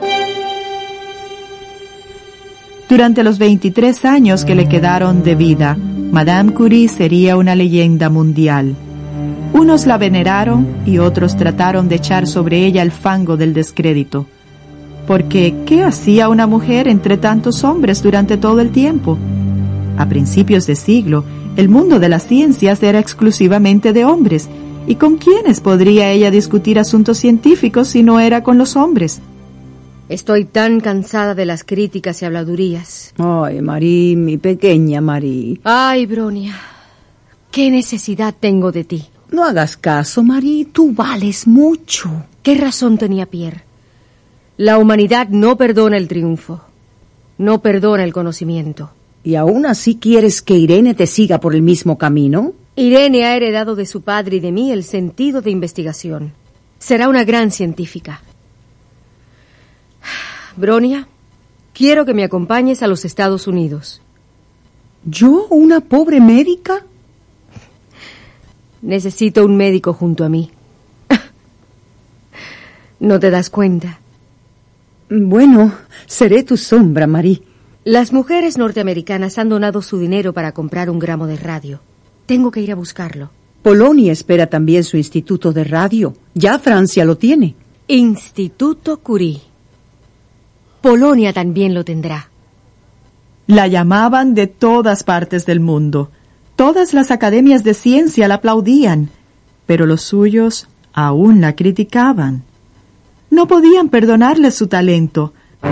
Durante los veintitrés años que le quedaron de vida, Madame Curie sería una leyenda mundial. Unos la veneraron y otros trataron de echar sobre ella el fango del descrédito. Porque, ¿qué hacía una mujer entre tantos hombres durante todo el tiempo? A principios de siglo, el mundo de las ciencias era exclusivamente de hombres, ¿y con quiénes podría ella discutir asuntos científicos si no era con los hombres? Estoy tan cansada de las críticas y habladurías. Ay, Marie, mi pequeña Marie. Ay, Bronia, ¿qué necesidad tengo de ti? No hagas caso, Marie, tú vales mucho. ¿Qué razón tenía Pierre? La humanidad no perdona el triunfo, no perdona el conocimiento. ¿Y aún así quieres que Irene te siga por el mismo camino? Irene ha heredado de su padre y de mí el sentido de investigación. Será una gran científica. Bronia, quiero que me acompañes a los Estados Unidos. ¿Yo, una pobre médica? Necesito un médico junto a mí. ¿No te das cuenta? Bueno, seré tu sombra, Marie. Las mujeres norteamericanas han donado su dinero para comprar un gramo de radio. Tengo que ir a buscarlo. Polonia espera también su instituto de radio. Ya Francia lo tiene. Instituto Curie. Polonia también lo tendrá. La llamaban de todas partes del mundo. Todas las academias de ciencia la aplaudían, pero los suyos aún la criticaban. No podían perdonarle su talento.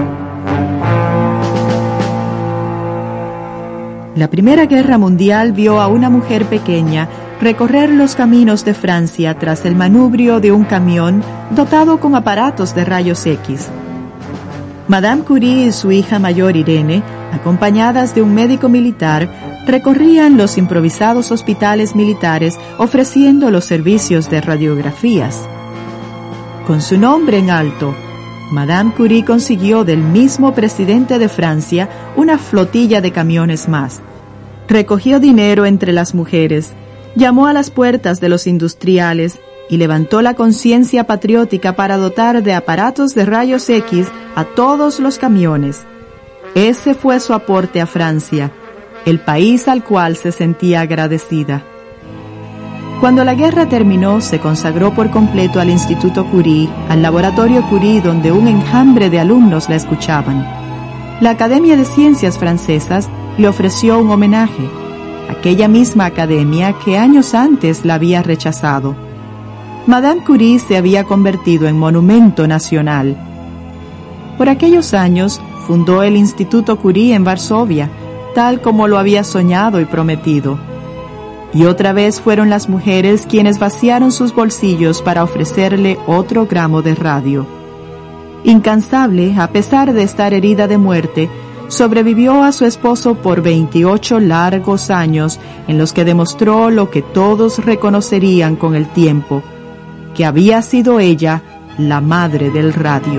La Primera Guerra Mundial vio a una mujer pequeña recorrer los caminos de Francia tras el manubrio de un camión dotado con aparatos de rayos X. Madame Curie y su hija mayor Irene acompañadas de un médico militar, recorrían los improvisados hospitales militares ofreciendo los servicios de radiografías. Con su nombre en alto, Madame Curie consiguió del mismo presidente de Francia una flotilla de camiones más. Recogió dinero entre las mujeres, llamó a las puertas de los industriales y levantó la conciencia patriótica para dotar de aparatos de rayos X a todos los camiones. Ese fue su aporte a Francia, el país al cual se sentía agradecida. Cuando la guerra terminó, se consagró por completo al Instituto Curie, al laboratorio Curie, donde un enjambre de alumnos la escuchaban. La Academia de Ciencias Francesas le ofreció un homenaje, aquella misma academia que años antes la había rechazado. Madame Curie se había convertido en monumento nacional. Por aquellos años, fundó el Instituto Curie en Varsovia, tal como lo había soñado y prometido. Y otra vez fueron las mujeres quienes vaciaron sus bolsillos para ofrecerle otro gramo de radio. Incansable, a pesar de estar herida de muerte, sobrevivió a su esposo por veintiocho largos años en los que demostró lo que todos reconocerían con el tiempo, que había sido ella la madre del radio.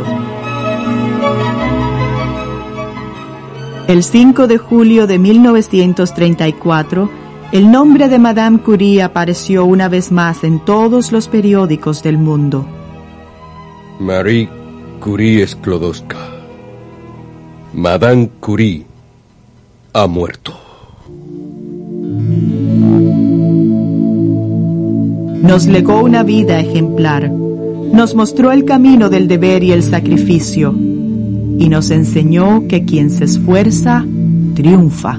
El cinco de julio de mil novecientos treinta y cuatro, el nombre de Madame Curie apareció una vez más en todos los periódicos del mundo. Marie Curie Sklodowska. Madame Curie ha muerto. Nos legó una vida ejemplar, nos mostró el camino del deber y el sacrificio, y nos enseñó que quien se esfuerza, triunfa.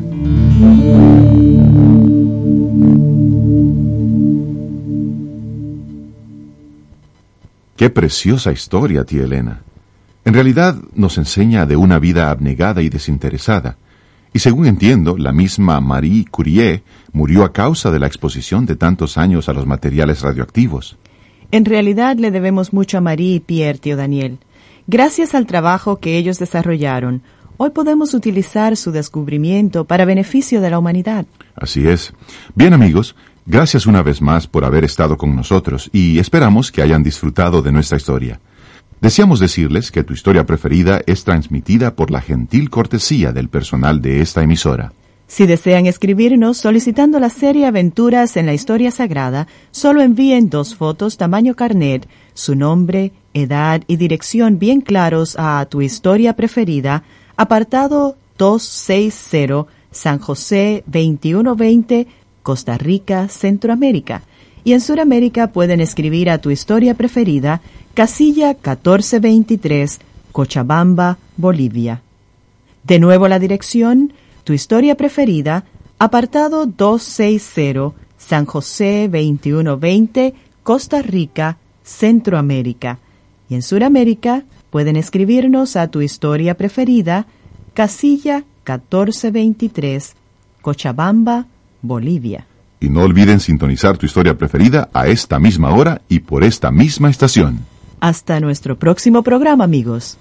Qué preciosa historia, tía Elena. En realidad nos enseña de una vida abnegada y desinteresada. Y según entiendo, la misma Marie Curie murió a causa de la exposición de tantos años a los materiales radioactivos. En realidad le debemos mucho a Marie y Pierre, tío Daniel. Gracias al trabajo que ellos desarrollaron, hoy podemos utilizar su descubrimiento para beneficio de la humanidad. Así es. Bien, amigos, gracias una vez más por haber estado con nosotros y esperamos que hayan disfrutado de nuestra historia. Deseamos decirles que tu historia preferida es transmitida por la gentil cortesía del personal de esta emisora. Si desean escribirnos solicitando la serie Aventuras en la Historia Sagrada, solo envíen dos fotos tamaño carnet, su nombre, edad y dirección bien claros a Tu Historia Preferida, apartado doscientos sesenta, San José veintiuno veinte, Costa Rica, Centroamérica. Y en Sudamérica pueden escribir a Tu Historia Preferida, casilla catorce veintitrés, Cochabamba, Bolivia. De nuevo la dirección: Tu Historia Preferida, apartado doscientos sesenta, San José veintiuno veinte, Costa Rica, Centroamérica. Y en Sudamérica pueden escribirnos a Tu Historia Preferida, casilla catorce veintitrés, Cochabamba, Bolivia. Y no olviden sintonizar Tu Historia Preferida a esta misma hora y por esta misma estación. Hasta nuestro próximo programa, amigos.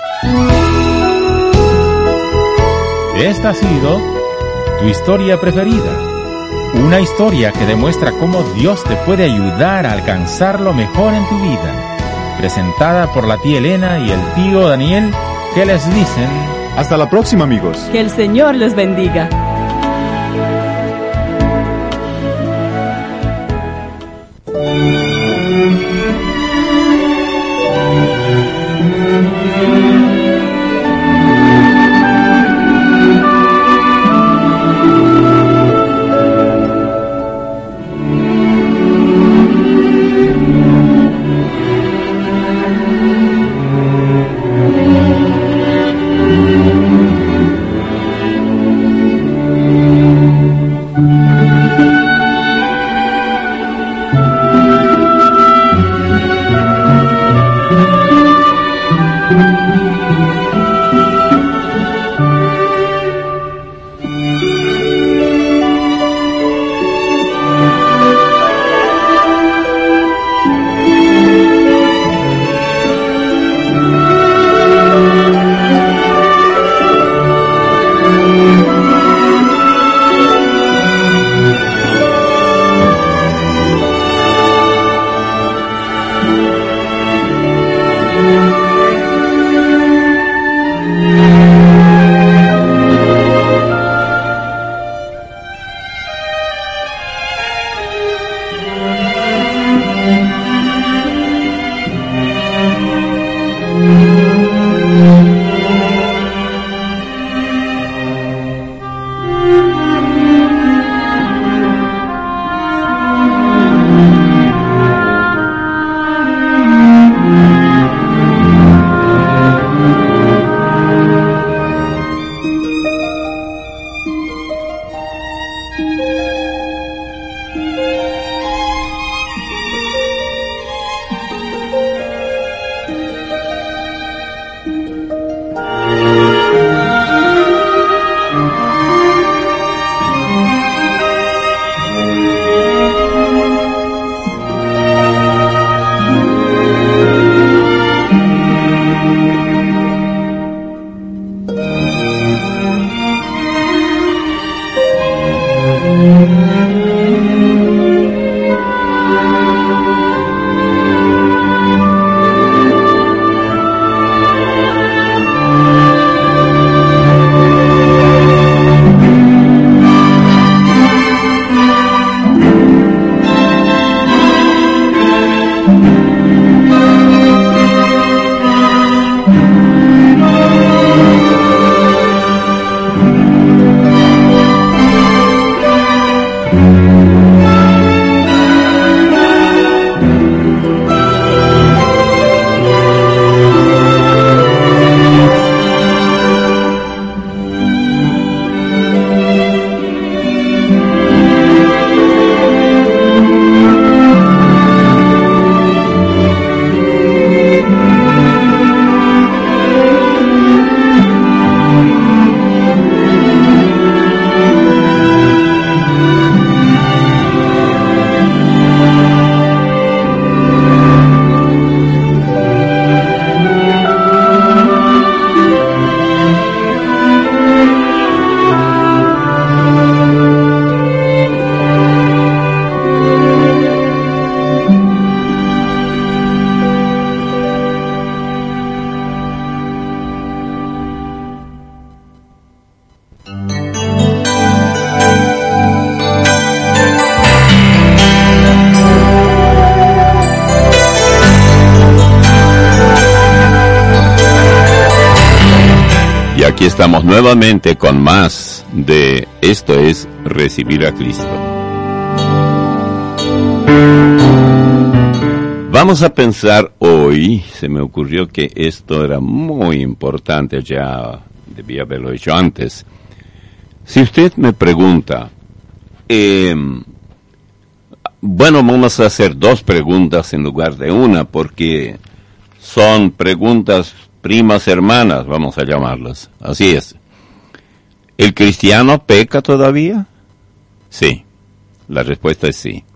Esta ha sido Tu Historia Preferida, una historia que demuestra cómo Dios te puede ayudar a alcanzar lo mejor en tu vida. Presentada por la tía Elena y el tío Daniel, que les dicen: hasta la próxima, amigos. Que el Señor les bendiga. Thank you. Aquí estamos nuevamente con más de Esto es Recibir a Cristo. Vamos a pensar hoy, se me ocurrió que esto era muy importante, ya debía haberlo hecho antes. Si usted me pregunta, eh, bueno, vamos a hacer dos preguntas en lugar de una, porque son preguntas primas hermanas, vamos a llamarlas. Así es. ¿El cristiano peca todavía? Sí. La respuesta es sí.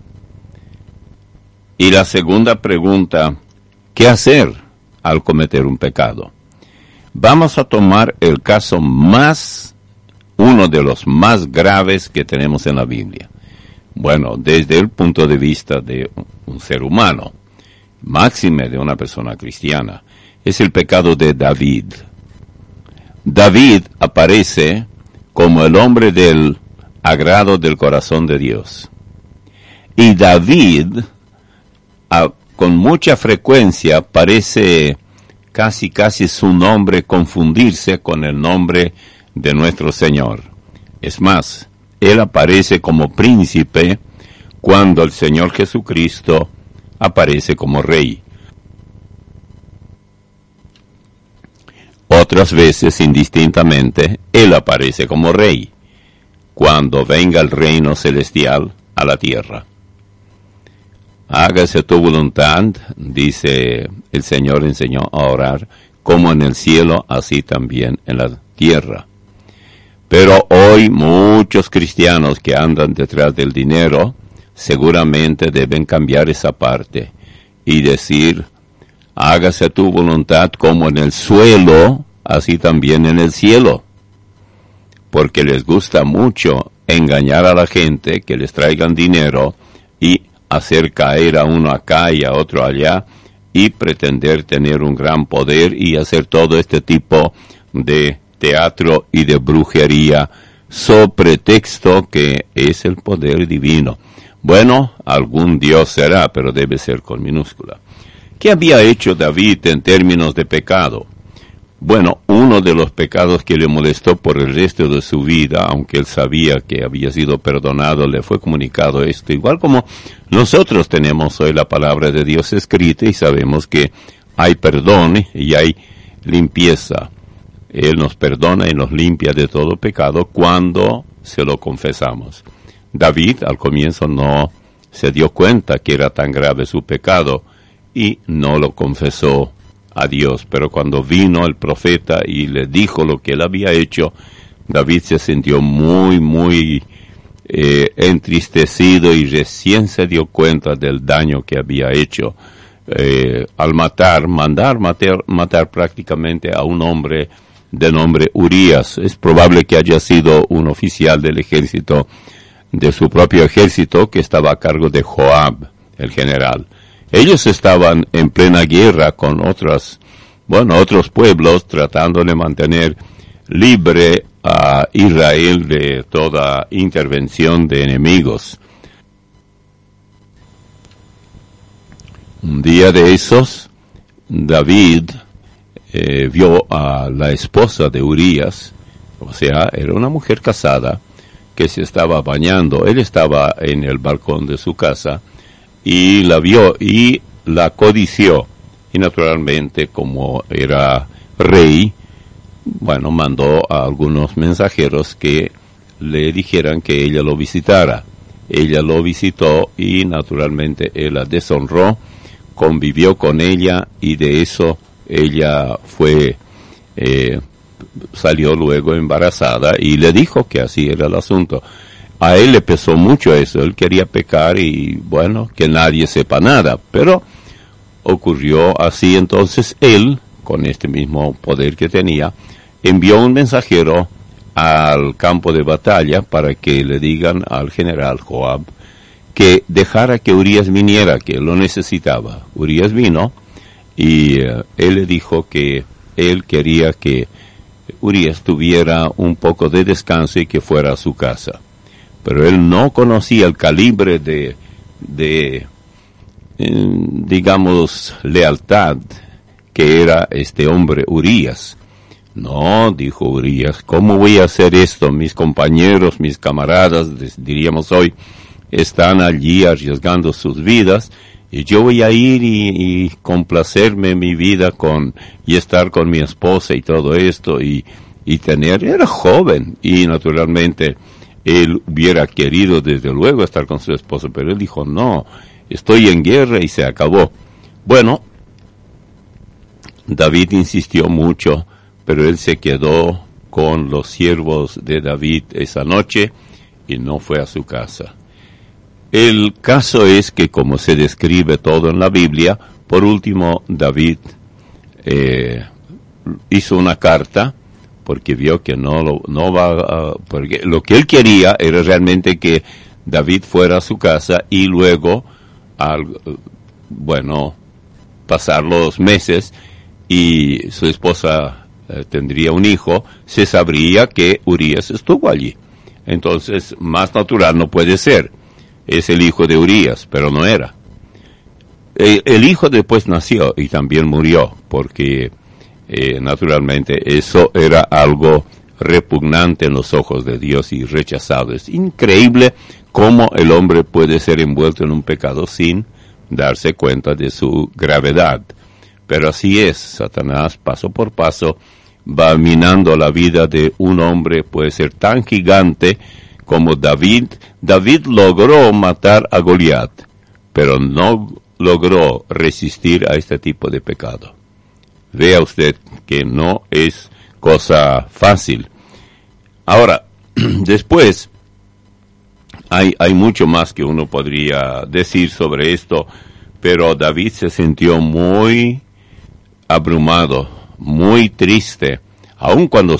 Y la segunda pregunta, ¿qué hacer al cometer un pecado? Vamos a tomar el caso más, uno de los más graves que tenemos en la Biblia. Bueno, desde el punto de vista de un ser humano, máxime de una persona cristiana, es el pecado de David. David aparece como el hombre del agrado del corazón de Dios. Y David, a, con mucha frecuencia, parece casi casi su nombre confundirse con el nombre de nuestro Señor. Es más, él aparece como príncipe cuando el Señor Jesucristo aparece como rey. Otras veces, indistintamente, él aparece como rey, cuando venga el reino celestial a la tierra. Hágase tu voluntad, dice el Señor, enseñó a orar, como en el cielo, así también en la tierra. Pero hoy muchos cristianos que andan detrás del dinero, seguramente deben cambiar esa parte y decir, hágase tu voluntad como en el suelo, así también en el cielo. Porque les gusta mucho engañar a la gente, que les traigan dinero y hacer caer a uno acá y a otro allá y pretender tener un gran poder y hacer todo este tipo de teatro y de brujería so pretexto que es el poder divino. Bueno, algún Dios será, pero debe ser con minúscula. ¿Qué había hecho David en términos de pecado? Bueno, uno de los pecados que le molestó por el resto de su vida, aunque él sabía que había sido perdonado, le fue comunicado esto. Igual como nosotros tenemos hoy la palabra de Dios escrita y sabemos que hay perdón y hay limpieza. Él nos perdona y nos limpia de todo pecado cuando se lo confesamos. David al comienzo no se dio cuenta que era tan grave su pecado y no lo confesó a Dios. Pero cuando vino el profeta y le dijo lo que él había hecho, David se sintió muy, muy eh, entristecido y recién se dio cuenta del daño que había hecho eh, al matar, mandar matar, matar prácticamente a un hombre de nombre Urías. Es probable que haya sido un oficial del ejército, de su propio ejército, que estaba a cargo de Joab, el general. Ellos estaban en plena guerra con otras, bueno, otros pueblos, tratando de mantener libre a Israel de toda intervención de enemigos. Un día de esos, David eh, vio a la esposa de Urías, o sea, era una mujer casada, que se estaba bañando. Él estaba en el balcón de su casa y la vio y la codició. Y naturalmente, como era rey, bueno, mandó a algunos mensajeros que le dijeran que ella lo visitara. Ella lo visitó y naturalmente él la deshonró, convivió con ella y de eso ella fue, eh, salió luego embarazada y le dijo que así era el asunto. A él le pesó mucho eso, él quería pecar y bueno, que nadie sepa nada, pero ocurrió así. Entonces él, con este mismo poder que tenía, envió un mensajero al campo de batalla para que le digan al general Joab que dejara que Urías viniera, que lo necesitaba. Urías vino y uh, él le dijo que él quería que Urías tuviera un poco de descanso y que fuera a su casa. Pero él no conocía el calibre de, de eh, digamos, lealtad que era este hombre Urías. No, dijo Urías, ¿cómo voy a hacer esto? Mis compañeros, mis camaradas, diríamos hoy, están allí arriesgando sus vidas y yo voy a ir y, y complacerme mi vida con, y estar con mi esposa y todo esto y, y tener, era joven y naturalmente él hubiera querido desde luego estar con su esposa, pero él dijo, no, estoy en guerra y se acabó. Bueno, David insistió mucho, pero él se quedó con los siervos de David esa noche y no fue a su casa. El caso es que, como se describe todo en la Biblia, por último David eh, hizo una carta porque vio que no lo no va a, porque lo que él quería era realmente que David fuera a su casa y luego al bueno pasar los meses y su esposa eh, tendría un hijo, se sabría que Urías estuvo allí. Entonces, más natural no puede ser. Es el hijo de Urías, pero no era. El, el hijo después nació y también murió, porque eh, naturalmente eso era algo repugnante en los ojos de Dios y rechazado. Es increíble cómo el hombre puede ser envuelto en un pecado sin darse cuenta de su gravedad. Pero así es, Satanás paso por paso va minando la vida de un hombre, puede ser tan gigante como David. David logró matar a Goliat, pero no logró resistir a este tipo de pecado. Vea usted que no es cosa fácil. Ahora, después, hay, hay mucho más que uno podría decir sobre esto, pero David se sintió muy abrumado, muy triste, aun cuando